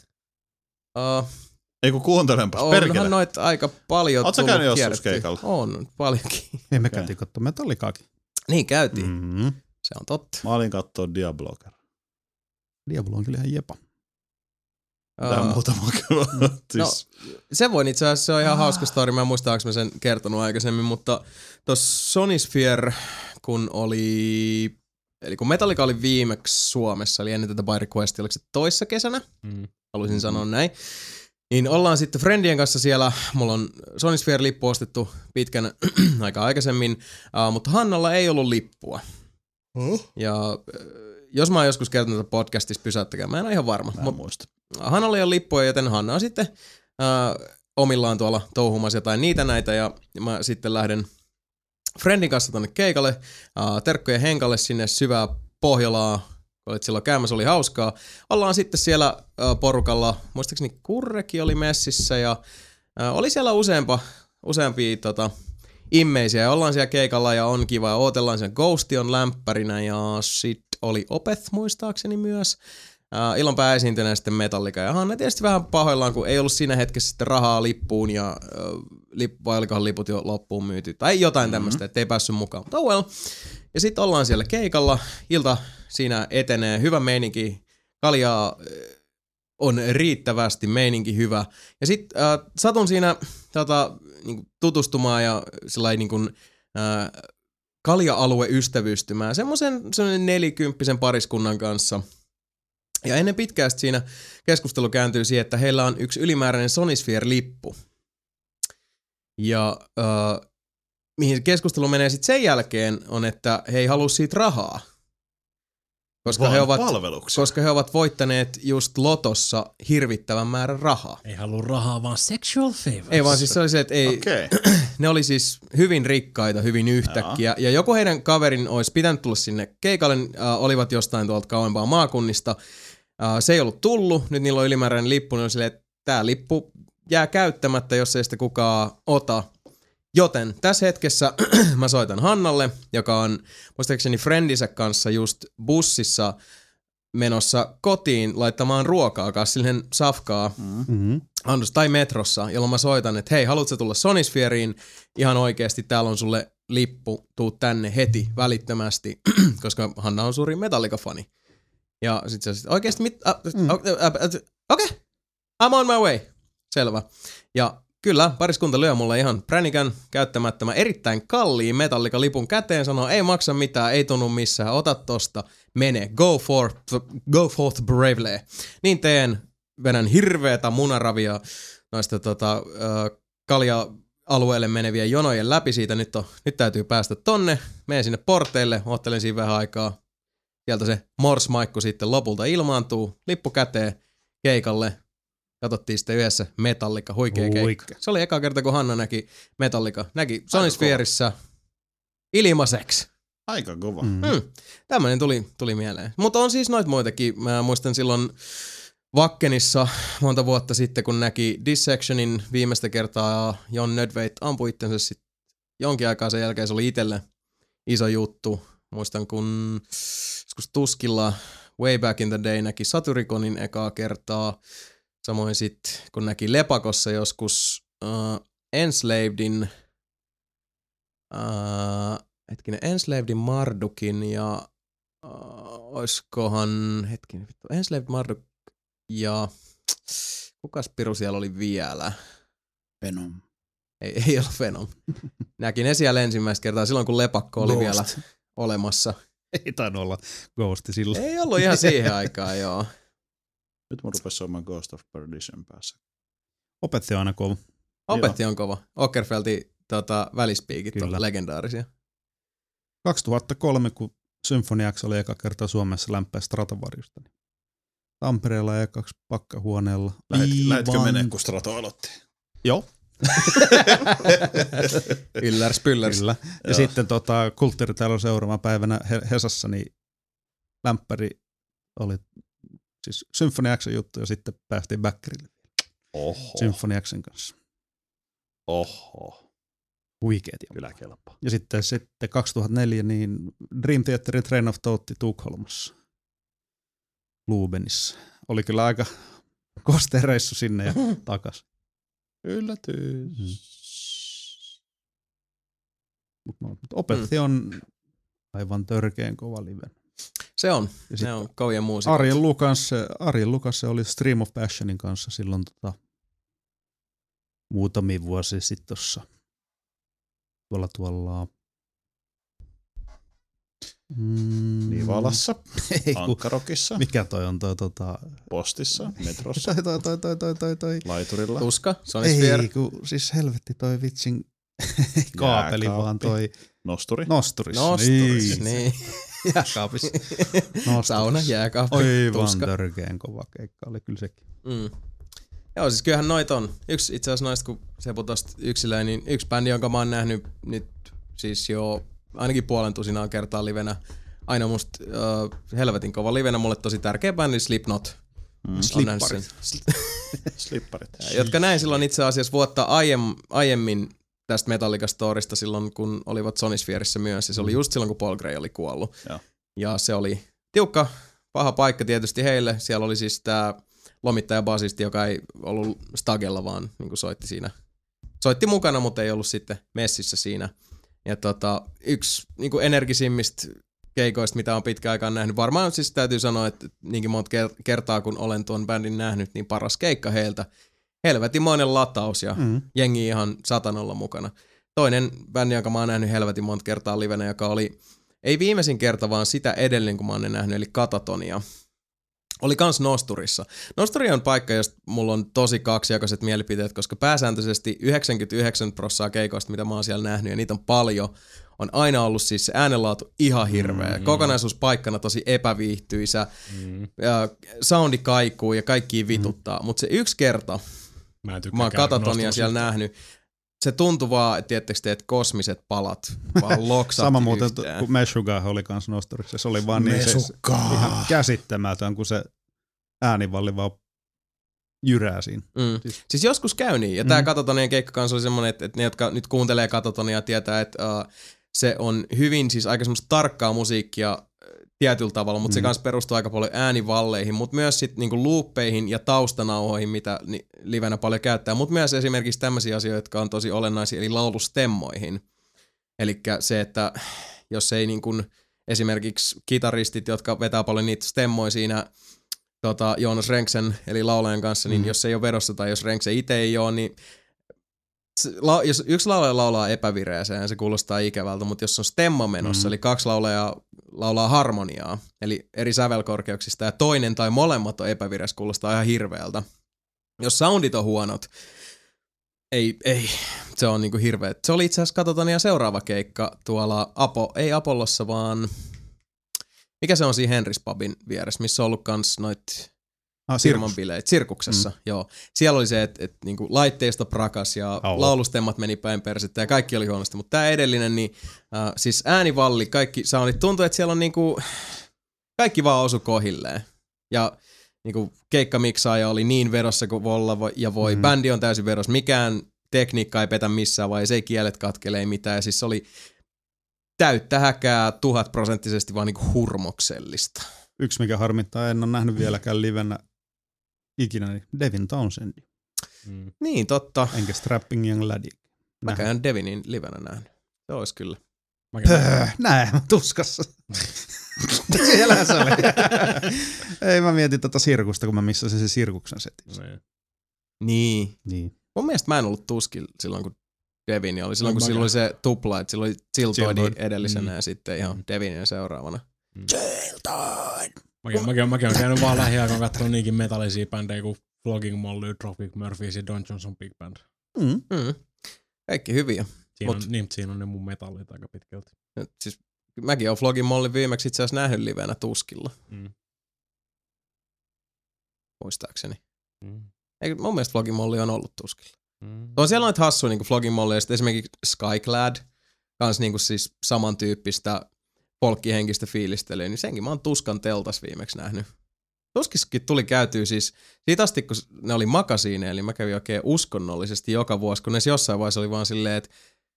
Ei kun kuuntelenpas, perkele. Onhan noit aika paljon tullut kierrettyä. Oletko käynyt joskus keikalla? On, paljonkin. Me käytiin katsomaan Metallicaakin. Niin käytiin. Se on totta. Mä olin kattoo Diabloker. Diablo on kyllä ihan jepa. Tää muutama kyllä. Se voi itse asiassa, se on ihan hauska story. Mä en muista, onko mä sen kertonut aikaisemmin, mutta tossa Sonisphere, kun oli... Eli kun Metallica oli viimeksi Suomessa, eli ennen tätä By Request, oliko se toissa kesänä? Haluaisin sanoa näin. Niin ollaan sitten friendien kanssa siellä, mulla on Sonisphere-lippu ostettu pitkän aika aikaisemmin, mutta Hannalla ei ollut lippua. Ja jos mä oon joskus kertonut tätä podcastissa, pysäyttäkää, mä en ole ihan varma. Mä en muista. Hannalla ei ole lippua, joten Hanna on sitten omillaan tuolla touhumassa jotain niitä näitä, ja mä sitten lähden friendin kanssa tonne keikalle, terkkojen Henkalle sinne syvää Pohjolaa, olit silloin käymässä, oli hauskaa. Ollaan sitten siellä porukalla, muistaakseni Kurrekin oli messissä, ja oli siellä useampia immeisiä, ja ollaan siellä keikalla, ja on kiva, ja ootellaan siellä Ghosti on lämpärinä, ja sit oli Opeth muistaakseni myös. Ilon pääesiintyneenä sitten Metallica, ja Hanna tietysti vähän pahoillaan, kun ei ollut siinä hetkessä sitten rahaa lippuun, ja vai olikohan liput jo loppuun myyty, tai jotain tämmöistä, ettei päässyt mukaan. Mutta well. Ja sitten ollaan siellä keikalla, ilta siinä etenee, hyvä meininki, kaljaa on riittävästi, meininki hyvä. Ja sitten satun siinä niinku tutustumaan ja sellainen niinku, kalja-alue ystävystymään semmoisen 40 pariskunnan kanssa. Ja ennen pitkään siinä keskustelu kääntyy siihen, että heillä on yksi ylimääräinen Sonisphere-lippu. Ja mihin keskustelu menee sitten sen jälkeen on, että he ei halua siitä rahaa. Koska he ovat voittaneet just lotossa hirvittävän määrän rahaa. Ei halua rahaa, vaan sexual favors. Ei vaan siis se oli se, että ei, ne oli siis hyvin rikkaita, hyvin yhtäkkiä. Ja joku heidän kaverin olisi pitänyt tulla sinne keikalle, olivat jostain tuolta kauempaa maakunnista. Se ei ollut tullut, nyt niillä on ylimääräinen lippu, niin on silleen, että tämä lippu jää käyttämättä, jos ei sitä kukaan ota. Joten tässä hetkessä mä soitan Hannalle, joka on muistaakseni friendinsä kanssa just bussissa menossa kotiin laittamaan ruokaa, kassillinen safkaa, tai metrossa, jolloin mä soitan, että hei, haluatko tulla Sonisphereen? Ihan oikeasti, täällä on sulle lippu, tuu tänne heti välittömästi, koska Hanna on suuri Metallica-fani. Ja sit se oikeesti okei, I'm on my way. Selvä. Ja kyllä, pariskunta lyö mulle ihan pränikän käyttämättömän erittäin kalliin Metallica-lipun käteen, sanoo, ei maksa mitään, ei tunnu missään, ota tosta, mene, go forth bravely. Niin teen, vedän hirveetä munaravia noista kalja-alueelle meneviä jonojen läpi siitä, nyt täytyy päästä tonne, menen sinne porteille, ottelen siinä vähän aikaa, sieltä se morsmaikku sitten lopulta ilmaantuu, lippu käteen keikalle. Katsottiin sitten yhdessä Metallica, huikea keikka. Se oli eka kerta, kun Hanna näki Metallica. Näki Sonispheressä ilmaiseksi. Aika kova. Tämmöinen tuli mieleen. Mutta on siis noita muitakin. Mä muistan silloin Vakkenissa monta vuotta sitten, kun näki Dissectionin viimeistä kertaa. Jon Nödveit ampui itsensä sitten jonkin aikaa sen jälkeen. Se oli itselle iso juttu. Muistan, kun joskus Tuskilla way back in the day näki Satyrikonin ekaa kertaa. Samoin sitten, kun näki Lepakossa joskus Enslavedin Mardukin ja oiskohan, Enslaved Marduk ja kukas piru siellä oli vielä? Venom. Ei ollut Venom. Näkin ne siellä ensimmäistä kertaa silloin, kun Lepakko oli vielä olemassa. Ei tainnut olla Ghosti silloin. Ei ollut ihan siihen aikaan, joo. Nyt mun rupesi soimaan Ghost of Perdition päässä. Opetti on aina kova. Opetti on kova. Ockerfeltin välispiikit on legendaarisia. 2003, kun Symphony X oli eka kertaa Suomessa lämpää Stratovarjusta. Tampereella ja ekaksi pakkahuoneella. Lähetkö menee, kun Strato aloitti? Joo. Yllärs pyllärs. Kyllä. Ja sitten Kulttuuritalon seuraavana päivänä Hesassa niin lämpäri oli siis Symphony X juttu ja sitten päästiin Bäkkärille. Oho. Symphony X:n kanssa. Oho. Huikeet. Kyllä kelpaa. Ja sitten 2004 niin Dream Theaterin Train of Thought Tukholmassa. Lubenissa. Oli kyllä aika kostea reissu sinne ja takas. Yllätys. Mutta opetti on aivan törkeen kova live. Se on kovia muusikot. Arjen Lukas oli Stream of Passionin kanssa silloin muutamia vuosia sitten tuossa tuolla Nivalassa, Ankkarokissa, mikä toi on Postissa, metrossa, toi laiturilla. Tuska, Sonisphere. Ei, siis helvetti toi vitsin kaapeli, vaan toi Nosturissa. Niin. Jääkaapissa. Sauna, jääkaappi, Aivan törkeen kova keikka oli kyllä sekin. Joo, siis kyllähän noita on. Itse asiassa noista, kun Sepu tosta yksilöi, niin yksi bändi, jonka mä oon nähnyt nyt siis jo ainakin 500 kertaa livenä. Aina musta helvetin kova livenä, mulle tosi tärkeä bändi, Slipknot. Slipparit. Jotka näin silloin itse asiassa vuotta aiemmin tästä Metallica-storista silloin, kun olivat Sonisphereissä myös. Ja se oli just silloin, kun Paul Gray oli kuollut. Ja se oli tiukka, paha paikka tietysti heille. Siellä oli siis tää lomittaja-basisti, joka ei ollut stagella, vaan niin kuin soitti siinä. Soitti mukana, mutta ei ollut sitten messissä siinä. Ja yksi niin kuin energisimmistä keikoista, mitä on pitkään aikaan nähnyt. Varmaan siis täytyy sanoa, että niinkin monta kertaa, kun olen tuon bändin nähnyt, niin paras keikka heiltä. Helvetimoinen lataus ja jengi ihan 100 mukana. Toinen bändi, jonka mä oon nähnyt helvetin monta kertaa livenä, joka oli, ei viimeisin kerta, vaan sitä edellinen, kun mä oon ne nähnyt, eli Katatonia. Oli kans Nosturissa. Nosturi on paikka, josta mulla on tosi kaksijakaiset mielipiteet, koska pääsääntöisesti 99% keikoista, mitä mä oon siellä nähnyt, ja niitä on paljon, on aina ollut siis se äänenlaatu ihan hirveä. Kokonaisuus paikkana tosi epäviihtyisä, soundi kaikuu ja kaikki vituttaa. Mutta se yksi kerta, mä oon Katatonia siellä nähnyt, se tuntui vaan, että kosmiset palat vaan loksahti sama muuten yhteen. kuin Meshuggah oli kans Nosturissa. Se oli vaan niin se ihan käsittämätön, kun se äänivalli vaan jyrää siinä. Siis joskus käy niin. Ja tää Katatonien keikka kanssa oli semmonen, että ne, jotka nyt kuuntelee Katatonia, tietää, että se on hyvin siis aika semmoista tarkkaa musiikkia tietyllä tavalla, mutta se kanssa perustuu aika paljon äänivalleihin, mutta myös sitten niinku loopeihin ja taustanauhoihin, mitä livenä paljon käyttää, mutta myös esimerkiksi tämmöisiä asioita, jotka on tosi olennaisia, eli laulustemmoihin. Elikkä se, että jos ei niinku esimerkiksi kitaristit, jotka vetää paljon niitä stemmoja siinä Jonas Renksen, eli laulajan kanssa, niin jos ei ole vedossa tai jos Renksen itse ei ole, niin jos yksi laulaja laulaa epävireeseen, se kuulostaa ikävältä, mutta jos on stemma menossa, eli kaksi laulajaa laulaa harmoniaa, eli eri sävelkorkeuksista, ja toinen tai molemmat on epävireessä, kuulostaa ihan hirveältä. Jos soundit on huonot, ei, se on niinku hirveä. Se oli itse asiassa, katsotaan ihan seuraava keikka tuolla ei Apollossa, vaan mikä se on siinä Henrys Pubin vieressä, missä on ollut kans noit firman bileet, Sirkuksessa, joo. Siellä oli se, että niinku laitteisto prakas ja laulustemmat meni päin persettä ja kaikki oli huonosti, mutta tää edellinen, niin siis äänivalli, kaikki soundit, tuntuu, että siellä on niinku, kaikki vaan osu kohilleen. Ja niinku keikkamiksaaja oli niin vedossa kuin voi, bändi on täysin vedossa, mikään tekniikka ei petä missään, vai se ei kielet katkele, ei mitään, ja siis se oli täyttä häkää 1000% vaan niinku hurmoksellista. Yksi mikä harmittaa, en ole nähnyt vieläkään livenä ikinä, niin Devin Townsend. Niin, totta. Enkä Strapping Young Laddie. Mäkään en Devinin livenä nähnyt. Se olisi kyllä. Näin, tuskassa. Siellä se oli. Ei, mä mietin sirkusta, kun mä missasin sen sirkuksen setin. Niin. Mun mielestä mä en ollut tuskilla silloin, kun Devin oli. Silloin, kun sillä oli se tupla, että sillä oli Chiltoidi edellisenä ja sitten ihan Devinin seuraavana. Chiltoid! Mäkin olen käynyt vaan lähiaikoina katsomaan niinkin metallisia bändejä kuin Flogging Molly, Dropkick Murphys ja Don Johnson Big Band. Kaikki hyviä. Siinä on ne mun metallit aika pitkälti. Siis mäkin oon Flogin Mollin viimeksi itse asiassa nähnyt livenä Tuskilla. Muistaakseni. Mun mielestä Flogin Molli on ollut Tuskilla. Siellä on hassu niinku Flogin Molli ja sitten esimerkiksi Skyclad, kans niinku siis samantyyppistä folkkihenkistä fiilistelyä, niin senkin mä oon Tuskan teltas viimeksi nähnyt. Tuskissakin tuli käytyä siis, siitä asti kun ne oli makasiineja, eli mä kävin oikein uskonnollisesti joka vuosi, kunnes jossain vaiheessa oli vaan silleen, että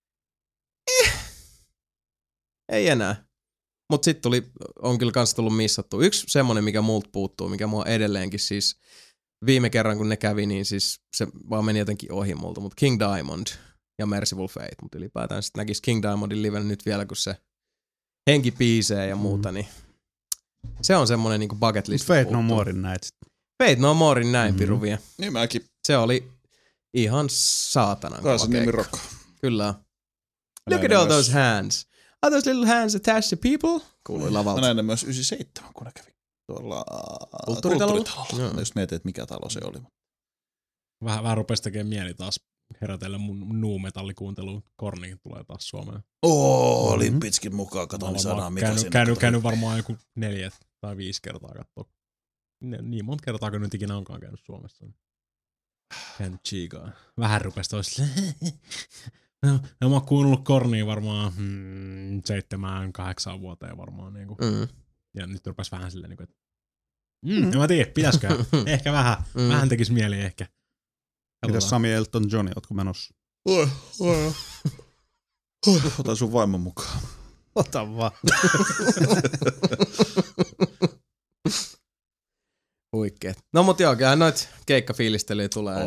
ei enää. Mut sit on kyllä kans tullut missattu. Yksi semmonen, mikä multa puuttuu, mikä mua edelleenkin siis, viime kerran kun ne kävi, niin siis se vaan meni jotenkin ohi multa, mutta King Diamond ja Merciful Fate, mutta ylipäätään sit näkis King Diamondin liven nyt vielä, kun se henki piisee ja muuta, niin se on semmonen niinku bucket list. Fate No Morein näit. Fate No Morein näin, piru vie. Niin mäkin. Se oli ihan saatanan kova keikka. Kyllä. Look at all those hands. Are those little hands attached to people? Kuului lavalta. Mä näin ne myös 97, kun ne kävi tuolla Kulttuuritalolla. Just mietin, että mikä talo se oli. Vähän rupesi tekemään mieli taas herätellä mun nu-metallikuunteluun. Kornikin tulee taas Suomeen. Olin pitkin mukaan, katon, niin saadaan mikä sinne. Käynyt varmaan joku 4 tai 5 kertaa katsoa. Niin monta kertaa, kun nyt ikinä onkaan käynyt Suomessa. Käynyt chiikaa. Vähän rupesi toisille. No mä oon kuunnellut Kornia varmaan 7-8 vuoteen varmaan. Niin ja nyt rupesi vähän silleen, niin että en mä tiedä, pitäisikö. Ehkä vähän tekis mieli ehkä. Mitäs Sami Elton John, ootko menossa? Ota sun vaimon mukaan. Ota vaan. Huikeet. No mut joo, kyllähän noit keikkafiilistelyjä tulee.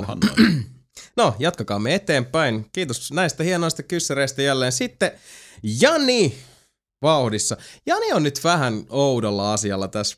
No, jatkakaamme eteenpäin. Kiitos näistä hienoista kyssäreistä jälleen. Sitten Jani vauhdissa. Jani on nyt vähän oudolla asialla tässä.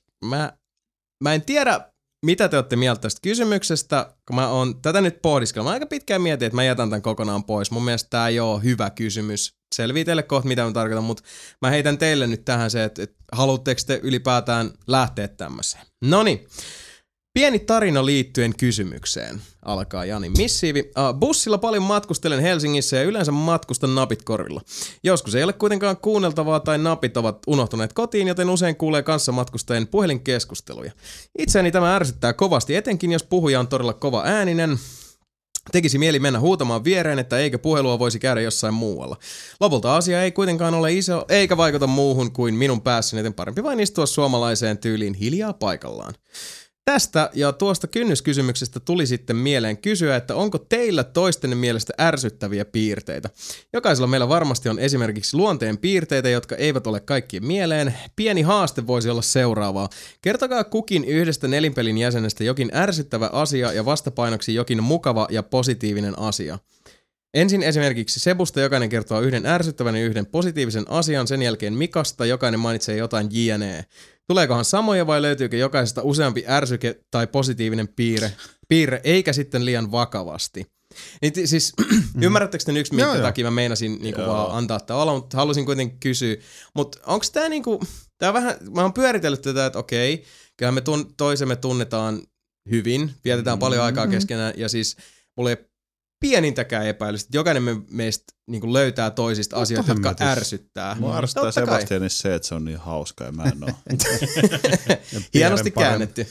Mä en tiedä, mitä te olette mieltä tästä kysymyksestä, kun mä oon tätä nyt pohdiskellut. Mä aika pitkään mietin, että mä jätän tämän kokonaan pois. Mun mielestä tää ei oo hyvä kysymys. Selvii teille kohta, mitä mä tarkoitan, mutta mä heitän teille nyt tähän se, että haluatteko te ylipäätään lähteä tämmöiseen. Noniin. Pieni tarina liittyen kysymykseen, alkaa Jani missiivi. Bussilla paljon matkustelen Helsingissä ja yleensä matkustan napit korilla. Joskus ei ole kuitenkaan kuunneltavaa tai napit ovat unohtuneet kotiin, joten usein kuulee kanssamatkustajien puhelinkeskusteluja. Itseäni tämä ärsyttää kovasti, etenkin jos puhuja on todella kova ääninen. Tekisi mieli mennä huutamaan viereen, että eikö puhelua voisi käydä jossain muualla. Lopulta asia ei kuitenkaan ole iso, eikä vaikuta muuhun kuin minun päässäni, joten parempi vain istua suomalaiseen tyyliin hiljaa paikallaan. Tästä ja tuosta kynnyskysymyksestä tuli sitten mieleen kysyä, että onko teillä toistenne mielestä ärsyttäviä piirteitä. Jokaisella meillä varmasti on esimerkiksi luonteen piirteitä, jotka eivät ole kaikkien mieleen. Pieni haaste voisi olla seuraavaa. Kertokaa kukin yhdestä nelinpelin jäsenestä jokin ärsyttävä asia ja vastapainoksi jokin mukava ja positiivinen asia. Ensin esimerkiksi Sebusta jokainen kertoo yhden ärsyttävän ja yhden positiivisen asian, sen jälkeen Mikasta jokainen mainitsee jotain jne. Tuleekohan samoja vai löytyykö jokaisesta useampi ärsyke tai positiivinen piirre eikä sitten liian vakavasti? Niin siis ymmärrättekö te yksi, minkä takia mä meinasin niinku vaan antaa tää olla, mutta halusin kuitenkin kysyä. Mutta onko tää niinku, tää vähän, mä oon pyöritellyt tätä, että okei, kyllähän me toisemme tunnetaan hyvin, vietetään paljon aikaa keskenään ja siis mulla ei pienintäkään epäilystä, että jokainen meistä niin löytää toisista asioita, jotka ärsyttää. Mua ärsyttää Sebastianissa se, että se on niin hauska ja mä en oo. Hienosti käännetty.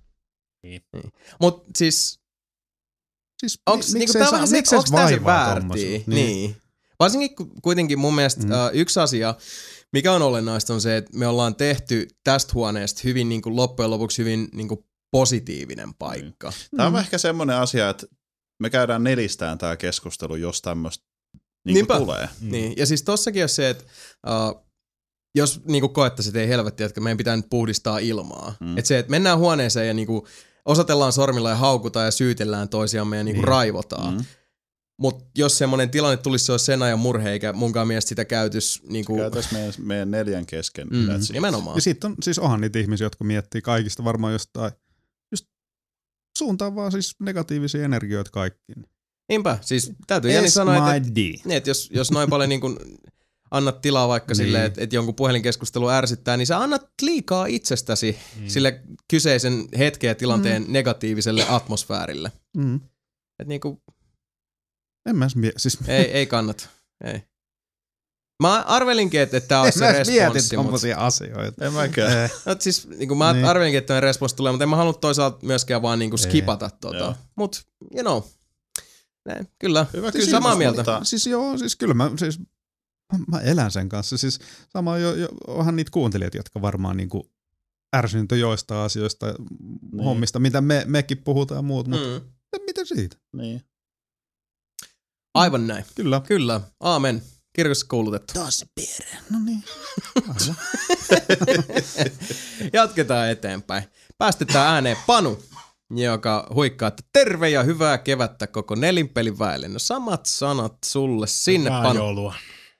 Mut siis onks niinku tää vähän se, onks tää se väärtii? Niin. Varsinkin kuitenkin mun mielestä yksi asia, mikä on olennaista on se, että me ollaan tehty tästä huoneesta hyvin niinku loppujen lopuksi hyvin niinku positiivinen paikka. Tää on ehkä semmonen asia, että me käydään nelistään tää keskustelu, jos tämmöstä niinku tulee. Niin, ja siis tossakin on se, että jos niinku koettaisiin, että ei helvetti, että meidän pitää nyt puhdistaa ilmaa. Että se, että mennään huoneeseen ja niinku osoitellaan sormilla ja haukutaan ja syytellään toisiamme ja niinku raivotaan. Mutta jos semmoinen tilanne tulisi, se olisi sen ajan murhe, eikä munkaan mielestä sitä käytös niinku käytäis meidän 4 kesken. Nimenomaan. Ja sitten siis onhan niitä ihmisiä, jotka miettii kaikista varmaan jostain suuntaan vaan siis negatiivisia energioita kaikkiin. Niinpä, siis täytyy Jani sanoa, että jos noin paljon niin kun annat tilaa vaikka silleen, että jonkun puhelinkeskustelu ärsyttää, niin sä annat liikaa itsestäsi sille kyseisen hetken ja tilanteen negatiiviselle atmosfäärille. Et niinku en mä siis ei kannata. Ei. Mä arvelinkin, että tää on se responssi. Mietit tommosia asioita. En mäkään. No, siis niinku mä arvelinkin, että tämä responssi tulee, mutta en mä halunnut toisaalta myöskään vaan niinku skipata tota. Mut, you know. Näin, kyllä. Hyvä kysymys, samaa mieltä. Mutta... Siis kyllä mä elän sen kanssa. Siis sama onhan niitä kuuntelijoita, jotka varmaan niinku ärsyntä joista asioista, hommista, mitä mekin puhutaan ja muut, mutta miten siitä? Niin. Aivan näin. Kyllä. Kyllä. Aamen. Kirkossa koulutettu. Taas piirre. No niin. Jatketaan eteenpäin. Päästetään ääneen Panu, joka huikkaa, että terve ja hyvää kevättä koko Nelinpelin väelle. No samat sanat sulle sinne, hyvää Panu. Joulua.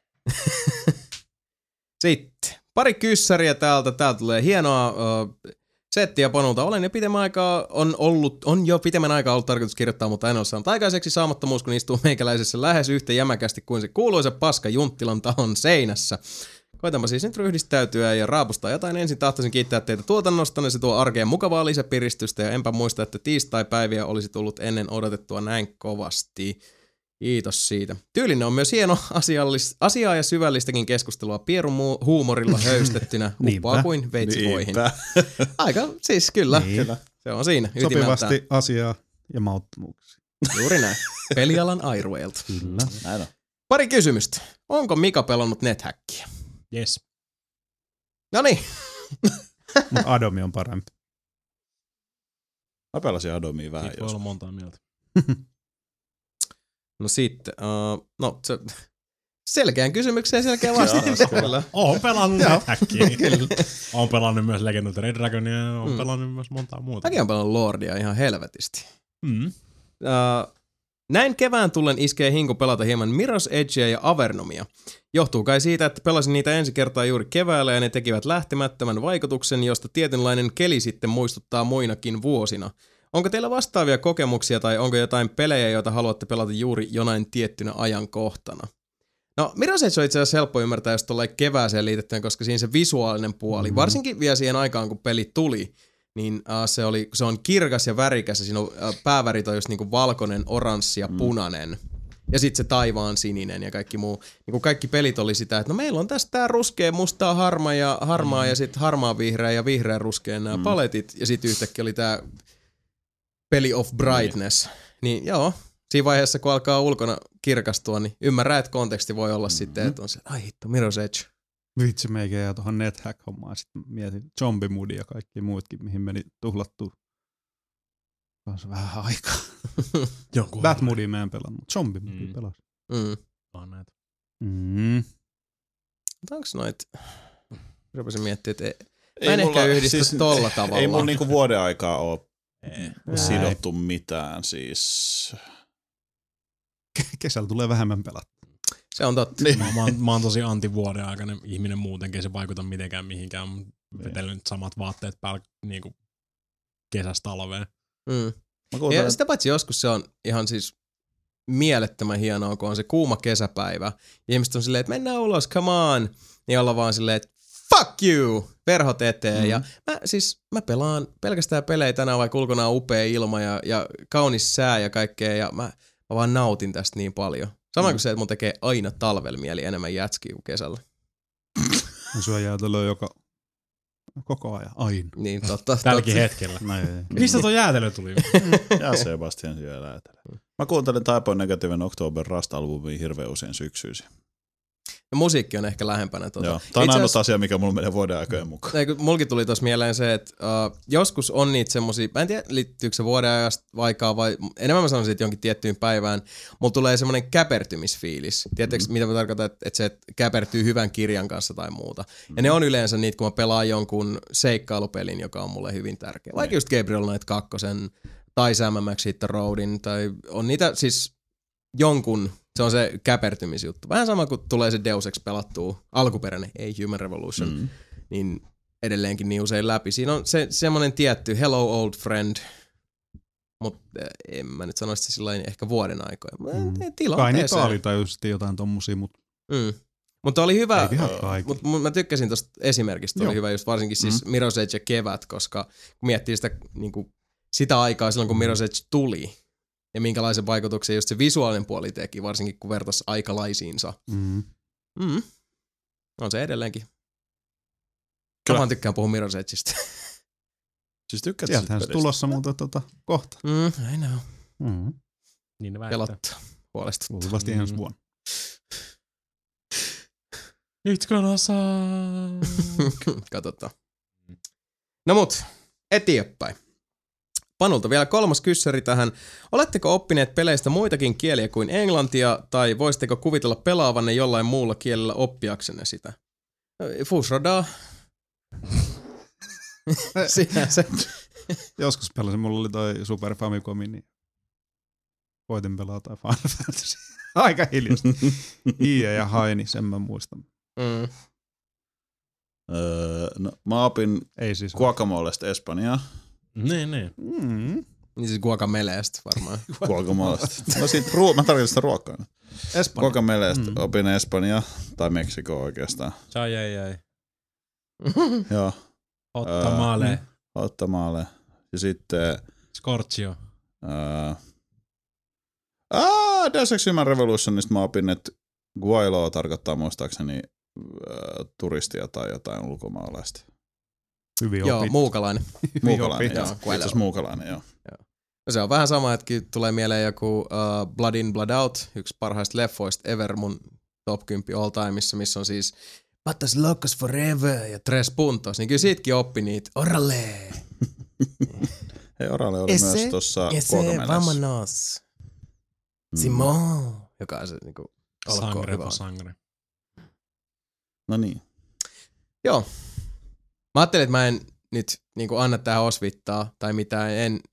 Sitten pari kyssäriä täältä. Täältä tulee hienoa settiä Panulta. Olen jo pitemmän aikaa ollut tarkoitus kirjoittaa, mutta en ole saanut aikaiseksi saamattomuus, kun istuu meikäläisessä lähes yhtä jämäkästi kuin se kuuluisa paska Junttilan talon seinässä. Koitanpa siis nyt ryhdistäytyä ja raapustaa jotain. Ensin tahtoisin kiittää teitä tuotannostanne. Se tuo arkeen mukavaa lisäpiristystä ja enpä muista, että tiistai-päiviä olisi tullut ennen odotettua näin kovasti. Kiitos siitä. Tyylinen on myös hieno asiaa ja syvällistäkin keskustelua pieruhuumorilla höystettynä uppoa kuin veitsivoihin. Aika, siis kyllä. Niin. Kyllä. Se on siinä ytimeltään. Sopivasti asiaa ja mauttomuuksia. Juuri näin. Pelialan airueilta. Kyllä. Näin on. Pari kysymystä. Onko Mika pelannut NetHackia? Yes. Noniin. Mut Adomi on parempi. Mä pelasin Adomia vähän Siitä voi olla montaa mieltä. No sitten, selkeän kysymykseen selkeä vastaus. Kyllä. Oon pelannut NetHackia. Oon pelannut myös Legend of the Red Dragonia ja oon pelannut myös montaa muuta. Mäkin oon pelannut Lordia ihan helvetisti. Näin kevään tullen iskee hinku pelata hieman Mirror's Edgeä ja Avernomia. Johtuu kai siitä, että pelasin niitä ensi kertaa juuri keväällä ja ne tekivät lähtemättömän vaikutuksen, josta tietynlainen keli sitten muistuttaa muinakin vuosina. Onko teillä vastaavia kokemuksia tai onko jotain pelejä, joita haluatte pelata juuri jonain tiettynä ajankohtana? No, Mirror's Edge on itse asiassa helppo ymmärtää, jos tuollain kevääseen liitettynä, koska siinä se visuaalinen puoli, varsinkin vielä siihen aikaan, kun peli tuli, niin se on kirkas ja värikäs ja siinä on, päävärit on just niinku valkoinen, oranssi ja punainen. Ja sitten se taivaan sininen ja kaikki muu. Niinku kaikki pelit oli sitä, että no meillä on tästä tää ruskea, mustaa, harmaa ja sitten harmaa vihreä ja vihreä ruskea nämä paletit. Ja sitten yhtäkkiä oli tää peli of brightness. Niin joo, siinä vaiheessa kun alkaa ulkona kirkastua, niin ymmärrän, että konteksti voi olla sitten, että on se, ai hitto, Mirror's Edge. Vitsi, meikä jää tuohon NetHack-hommaan. Sitten mietin Zombie ja kaikki muutkin, mihin meni tuhlattua. Se vähän aikaa. Batmoodia mä en pelannut, mutta Zombie pelasin. On näitä. Mutta onks noit? Rupesin miettimään, että mä en ehkä yhdistä siis, tolla tavalla. Ei mulla niinku vuoden aikaa ole sidottu mitään siis. Kesällä tulee vähemmän pelattua. Se on totta. Niin. Mä oon tosi anti-vuoden aikainen ihminen muutenkin, se vaikuta mitenkään mihinkään. Vetellyt nyt samat vaatteet päällä niinku kesästä talveen. Ja sitä paitsi joskus se on ihan siis mielettömän hienoa, kun on se kuuma kesäpäivä. Ja ihmiset on silleen, että mennään ulos, come on. Niin ollaan vaan silleen, että fuck you, verhot eteen. Ja mä pelaan pelkästään pelejä tänään, vaikka ulkona on upea ilma ja kaunis sää ja kaikkea. Ja mä vaan nautin tästä niin paljon. Sama kuin se, että mun tekee aina talvella mieli enemmän jätskiä kuin kesällä. Sua jäätelöä koko ajan, aina. Niin, totta. Tälläkin hetkellä. Mistä tuo jäätelö tuli? Ja Sebastian syö jäätelö. Mä kuuntelin Type O Negativen October Rust-albumia hirveän usein syksyisin. No, musiikki on ehkä lähempänä. Joo, tää on ainut asia, mikä mulla menee vuoden aikojen mukaan. Mulki tuli tossa mieleen se, että joskus on niitä semmosia, mä en tiedä liittyykö se vuoden ajasta vaikka vai enemmän mä sanoisin, että jonkin tiettyyn päivään, mulla tulee semmoinen käpertymisfiilis. Tiedättekö, mitä mä tarkoitan, että se käpertyy hyvän kirjan kanssa tai muuta. Ja ne on yleensä niitä, kun mä pelaan jonkun seikkailupelin, joka on mulle hyvin tärkeä. Vaikka just Gabriel Knight 2 tai Sam Max Hit the Roadin, tai on niitä siis jonkun. Se on se käpertymisjuttu. Vähän sama kuin tulee se Deus Ex pelattua, alkuperäinen, ei Human Revolution, niin edelleenkin niin usein läpi. Siinä on semmoinen tietty hello old friend, mutta en mä nyt sanoisi se sillain ehkä vuoden aikoja. Kai niitä oli tai just jotain tommosia, mutta... Mutta oli hyvä, mutta mä tykkäsin tosta esimerkistä, oli hyvä just varsinkin siis Mirror's Edge ja kevät, koska kun miettii sitä, niinku, sitä aikaa silloin, kun Mirror's Edge tuli, ja minkälaisen vaikutuksen just se visuaalinen puoli teki, varsinkin kun vertaisi aikalaisiinsa. On se edelleenkin. Mä vaan tykkään puhua Mirror's Edgeistä. Siis tykkäät Sieltähän se tulossa muuten kohta. I know. Niin ne väittää. Pelottaa. Huolestuttaa. Luultavasti ensi vuonna. It's gonna suck. Katsotaan. No mut, eteenpäin. Panulta vielä 3. kyssäri tähän. Oletteko oppineet peleistä muitakin kieliä kuin englantia, tai voisitteko kuvitella pelaavanne jollain muulla kielellä oppiaksenne sitä? Fusrodaa. Siinä se. Joskus pelasin, mulla oli toi Super Famicom, niin voitin pelaa tai Final Fantasy. Aika hiljasta. Iä ja Haini, sen mä muistan. No, mä opin siis guacamolesta Espanjaa. Niin. Niin siis guacameleesta varmaan. Guacamolesta. No siitä mä tarkoitan sitä ruokaa. Guacameleesta opin Espanjaa, tai Meksiko oikeastaan. Ai. Joo. Ottamale. Ja sitten... Scorchio. Deus Ex Human Revolutionista mä opin, että Guailo tarkoittaa muistaakseni turistia tai jotain ulkomaalaista. Hyvin Joo, opit. muukalainen. Muukalainen, joo. Itse asiassa muukalainen, joo. No se on vähän sama, että tulee mieleen joku Blood in, Blood out, yksi parhaista leffoista ever mun top 10 all timeissa, missä on siis Patas locos forever ja Tres puntos, niin kyllä siitäkin oppi niitä. Orale! Hei, Orale oli myös tuossa Guacamelessa. Vamonos. Simon, joka on se niinku Sangre po sangre. No niin. Joo. Mä ajattelin, että mä en nyt niinku anna tähän osvittaa tai mitään.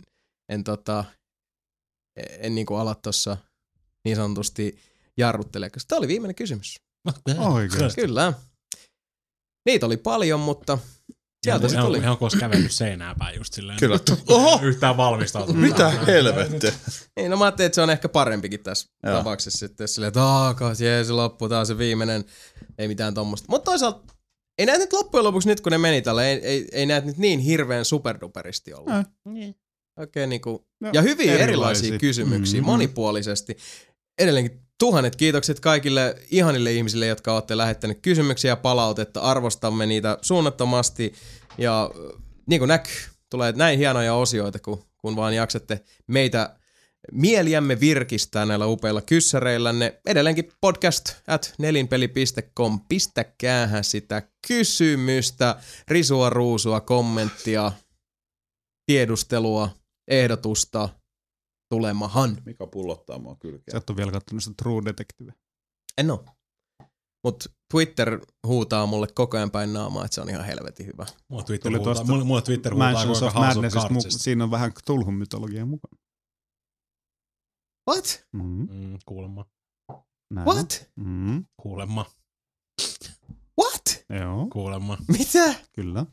En niinku ala tossa niin sanotusti jarruttele, koska tää oli viimeinen kysymys. Oikeesti. Kyllä. Niitä oli paljon, mutta sieltä se tuli. Ihan koos kävellyt seinää päin just silleen. Kyllä. Yhtään valmistautunut. Mitä helvettiä? Niin, no mä ajattelin, että se on ehkä parempikin tässä tapauksessa sitten silleen, että se loppu, tää on se viimeinen, ei mitään tommoista. Mutta toisaalta ei näet nyt loppujen lopuksi nyt, kun ne meni tällä, ei näet nyt niin hirveän superduperisti ollut. Oikein niinku, ja hyvin erilaisia kysymyksiä, monipuolisesti. Edelleenkin 1000 kiitokset kaikille ihanille ihmisille, jotka olette lähettäneet kysymyksiä ja palautetta. Arvostamme niitä suunnattomasti. Ja niin kuin näkyy, tulee näin hienoja osioita, kun vaan jaksatte meitä mieliämme virkistää näillä upeilla kyssäreillänne. Edelleenkin podcast@nelinpeli.com. Pistäkäähän sitä kysymystä, risua, ruusua, kommenttia, tiedustelua, ehdotusta tulemahan. Mikä pullottaa mua kylkeä. Sä et ole vielä kattonut sitä True Detective. En oo. Mut Twitter huutaa mulle koko ajan päin naamaa, että se on ihan helvetin hyvä. Mulla Twitter huutaa Mansions of Madnessista. Siinä on vähän Tulhun mytologiaa mukana. What? Kuulemma. Näin. What? Kuulemma. What? Joo. Kuulemma. Mitä? Kyllä.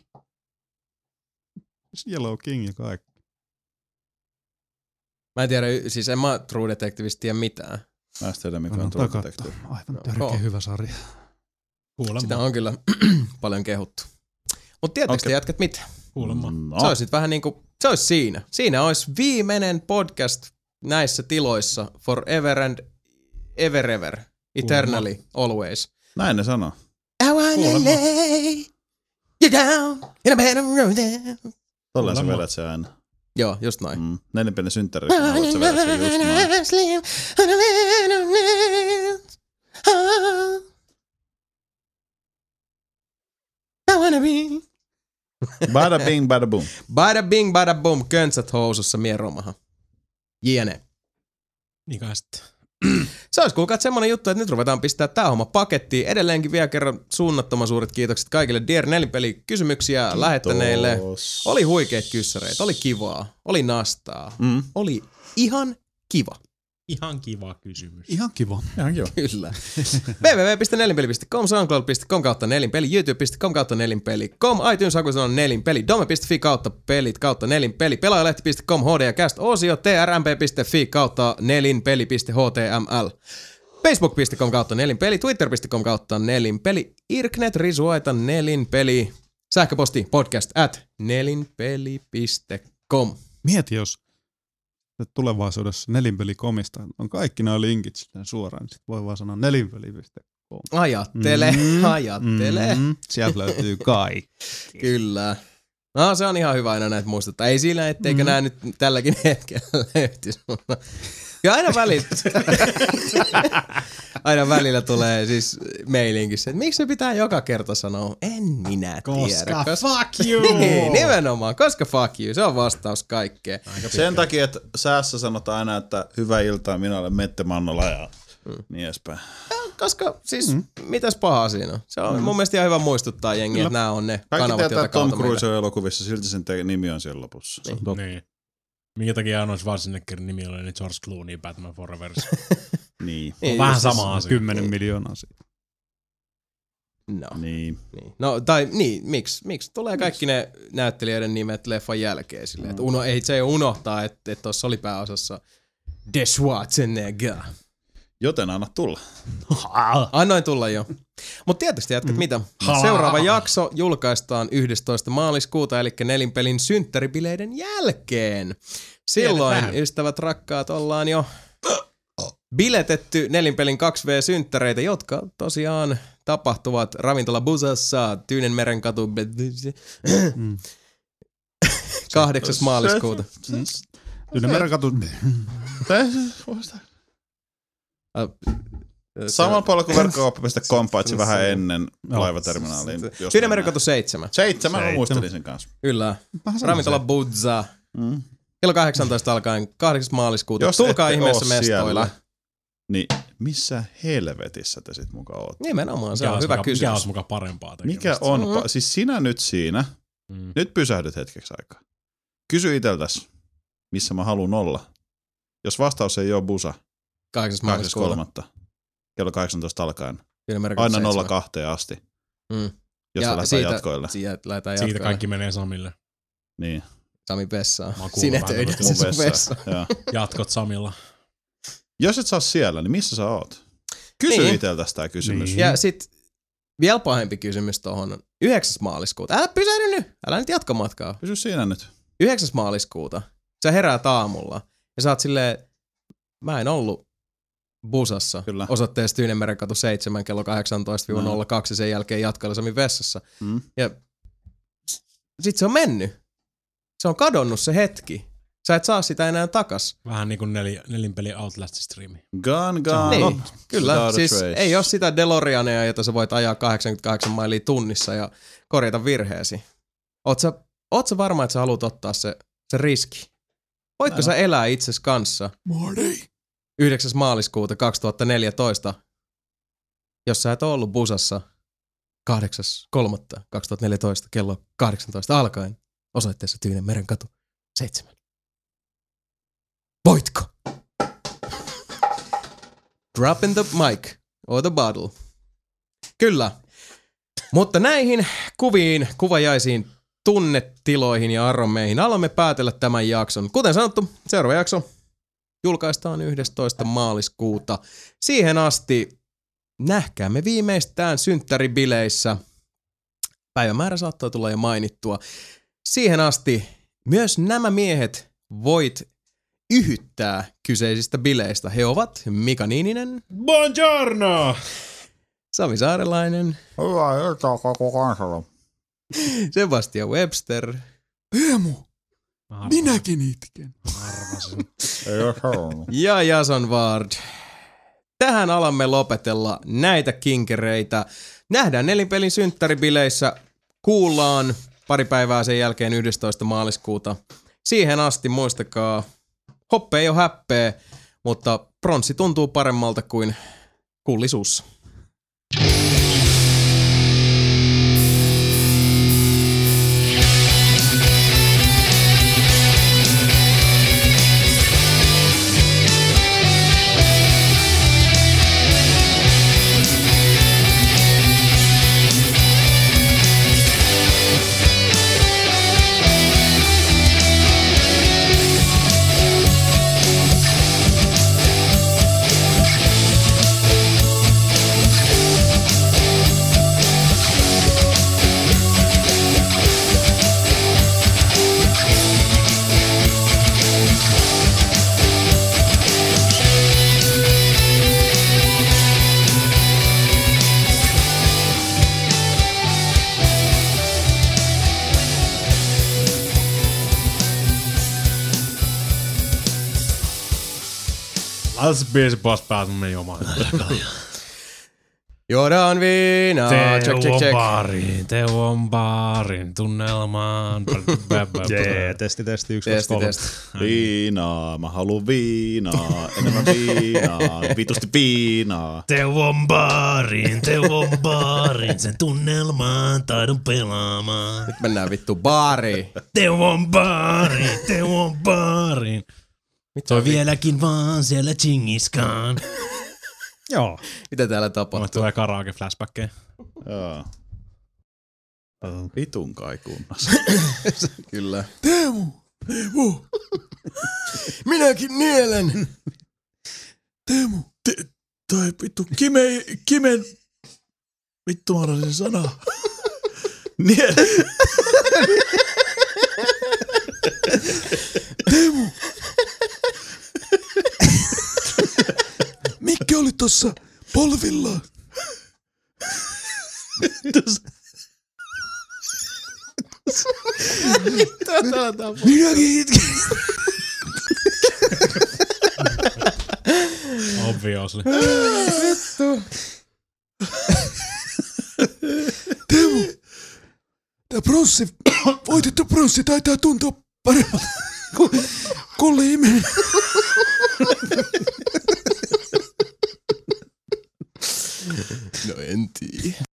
Yellow King ja kaikki. Mä en tiedä, siis en mä True Detectivesta tiedä mitään. Mä en tiedä, mikä on True Detective. Aivan törkeä hyvä sarja. Kuulemma. Sitä on kyllä paljon kehuttu. Mut tiedättekö te jätkät mitä? Kuulemma. No. Se olisi vähän niinku, se olisi siinä. Siinä olisi viimeinen podcast näissä tiloissa forever and ever. Eternally, always. Näin ne sanoo. I wanna lay you down in a bed of roses. Tolleen sä vedät se aina. Joo, just noin. 4 pienen synttäri, haluat sä vedät se just noin. I wanna be. Bada bing, bada boom. Bada bing, bada boom, köntsät housussa, mieromaha. Jne. Niin kai sitten. Se olisi kuulkaat semmonen juttu, että nyt ruvetaan pistää tää homma pakettiin. Edelleenkin vielä kerran suunnattoman suuret kiitokset kaikille Dear Nelipeli kysymyksiä lähettäneille. Oli huikeet kyssäreitä, oli kivaa, oli nastaa, oli ihan kiva. Ihan kiva kysymys. Ihan kiva. Kyllä. www.nelinpeli.com, soundcloud.com kautta nelinpeli, youtube.com kautta nelinpeli.com, iTunes hakusanan nelinpeli, dome.fi kautta pelit kautta nelinpeli, pelaajalehti.com, hd-cast, osio, trmp.fi kautta nelinpeli.html, facebook.com kautta nelinpeli, twitter.com kautta nelinpeli, irknet, risuaita, nelinpeli, sähköposti podcast@nelinpeli.com. Mieti, jos tulevaisuudessa nelinpelikomista on kaikki nämä linkit suoraan, niin sit voi vaan sanoa nelinpeli.com. Ajattele. Sieltä löytyy kaikki. Kyllä. No se on ihan hyvä aina näitä muistuttaa. Ei siinä, etteikö nää nyt tälläkin hetkellä löytyisi. Ja aina välillä tulee siis mailinkin se, että miksi se pitää joka kerta sanoa, en minä tiedä. Koska fuck you! Niin, nimenomaan, koska fuck you, se on vastaus kaikkeen. Sen takia, että säässä sanotaan aina, että hyvää iltaa, minä olen Mette Mannola ja niin edespäin. Koska siis, mitäs pahaa siinä on? Se on mun mielestä ihan hyvä muistuttaa jengiä, että nämä on ne kaikki kanavat, tietää, joita että Tom kautta Cruise on elokuvissa, silti sen nimi on siellä lopussa. Niin. Minkä takia Arnold Schwarzeneggerin nimi oli niin George Clooney Batman Forever? Niin. On vähän sama asia. 10 miljoonaa siitä. No. Niin. No, tai niin, miksi? Tulee kaikki ne näyttelijöiden nimet leffan jälkeen silleen, että se ei unohtaa, että tuossa oli pääosassa The Schwarzenegger. Joten anna tulla. Annoin tulla jo. Mutta tietysti jätkät mitä? Seuraava jakso julkaistaan 11. maaliskuuta, eli Nelinpelin synttäribileiden jälkeen. Silloin, ystävät rakkaat, ollaan jo biletetty Nelinpelin 2V-synttäreitä, jotka tosiaan tapahtuvat ravintola Busassa, Tyynenmerenkatu 8. maaliskuuta. Tyynenmerenkatu. Samalla puolella kuin verkkokauppa.com, paitsi vähän ennen laivaterminaaliin. Tyynenmerenkatu 7. 7, mä muistelin sen kanssa. Kyllä. Ravintola Buzza. Kello 18 alkaen 8. maaliskuuta. Tulkaa ihmeessä mestoilla. Niin missä helvetissä te sit muka oot? Nimenomaan, se on hyvä kysymys. Mikä olisi muka parempaa tekemistä? Mikä on? Siis sinä nyt siinä. Nyt pysähdyt hetkeksi aikaa. Kysy iteltäs, missä mä haluun olla. Jos vastaus ei ole Busa. 8.3. Kello 18 alkaen. Aina 02 asti. Jos lähdetään jatkoille. Siitä kaikki menee Samille. Niin. Sami vessaan. Sinetöidään se sun vessa. Jatkot Samilla. Jos et saa siellä, niin missä sä oot? Kysy iteltäs tää kysymys. Niin. Ja sit vielä pahempi kysymys tohon. 9. maaliskuuta. Älä pysähdy nyt. Älä nyt jatka matkaa. Pysy siinä nyt. 9. maaliskuuta. Sä heräät aamulla. Ja sä oot silleen, mä en ollut Busassa. Kyllä. Osoitteessa Tyynenmerenkatu 7 kello 18-02 sen jälkeen jatkoilla Samin vessassa. Ja sit se on mennyt. Se on kadonnut se hetki. Sä et saa sitä enää takas. Vähän niin kuin Nelinpeli Outlast-striimi. Gone. Niin, kyllä. Siis ei ole sitä DeLoreania, jota sä voit ajaa 88 mailia tunnissa ja korjata virheesi. Oot sä varma, että sä haluat ottaa se riski? Voitko sä elää itses kanssa? 9. maaliskuuta 2014, jos sä et ole ollut Busassa 8.3.2014 kello 18 alkaen osoitteessa Tyynenmerenkatu 7. Voitko? Drop in the mic or the bottle. Kyllä. Mutta näihin kuviin, kuvajaisiin, tunnetiloihin ja aromeihin alamme päätellä tämän jakson. Kuten sanottu, seuraava jakso julkaistaan 11. maaliskuuta. Siihen asti nähkäämme viimeistään synttäribileissä. Päivämäärä saattaa tulla jo mainittua. Siihen asti myös nämä miehet voit yhyttää kyseisistä bileistä. He ovat Mika Niininen. Buongiorno! Sami Saarelainen. Hyvää iltaa koko kansalle. Sebastian Webster. Emu, minäkin itken. Arvasin. Ja Jason Ward. Tähän alamme lopetella näitä kinkereitä. Nähdään Nelinpelin synttäribileissä. Kuullaan pari päivää sen jälkeen 11. maaliskuuta. Siihen asti muistakaa, hoppe ei ole häppeä, mutta pronssi tuntuu paremmalta kuin kullisuus. Laita se biisi pois päältä, mä menen juomaan. Juodaan viinaa. Teuon baarin tunnelmaan. Testi, 1, 2, 3. Viinaa, mä haluun viinaa, enemmän viinaa, vitusti viinaa. Teuon baarin, sen tunnelmaan taidon pelaamaan. Nyt mennään vittu baariin. Teuon baarin. Se on vieläkin vaan siellä Chingiskaan. Joo. Mitä täällä Mulle tapahtuu? tulee karaoke-flashbackkejä. Joo. Vitun kai kunnossa. Kyllä. Teemu! Minäkin nielen. Teemu! Tai vittu kimen... Vittu mä se sana. Teemu! Mikki oli tossa polvilla. Minäkin itkin. Obviously. Teemu! Tää bronssi, voitettu bronssi taitaa tuntua paremmalta kuin Kolli imeni.